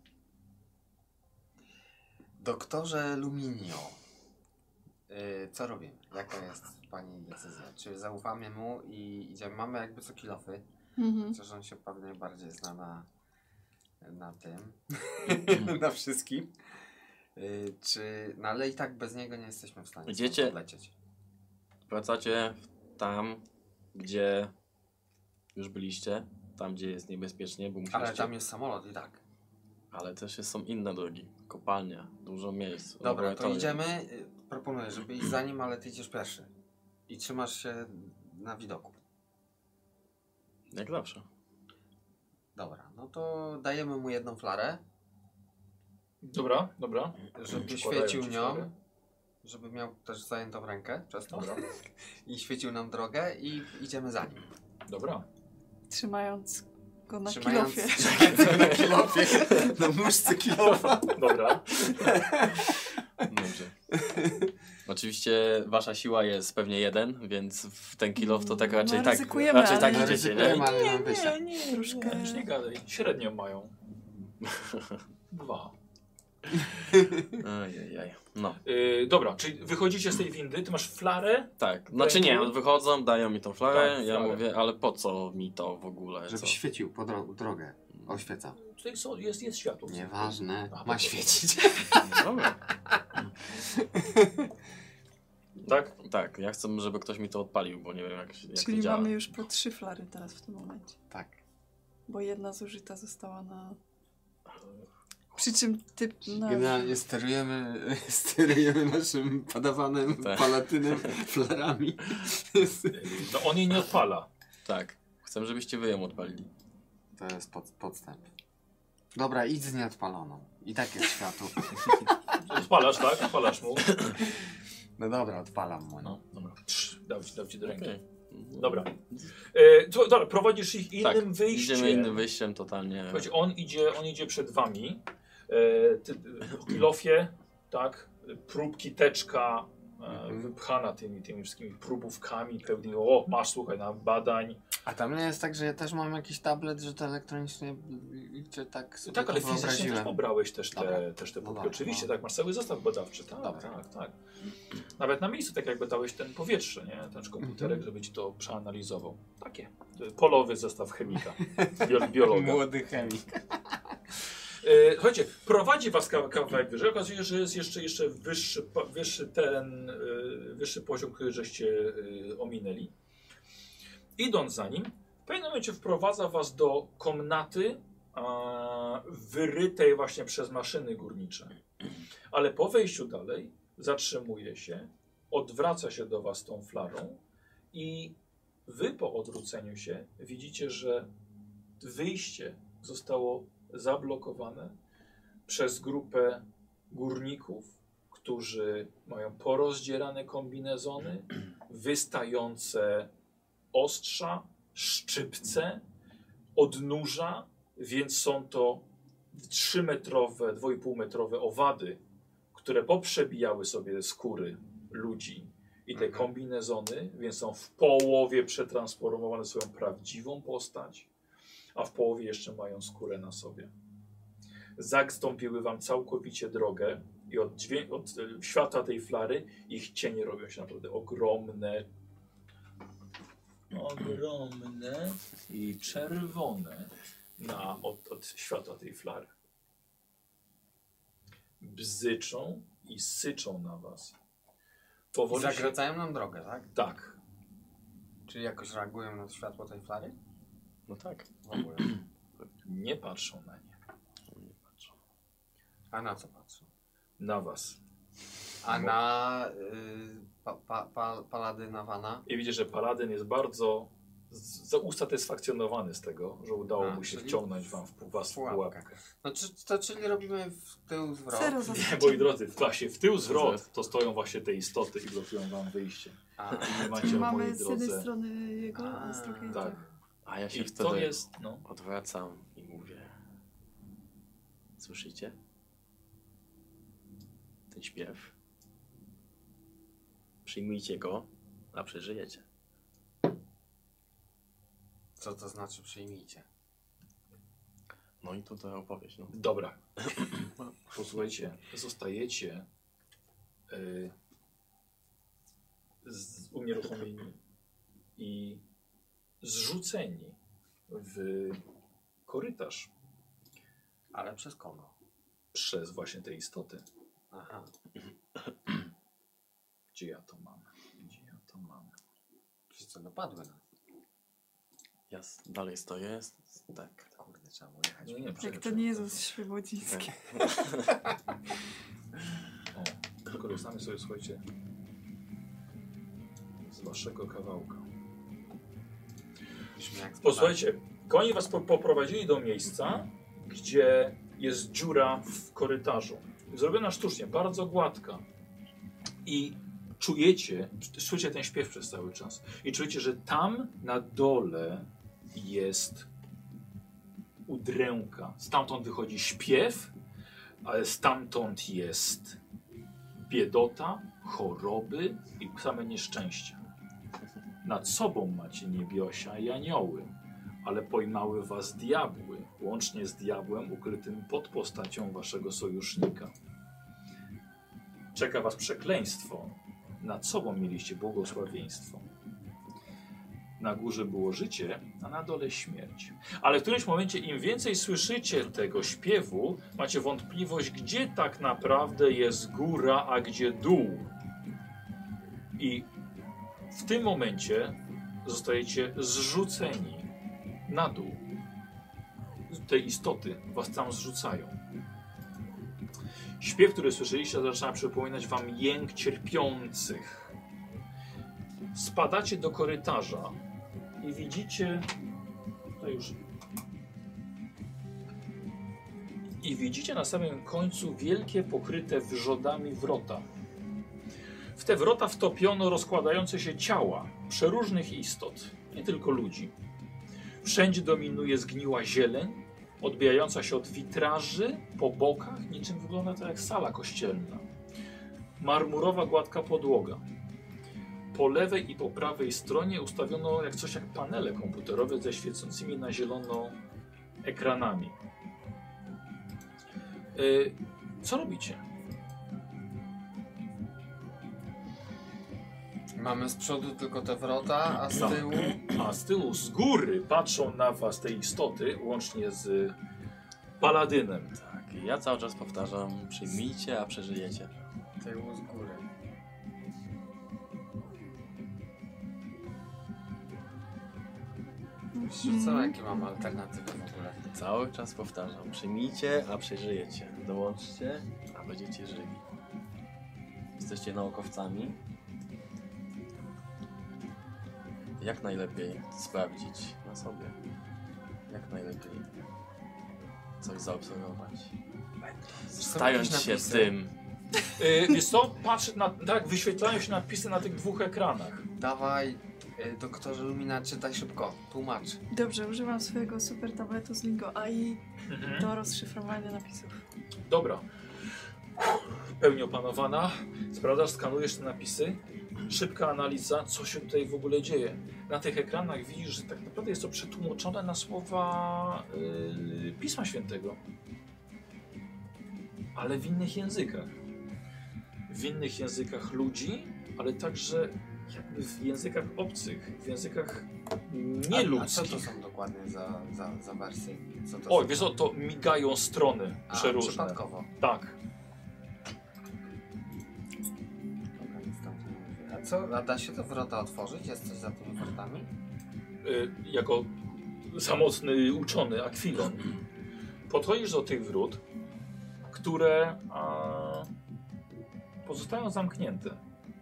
Doktorze Luminio, co robimy? Jaka jest pani decyzja? Czy zaufamy mu i idziemy? Mamy jakby co kilofy, chociaż on się pewnie bardziej zna na tym, na wszystkim. No ale i tak bez niego nie jesteśmy w stanie Idziecie? odlecieć. Wracacie tam, gdzie już byliście. Tam, gdzie jest niebezpiecznie, bo musicie... Ale tam jest samolot i tak. Ale też są inne drogi. Kopalnia, dużo miejsc. Dobra, to laboratorium. idziemy. Proponuję, żeby iść za nim, ale ty idziesz pierwszy. I trzymasz się na widoku. Jak zawsze. Dobra, no to dajemy mu jedną flarę, Dobra. żeby Przykładają świecił ci nią. flarę. żeby miał też zajętą rękę często Dobra. i świecił nam drogę i idziemy za nim. Dobra. Trzymając go na Trzymając kilofie. na kilofie, na muszce kilofa. Dobra. Dobrze. Oczywiście wasza siła jest pewnie 1, więc w ten kilof to tak raczej No, tak, ryzykujemy, raczej tak ale- idziecie, nie? Ryzykujemy, ale nie mam wyjścia. Nie, troszkę. Już nie gadaj. Średnio mają. 2. Ajajaj. No, Dobra, czyli wychodzicie z tej windy, ty masz flarę. tak. Znaczy nie, wychodzą, dają mi tą flarę, Tak, ja flarę. mówię, ale po co mi to w ogóle? Żeby Co? świecił po drogę. Oświeca. Tutaj jest światło. Nieważne, A, ma dobra. świecić. Dobra. Tak? Tak, ja chcę, żeby ktoś mi to odpalił, bo nie wiem jak Czyli to działa. mamy już po 3 flary teraz w tym momencie. Tak. Bo jedna zużyta została na... Przy czym typ na... Generalnie sterujemy naszym padawanem, Tak. palatynem, flarami. No on jej nie odpala. Tak. Chcę, żebyście wy ją odpalili. To jest podstęp. Dobra, idź z nieodpaloną. I tak jest światło. Odpalasz, tak? Odpalasz mu. No dobra, odpalam mu. No, dobra. Dał ci do ręki. Okej. Dobra. Dobra, prowadzisz ich innym Tak, wyjściem. idziemy innym wyjściem totalnie. Słuchajcie, on idzie przed wami. W kilofie, tak? Próbki, teczka wypchana tymi wszystkimi próbówkami pełnymi. O, masz, słuchaj, na badań. A tam nie jest tak, że ja też mam jakiś tablet, że to elektronicznie czy tak sobie Tak, ale to fizycznie też wyobraziłem. pobrałeś też Dobra. te próbki. dobra, Oczywiście, no. tak, masz cały zestaw badawczy. Tak, Dobra. tak. Nawet na miejscu, tak jakby dałeś ten powietrze, nie? Ten komputerek, żeby ci to przeanalizował. Takie. Polowy zestaw chemika. Biologa. Młody chemik. Słuchajcie, prowadzi was kawałek wyżej. Okazuje się, że jest jeszcze wyższy poziom, który żeście ominęli. Idąc za nim, w pewnym momencie wprowadza was do komnaty wyrytej właśnie przez maszyny górnicze. Ale po wejściu dalej zatrzymuje się, odwraca się do was tą flarą i wy po odwróceniu się widzicie, że wyjście zostało zablokowane przez grupę górników, którzy mają porozdzierane kombinezony, wystające ostrza, szczypce, odnóża, więc są to 3-metrowe, 2,5-metrowe owady, które poprzebijały sobie skóry ludzi i te kombinezony, więc są w połowie przetransformowane w swoją prawdziwą postać, a w połowie jeszcze mają skórę na sobie. Zastąpiły wam całkowicie drogę i od światła tej flary ich cienie robią się naprawdę ogromne i czerwone od światła tej flary. Bzyczą i syczą na was. Powoli się... Zagracają nam drogę, tak? Tak. Czyli jakoś reagują na światło tej flary? No tak. W ogóle. Nie patrzą na nie. A na co patrzą? Na was. A na Paladyna Wana? I widzicie, że Paladyn jest bardzo usatysfakcjonowany z tego, że udało mu się czyli wciągnąć was w pułapkę. No, czyli robimy w tył zwrot. Zero Nie, zaskoczeń. moi drodzy, w tył zwrot to stoją właśnie te istoty i blokują wam wyjście. A, Nie macie, Czyli moi mamy z jednej drodze... strony jego, a z drugiej Tak. A ja się I wtedy to jest, no... odwracam i mówię. Słyszycie? Ten śpiew. Przyjmijcie go, a przeżyjecie. co to znaczy przyjmijcie? No i tutaj opowieść. No. Dobra. Posłuchajcie, zostajecie unieruchomieni i zrzuceni w korytarz Ale przez kogo? przez właśnie te istoty. Aha. Gdzie ja to mam? Gdzie ja to mam? Wszyscy dopadły nas. Ja dalej stoję. Tak. Kurde, trzeba było jechać. Nie, Jak ten Jezus Świebodziński. O, korzystamy sobie, słuchajcie, z waszego kawałka. Posłuchajcie, oni was poprowadzili do miejsca, gdzie jest dziura w korytarzu. Zrobiona sztucznie, bardzo gładka. I czujecie ten śpiew przez cały czas. I czujecie, że tam na dole jest udręka. Stamtąd wychodzi śpiew, ale stamtąd jest biedota, choroby i same nieszczęścia. Nad sobą macie niebiosia i anioły, ale pojmały was diabły, łącznie z diabłem ukrytym pod postacią waszego sojusznika. Czeka was przekleństwo, nad sobą mieliście błogosławieństwo. Na górze było życie, a na dole śmierć. Ale w którymś momencie im więcej słyszycie tego śpiewu, macie wątpliwość, gdzie tak naprawdę jest góra, a gdzie dół. I w tym momencie zostajecie zrzuceni na dół. Te istoty was tam zrzucają. Śpiew, który słyszeliście, zaczyna przypominać wam jęk cierpiących. Spadacie do korytarza i widzicie... I widzicie na samym końcu wielkie, pokryte wrzodami wrota. W te wrota wtopiono rozkładające się ciała przeróżnych istot, nie tylko ludzi. Wszędzie dominuje zgniła zieleń, odbijająca się od witraży po bokach, niczym wygląda to jak sala kościelna. Marmurowa, gładka podłoga. Po lewej i po prawej stronie ustawiono coś jak panele komputerowe ze świecącymi na zielono ekranami. Co robicie? Mamy z przodu tylko te wrota, a z Tak. tyłu... A z tyłu, z góry patrzą na was te istoty, łącznie z Paladynem. Tak, i ja cały czas powtarzam, przyjmijcie, a przeżyjecie. Tyłu z góry. Co, jakie mamy alternatywy w ogóle? Cały czas powtarzam, przyjmijcie, a przeżyjecie. Dołączcie, a będziecie żyli. Jesteście naukowcami. Jak najlepiej sprawdzić na sobie. Jak najlepiej coś zaobserwować. Stając się napisy? tym. Wiesz co? Patrz na, tak, wyświetlają się napisy na tych dwóch ekranach. Dawaj, doktorze Lumina, czytaj szybko, tłumacz. Dobrze, używam swojego super tabletu z Lingo AI do rozszyfrowania napisów. Dobra. W pełni opanowana. Sprawdzasz, skanujesz te napisy. Szybka analiza, co się tutaj w ogóle dzieje. Na tych ekranach widzisz, że tak naprawdę jest to przetłumaczone na słowa Pisma Świętego. Ale w innych językach. W innych językach ludzi, ale także jakby w językach obcych, w językach A nieludzkich. co to są dokładnie za wersje? Co to Oj, są? wiesz co, to migają strony przeróżne. Przypadkowo. Tak. Dobra, nic tam nie mówię. A co, a da się te wrota otworzyć? Jest coś za tymi wrotami? Jako samotny uczony Akwilon podchodzisz do tych wrót, które pozostają zamknięte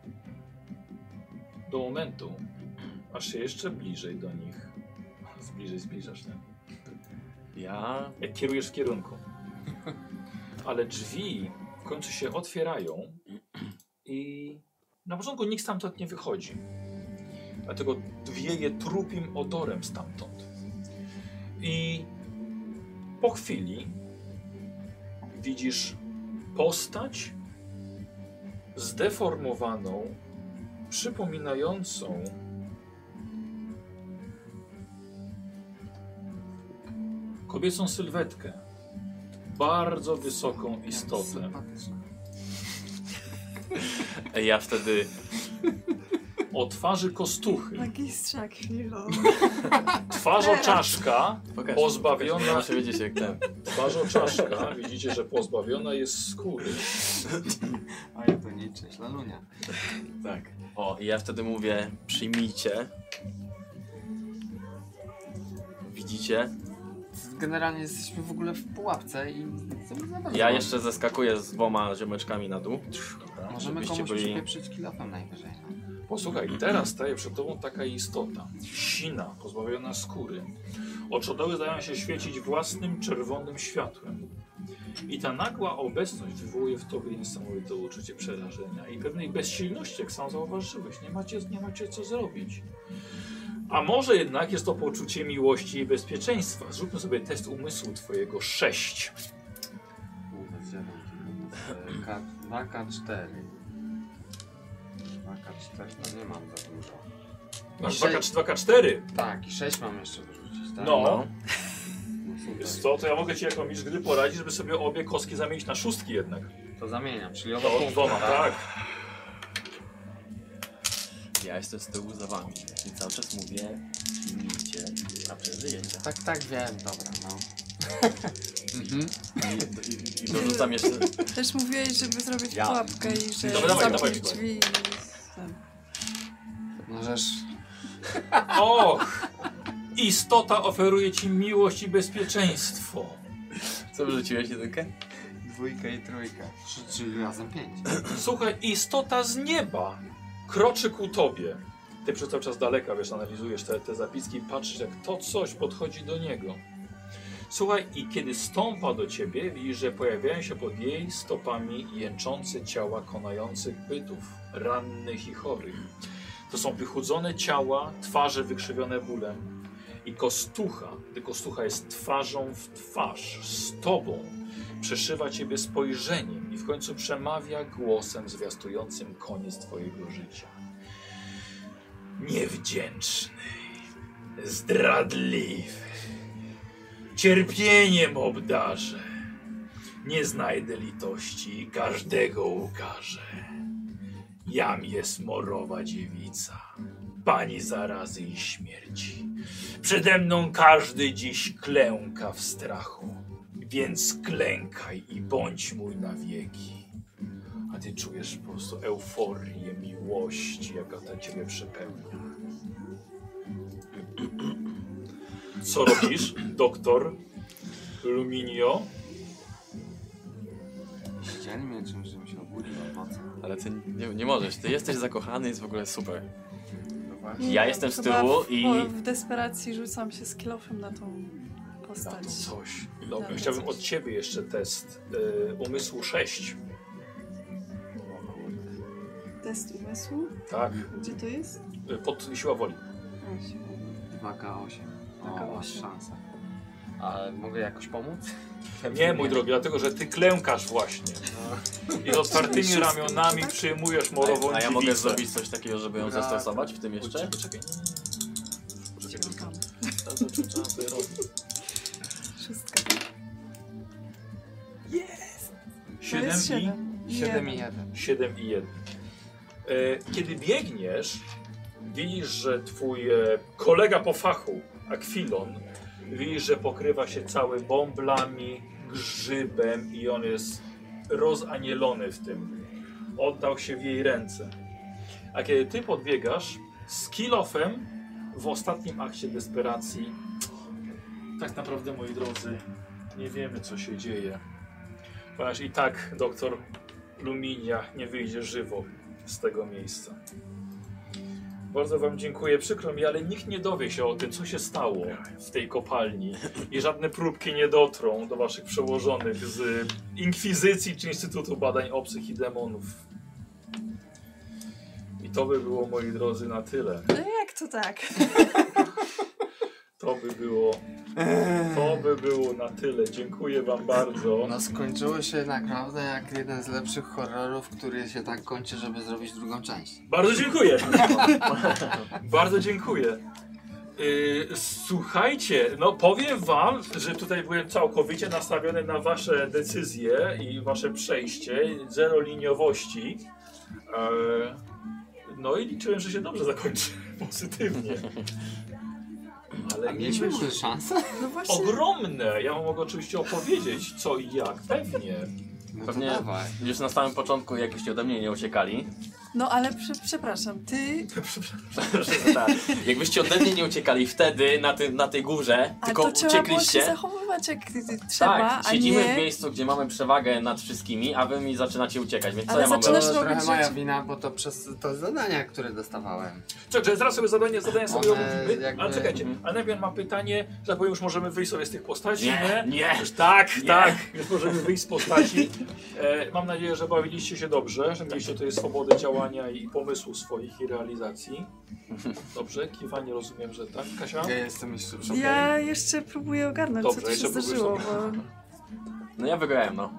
do momentu, aż się jeszcze bliżej do nich zbliżasz, nie? Ja Jak kierujesz w kierunku. Ale drzwi w końcu się otwierają i na początku nikt stamtąd nie wychodzi. Dlatego wieje trupim odorem stamtąd. I po chwili widzisz postać zdeformowaną, przypominającą kobiecą sylwetkę. Bardzo wysoką istotę. Sympatyczne. Ja wtedy O twarzy kostuchy. Magistrze Akwilon. Twarzoczaszka pokaż, pozbawiona. pokaż, muszę wiedzieć jak ten. Twarzoczaszka, widzicie, że pozbawiona jest skóry. A ja to nie cześć, lalunia. Tak. O, i ja wtedy mówię, przyjmijcie. Widzicie? Generalnie jesteśmy w ogóle w pułapce i nic nie za bardzo. Ja jeszcze zeskakuję z 2 ziomeczkami na dół. Możemy żebyście komuś byli- przypieprzyć kilofem najwyżej. Posłuchaj, teraz staje przed tobą taka istota. Sina, pozbawiona skóry. Oczodoły zdają się świecić własnym czerwonym światłem. I ta nagła obecność wywołuje w tobie niesamowite uczucie przerażenia i pewnej bezsilności, jak sam zauważyłeś. Nie macie co zrobić. A może jednak jest to poczucie miłości i bezpieczeństwa. Zróbmy sobie test umysłu twojego 6. 2K4. 2K4 to nie mam za dużo. Masz 2K4. Tak, i 6 mam jeszcze wyrzucić, tak? No. Super. Wiesz co, to ja mogę ci jako mistrz gry poradzić, żeby sobie obie kostki zamienić na szóstki jednak. To zamieniam, czyli To oba punkty, dwoma, tak. Ja jestem z tyłu za wami i cały czas mówię, pilnijcie, a przeżyjecie. Tak, wiem, dobra, no. I dorzucam jeszcze... Też mówiłeś, żeby zrobić pułapkę i że Dobra, dawaj, zamknąć dawaj. drzwi. Możesz... Och! Istota oferuje ci miłość i bezpieczeństwo. Co wyrzuciłeś jedynkę? 2 i 3. Czyli razem 5. Słuchaj, istota z nieba kroczy ku tobie. Ty przez cały czas z daleka, wiesz, analizujesz te zapiski, patrzysz jak to coś podchodzi do niego. Słuchaj, i kiedy stąpa do ciebie, widzisz, że pojawiają się pod jej stopami jęczące ciała konających bytów, rannych i chorych. To są wychudzone ciała, twarze wykrzywione bólem. I Kostucha, gdy Kostucha jest twarzą w twarz z tobą, przeszywa ciebie spojrzeniem i w końcu przemawia głosem zwiastującym koniec twojego życia. Niewdzięczny, zdradliwy, cierpieniem obdarzę. Nie znajdę litości i każdego ukażę. Jam jest morowa dziewica, pani zarazy i śmierci. Przede mną każdy dziś klęka w strachu, więc klękaj i bądź mój na wieki. A ty czujesz po prostu euforię miłości, jaka ta ciebie przepełnia. Co robisz, doktor Luminio? Ścieli mnie czymś, żebym się obudził od nocy. Ale ty nie możesz, ty jesteś zakochany, jest w ogóle super. No właśnie. Ja jestem z Chyba tyłu i... W desperacji rzucam się z kilofem na tą Na postać. to coś. Dobra, Na to chciałbym coś. od ciebie jeszcze test umysłu 6. Test umysłu? Tak, Gdzie to jest? pod siła woli. 2K8. O, 2K8. masz szansę. Ale mogę jakoś pomóc? Nie, mój drogi, dlatego że ty klękasz właśnie. I z otwartymi Szóstki, ramionami tak? przyjmujesz morową A ja mogę dziewicę. zrobić coś takiego, żeby ją Dobra. zestresować w tym jeszcze? Poczekaj, nie. Ciągam. Co sobie robię? Szóstka. 7 jest i 7. 7 i 1. 7 i 1. Kiedy biegniesz, widzisz, że twój kolega po fachu, Akwilon, widzisz, że pokrywa się cały bąblami, grzybem i on jest rozanielony w tym. Oddał się w jej ręce. A kiedy ty podbiegasz z kilofem w ostatnim akcie desperacji, tak naprawdę, moi drodzy, nie wiemy, co się dzieje. Ponieważ i tak doktor Luminia nie wyjdzie żywo z tego miejsca. Bardzo wam dziękuję, przykro mi, ale nikt nie dowie się o tym, co się stało w tej kopalni i żadne próbki nie dotrą do waszych przełożonych z Inkwizycji czy Instytutu Badań Obcych i Demonów. I to by było, moi drodzy, na tyle. No jak to tak? To by było na tyle. Dziękuję wam bardzo. No skończyło się naprawdę jak jeden z lepszych horrorów, który się tak kończy, żeby zrobić drugą część. Bardzo dziękuję. Bardzo dziękuję. Słuchajcie, no powiem wam, że tutaj byłem całkowicie nastawiony na wasze decyzje i wasze przejście, zero liniowości. No i liczyłem, że się dobrze zakończy, pozytywnie. Ale A mieliśmy nie jeszcze szansę? No właśnie. ogromne. Ja wam mogę oczywiście opowiedzieć co i jak, pewnie. No to Pewnie dawaj. już na samym początku, jak już ode mnie nie uciekali, No ale przepraszam, ty... Tak. Jakbyście ode mnie nie uciekali wtedy na tej górze, A tylko to trzeba było się uciekliście. zachowywać jak trzeba, Tak, a siedzimy nie... w miejscu, gdzie mamy przewagę nad wszystkimi, a wy mi zaczynacie uciekać, więc co Ale ja mam To zaczynasz robić? trochę robić moja rzeczy. wina, bo to przez to zadania, które dostawałem. Czekaj, zaraz sobie zadanie sobie One omówimy, jakby- ale czekajcie, ale najpierw mam pytanie, że tak powiem, już możemy wyjść sobie z tych postaci, nie? Nie. Już tak, Nie. tak, już możemy wyjść z postaci. Mam nadzieję, że bawiliście się dobrze, że mieliście tutaj swobodę działania i pomysłu swoich i realizacji. Dobrze, kiwanie rozumiem, że tak. Kasia? Ja jestem jeszcze w szoku. Ja jeszcze próbuję ogarnąć, Dobrze, co tu się jeszcze próbujesz zdarzyło, bo... No ja wygrałem, no.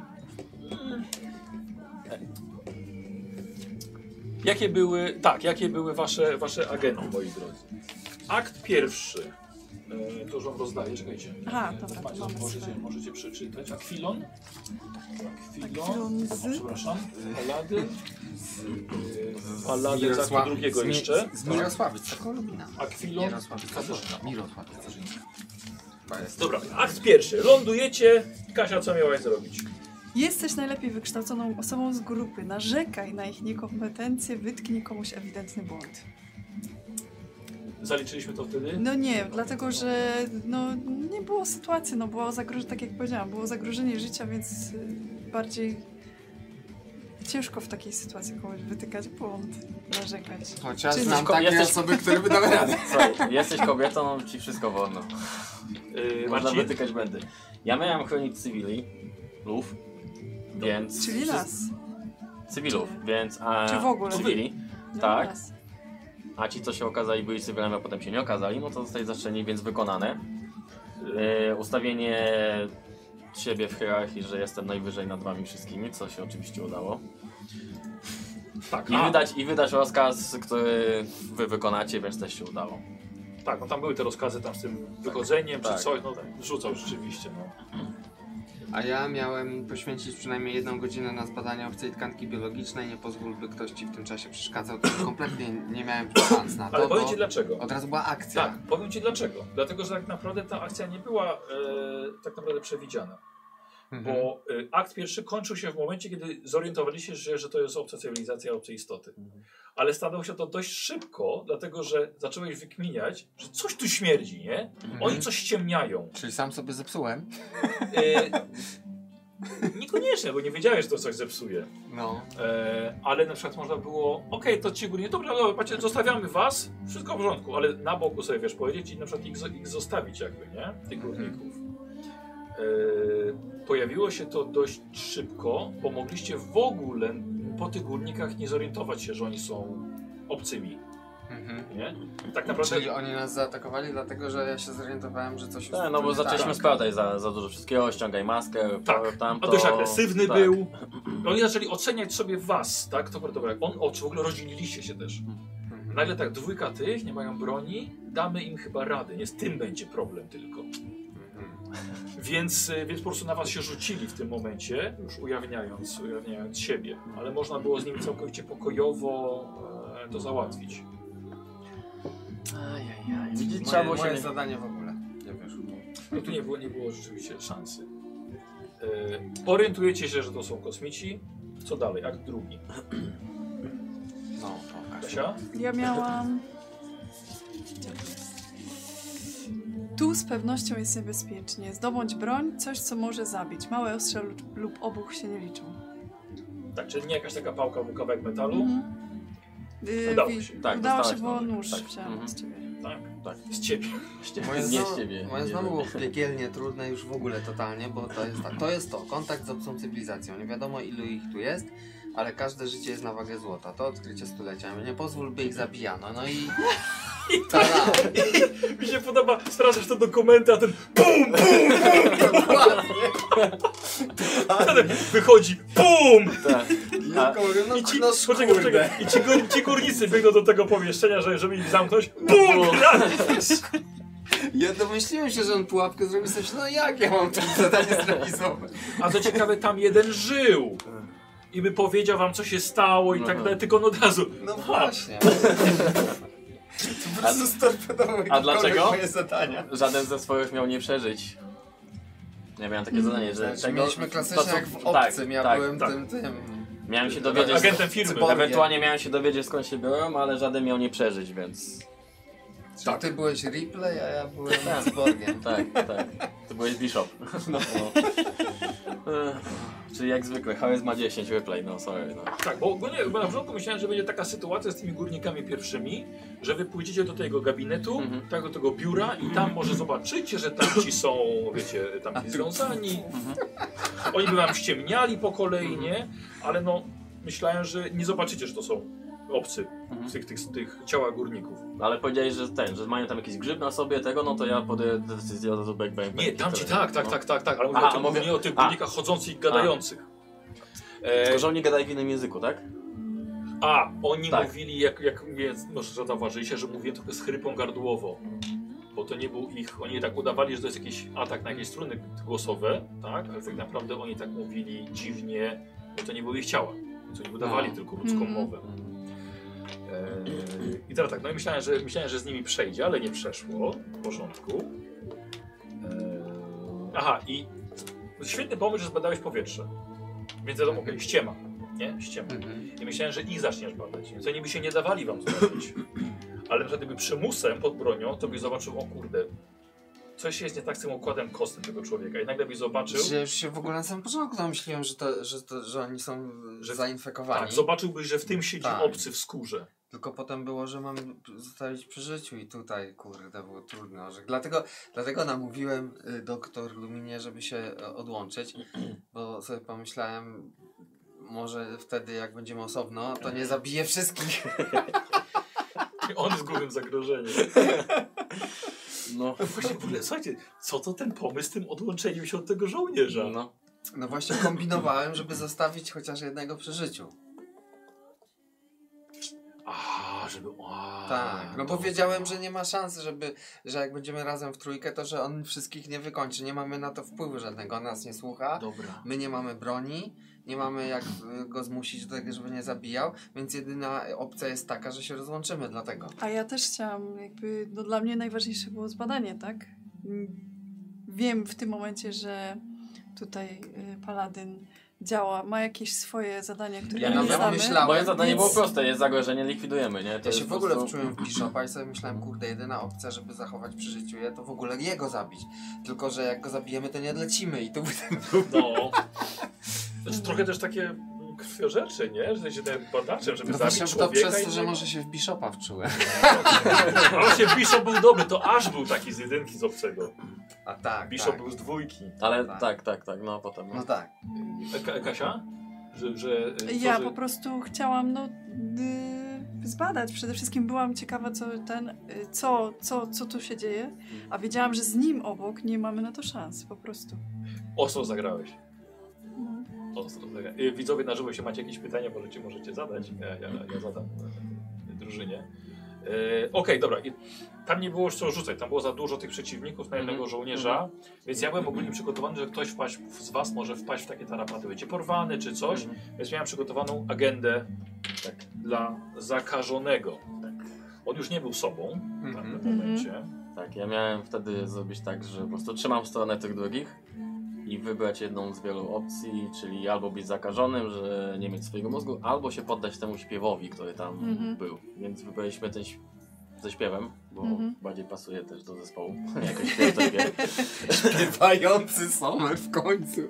Jakie były wasze agendy, moi drodzy? Akt pierwszy. To już wam rozdaję, czekajcie. Aha, dobra, to Macie, mamy swoje. możecie przeczytać. Akwilon. Akwilon z- Przepraszam. Paladyn. Paladyn z aktu drugiego jeszcze. Z Mirosławic, taką Lubina. Akwilon. Mirosławic, Katarzyna. Mirosławic, Katarzyna. Dobra, akt pierwszy. Lądujecie. Kasia, co miałaś zrobić? Jesteś najlepiej wykształconą osobą z grupy. Narzekaj na ich niekompetencje, wytknij komuś ewidentny błąd. Zaliczyliśmy to wtedy? No nie, dlatego że no, nie było sytuacji, no było zagrożenie, tak jak powiedziałam, było zagrożenie życia, więc bardziej ciężko w takiej sytuacji komuś wytykać błąd, narzekać. Chociaż Czy znam ko- takie jesteś- osoby, które by dały radę. Słuchaj, jesteś kobietą, no ci wszystko wolno. Można Marcin? wytykać błędy. Ja miałem chronić cywili, lów, więc... Czyli nas. Cywilów, Czy- więc... czy w ogóle? Cywili, No, tak. nas. A ci, co się okazali, byli cywilami, a potem się nie okazali, no to zostali zaszczeni, więc wykonane. Ustawienie siebie w hierarchii, że jestem najwyżej nad wami wszystkimi, co się oczywiście udało. Tak, I wydać rozkaz, który wy wykonacie, więc też się udało. tak, no tam były te rozkazy tam z tym wychodzeniem tak. czy coś, no tak, rzucał rzeczywiście, no. A ja miałem poświęcić przynajmniej 1 godzinę na zbadanie obcej tkanki biologicznej. Nie pozwól, by ktoś ci w tym czasie przeszkadzał. To kompletnie nie miałem szans na to, Ale powiem bo ci dlaczego. od razu była akcja. Tak, powiem ci dlaczego. Dlatego, że tak naprawdę ta akcja nie była tak naprawdę przewidziana. Mhm. Bo akt pierwszy kończył się w momencie, kiedy zorientowaliście się, że to jest obca cywilizacja, obce istoty. Ale stało się to dość szybko, dlatego że zacząłeś wykminiać, że coś tu śmierdzi, nie? Oni coś ciemniają. Czyli sam sobie zepsułem. Niekoniecznie, bo nie wiedziałeś, że to coś zepsuje. No. Ale na przykład można było, okej, to ci górnie, dobra, patrzcie, zostawiamy was, wszystko w porządku, ale na boku sobie, wiesz, powiedzieć i na przykład ich zostawić jakby, nie? Tych górników. Pojawiło się to dość szybko, bo mogliście w ogóle po tych górnikach nie zorientować się, że oni są obcymi, nie? Tak naprawdę... Czyli oni nas zaatakowali dlatego, że ja się zorientowałem, że coś już Tak, no bo nie zaczęliśmy tak. sprawdzać za dużo wszystkiego, ściągaj maskę, Tak, tamto... a dość agresywny tak. był. Oni zaczęli oceniać sobie was, tak? To jak on, czy w ogóle rozdzieliliście się też. Mhm. Nagle tak, dwójka tych, nie mają broni, damy im chyba radę, nie? Z tym będzie problem tylko. Więc po prostu na was się rzucili w tym momencie, już ujawniając siebie. Ale można było z nimi całkowicie pokojowo to załatwić. Ajajaj. Widzicie, trzeba było Moje się... zadanie w ogóle nie wyszło. No tu nie było rzeczywiście szansy. Orientujecie się, że to są kosmici. Co dalej? Akt drugi. No, to Kasia? Ja miałam... Tu z pewnością jest niebezpiecznie. Zdobądź broń, coś co może zabić. Małe ostrze lub obuch się nie liczą. Tak, czyli nie jakaś taka pałka, był kawałek metalu. Udało się. Tak, udało się, dostałaś bo nowy. nóż Tak. wziąłem Mhm. z ciebie. Tak, Tak. z ciebie. Moje, Nie z ciebie. moje Nie znowu było wiem. piekielnie trudne już w ogóle totalnie, bo to jest kontakt z obcą cywilizacją. Nie wiadomo ilu ich tu jest, ale każde życie jest na wagę złota. To odkrycie stulecia. Nie pozwól, by ich zabijano. No i... Tada! Mi się podoba, sprawdzasz te dokumenty, a ten BUM! Ten wychodzi BUM! Tak. A, No, I ci, no poczekaj, kurde. ci górnicy biegną do tego pomieszczenia, żeby ich zamknąć. BUM! Ja domyśliłem się, że on pułapkę zrobi sobie, no jak ja mam to zadanie zrealizować? A co ciekawe, tam jeden żył. I by powiedział wam, co się stało i tak dalej, tylko on od razu. No właśnie. Po prostu storpedował jakiekolwiek dlaczego? moje zadania. żaden ze swoich miał nie przeżyć. Ja miałem takie zadanie, że Znaczy, tego... mieliśmy klasycznie jak w obcym, ja byłem tak. tym... Miałem się dowiedzieć, agentem firmy. Cyborg. ewentualnie miałem się dowiedzieć skąd się biorą, ale żaden miał nie przeżyć, więc... Tak. Ty byłeś Ripley, a ja byłem Cyborgiem. Tak. Ty byłeś Bishop. No. Czyli jak zwykle, charyzma 10, replay, no sorry. No. Tak, bo ogólnie na początku myślałem, że będzie taka sytuacja z tymi górnikami pierwszymi, że wy pójdziecie do tego gabinetu, tak, do tego biura i tam może zobaczycie, że tamci są, wiecie, tamci związani. Oni by wam ściemniali po kolei, nie? Ale no, myślałem, że nie zobaczycie, że to są obcy w tych ciałach górników. Ale powiedziałeś, że mają tam jakiś grzyb na sobie tego, no to ja podjąłem decyzję od razu bang. Nie, tamci tak, ale mówię nie o tych górnikach chodzących i gadających. Tylko, że oni gadają w innym języku, tak? Oni Tak. mówili, jak może zauważyliście, że mówię trochę z chrypą gardłowo. Bo to nie był ich, oni tak udawali, że to jest jakiś atak na jakieś struny głosowe, tak? Ale tak naprawdę oni tak mówili dziwnie, bo to nie były ich ciała. Więc oni udawali tylko ludzką mowę. I teraz tak, no i myślałem, że z nimi przejdzie, ale nie przeszło. W porządku. I świetny pomysł, że zbadałeś powietrze. Więc wiadomo, ściema. Nie? Ściema. I myślałem, że ich zaczniesz badać. Więc oni by się nie dawali wam zrobić. Ale na przykład gdyby przymusem pod bronią, to byś zobaczył, o kurde, coś jest nie tak z tym układem kostnym tego człowieka. I nagle byś zobaczył... Że już się w ogóle na samym początku namyśliłem, że oni są zainfekowani. Tak, zobaczyłbyś, że w tym siedzi obcy w skórze. Tylko potem było, że mamy zostawić przy życiu i tutaj, kurde, było trudno. Że dlatego namówiłem doktor Luminie, żeby się odłączyć, bo sobie pomyślałem, może wtedy jak będziemy osobno, to nie zabije wszystkich. On jest głównym zagrożeniem. No. Właśnie w ogóle, słuchajcie, co to ten pomysł z tym odłączeniem się od tego żołnierza? No właśnie kombinowałem, żeby zostawić chociaż jednego przy życiu. Tak, no bo wiedziałem, że nie ma szans, że jak będziemy razem w trójkę, to że on wszystkich nie wykończy. Nie mamy na to wpływu żadnego, on nas nie słucha. Dobra. My nie mamy broni, nie mamy jak go zmusić do tego, żeby nie zabijał, więc jedyna opcja jest taka, że się rozłączymy dlatego. A ja też chciałam, no dla mnie najważniejsze było zbadanie, tak? Wiem w tym momencie, że tutaj Paladyn działa, ma jakieś swoje zadania, które nie znamy. Moje zadanie było proste, jest zagrożenie, likwidujemy, nie? Ja się w ogóle wczułem w Bishopa i sobie myślałem, kurde, jedyna opcja, żeby zachować przy życiu je, to w ogóle jego zabić. Tylko, że jak go zabijemy, to nie odlecimy i to No. Znaczy, trochę też takie krwiożercze, nie? Że się tym badaczem, żeby zabić człowieka. To przez to, że może się w Bishopa wczułem. A właśnie Bishop był dobry, to aż był taki z jedynki z obcego. A tak, Bishop był z dwójki. Ale tak, no potem. No tak. Kasia? Ja po prostu chciałam zbadać. Przede wszystkim byłam ciekawa, co tu się dzieje, a wiedziałam, że z nim obok nie mamy na to szans, po prostu. Ostro zagrałeś. Ostro zagrałeś. Widzowie na żywo, jeśli macie jakieś pytania, możecie zadać. Ja zadam drużynie. Okej, dobra. I tam nie było już co rzucać, tam było za dużo tych przeciwników na jednego żołnierza, więc ja byłem ogólnie przygotowany, że ktoś z was może wpaść w takie tarapaty, będzie porwany czy coś, więc miałem przygotowaną agendę dla zakażonego. On już nie był sobą w tamtym momencie. Tak, ja miałem wtedy zrobić tak, że po prostu trzymam stronę tych drugich i wybrać jedną z wielu opcji, czyli albo być zakażonym, że nie mieć swojego mózgu, albo się poddać temu śpiewowi, który tam był. Więc wybraliśmy ten ze śpiewem, bo bardziej pasuje też do zespołu. Jakoś śpiew to śpiew. Śpiewający Sommer w końcu.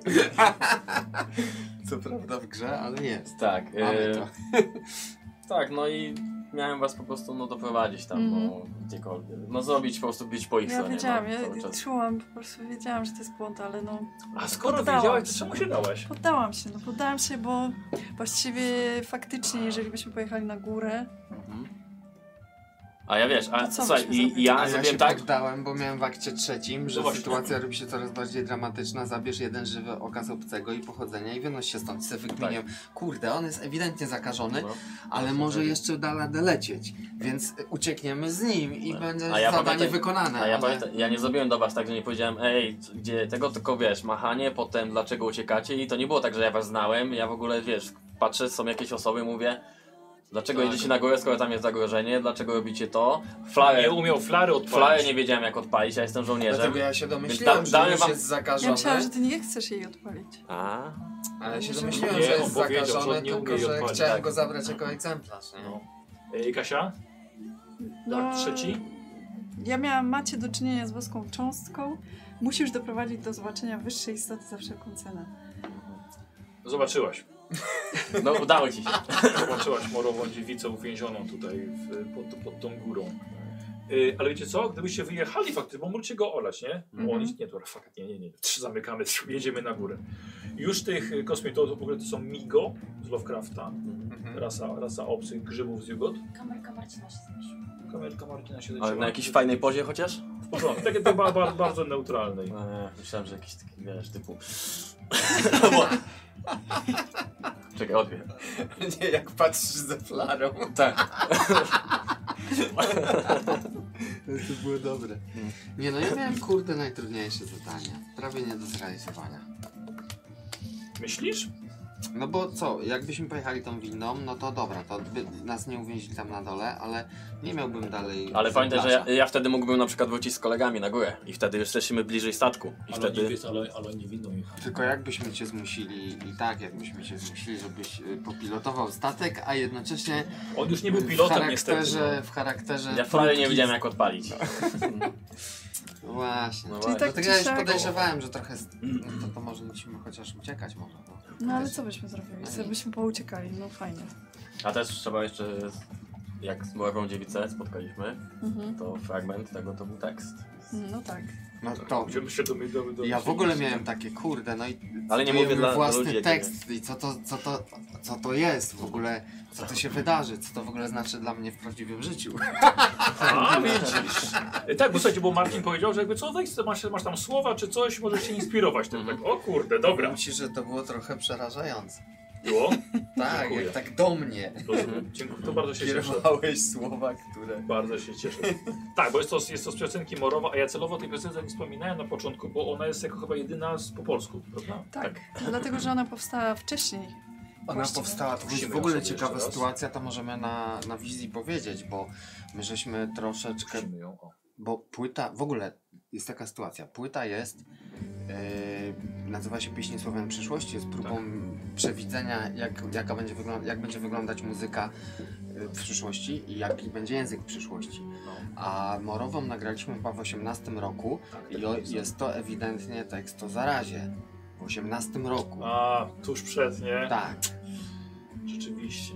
Co prawda w grze, ale jest. Tak. Mamy to. Tak, no i miałem was po prostu doprowadzić tam, gdziekolwiek. No zrobić po prostu być po ich stronie. Ja wiedziałam, ja czułam, po prostu wiedziałam, że to jest błąd, ale A skoro wiedziałaś, to czemu się dałaś? Poddałam się, bo właściwie faktycznie, jeżeli byśmy pojechali na górę... A ja wiesz, słuchaj, ja zrobiłem się tak. poddałem, bo miałem w akcie trzecim, że właśnie. sytuacja robi się coraz bardziej dramatyczna, zabierz jeden żywy okaz obcego i pochodzenia i wynoś się stąd. Se wykminiam, kurde, on jest ewidentnie zakażony, ale może jeszcze da radę lecieć, więc uciekniemy z nim i będzie zadanie wykonane. A ja nie zrobiłem do was tak, że nie powiedziałem, gdzie tego, tylko wiesz, machanie, potem dlaczego uciekacie i to nie było tak, że ja was znałem, ja w ogóle, wiesz, patrzę, są jakieś osoby, mówię, Dlaczego Tak. jedziecie na górę, skoro tam jest zagrożenie? Dlaczego robicie to? Flary, Nie umiał flary odpalić. flary nie wiedziałem jak odpalić, ja jestem żołnierzem. Dlatego ja się domyśliłem, Więc że damy już wam- jest Ja myślałam, zakażone. że ty nie chcesz jej odpalić. A, Ale się Nie, domyśliłem, nie, że on jest powiedział, że zakażone, on nie tylko umie jej że odpalić, chciałem tak. go zabrać jako egzemplarz. Nie? No. Kasia? Tak, trzeci? Ja miałam Macie do czynienia z boską cząstką. Musisz doprowadzić do zobaczenia wyższej istoty za wszelką cenę. Zobaczyłaś. no udało ci się. Zobaczyłaś morową dziewicę uwięzioną tutaj pod tą górą. Ale wiecie co? Gdybyście wyjechali faktycznie, bo możecie go olać, nie? Bo oni, nie, to fakt, nie. Zamykamy, jedziemy na górę. Już tych kosmitów w ogóle to są Migo z Lovecrafta. Rasa obcych grzybów z Jugot. Kamerka Marcina się zmieściła. Kamerka Marcina się Ale zacięła. na jakiejś fajnej pozie chociaż? W porządku, takie to bardzo neutralnej. Myślałem, że jakiś taki, wiesz, typu... Bo... Czekaj, odwie. Nie, jak patrzysz za flarą. Tak. To było dobre. Nie no, ja miałem kurde najtrudniejsze zadania. Prawie nie do zrealizowania. Myślisz? No bo co, jakbyśmy pojechali tą windą, no to dobra, to by nas nie uwięzili tam na dole, ale nie miałbym dalej... Ale pamiętaj, że egzemplarza. ja wtedy mógłbym na przykład wrócić z kolegami na górę i wtedy jesteśmy bliżej statku. I wtedy... Ale nie winną jechać. Tylko jakbyśmy cię zmusili, żebyś popilotował statek, a jednocześnie On już nie był pilotem niestety. w charakterze... Ja flary nie próbki- wiedziałem jak odpalić. No właśnie. No Czyli właśnie. tak Dlatego czy ja już siak- podejrzewałem, że trochę... No to może musimy chociaż uciekać może. No ale co byśmy zrobili? Co byśmy pouciekali? No fajnie. A też trzeba jeszcze, jak z Morową Dziewicę spotkaliśmy, Mhm. to fragment tego to był tekst. No tak. No to... Będziemy się do Ja w ogóle miałem takie, kurde, no i Ale nie cytujemy mówię dla własny ludzi, jak tekst i co to jest w ogóle, co to się wydarzy, co to w ogóle znaczy dla mnie w prawdziwym życiu. A, widzisz. Tak, bo słuchajcie, bo Marcin powiedział, że jakby co, weź, masz tam słowa czy coś, możesz się inspirować tym. Tak, o kurde, dobra. Powiem ci, że to było trochę przerażające. Było? Tak, Dziękuję. jak tak do mnie Rozumiem. Dziękuję, to bardzo się cieszę. kierowałeś słowa, które... Bardzo się cieszę. Tak, bo jest to z piosenki Morowa, a ja celowo tej piosence nie wspominałem na początku, bo ona jest jako chyba jedyna po polsku, prawda? Tak. Dlatego, że ona powstała wcześniej. Ona Właściwie. powstała, to jest Musimy w ogóle ją sobie ciekawa jeszcze raz. sytuacja, to możemy na wizji powiedzieć, bo my żeśmy troszeczkę... Musimy ją, o. Bo płyta, w ogóle jest taka sytuacja, płyta jest, nazywa się Pieśni Słowian Przyszłości, jest próbą przewidzenia jak będzie wyglądać muzyka w przyszłości i jaki będzie język w przyszłości. A Morową nagraliśmy chyba w 18 roku i jest to ewidentnie tekst o zarazie. W 18 roku. A, tuż przed, nie? Tak. Rzeczywiście.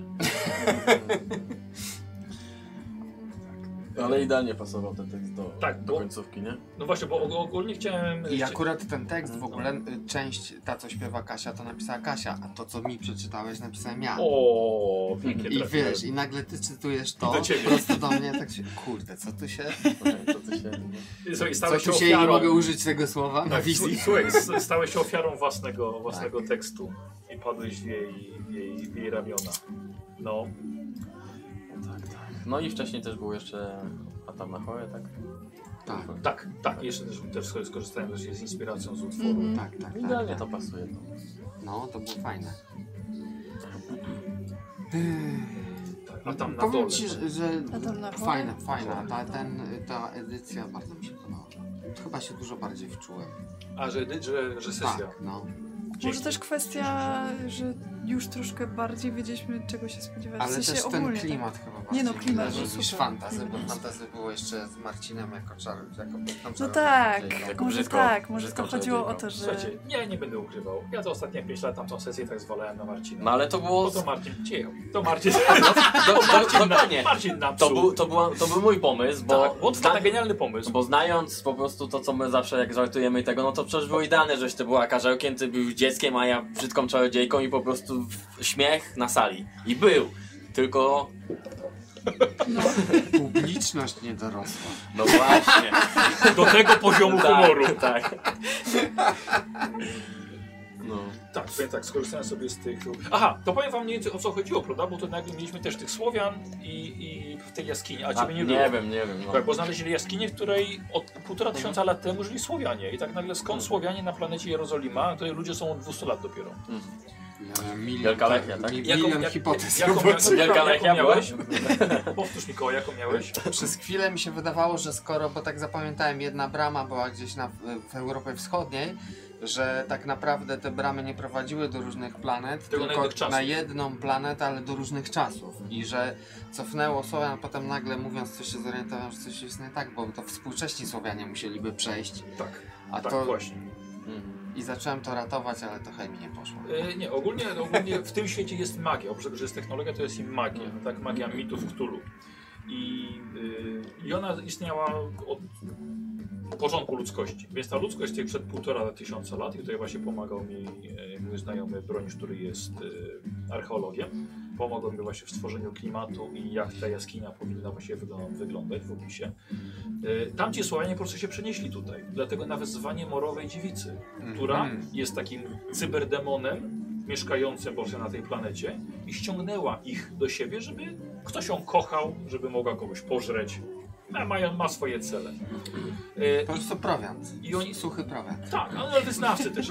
Ale idealnie pasował ten tekst Tak, do bo- końcówki, nie? No właśnie, bo ogólnie chciałem... I akurat ten tekst w ogóle, część ta co śpiewa Kasia, to napisała Kasia, a to co mi przeczytałeś napisałem ja. O, pięknie I trafiłem. wiesz, i nagle ty czytujesz to I do ciebie. prosto do mnie, tak się, kurde, co tu się, To ty się... Słuchaj, co stałeś tu się się, nie ofiarą... mogę użyć tego słowa na Tak, wizji. słuchaj, stałeś się ofiarą własnego tekstu i padłeś w jej ramiona. No. Tak, tak. No i wcześniej też był jeszcze Adam na chore, tak? Tak, Tak. Jeszcze też skorzystałem też z inspiracją z utworu. Mhm. tak. Idealnie to pasuje. No, to było fajne. Tak, a tam na Powiem dole. ci, że A tam na fajna, chore? ta edycja bardzo mi się podobała. Chyba się dużo bardziej wczułem. A, że sesja. Tak, no. Może też kwestia, że już troszkę bardziej wiedzieliśmy, czego się spodziewać. Ale w sensie też ten ogólnie, klimat chyba bardziej Nie no, klimat leży był niż super. fantazy, bo fantazy było jeszcze z Marcinem jako No tak, Jako może brzydko- tak, może brzydko to chodziło o czarodziejką. to, że... Słuchajcie, ja nie będę ukrywał. Ja to ostatnie 5 lat tamtą sesję tak zwalałem na Marcina. No ale to było... Bo to Marcin, cicho. To Marcin. Dokładnie. Marcin napsuł. To był mój pomysł, bo... Tak, bo to na genialny pomysł. Bo znając po prostu to, co my zawsze jak żartujemy i tego, no to przecież było idealne, żeś ty była karzełkiem, ty był dzieckiem, a ja brzydką czarodziejką i po prostu śmiech na sali. I był. Tylko... Publiczność nie dorosła. No właśnie. Do tego poziomu humoru. Tak. No. Tak, powiem tak, skorzystałem sobie z tych... Aha, to powiem wam mniej więcej o co chodziło, prawda? Bo to nagle mieliśmy też tych Słowian i w tej jaskini, a ciebie nie było. Nie wiem. No. Tak, bo znaleźli jaskinię, w której od 1500 lat temu żyli Słowianie. I tak nagle skąd Słowianie na planecie Jerozolima, której ludzie są od 200 lat dopiero. Wielka Lechia, tak? Milion hipotez. Wielka Lechia miałeś? Powtórz Mikołaj, jaką miałeś? Przez chwilę mi się wydawało, że skoro, bo tak zapamiętałem, jedna brama była gdzieś w Europie Wschodniej, że tak naprawdę te bramy nie prowadziły do różnych planet, Tylko tylko na jedną planetę, ale do różnych czasów. I że cofnęło Słowian, a potem nagle mówiąc coś się zorientowałem, że coś jest nie tak, bo to współcześni Słowianie musieliby przejść. Tak, A tak to... właśnie. I zacząłem to ratować, ale trochę mi nie poszło. Nie, ogólnie w tym świecie jest magia. Oprócz tego, że jest technologia, to jest i magia. Tak, magia mitów Cthulhu. I ona istniała od początku ludzkości. Więc ta ludzkość jest przed 1500 lat i tutaj właśnie pomagał mi mój znajomy Bronisz, który jest archeologiem. Pomogł mi właśnie w stworzeniu klimatu i jak ta jaskinia powinna właśnie wyglądać w opisie. Tamci Słowianie po prostu się przenieśli tutaj. Dlatego nawet zwanie Morowej Dziewicy, która jest takim cyberdemonem mieszkającym właśnie na tej planecie i ściągnęła ich do siebie, żeby ktoś ją kochał, żeby mogła kogoś pożreć. Ma swoje cele. Po prostu prowiant. I oni... Suchy prowiant. Tak, ale wyznawcy też.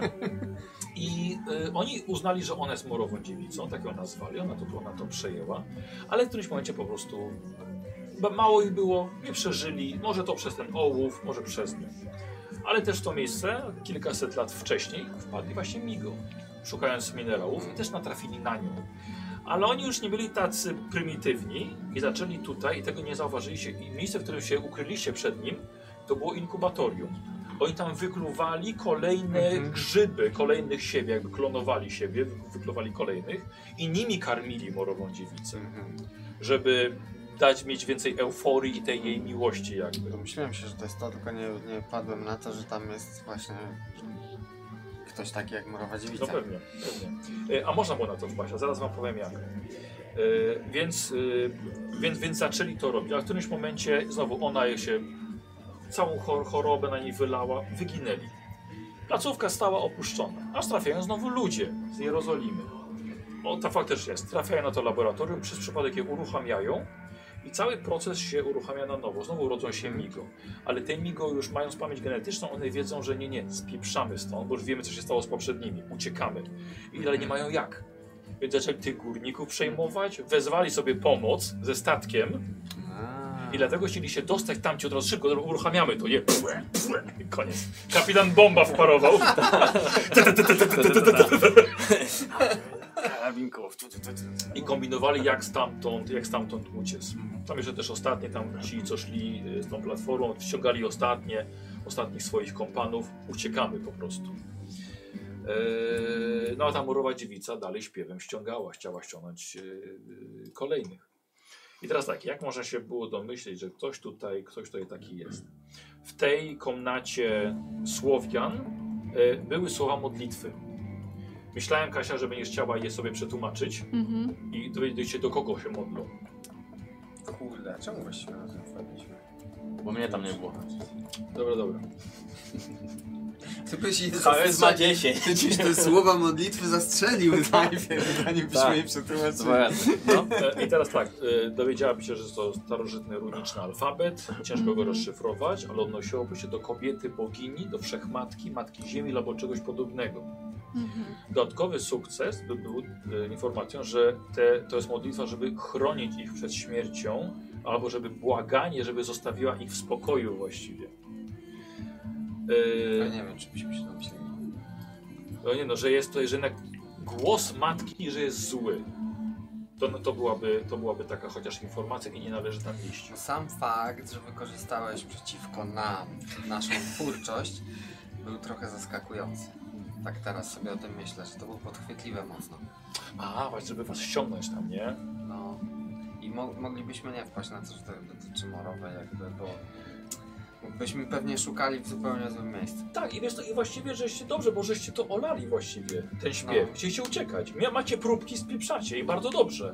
I oni uznali, że ona jest Morową Dziewicą, tak ją nazwali, ona to przejęła, ale w którymś momencie po prostu mało ich było, nie przeżyli, może to przez ten ołów, może przez nią. Ale też w to miejsce, kilkaset lat wcześniej, wpadli właśnie Migo, szukając minerałów i też natrafili na nią. Ale oni już nie byli tacy prymitywni i zaczęli tutaj i tego nie zauważyliście. I miejsce, w którym się ukryliście przed nim, to było inkubatorium. Oni tam wykluwali kolejne grzyby, kolejnych siebie, jakby klonowali siebie, wykluwali kolejnych i nimi karmili Morową Dziewicę, żeby mieć więcej euforii i tej jej miłości jakby. Domyśliłem się, że to jest to, tylko nie padłem na to, że tam jest właśnie ktoś taki jak Morowa Dziewica. No pewnie. A można było na to wpaść, a zaraz wam powiem jak. Więc zaczęli to robić, a w którymś momencie znowu ona się całą chorobę na niej wylała, wyginęli. Placówka stała opuszczona, aż trafiają znowu ludzie z Jerozolimy. To faktycznie jest, trafiają na to laboratorium, przez przypadek je uruchamiają i cały proces się uruchamia na nowo. Znowu rodzą się Migo. Ale te Migo już mając pamięć genetyczną, one wiedzą, że nie, spieprzamy stąd, bo już wiemy co się stało z poprzednimi, uciekamy. Ale nie mają jak. Więc zaczęli tych górników przejmować, wezwali sobie pomoc ze statkiem i dlatego chcieli się dostać tamci od razu szybko, uruchamiamy to, koniec. Kapitan Bomba wparował. I kombinowali jak stamtąd uciec. Tam jeszcze też ostatnie, tam ci co szli z tą platformą, ściągali ostatnich swoich kompanów, uciekamy po prostu. No a ta Morowa Dziewica dalej śpiewem chciała ściągnąć kolejnych. I teraz tak, jak można się było domyśleć, że ktoś tutaj taki jest? W tej komnacie Słowian były słowa modlitwy. Myślałem, Kasia, że będziesz chciała je sobie przetłumaczyć i dowiedzieć się, do kogo się modlą. Kurde, czemu właściwie na tym wpadliśmy? Bo mnie tam nie było. Dobra. Ty byś KS ma 10. Ty byś te słowa modlitwy zastrzelił najpierw, zanim byśmy je przetłumaczyli. No. I teraz tak, dowiedziałaby się, że to starożytny runiczny alfabet, ciężko go rozszyfrować, ale odnosiłoby się do kobiety bogini, do wszechmatki, matki ziemi albo czegoś podobnego. Dodatkowy sukces by był informacją, że to jest modlitwa, żeby chronić ich przed śmiercią, albo żeby błaganie, żeby zostawiła ich w spokoju właściwie. Ja nie wiem, czy byśmy się domyślili. No nie no, że jest to, że jednak głos matki, że jest zły. To byłaby taka chociaż informacja i nie należy tam iść. Sam fakt, że wykorzystałeś przeciwko nam naszą twórczość, był trochę zaskakujący. Tak teraz sobie o tym myślę, że to było podchwytliwe mocno. A, właśnie, żeby was ściągnąć tam, nie? No. I moglibyśmy nie wpaść na to, że to dotyczy Morowej jakby, bo byśmy pewnie szukali w zupełnie złym miejscu. Tak, i wiesz to, i właściwie żeście dobrze, bo żeście to olali właściwie, ten śpiew. Chcieliście uciekać. Macie próbki, spieprzacie i bardzo dobrze.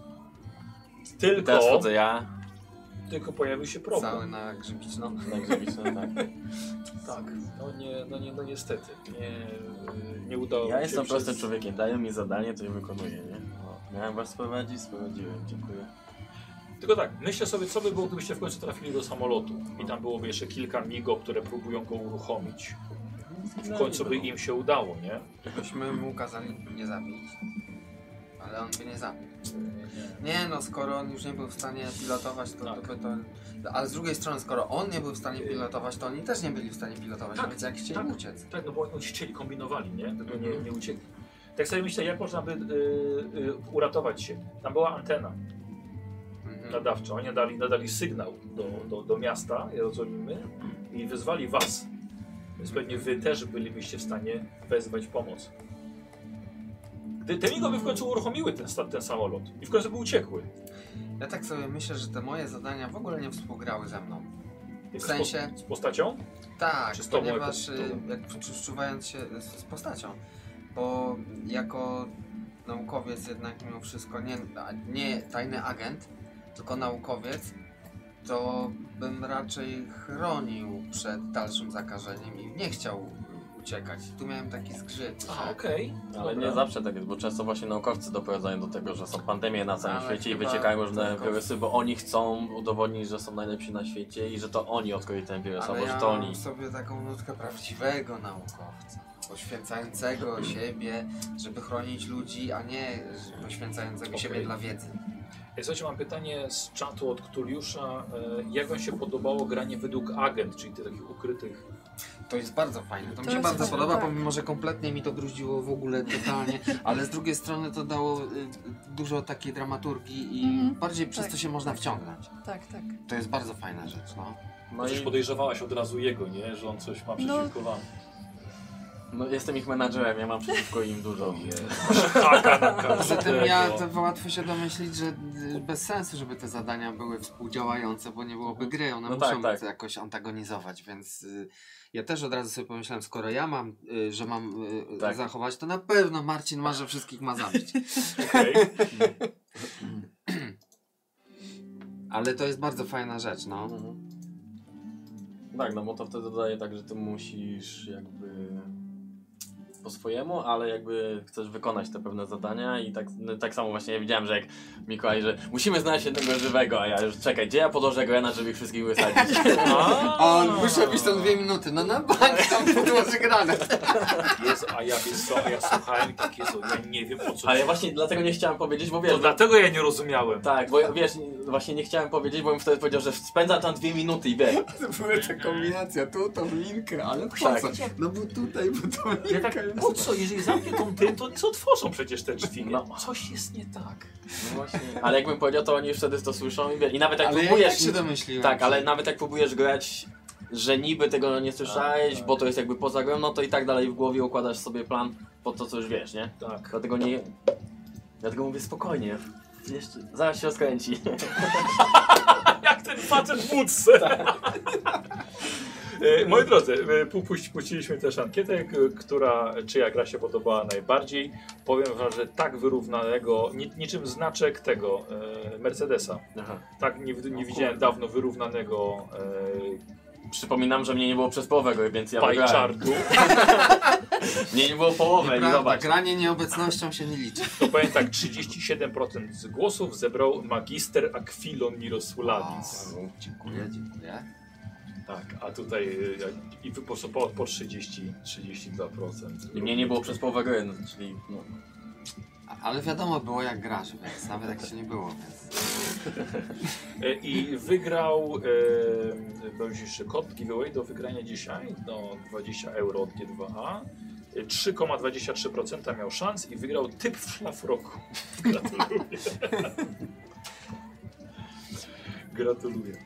Teraz chodzę ja. Tylko pojawił się problem. Cały na grzybiczną. Na grzybiczną, tak. Tak, no niestety, nie udało mi się. Ja jestem prostym człowiekiem, dają mi zadanie, to je wykonuję, nie? Miałem was sprowadzić, sprowadziłem, dziękuję. Tylko tak, myślę sobie, co by było, gdybyście w końcu trafili do samolotu i tam byłoby jeszcze kilka Migo, które próbują go uruchomić. w końcu by im się udało, nie? Myśmy mu kazali nie zabić, ale on by nie zabił. Nie no, skoro on już nie był w stanie pilotować, to, Tak. by to... Ale z drugiej strony, skoro on nie był w stanie pilotować, to oni też nie byli w stanie pilotować, Tak, więc jak chcieli tak. uciec. Tak, no bo oni chcieli, kombinowali, nie? Tylko nie uciekli. Tak sobie myślę, jak można by uratować się. Tam była antena nadawcza. Oni nadali sygnał do miasta Jerozolimy i wezwali was. Więc pewnie wy też bylibyście w stanie wezwać pomoc. Gdy te migowy w końcu uruchomiły ten samolot i w końcu by uciekły. Ja tak sobie myślę, że te moje zadania w ogóle nie współgrały ze mną. W Z sensie... z postacią? Tak, Czy z tobą ponieważ jako- jak wczuwając się z postacią, bo jako naukowiec jednak mimo wszystko, nie tajny agent, tylko naukowiec, to bym raczej chronił przed dalszym zakażeniem i nie chciał uciekać. Tu miałem taki zgrzyt, A, że okej. Ale Dobra. nie zawsze tak jest, bo często właśnie naukowcy doprowadzają do tego, że są pandemie na całym Ale świecie i chyba wyciekają różne tylko- wirusy, bo oni chcą udowodnić, że są najlepsi na świecie i że to oni odkryli ten wirus, ale albo że ja to mam oni. w sobie taką nutkę prawdziwego naukowca, poświęcającego siebie, żeby chronić ludzi, a nie poświęcającego siebie dla wiedzy. Słuchajcie, mam pytanie z czatu od Ktuliusza. Jak wam się podobało granie według agent, czyli tych takich ukrytych... To jest bardzo fajne, to mi To się jest bardzo fajne, podoba, tak. pomimo że kompletnie mi to bruździło w ogóle totalnie, ale z drugiej strony to dało dużo takiej dramaturgii i bardziej przez tak. to się można wciągnąć. Tak, tak. To jest bardzo fajna rzecz, no. No Coś i podejrzewałaś od razu jego, nie? Że on coś ma przeciwko wam. no, jestem ich menadżerem, ja mam przeciwko im dużo. Haka na Poza tym każdego. to łatwo się domyślić, że bez sensu, żeby te zadania były współdziałające, bo nie byłoby gry, one No muszą tak. jakoś antagonizować, więc ja też od razu sobie pomyślałem, skoro ja mam, że mam Tak. zachować, to na pewno Marcin ma, że wszystkich ma zabić. Okej. Ale to jest bardzo fajna rzecz, no. Mhm. Tak, no bo to wtedy dodaje tak, że ty musisz jakby po swojemu, ale jakby chcesz wykonać te pewne zadania i tak samo właśnie ja widziałem, że jak Mikołaj, że musimy znaleźć jednego żywego, a ja już czekaj, gdzie ja podłożę granat, żeby ich wszystkich wysadzić? A on muszę być tam 2 minuty, no na bank tam podłoży granat. Jezu, a ja wiesz co, a ja słuchałem i tak Jezu, ja nie wiem o co... Ale ja właśnie dlatego nie chciałem powiedzieć, bo wiesz... To dlatego ja nie rozumiałem. Tak, bo wiesz, właśnie nie chciałem powiedzieć, bo bym wtedy powiedział, że spędzam tam 2 minuty i wiesz. To była ta kombinacja, tu tą linkę, ale po Tak. co? No bo tutaj, bo tą Ja linkę tak, jest... po co, jeżeli zamknie tą tym, to nie otworzą przecież te drzwi. No. Coś jest nie tak. No właśnie. Ale jakbym powiedział, to oni już wtedy to słyszą i wiesz. I nawet jak Ale ja próbujesz... tak się domyśliłem. Tak, ale nawet jak próbujesz grać, że niby tego nie słyszałeś, bo to jest jakby poza grą, no to i tak dalej w głowie układasz sobie plan pod to, co już wiesz, nie? Tak. Dlatego nie... Dlatego mówię spokojnie. Jeszcze, zaraz się rozkręci. Jak ten facet w wódce. Moi drodzy, puściliśmy też ankietę, czyja gra się podobała najbardziej. Powiem wam, że tak wyrównanego, niczym znaczek tego Mercedesa. Aha. Tak nie widziałem dawno wyrównanego Przypominam, że mnie nie było przez połowę gry, więc ja pie wygrałem. chartu. Mnie nie było połowę, nie Nieprawda, zobacz. granie nieobecnością się nie liczy. To powiem tak, 37% z głosów zebrał magister Aquilon Mirosławis. Dziękuję, dziękuję. Tak, a tutaj i po 32%. I mnie nie było przez połowę gry, no, czyli no. Ale wiadomo było jak grasz, więc nawet jak się nie było, więc... I wygrał, będzie jeszcze kod giveaway do wygrania dzisiaj, no 20 euro od G2A. 3,23% miał szans i wygrał typ w szlafroku. Gratuluję. Gratuluję.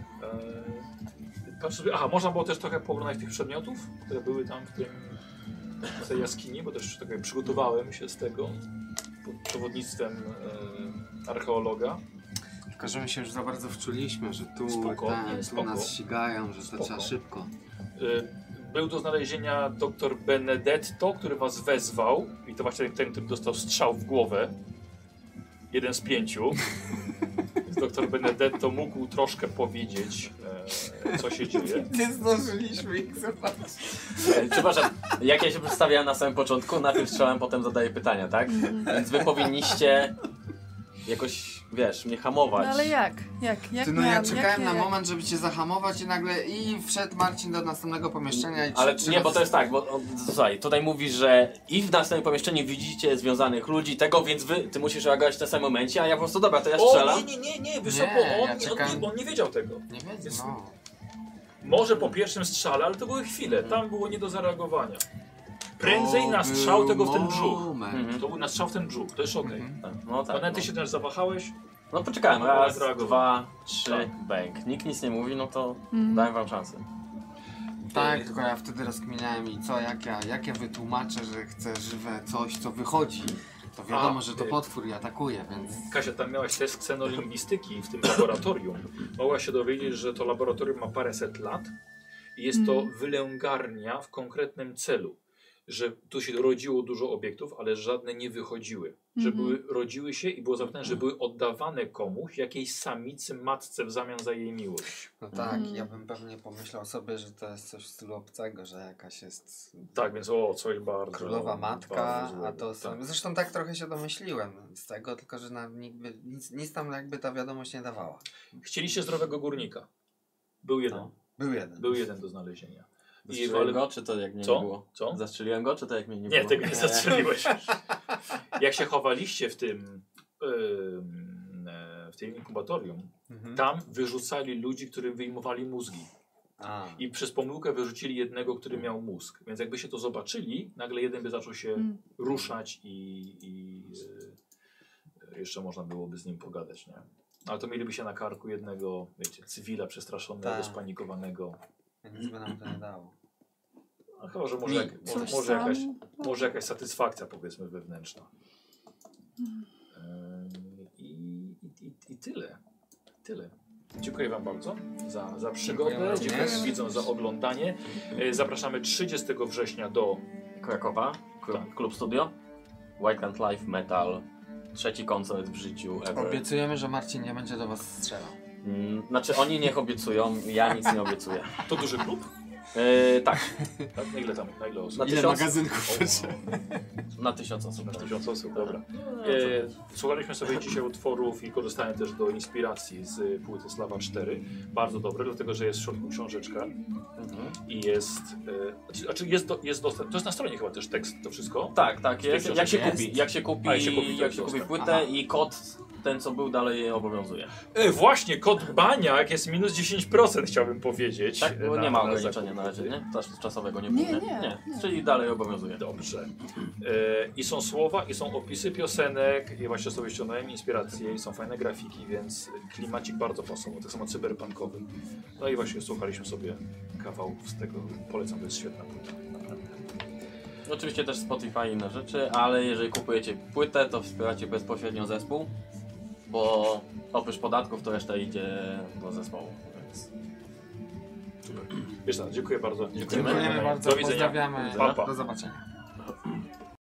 Patrz sobie, aha, można było też trochę pooglądać tych przedmiotów, które były tam w tej jaskini, bo też tak przygotowałem się z tego pod przewodnictwem archeologa. Tylko, że my się już za bardzo wczuliśmy, że tu, Spokojnie, tu spoko. nas ścigają, że to Spoko. trzeba szybko. Był do znalezienia dr Benedetto, który was wezwał i to właśnie ten, który dostał strzał w głowę. 1 z 5. Więc dr Benedetto mógł troszkę powiedzieć, co się dzieje. Nie zdążyliśmy ich zobaczyć. Przepraszam, jak ja się przedstawiałem na samym początku, najpierw strzelam, potem zadaję pytania, tak? Więc wy powinniście jakoś, wiesz, mnie hamować. No ale jak? Jak Ty, no ja miałam, czekałem jak na moment, żeby cię zahamować i nagle wszedł Marcin do następnego pomieszczenia i Ale trzy nie, bo razy- to jest tak, bo słuchaj, tutaj mówisz, że i w następnym pomieszczeniu widzicie związanych ludzi, tego, więc ty musisz reagować w tym samym momencie, a ja po prostu, dobra, to ja strzelam. Nie, wysoko, Nie, on, ja czekałem. on nie wiedział tego. Nie wiem, Jest- no. Może po pierwszym strzale, ale to były chwile, tam było nie do zareagowania. Prędzej na To strzał był tego w ten brzuch. moment. Mhm. To był na strzał w ten brzuch, to jest okej. Mhm. No tak. Nawet ty się też zawahałeś? No poczekałem, No, raz, reagował. 2, 3, Tak. bang. Nikt nic nie mówi, no to Mhm. dałem wam szansę. Tak, tylko ja wtedy rozkminiałem i co, jak ja wytłumaczę, że chcę żywe coś, co wychodzi, to wiadomo, że to potwór i atakuje, więc... Kasia, tam miałaś test ksenolingwistyki w tym laboratorium. Mogłaś się dowiedzieć, że to laboratorium ma paręset lat i jest to wylęgarnia w konkretnym celu. Że tu się rodziło dużo obiektów, ale żadne nie wychodziły. Że rodziły się i było zapytane, że były oddawane komuś, jakiejś samicy, matce w zamian za jej miłość. No tak, ja bym pewnie pomyślał sobie, że to jest coś w stylu obcego, że jakaś jest Tak, więc coś bardzo... królowa matka, bardzo złego. a to są... Zresztą tak trochę się domyśliłem z tego, tylko że nic tam jakby ta wiadomość nie dawała. Chcieliście zdrowego górnika. Był jeden. No. Był jeden. Był jeden do znalezienia. Zastrzeliłem go, czy to jak mnie Co? nie było? Co? Zastrzeliłem go, czy to jak mnie nie Nie, było? tego nie zastrzeliłeś. Jak się chowaliście w tym inkubatorium, Mhm. tam wyrzucali ludzi, którym wyjmowali mózgi. A, I przez pomyłkę wyrzucili jednego, który miał mózg. Więc jakby się to zobaczyli, nagle jeden by zaczął się ruszać i jeszcze można byłoby z nim pogadać, nie? Ale to mieliby się na karku jednego, wiecie, cywila przestraszonego, Tak. spanikowanego. nic by nam to nie dało. A chyba, że Coś może jakaś satysfakcja, powiedzmy, wewnętrzna. I tyle. Tyle. Dziękuję wam bardzo za przygodę. Dziękujemy Dziękuję również. widzom za oglądanie. Zapraszamy 30 września do... Krakowa, Tak. Klub Studio, Wildland Live Metal, trzeci koncert w życiu ever. Obiecujemy, że Marcin nie będzie do was strzelał. Znaczy oni niech obiecują, ja nic nie obiecuję. To duży klub? Tak, Tak, na ile osób? Na Ile 1000? magazynków? na 1000 osób. Na 1000 osób, dobra. No, Słuchaliśmy sobie dzisiaj utworów i korzystałem też do inspiracji z płyty Slawa 4. Bardzo dobre, dlatego że jest w środku książeczka i jest... jest dostęp. To jest na stronie chyba też tekst, to wszystko? Tak, jest. tej Jak się książce kupi, jest? jak się kupi, A, jak się kupi, to jest kupi dostęp. płytę Aha. i kod ten co był dalej obowiązuje. Właśnie, kod Baniak jest minus 10%, chciałbym powiedzieć. Tak, bo nie ma ograniczenia zakupy. na razie, nie? Czasowego nie Nie, było. nie. Czyli dalej obowiązuje. Dobrze. I są słowa, i są opisy piosenek. I właśnie sobie ściągnąłem inspiracje, i są fajne grafiki, więc klimacik bardzo pasował, tak samo cyberpunkowy. No i właśnie słuchaliśmy sobie kawałków z tego. Polecam, to jest świetna płyta. Naprawdę. Oczywiście też Spotify i inne rzeczy, ale jeżeli kupujecie płytę, to wspieracie bezpośrednio zespół, bo oprócz podatków to reszta idzie do zespołu. Więc... Super. Wiesz co, dziękuję bardzo. Dziękujemy bardzo, Do widzenia. pozdrawiamy, Pa, pa. do zobaczenia.